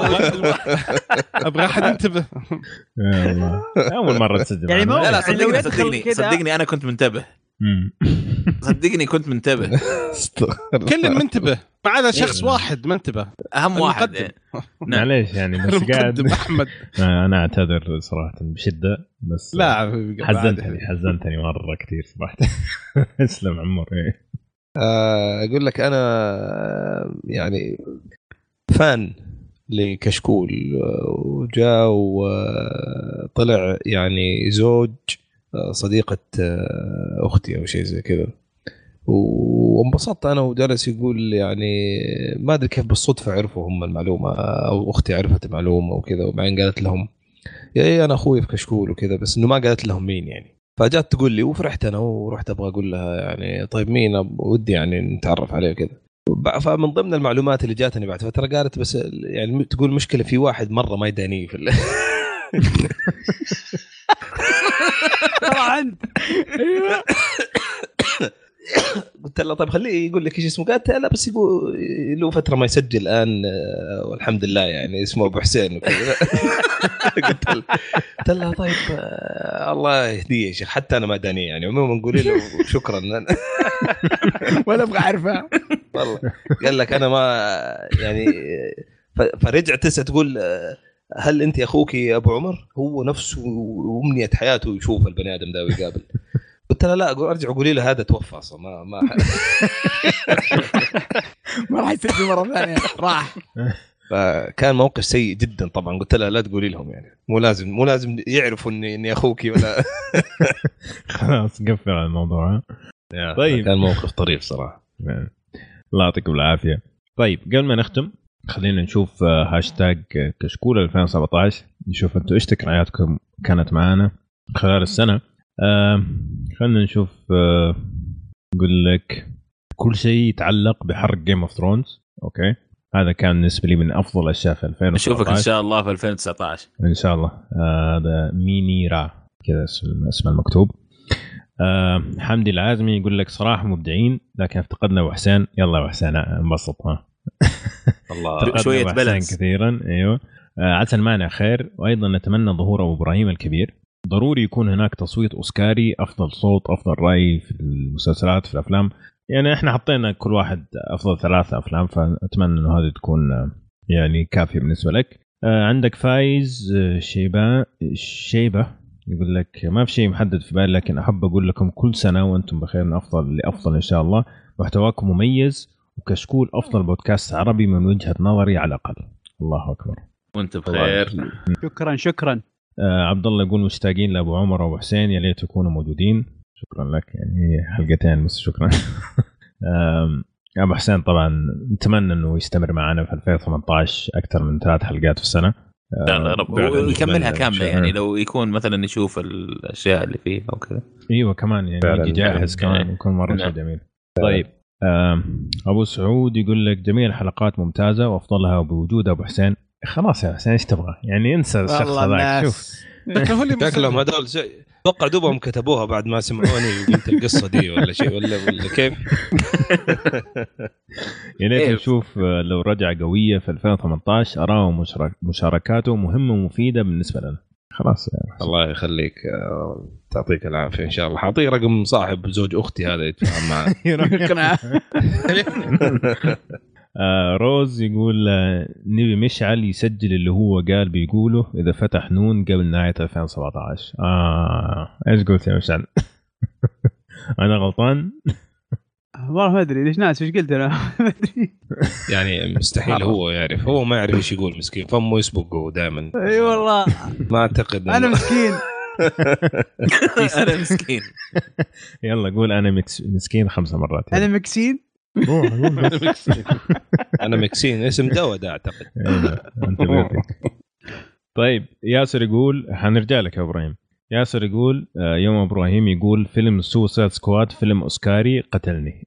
ابغى احد ينتبه. والله اول مره تسجل يعني لا صدقني انا كنت منتبه. صدقني كنت منتبه. كل منتبه ما عدا شخص واحد ما انتبه، اهم واحد. معليش يعني بس قاعد احمد. انا اعتذر صراحه بشده، بس لا حزنتني مره كثير صراحه. اسلم عمر. اقول لك انا يعني فان لكشكول، وجاء وطلع يعني زوج صديقة أختي أو شيء زي كذا، وانبسطت أنا وجالس يقول يعني ما أدري كيف بالصدفة عرفوا هم المعلومة أو أختي عرفت المعلومة وكذا، وبعدين قالت لهم يا أنا أخوي في كشكول وكذا، بس إنه ما قالت لهم مين يعني. فجات تقول لي وفرحت أنا ورحت أبغى أقول لها يعني طيب مين ودي يعني نتعرف عليه وكذا. فمن ضمن المعلومات اللي جاتني بعد فترة قالت بس يعني تقول مشكلة في واحد مرة ما يدانيه في طبعا. ايوه قلت له طيب خليه يقول لك ايش اسمه. قالت لا بس يقول له فتره ما يسجل الان والحمد لله يعني اسمه ابو حسين وكذا. قلت له طيب الله يهديه يا شيخ، حتى انا ما داني يعني عموما نقول له شكرا ولا ابغى اعرفها والله. قال لك انا ما يعني فرجعت تقول هل انت اخوك ابو عمر؟ هو نفسه امنيه حياته يشوف البني ادم ده ويقابل. قلت له لا ارجع قولي له هذا توفى اصلا ما راح يسجل مره ثانيه راح. فكان موقف سيء جدا طبعا. قلت لها لا تقولي لهم يعني مو لازم يعرفوا اني اخوكي ولا خلاص قفل على الموضوع. طيب كان موقف طريف صراحه. الله يعطيكم العافيه. طيب قبل ما نختم خلينا نشوف هاشتاج كشكول 2017 نشوف انتم ايش تقرياتكم كانت معانا خلال السنه. خلينا نشوف. نقول لك كل شيء يتعلق بحرق جيم اوف ثرونز. اوكي هذا كان بالنسبه لي من افضل الاشياء في 2017. نشوفك ان شاء الله في 2019 ان شاء الله. هذا ميني را كذا اسم المكتوب. حمدي العازمي يقول لك صراحه مبدعين لكن افتقدنا ابو حسين. يلا ابو حسين انبسط. الله شويه بالانس كثيرا. ايوه عسى المعنى خير. وايضا نتمنى ظهور ابو ابراهيم الكبير. ضروري يكون هناك تصويت اوسكاري، افضل صوت افضل راي في المسلسلات في الافلام. يعني احنا حطينا كل واحد افضل 3 افلام، فاتمنى انه هذه تكون يعني كافيه بالنسبه لك. عندك فايز شيبه يقول لك ما في شيء محدد في بالي لكن احب اقول لكم كل سنه وانتم بخير من افضل لافضل ان شاء الله. محتواكم مميز وكشكول افضل بودكاست عربي من وجهه نظري على الاقل. الله اكبر وانت بخير. شكرا. عبد الله يقول مشتاقين لابو عمر وابو حسين يا ليت يكونوا موجودين. شكرا لك يعني حلقتين بس شكرا. ابو حسين طبعا نتمنى انه يستمر معنا في 2018 اكثر من 3 حلقات في السنه. يا رب ويكملها كامله يعني لو يكون مثلا نشوف الاشياء اللي فيه او كذا. ايوه كمان يعني يجي جاهز كمان يكون مره شيء جميل. طيب ابو سعود يقول لك جميع الحلقات ممتازه وافضلها بوجود ابو حسين. خلاص يا حسين ايش تبغى يعني انسى الشخص هذاك. شوف شكلهم هذول اتوقع دوبهم كتبوها بعد ما سمعوني وقلت القصه دي ولا شيء ولا كيف. يعني نشوف لو رجع قويه في 2018 اراه مشاركاته مهمه ومفيده بالنسبه لنا. خلاص الله يخليك تعطيك العافيه ان شاء الله. حاعطيه رقم صاحب زوج اختي هذا يتفاهم معه. روز يقول نبي مشعل يسجل اللي هو قال بيقوله إذا فتح نون قبل نهاية 2017. إيش قلت يا مشعل؟ أنا غلطان؟ والله ما أدري ليش ناس إيش قلت أنا. يعني مستحيل هو يعرف. هو ما يعرف إيش يقول مسكين فمه يسبقه دائما. أي والله ما أعتقد أنا مسكين. أنا مسكين. يلا قول أنا مسكين 5 مرات. أنا مكسين. أنا مكسين اسم دواء ده أعتقد. طيب ياسر يقول حنرجع لك يا إبراهيم. ياسر يقول يوم إبراهيم يقول فيلم سوسايد سكواد فيلم أوسكاري قتلني.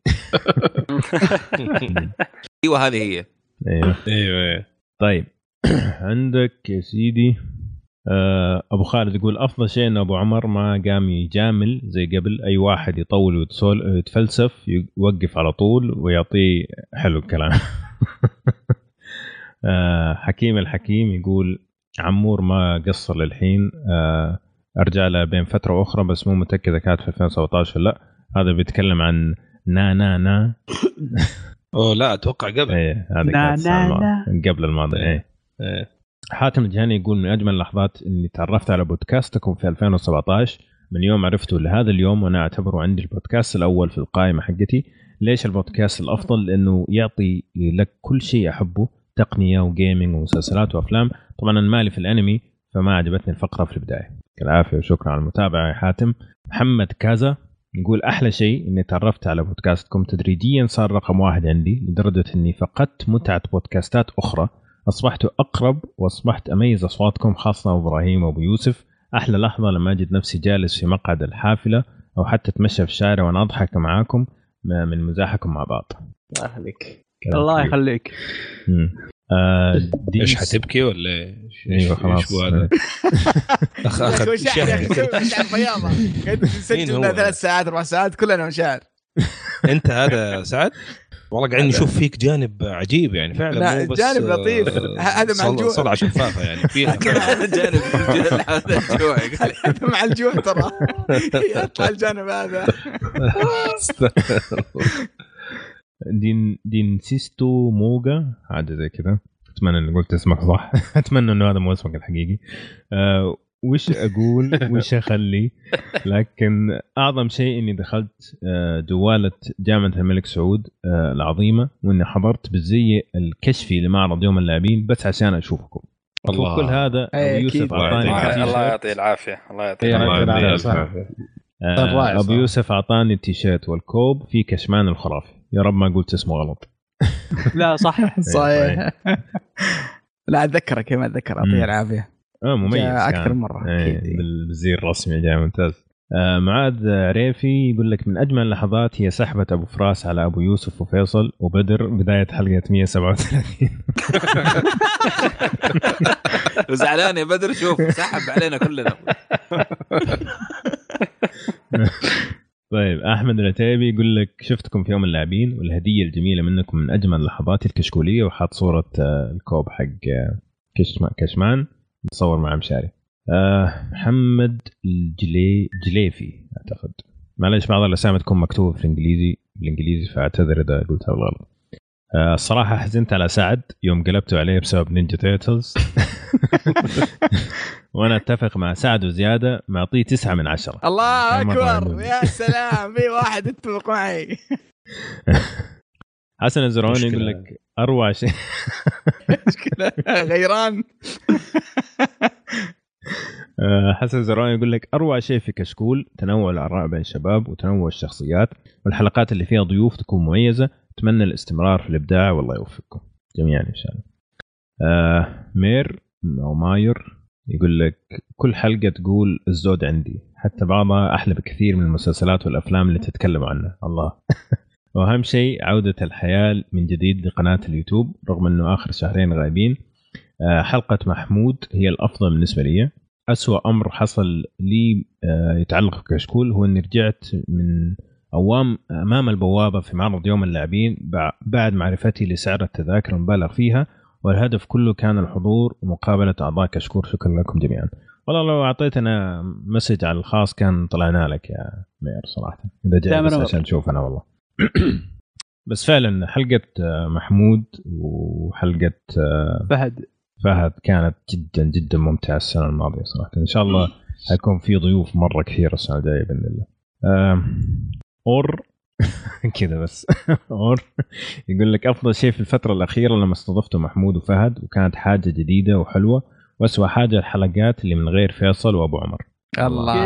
أيوة هذه هي. أيوة. طيب عندك يا سيدي ابو خالد يقول افضل شيء ان ابو عمر ما قام يجامل زي قبل، اي واحد يطول ويتفلسف يوقف على طول ويعطيه حلو الكلام. حكيم الحكيم يقول عمور ما قصر للحين، ارجع له بين فتره واخرى بس مو متاكد اذا كانت في 2017 ولا لا. هذا بيتكلم عن نا لا اتوقع قبل. ايه هذا كان قبل الماضي. ايه حاتم الجهني يقول من اجمل اللحظات اني تعرفت على بودكاستكم في 2017، من يوم عرفته لهذا اليوم وانا اعتبره عندي البودكاست الاول في القائمه حقتي. ليش البودكاست الافضل؟ لانه يعطي لك كل شيء احبه، تقنيه وجيمنج ومسلسلات وافلام. طبعا انا مالي في الانمي فما عجبتني الفقره في البدايه. العافيه وشكرا على المتابعه يا حاتم. محمد كازا يقول احلى شيء اني تعرفت على بودكاستكم، تدريجيا صار رقم 1 عندي لدرجه اني فقدت متعه بودكاستات اخرى، اصبحت اقرب واصبحت اميز اصواتكم، خاصه ابراهيم وابو يوسف. احلى لحظه لما اجد نفسي جالس في مقعد الحافله او حتى اتمشى في الشارع وانا اضحك معاكم من مزاحكم مع بعض. الله يخليك. الله يخليك. ايش حتبكي ولا ايوه خلاص. اخذ البياضه قد سجلنا 3 ساعات 4 ساعات كلنا مشاعر. انت هذا سعد والله قاعد نشوف فيك جانب عجيب يعني فعلا، مو بس جانب لطيف. هذا مع الجوع صلعه شفافه يعني فيها جانب الجوع. هذا مع الجوع ترى يطلع الجانب هذا. دين سيستو موغا حاجه زي كذا، اتمنى اني قلت اسمك صح. اتمنى انه هذا مو اسمك الحقيقي. وش اقول وش اخلي، لكن اعظم شيء اني دخلت جواله جامعه الملك سعود العظيمه، واني حضرت بالزي الكشفي لمعرض يوم اللاعبين بس عشان اشوفكم. الله كل هذا ابو يوسف اعطاني. الله يعطيه العافيه. الله يعطيه العافيه. ابو يوسف اعطاني التيشيرت والكوب في كشمان الخرافي. يا رب ما قلت اسمه غلط. لا صح صحيح. لا اتذكرك ما اتذكر. اعطيه العافيه. مميز اكثر مره بالزي الرسمي جاي ممتاز. معاذ عريفي يقول لك من اجمل اللحظات هي سحبه ابو فراس على ابو يوسف وفيصل وبدر بدايه حلقه 137. وزعلان يا بدر، شوف سحب علينا كلنا. طيب احمد العتيبي يقول لك شفتكم في يوم اللاعبين والهديه الجميله منكم من اجمل لحظاتي الكشكوليه، وحاط صوره الكوب حق كشمان نتصور مع مشاري. محمد الجليفي اعتقد، معلش بعض الاسامي تكون مكتوبه في بالانجليزي فاعتذر اذا قلتها بالغلط. الصراحه حزنت على سعد يوم قلبته عليه بسبب نينجا تيرتلز. وانا اتفق مع سعد وزياده، معطيه 9 من 10. الله اكبر يا سلام، في واحد اتفق معي. حسن الزرعوني يقول لك اروع شيء. مشكله غيران. حسن الزرعوني يقول لك اروع شيء في كشكول تنوع الاراء بين الشباب وتنوع الشخصيات، والحلقات اللي فيها ضيوف تكون مميزه. اتمنى الاستمرار في الابداع والله يوفقكم جميعا ان شاء الله. مير او ماير يقول لك كل حلقه تقول الزود عندي، حتى بعضها احلى بكثير من المسلسلات والافلام اللي تتكلم عنها. الله. واهم شيء عوده الحياه من جديد لقناه اليوتيوب رغم انه اخر 2 شهرين غايبين. حلقه محمود هي الافضل بالنسبه لي. أسوأ امر حصل لي يتعلق بكشكول هو اني رجعت من أوام أمام البوابة في معرض يوم اللاعبين بعد معرفتي لسعر التذاكر المبالغ فيها، والهدف كله كان الحضور ومقابلة أعضاء كشكول. شكرا لكم جميعا. والله لو أعطيتنا مسج على الخاص كان طلعنا لك يا مير صراحة، إذا جاي بس عشان نشوف أنا والله. بس فعلا حلقة محمود وحلقة فهد كانت جدا جدا ممتعة السنة الماضية صراحة. إن شاء الله هيكون في ضيوف مرة كثير السنة الجاية بإذن الله. اور كذا بس. اور يقول لك افضل شيء في الفتره الاخيره لما استضفته محمود وفهد، وكانت حاجه جديده وحلوه، واسوأ حاجه الحلقات اللي من غير فيصل وابو عمر. الله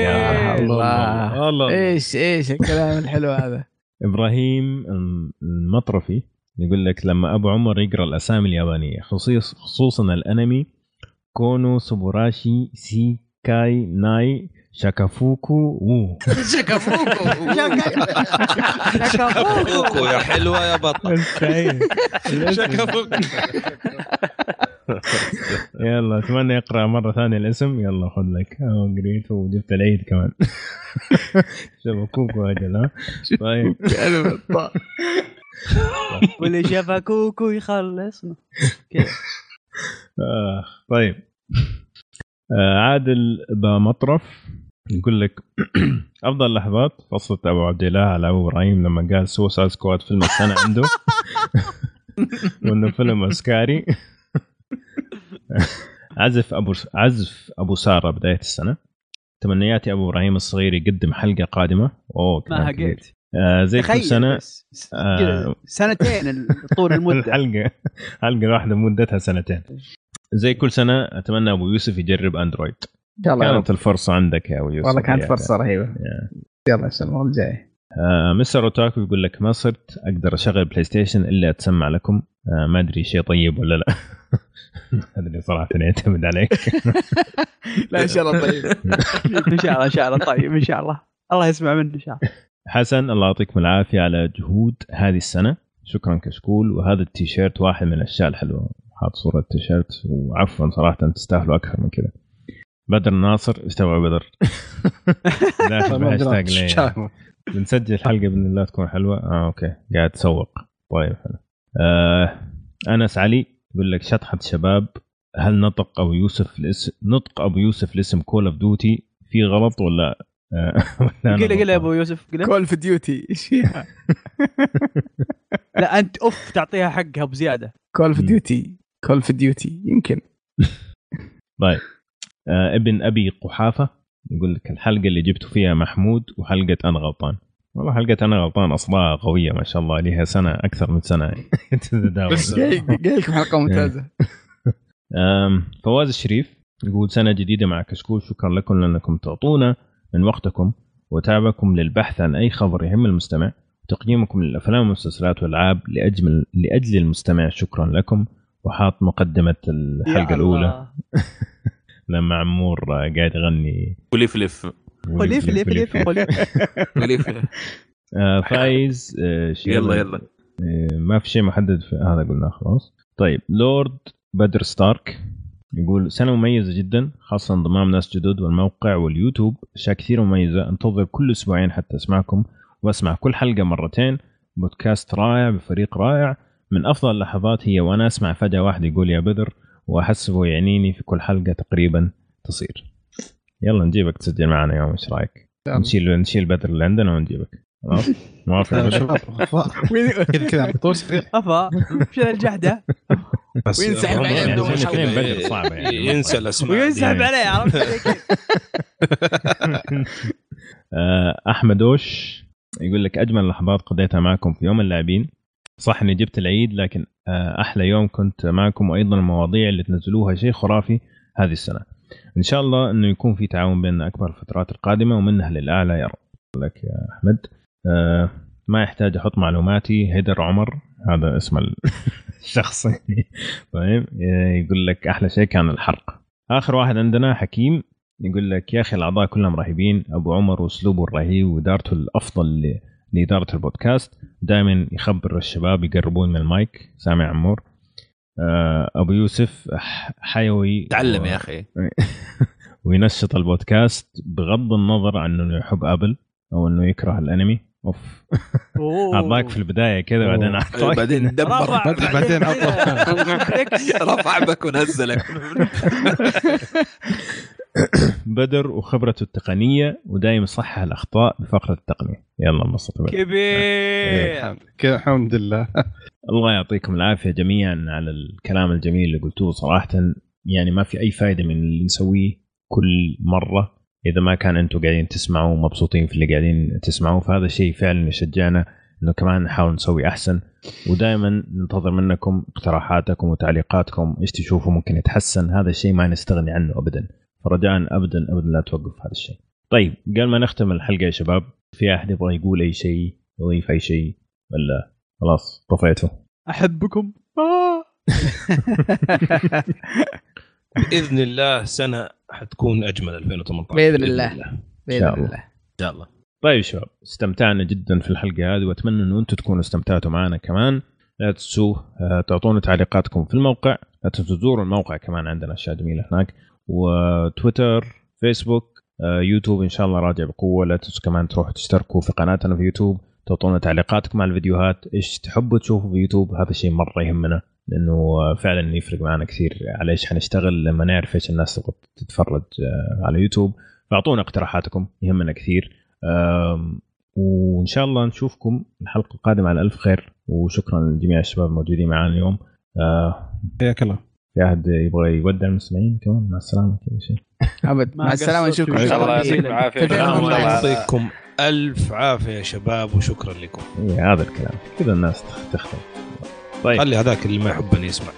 الله ايش الكلام الحلو هذا. ابراهيم المطرفي يقول لك لما ابو عمر يقرا الاسامي اليابانيه خصوصا الانمي كونو سوبوراشي سيكاي ناي شاكافوكو شاكافوكو يا حلوة يا بطل. شاكافوكو يلا اتمنى يقرا مره ثانيه الاسم. يلا خذ لك قريت وجبت العيد كمان. شوف كوكو اجل. ها طيب واللي شافه كوكو يخلصنا كذا. طيب عادل بمطرف يقول لك افضل لحظات فصلة ابو عبد الله على ابو ابراهيم لما قال سوسايد سكواد فيلم السنه عنده وانه فيلم اسكاري. عزف ابو ساره بدايه السنه. تمنياتي ابو ابراهيم الصغير يقدم حلقه قادمه. ما هقيت زي كل سنه سنتين طول المده. حلقه واحده مدتها سنتين. زي كل سنه اتمنى ابو يوسف يجرب اندرويد. كانت الفرصه عندك يا ابو يوسف. والله كانت فرصه رهيبه. يلا ان شاء الله الجاي. مستر اوتاكو يقول لك ما صرت اقدر اشغل بلاي ستيشن الا اتسمع لكم. ما ادري شيء طيب ولا لا. هذا صراحه يعتمد عليك. لا ان شاء الله طيب. ان شاء الله طيب ان شاء الله يسمع مني ان شاء الله. حسن الله يعطيكم العافيه على جهود هذه السنه. شكرا كشكول. وهذا التيشيرت واحد من الاشياء الحلوه. حاط صوره التيشيرت وعفوا صراحه تستاهلوا اكثر من كذا. بدر ناصر استوى بدر. لا هاشتاج ليه بنسجل حلقه باذن الله تكون حلوه. اوكي قاعد تسوق. طيب حلو. انس علي يقول لك شطحه شباب. هل نطق ابو يوسف الاسم كول اوف ديوتي في غلط ولا قل يا ابو يوسف كول اوف ديوتي ايش فيها؟ لا انت تعطيها حقها بزياده. كول اوف ديوتي يمكن. طيب ابن ابي قحافه يقول لك الحلقه اللي جبتوا فيها محمود وحلقه انا غلطان. والله حلقه انا غلطان اصلها قويه ما شاء الله لها سنه اكثر من سنه. بس جاي لكم حلقه ممتازه. فواز الشريف يقول سنه جديده مع كشكول. شكرا لكم لانكم تعطونا من وقتكم وتعبكم للبحث عن اي خبر يهم المستمع وتقييمكم للافلام والمسلسلات والالعاب لاجل المستمع. شكرا لكم. وحاط مقدمه الحلقه الاولى لما عمور قاعد يغني وليف فايز. يلا ما في شيء محدد في هذا قلنا خلاص. طيب لورد بدر ستارك يقول سنة مميزة جدا خاصة انضمام ناس جدد والموقع واليوتيوب أشياء كثير مميزة. انتظر كل أسبوعين حتى أسمعكم وأسمع كل حلقة مرتين. بودكاست رائع بفريق رائع. من أفضل اللحظات هي وأنا أسمع فجأة واحد يقول يا بدر وأحسبه يعنيني في كل حلقة تقريبا تصير. يلا نجيبك تسجل معنا يوم. إيش رأيك؟ نشيل بدر اللي عندنا ونجيبك. خلاص موافق. كذا أفا شو الجحدة وينسحب عليه. صعبة يعني. ينسى الأسماء وينسحب عليه. عرفت أحمد وش يقول لك أجمل لحظات قضيتها معكم في يوم اللاعبين. صح إني جبت العيد لكن أحلى يوم كنت معكم. وأيضا المواضيع اللي تنزلوها شيء خرافي هذه السنة. إن شاء الله إنه يكون في تعاون بيننا أكبر الفترات القادمة ومنها للأعلى يا رب. لك يا أحمد. ما يحتاج أحط معلوماتي. هيدر عمر هذا اسم الشخص. طيب يقول لك أحلى شيء كان الحرق. آخر واحد عندنا حكيم يقول لك يا أخي الأعضاء كلهم رهيبين. أبو عمر وأسلوبه الرهيب وإدارته الأفضل لإدارة البودكاست. دائما يخبر الشباب يقربون من المايك. سامع عمور. أبو يوسف حيوي تعلم يا أخي. وينشط البودكاست بغض النظر عن أنه يحب أبل أو أنه يكره الأنمي. أوف أعطاك في البداية كذا بعدين دبر بعدين رفع بك ونزلك. بدر وخبرته التقنية ودائما يصحح الأخطاء بفقرة التقنية. يلا انبسطوا كبير كذا. الحمد لله. الله يعطيكم العافية جميعا على الكلام الجميل اللي قلتوه. صراحة يعني ما في أي فائدة من اللي نسويه كل مرة إذا ما كان أنتم قاعدين تسمعوا مبسوطين في اللي قاعدين تسمعوه. فهذا الشيء فعلا يشجعنا إنه كمان نحاول نسوي أحسن. ودائما ننتظر منكم اقتراحاتكم وتعليقاتكم. إيش تشوفوا ممكن يتحسن. هذا الشيء ما نستغني عنه أبدا. فرجاء أبدا لا توقف هذا الشيء. طيب قبل ما نختم الحلقة يا شباب في أحد يبغى يقول أي شيء يضيف أي شيء ولا خلاص طفيته؟ أحبكم. بإذن الله سنة حتكون أجمل 2018 بإذن الله. إن شاء الله. طيب شباب استمتعنا جدا في الحلقة هذه وأتمنى أنه أنتم تكونوا استمتعتوا معنا كمان. لا تنسوا تعطونا تعليقاتكم في الموقع. لا تنسوا تزوروا الموقع كمان، عندنا اشياء جميله هناك، وتويتر، فيسبوك، يوتيوب ان شاء الله راجع بقوه. لا تنسوا كمان تروحوا تشتركوا في قناتنا في يوتيوب، تعطونا تعليقاتكم على الفيديوهات، ايش تحبوا تشوفوا في يوتيوب. هذا الشيء مره يهمنا لانه فعلا يفرق معنا كثير على ايش حنشتغل لما نعرف ايش الناس تبغى تتفرج على يوتيوب. فاعطونا اقتراحاتكم يهمنا كثير. وان شاء الله نشوفكم الحلقه القادمه على الف خير. وشكرا لجميع الشباب الموجودين معنا اليوم. حياك الله. في احد يبغى يودع المستمعين كمان؟ مع السلامه كذا شيء. ابد مع السلامه، نشوفكم ان شاء الله. يعطيكم العافيه. الله يعطيكم الف عافيه يا شباب وشكرا لكم. هذا الكلام كذا الناس تختم. طيب خلي هذاك اللي ما يحبني يسمع.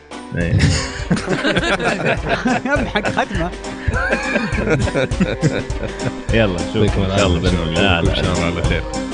حق ختمه. يلا شوفكم ان شاء الله باذن الله. ان شاء الله على خير.